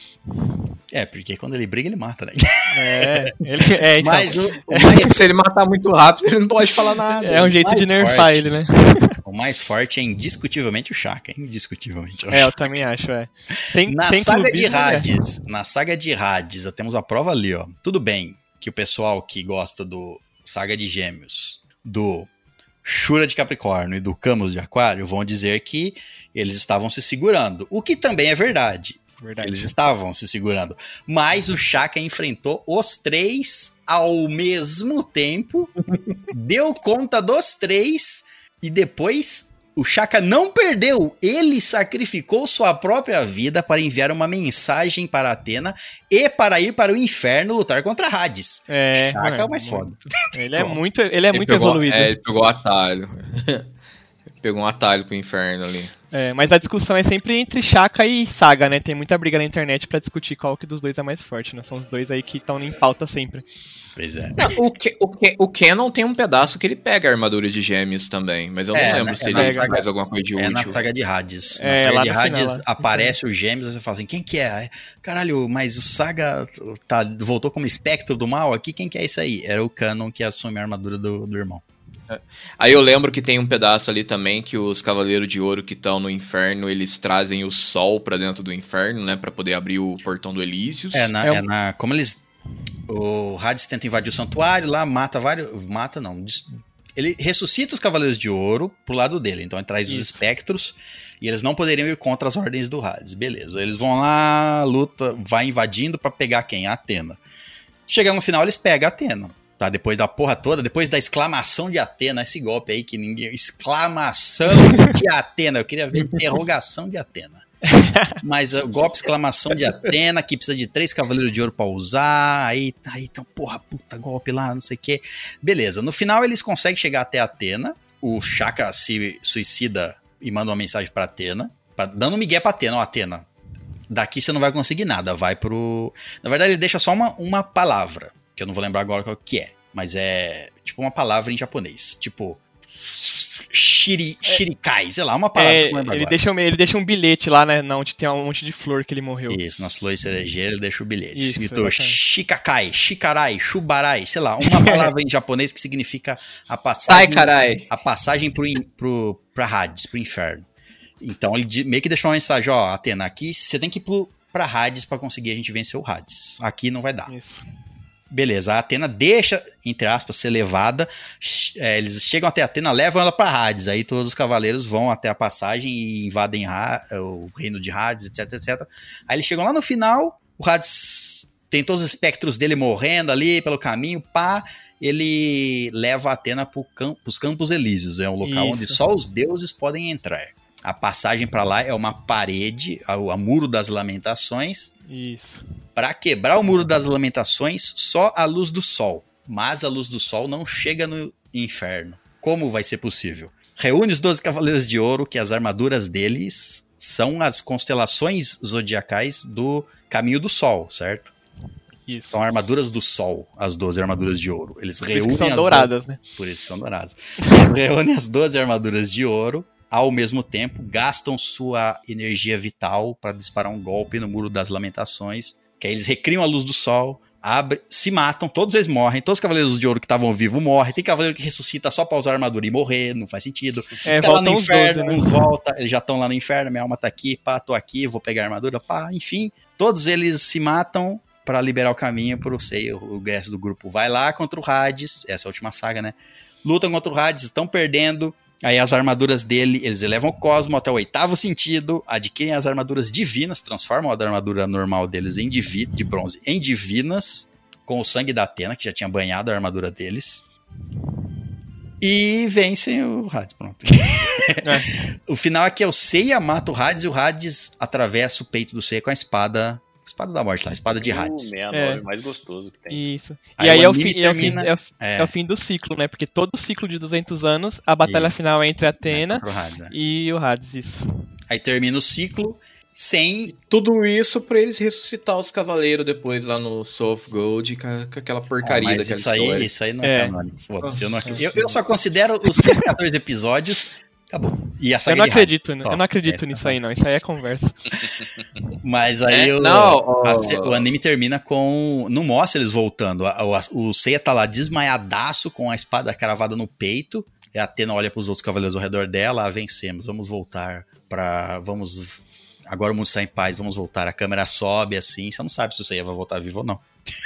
É, porque quando ele briga, ele mata, né?
É, ele, é então,
Mas o, o, mais,
Se ele matar muito rápido, ele não pode falar nada.
é um jeito
mais
de nerfar
forte.
ele, né?
o mais forte é indiscutivelmente o Shaka. Indiscutivelmente.
É, eu também acho, é. Sem,
Na
sem
saga de
clubismo, né?
Hades, na saga de Hades, já temos a prova ali, ó. Tudo bem que o pessoal que gosta do Saga de Gêmeos, do Shura de Capricórnio e do Camus de Aquário vão dizer que eles estavam se segurando. O que também é verdade.
Verdade.
Eles estavam se segurando. Mas o Shaka enfrentou os três ao mesmo tempo, deu conta dos três e depois o Shaka não perdeu. Ele sacrificou sua própria vida para enviar uma mensagem para Atena e para ir para o inferno lutar contra Hades.
É,
o Shaka é o mais
muito.
foda.
Ele é muito, ele é
Ele
muito
pegou-
evoluído.
É, ele pegou o atalho. Pegou um atalho pro inferno ali.
É, mas a discussão é sempre entre Shaka e Saga, né? Tem muita briga na internet pra discutir qual que dos dois é mais forte, né? São os dois aí que estão em pauta sempre.
Pois é.
Não, o, Ke- o, Ke- o Canon tem um pedaço que ele pega a armadura de gêmeos também, mas eu não
É,
lembro
na-
se
é
ele
na saga-
faz alguma coisa de
É na
útil.
saga de Hades. Na
É,
saga
lá
de
no
Hades
final, lá.
aparece os gêmeos e você fala assim, quem que é? Aí, caralho, mas o Saga tá, voltou como espectro do mal aqui, quem que é isso aí? Era o Canon que assume a armadura do, do irmão.
Aí eu lembro que tem um pedaço ali também que os Cavaleiros de Ouro que estão no inferno, eles trazem o sol pra dentro do inferno, né, pra poder abrir o portão do Elísios.
É, na,
É um-
é na- como eles... O Hades tenta invadir o santuário lá, mata vários... Mata não, des- ele ressuscita os Cavaleiros de Ouro pro lado dele, então ele traz os
Isso.
espectros e eles não poderiam ir contra as ordens do Hades, beleza. Eles vão lá, luta, vai invadindo pra pegar quem? A Atena. Chega no final, eles pegam a Atena. Tá, depois da porra toda, depois da exclamação de Atena, esse golpe aí que ninguém... Exclamação de Atena, eu queria ver interrogação de Atena. Mas o golpe, exclamação de Atena, que precisa de três Cavaleiros de Ouro pra usar, aí, aí então, porra, puta, golpe lá, não sei o que. Beleza, no final eles conseguem chegar até Atena, o Shaka se suicida e manda uma mensagem pra Atena, pra, dando um migué pra Atena, ó, Atena, daqui você não vai conseguir nada, vai pro... Na verdade ele deixa só uma, uma palavra, que eu não vou lembrar agora qual que é, mas é tipo uma palavra em japonês, tipo shiri, shirikai, sei lá, uma palavra
É,
que eu não lembro
ele,
agora.
deixa, um- ele deixa um bilhete lá, né? Onde tem um monte de flor que ele morreu.
Isso, nas flores cerejeiras ele deixa o bilhete.
Isso,
Escrito
exatamente.
shikakai, shikarai, shubarai, sei lá, uma palavra em japonês que significa a passagem,
Sai, carai!
a passagem pro, in- pro, pra Hades, pro inferno. Então ele de- meio que deixou uma mensagem, ó, Atena, aqui você tem que ir pro, pra Hades pra conseguir a gente vencer o Hades. Aqui não vai dar.
Isso.
Beleza, a Atena deixa, entre aspas, ser levada. É, eles chegam até a Atena, levam ela pra Hades. Aí todos os cavaleiros vão até a passagem e invadem Ha- o reino de Hades, etc, etcétera. Aí eles chegam lá no final, o Hades tem todos os espectros dele morrendo ali pelo caminho, pá. Ele leva a Atena pro cam- pros Campos Elíseos. É um local
Isso.
onde só os deuses podem entrar. A passagem pra lá é uma parede, a, a Muro das Lamentações.
Isso.
Para quebrar o Muro das Lamentações, só a luz do sol. Mas a luz do sol não chega no inferno. Como vai ser possível? Reúne os doze Cavaleiros de Ouro, que as armaduras deles são as constelações zodiacais do Caminho do Sol, certo?
Isso.
São armaduras do sol, as doze armaduras de ouro. Eles
Por isso
reúnem
que são
as
douradas, né?
Por isso são douradas. Eles reúnem as doze armaduras de ouro, ao mesmo tempo, gastam sua energia vital para disparar um golpe no Muro das Lamentações, que aí eles recriam a luz do sol, abre, se matam, todos eles morrem, todos os Cavaleiros de Ouro que estavam vivos morrem, tem Cavaleiro que ressuscita só pra usar a armadura e morrer, não faz sentido.
É,
Tá lá no
voltam os
inferno,
doze, né?
uns volta, eles já estão lá no inferno, minha alma tá aqui, pá, tô aqui, vou pegar a armadura, pá, enfim, todos eles se matam para liberar o caminho pro Sei, o resto do grupo vai lá contra o Hades, essa é a última saga, né? Lutam contra o Hades, estão perdendo. Aí as armaduras dele, eles elevam o cosmo até o oitavo sentido, adquirem as armaduras divinas, transformam a armadura normal deles em divi- de bronze em divinas, com o sangue da Atena, que já tinha banhado a armadura deles. E vencem o Hades, pronto.
É.
O final é que o Seiya mata o Hades e o Hades atravessa o peito do Seiya com a espada, espada da morte lá, a espada de Hades.
O
É.
meia mais gostoso que tem.
Isso.
Aí
e aí
o
é o,
anime
fim, é, o fim,
termina-
é, o,
É.
é o fim do ciclo, né? Porque todo ciclo de duzentos anos, a batalha
Isso.
final é entre Atena
Contra o Hades, né?
e o Hades, isso.
Aí termina o ciclo, sem...
Tudo isso pra eles ressuscitar os cavaleiros depois lá no Soul of Gold com, com aquela porcaria
Ah, mas
daquela
isso aí,
história.
isso aí não é,
É.
canônico. Foda-se, eu, não ac-
Ah,
eu, eu só considero os cento e quatorze episódios. Acabou. E a
Eu
saga
não
de
acredito,
Hades,
né?
só.
eu não acredito
É,
nisso aí, não. Isso aí é conversa.
Mas aí
É,
o,
não,
a
ó.
se- o anime termina com... Não mostra eles voltando. A- O, o Seiya tá lá desmaiadaço com a espada cravada no peito. E a Atena olha pros outros cavaleiros ao redor dela. Ah, vencemos, vamos voltar pra... Vamos... Agora o mundo está em paz, vamos voltar. A câmera sobe assim. Você não sabe se o Seiya vai voltar vivo ou não.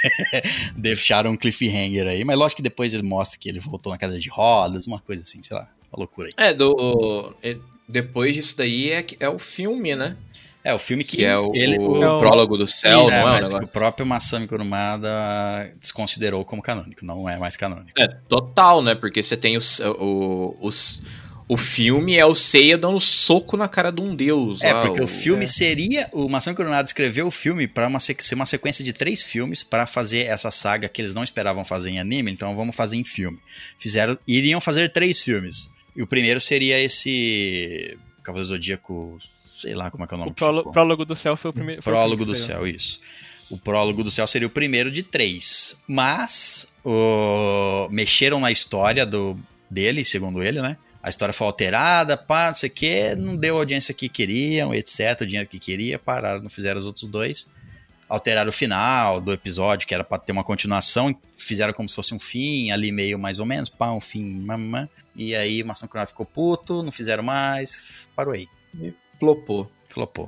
Deixaram um cliffhanger aí. Mas lógico que depois ele mostra que ele voltou na cadeira de rodas. Uma coisa assim, sei lá. Uma loucura aí.
É, do, é, depois disso daí é, que- é o filme, né?
É, o filme que,
Que é o,
ele...
o
É o-
prólogo do céu,
É,
não é o
mas
negócio?
o próprio Masami Kurumada desconsiderou como canônico, não é mais canônico.
É, total, né? Porque você tem os, o, os, o filme é o Seiya dando soco na cara de um deus.
É,
lá,
porque o, filme
é.
seria. O Masami Kurumada escreveu o filme para uma, ser uma sequência de três filmes para fazer essa saga que eles não esperavam fazer em anime, então vamos fazer em filme. Fizeram, iriam fazer três filmes. E o primeiro seria esse. Cavaleiro Zodíaco. Sei lá como é que é o nome
O prólogo,
do
prólogo do céu foi o primeiro. foi o
Prólogo
primeiro
do
que saiu.
Céu, isso. O Prólogo do Céu seria o primeiro de três. Mas o... mexeram na história do... dele, segundo ele, né? A história foi alterada, pá, não sei o quê, não deu a audiência que queriam, etcétera. O dinheiro que queria, pararam, não fizeram os outros dois. Alteraram o final do episódio, que era pra ter uma continuação, fizeram como se fosse um fim, ali meio mais ou menos, pá, um fim, mamã. E aí o Masami Kurumada ficou puto, não fizeram mais, parou aí.
Flopou.
Flopou.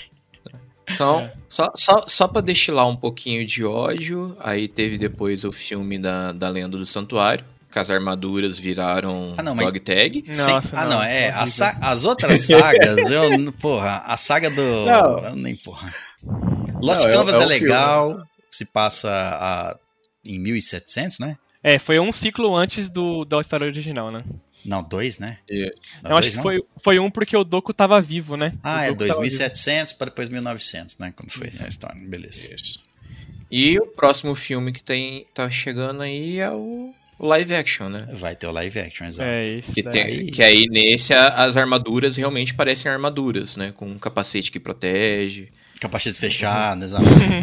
Então,
É.
só, só, só pra destilar um pouquinho de ódio, aí teve depois o filme da, da Lenda do Santuário, que as armaduras viraram
Ah, não, mas-
dog tag.
Nossa,
ah, não,
não,
é.
horrível.
a sa- as outras sagas, eu. Porra, a saga do.
Não.
Eu nem porra. Lost
Não, é o-
Canvas
é
é,
o
legal, se passa a, em mil e setecentos, né?
É, foi um ciclo antes do, da história original, né?
Não, dois, né?
É.
Não,
Eu
dois,
acho que
não?
foi, foi um porque o Doku tava vivo, né?
Ah,
O
é
Doku tava
dois mil e
vivo.
setecentos para depois mil e novecentos, né? Quando foi a história, beleza.
Isso. E o próximo filme que tem, tá chegando aí é o, o live action, né?
Vai ter o live action, exato.
É, isso.
Que,
daí.
tem, que aí nesse a- as armaduras realmente parecem armaduras, né? Com um capacete que protege.
Capacete fechado, exato.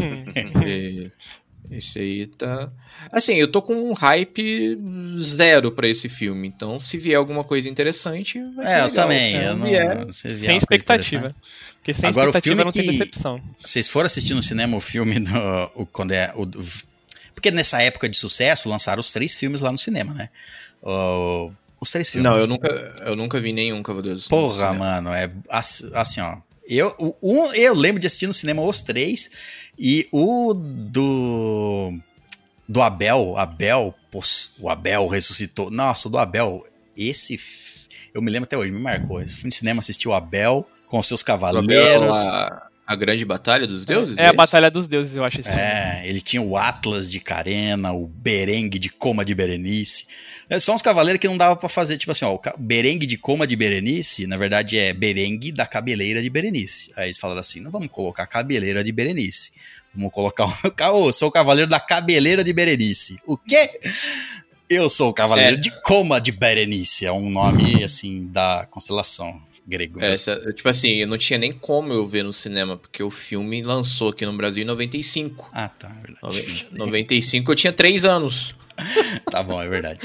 E esse aí tá. Assim, eu tô com um hype zero pra esse filme. Então, se vier alguma coisa interessante, vai ser
É, eu
legal.
também.
Se
Eu
não
não,
vier,
se vier
Sem
uma coisa
expectativa.
interessante.
Porque sem
Agora, o
expectativa
filme
não tem
que-
decepção.
Vocês foram assistir no cinema o filme do. O, quando é, o, do- porque nessa época de sucesso lançaram os três filmes lá no cinema, né? O- os três filmes.
Não, eu nunca, eu nunca vi nenhum Cavaleiros do
Porra,
Cinema.
mano, é ass- assim, ó. Eu, o, um, eu lembro de assistir no cinema os três. E o do. Do Abel. Abel. pos- O Abel ressuscitou. Nossa, o do Abel. Esse. f- Eu me lembro até hoje, me marcou. Eu fui no cinema assistir o Abel com os seus
Do Abel,
cavaleiros.
a, a grande batalha dos deuses?
É a
isso?
Batalha dos Deuses, eu acho esse filme.
É, ele tinha o Atlas de Carena, o Berengue de Coma de Berenice. É só uns cavaleiros que não dava pra fazer, tipo assim, ó, o ca- Berengue de Coma de Berenice, na verdade é Berengue da Cabeleira de Berenice. Aí eles falaram assim, não vamos colocar Cabeleira de Berenice. Vamos colocar o... ca- Ô, eu sou o cavaleiro da Cabeleira de Berenice. O quê? Eu sou o cavaleiro
É.
de Coma de Berenice. É um nome, assim, da constelação grego.
É, essa- tipo assim, eu não tinha nem como eu ver no cinema, porque o filme lançou aqui no Brasil em noventa e cinco.
Ah, tá, é verdade.
Nove- noventa e cinco eu tinha três anos.
Tá bom, é verdade.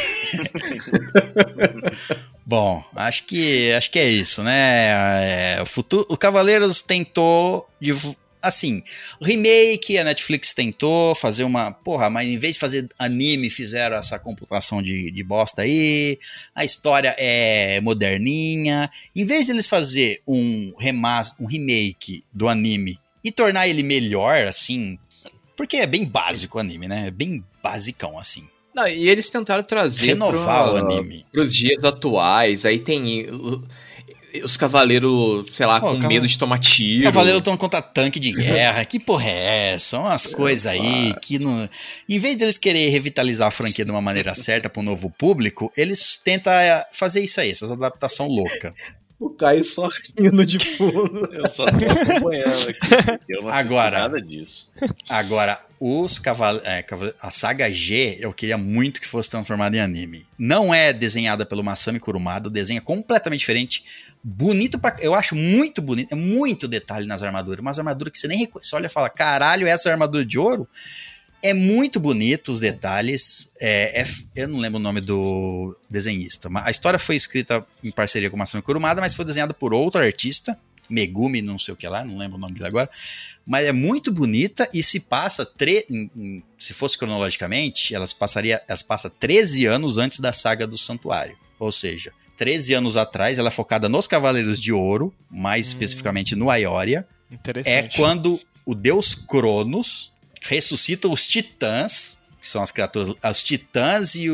Bom, acho que acho que é isso, né? É, o futuro, o Cavaleiros tentou divu- assim, o remake, a Netflix tentou fazer uma, porra, mas em vez de fazer anime, fizeram essa computação de, de bosta aí. A história é moderninha. Em vez de eles fazer um remaster, um remake do anime e tornar ele melhor, assim, porque é bem básico o anime, né? É bem basicão, assim.
Não, e eles tentaram trazer
Renovar
pro-
o anime.
pros dias atuais. Aí tem uh, os cavaleiros, sei lá,
Pô,
com
cava-
medo de tomar tiro.
Cavaleiro lutando contra tanque de guerra. Que porra é essa? São umas coisas aí que não. Em vez deles querer revitalizar a franquia de uma maneira certa para um novo público, eles tentam fazer isso aí, essas adaptação louca.
O Caio só rindo de fundo.
Eu só tô acompanhando aqui. Eu não assisti
Agora,
nada disso.
Agora, os caval é, caval a saga G, eu queria muito que fosse transformada em anime. Não é desenhada pelo Masami Kurumada, o desenho é completamente diferente. Bonito pra... Eu acho muito bonito, é muito detalhe nas armaduras. Umas armaduras que você nem reconhece. Você olha e fala, caralho, essa é a armadura de ouro? É muito bonito os detalhes. É, é, eu não lembro o nome do desenhista. Mas a história foi escrita em parceria com o Masami Kurumada, mas foi desenhada por outro artista, Megumi, não sei o que lá, não lembro o nome dele agora. Mas é muito bonita e se passa, tre... se fosse cronologicamente, elas passaria, elas passam treze anos antes da saga do Santuário. Ou seja, treze anos atrás, ela é focada nos Cavaleiros de Ouro, mais hum. especificamente no Aioria.
Interessante.
É quando o deus Cronos ressuscita os titãs, que são as criaturas, os titãs e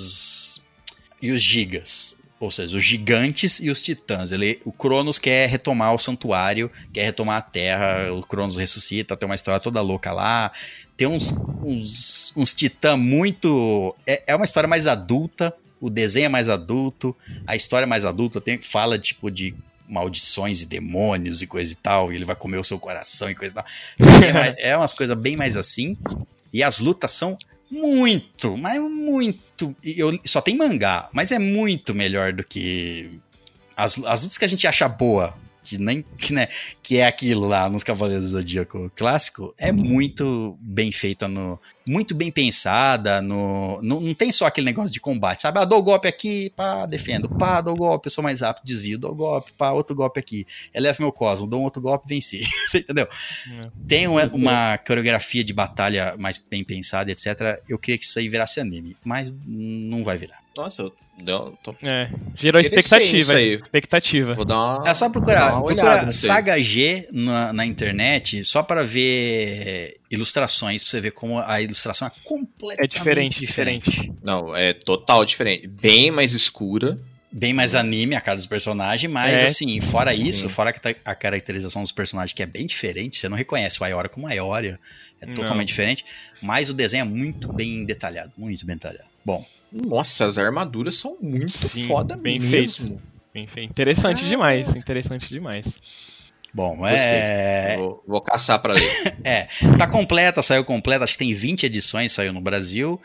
os e os gigas, ou seja, os gigantes e os titãs. Ele, o Cronos quer retomar o santuário, quer retomar a terra, o Cronos ressuscita, tem uma história toda louca lá, tem uns, uns, uns titãs muito... É, é uma história mais adulta, o desenho é mais adulto, a história é mais adulta, tem, fala tipo de maldições e demônios e coisa e tal, e ele vai comer o seu coração e coisa e tal. É, mais, é umas coisas bem mais assim, e as lutas são muito, mas muito, eu, só tem mangá, mas é muito melhor do que as, as lutas que a gente acha boa, que, nem, que, né, que é aquilo lá nos Cavaleiros do Zodíaco clássico, é muito bem feita, no, muito bem pensada, no, no, não tem só aquele negócio de combate, sabe? Ah, dou o golpe aqui, pá, defendo, pá, dou o golpe, eu sou mais rápido, desvio, dou o golpe, pá, outro golpe aqui, elevo meu cosmo, dou um outro golpe, venci, você entendeu? É. Tem uma, uma coreografia de batalha mais bem pensada, etcétera. Eu queria que isso aí virasse anime, mas não vai virar.
Nossa, eu Deu, tô...
É, gerou expectativa. expectativa.
Vou dar uma,
é só procurar, procurar Saga
aí.
G na, na internet só para ver ilustrações, pra você ver como a ilustração é completamente
é diferente,
diferente.
diferente.
Não, é total diferente. Bem mais escura.
Bem mais anime a cara dos personagens, mas
é.
assim, fora isso,
Sim.
fora a caracterização dos personagens que é bem diferente, você não reconhece o Aioria como Aioria, é totalmente não. diferente, mas o desenho é muito bem detalhado, muito bem detalhado. Bom.
Nossa, as armaduras são muito Sim, foda
bem
mesmo.
Feito. Bem feito. Interessante ah. demais, interessante demais.
Bom, é...
Vou, vou caçar pra ler.
é, tá completa, saiu completa, acho que tem vinte edições, saiu no Brasil,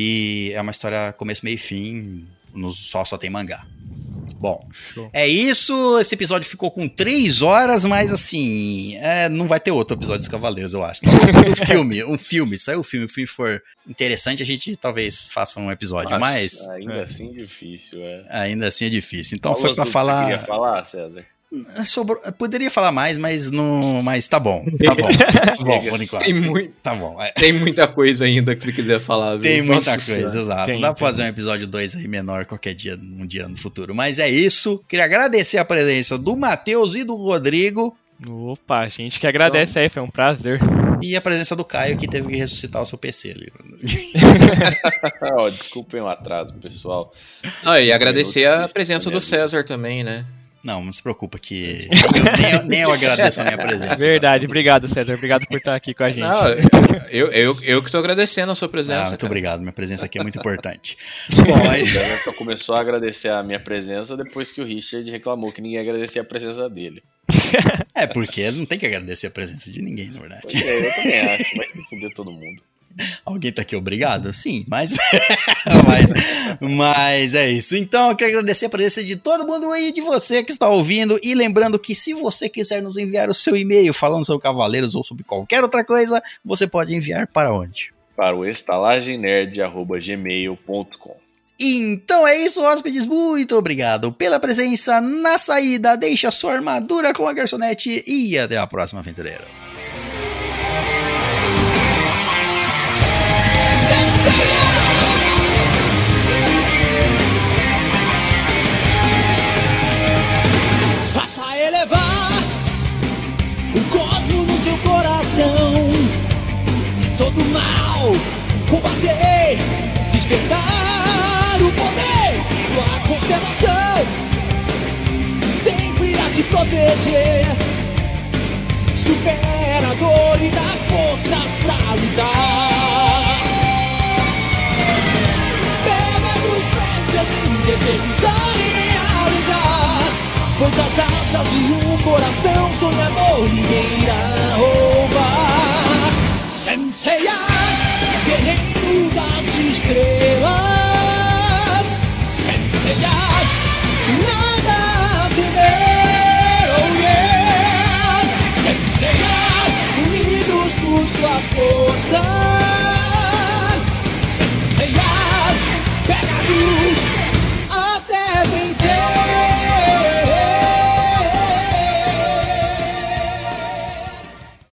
e é uma história começo, meio e fim, no, só, só tem mangá. Bom, Show. é isso, esse episódio ficou com três horas, mas assim, é, não vai ter outro episódio dos Cavaleiros, eu acho. Talvez um filme, um filme, saiu o filme, o filme for interessante, a gente talvez faça um episódio, Nossa, mas...
Ainda
é.
assim é difícil, é.
Ainda assim é difícil, então
Falou
foi pra falar...
Que você queria falar, César?
Sobrou, poderia falar mais, mas não, mas tá bom, tá bom, tá bom, por enquanto.
Tem, muito,
tá bom, é.
tem muita coisa ainda que você quiser falar. Viu?
Tem muita
Nossa,
coisa,
senhora.
exato.
Tem,
Dá pra
tem.
fazer um episódio dois aí menor qualquer dia, um dia no futuro. Mas é isso, queria agradecer a presença do Matheus e do Rodrigo.
Opa, a gente que agradece então, aí, foi um prazer.
E a presença do Caio, que teve que ressuscitar o seu P C ali.
oh, desculpem o atraso, pessoal.
Ah, e agradecer a presença do César também, né?
Não, não se preocupa que eu, nem, eu, nem eu agradeço a minha presença.
Verdade,
tá?
Obrigado, César. Obrigado por estar aqui com a gente.
Não, eu, eu, eu que tô agradecendo a sua presença.
Ah, muito
cara.
obrigado, minha presença aqui é muito importante.
Bom, mas... O César só começou a agradecer a minha presença depois que o Richard reclamou que ninguém agradecia a presença dele.
É, porque ele não tem que agradecer a presença de ninguém, na verdade.
Pois é, eu também acho, vai se fuder todo mundo.
Alguém tá aqui obrigado? Sim, mas... mas mas é isso. Então eu quero agradecer a presença de todo mundo aí, de você que está ouvindo, e lembrando que se você quiser nos enviar o seu e-mail falando sobre Cavaleiros ou sobre qualquer outra coisa, você pode enviar para onde?
Para o estalagemnerd arroba gmail ponto com.
Então é isso, hóspedes, muito obrigado pela presença. Na saída, deixe a sua armadura com a garçonete e até a próxima, aventureiro.
Faça elevar o cosmo no seu coração, todo mal combater, despertar o poder, sua constelação sempre irá te proteger. Supera a dor e dá forças pra lutar. Pega dos frentes e desejos a realizar, pois a asas e um coração sonhador. Ninguém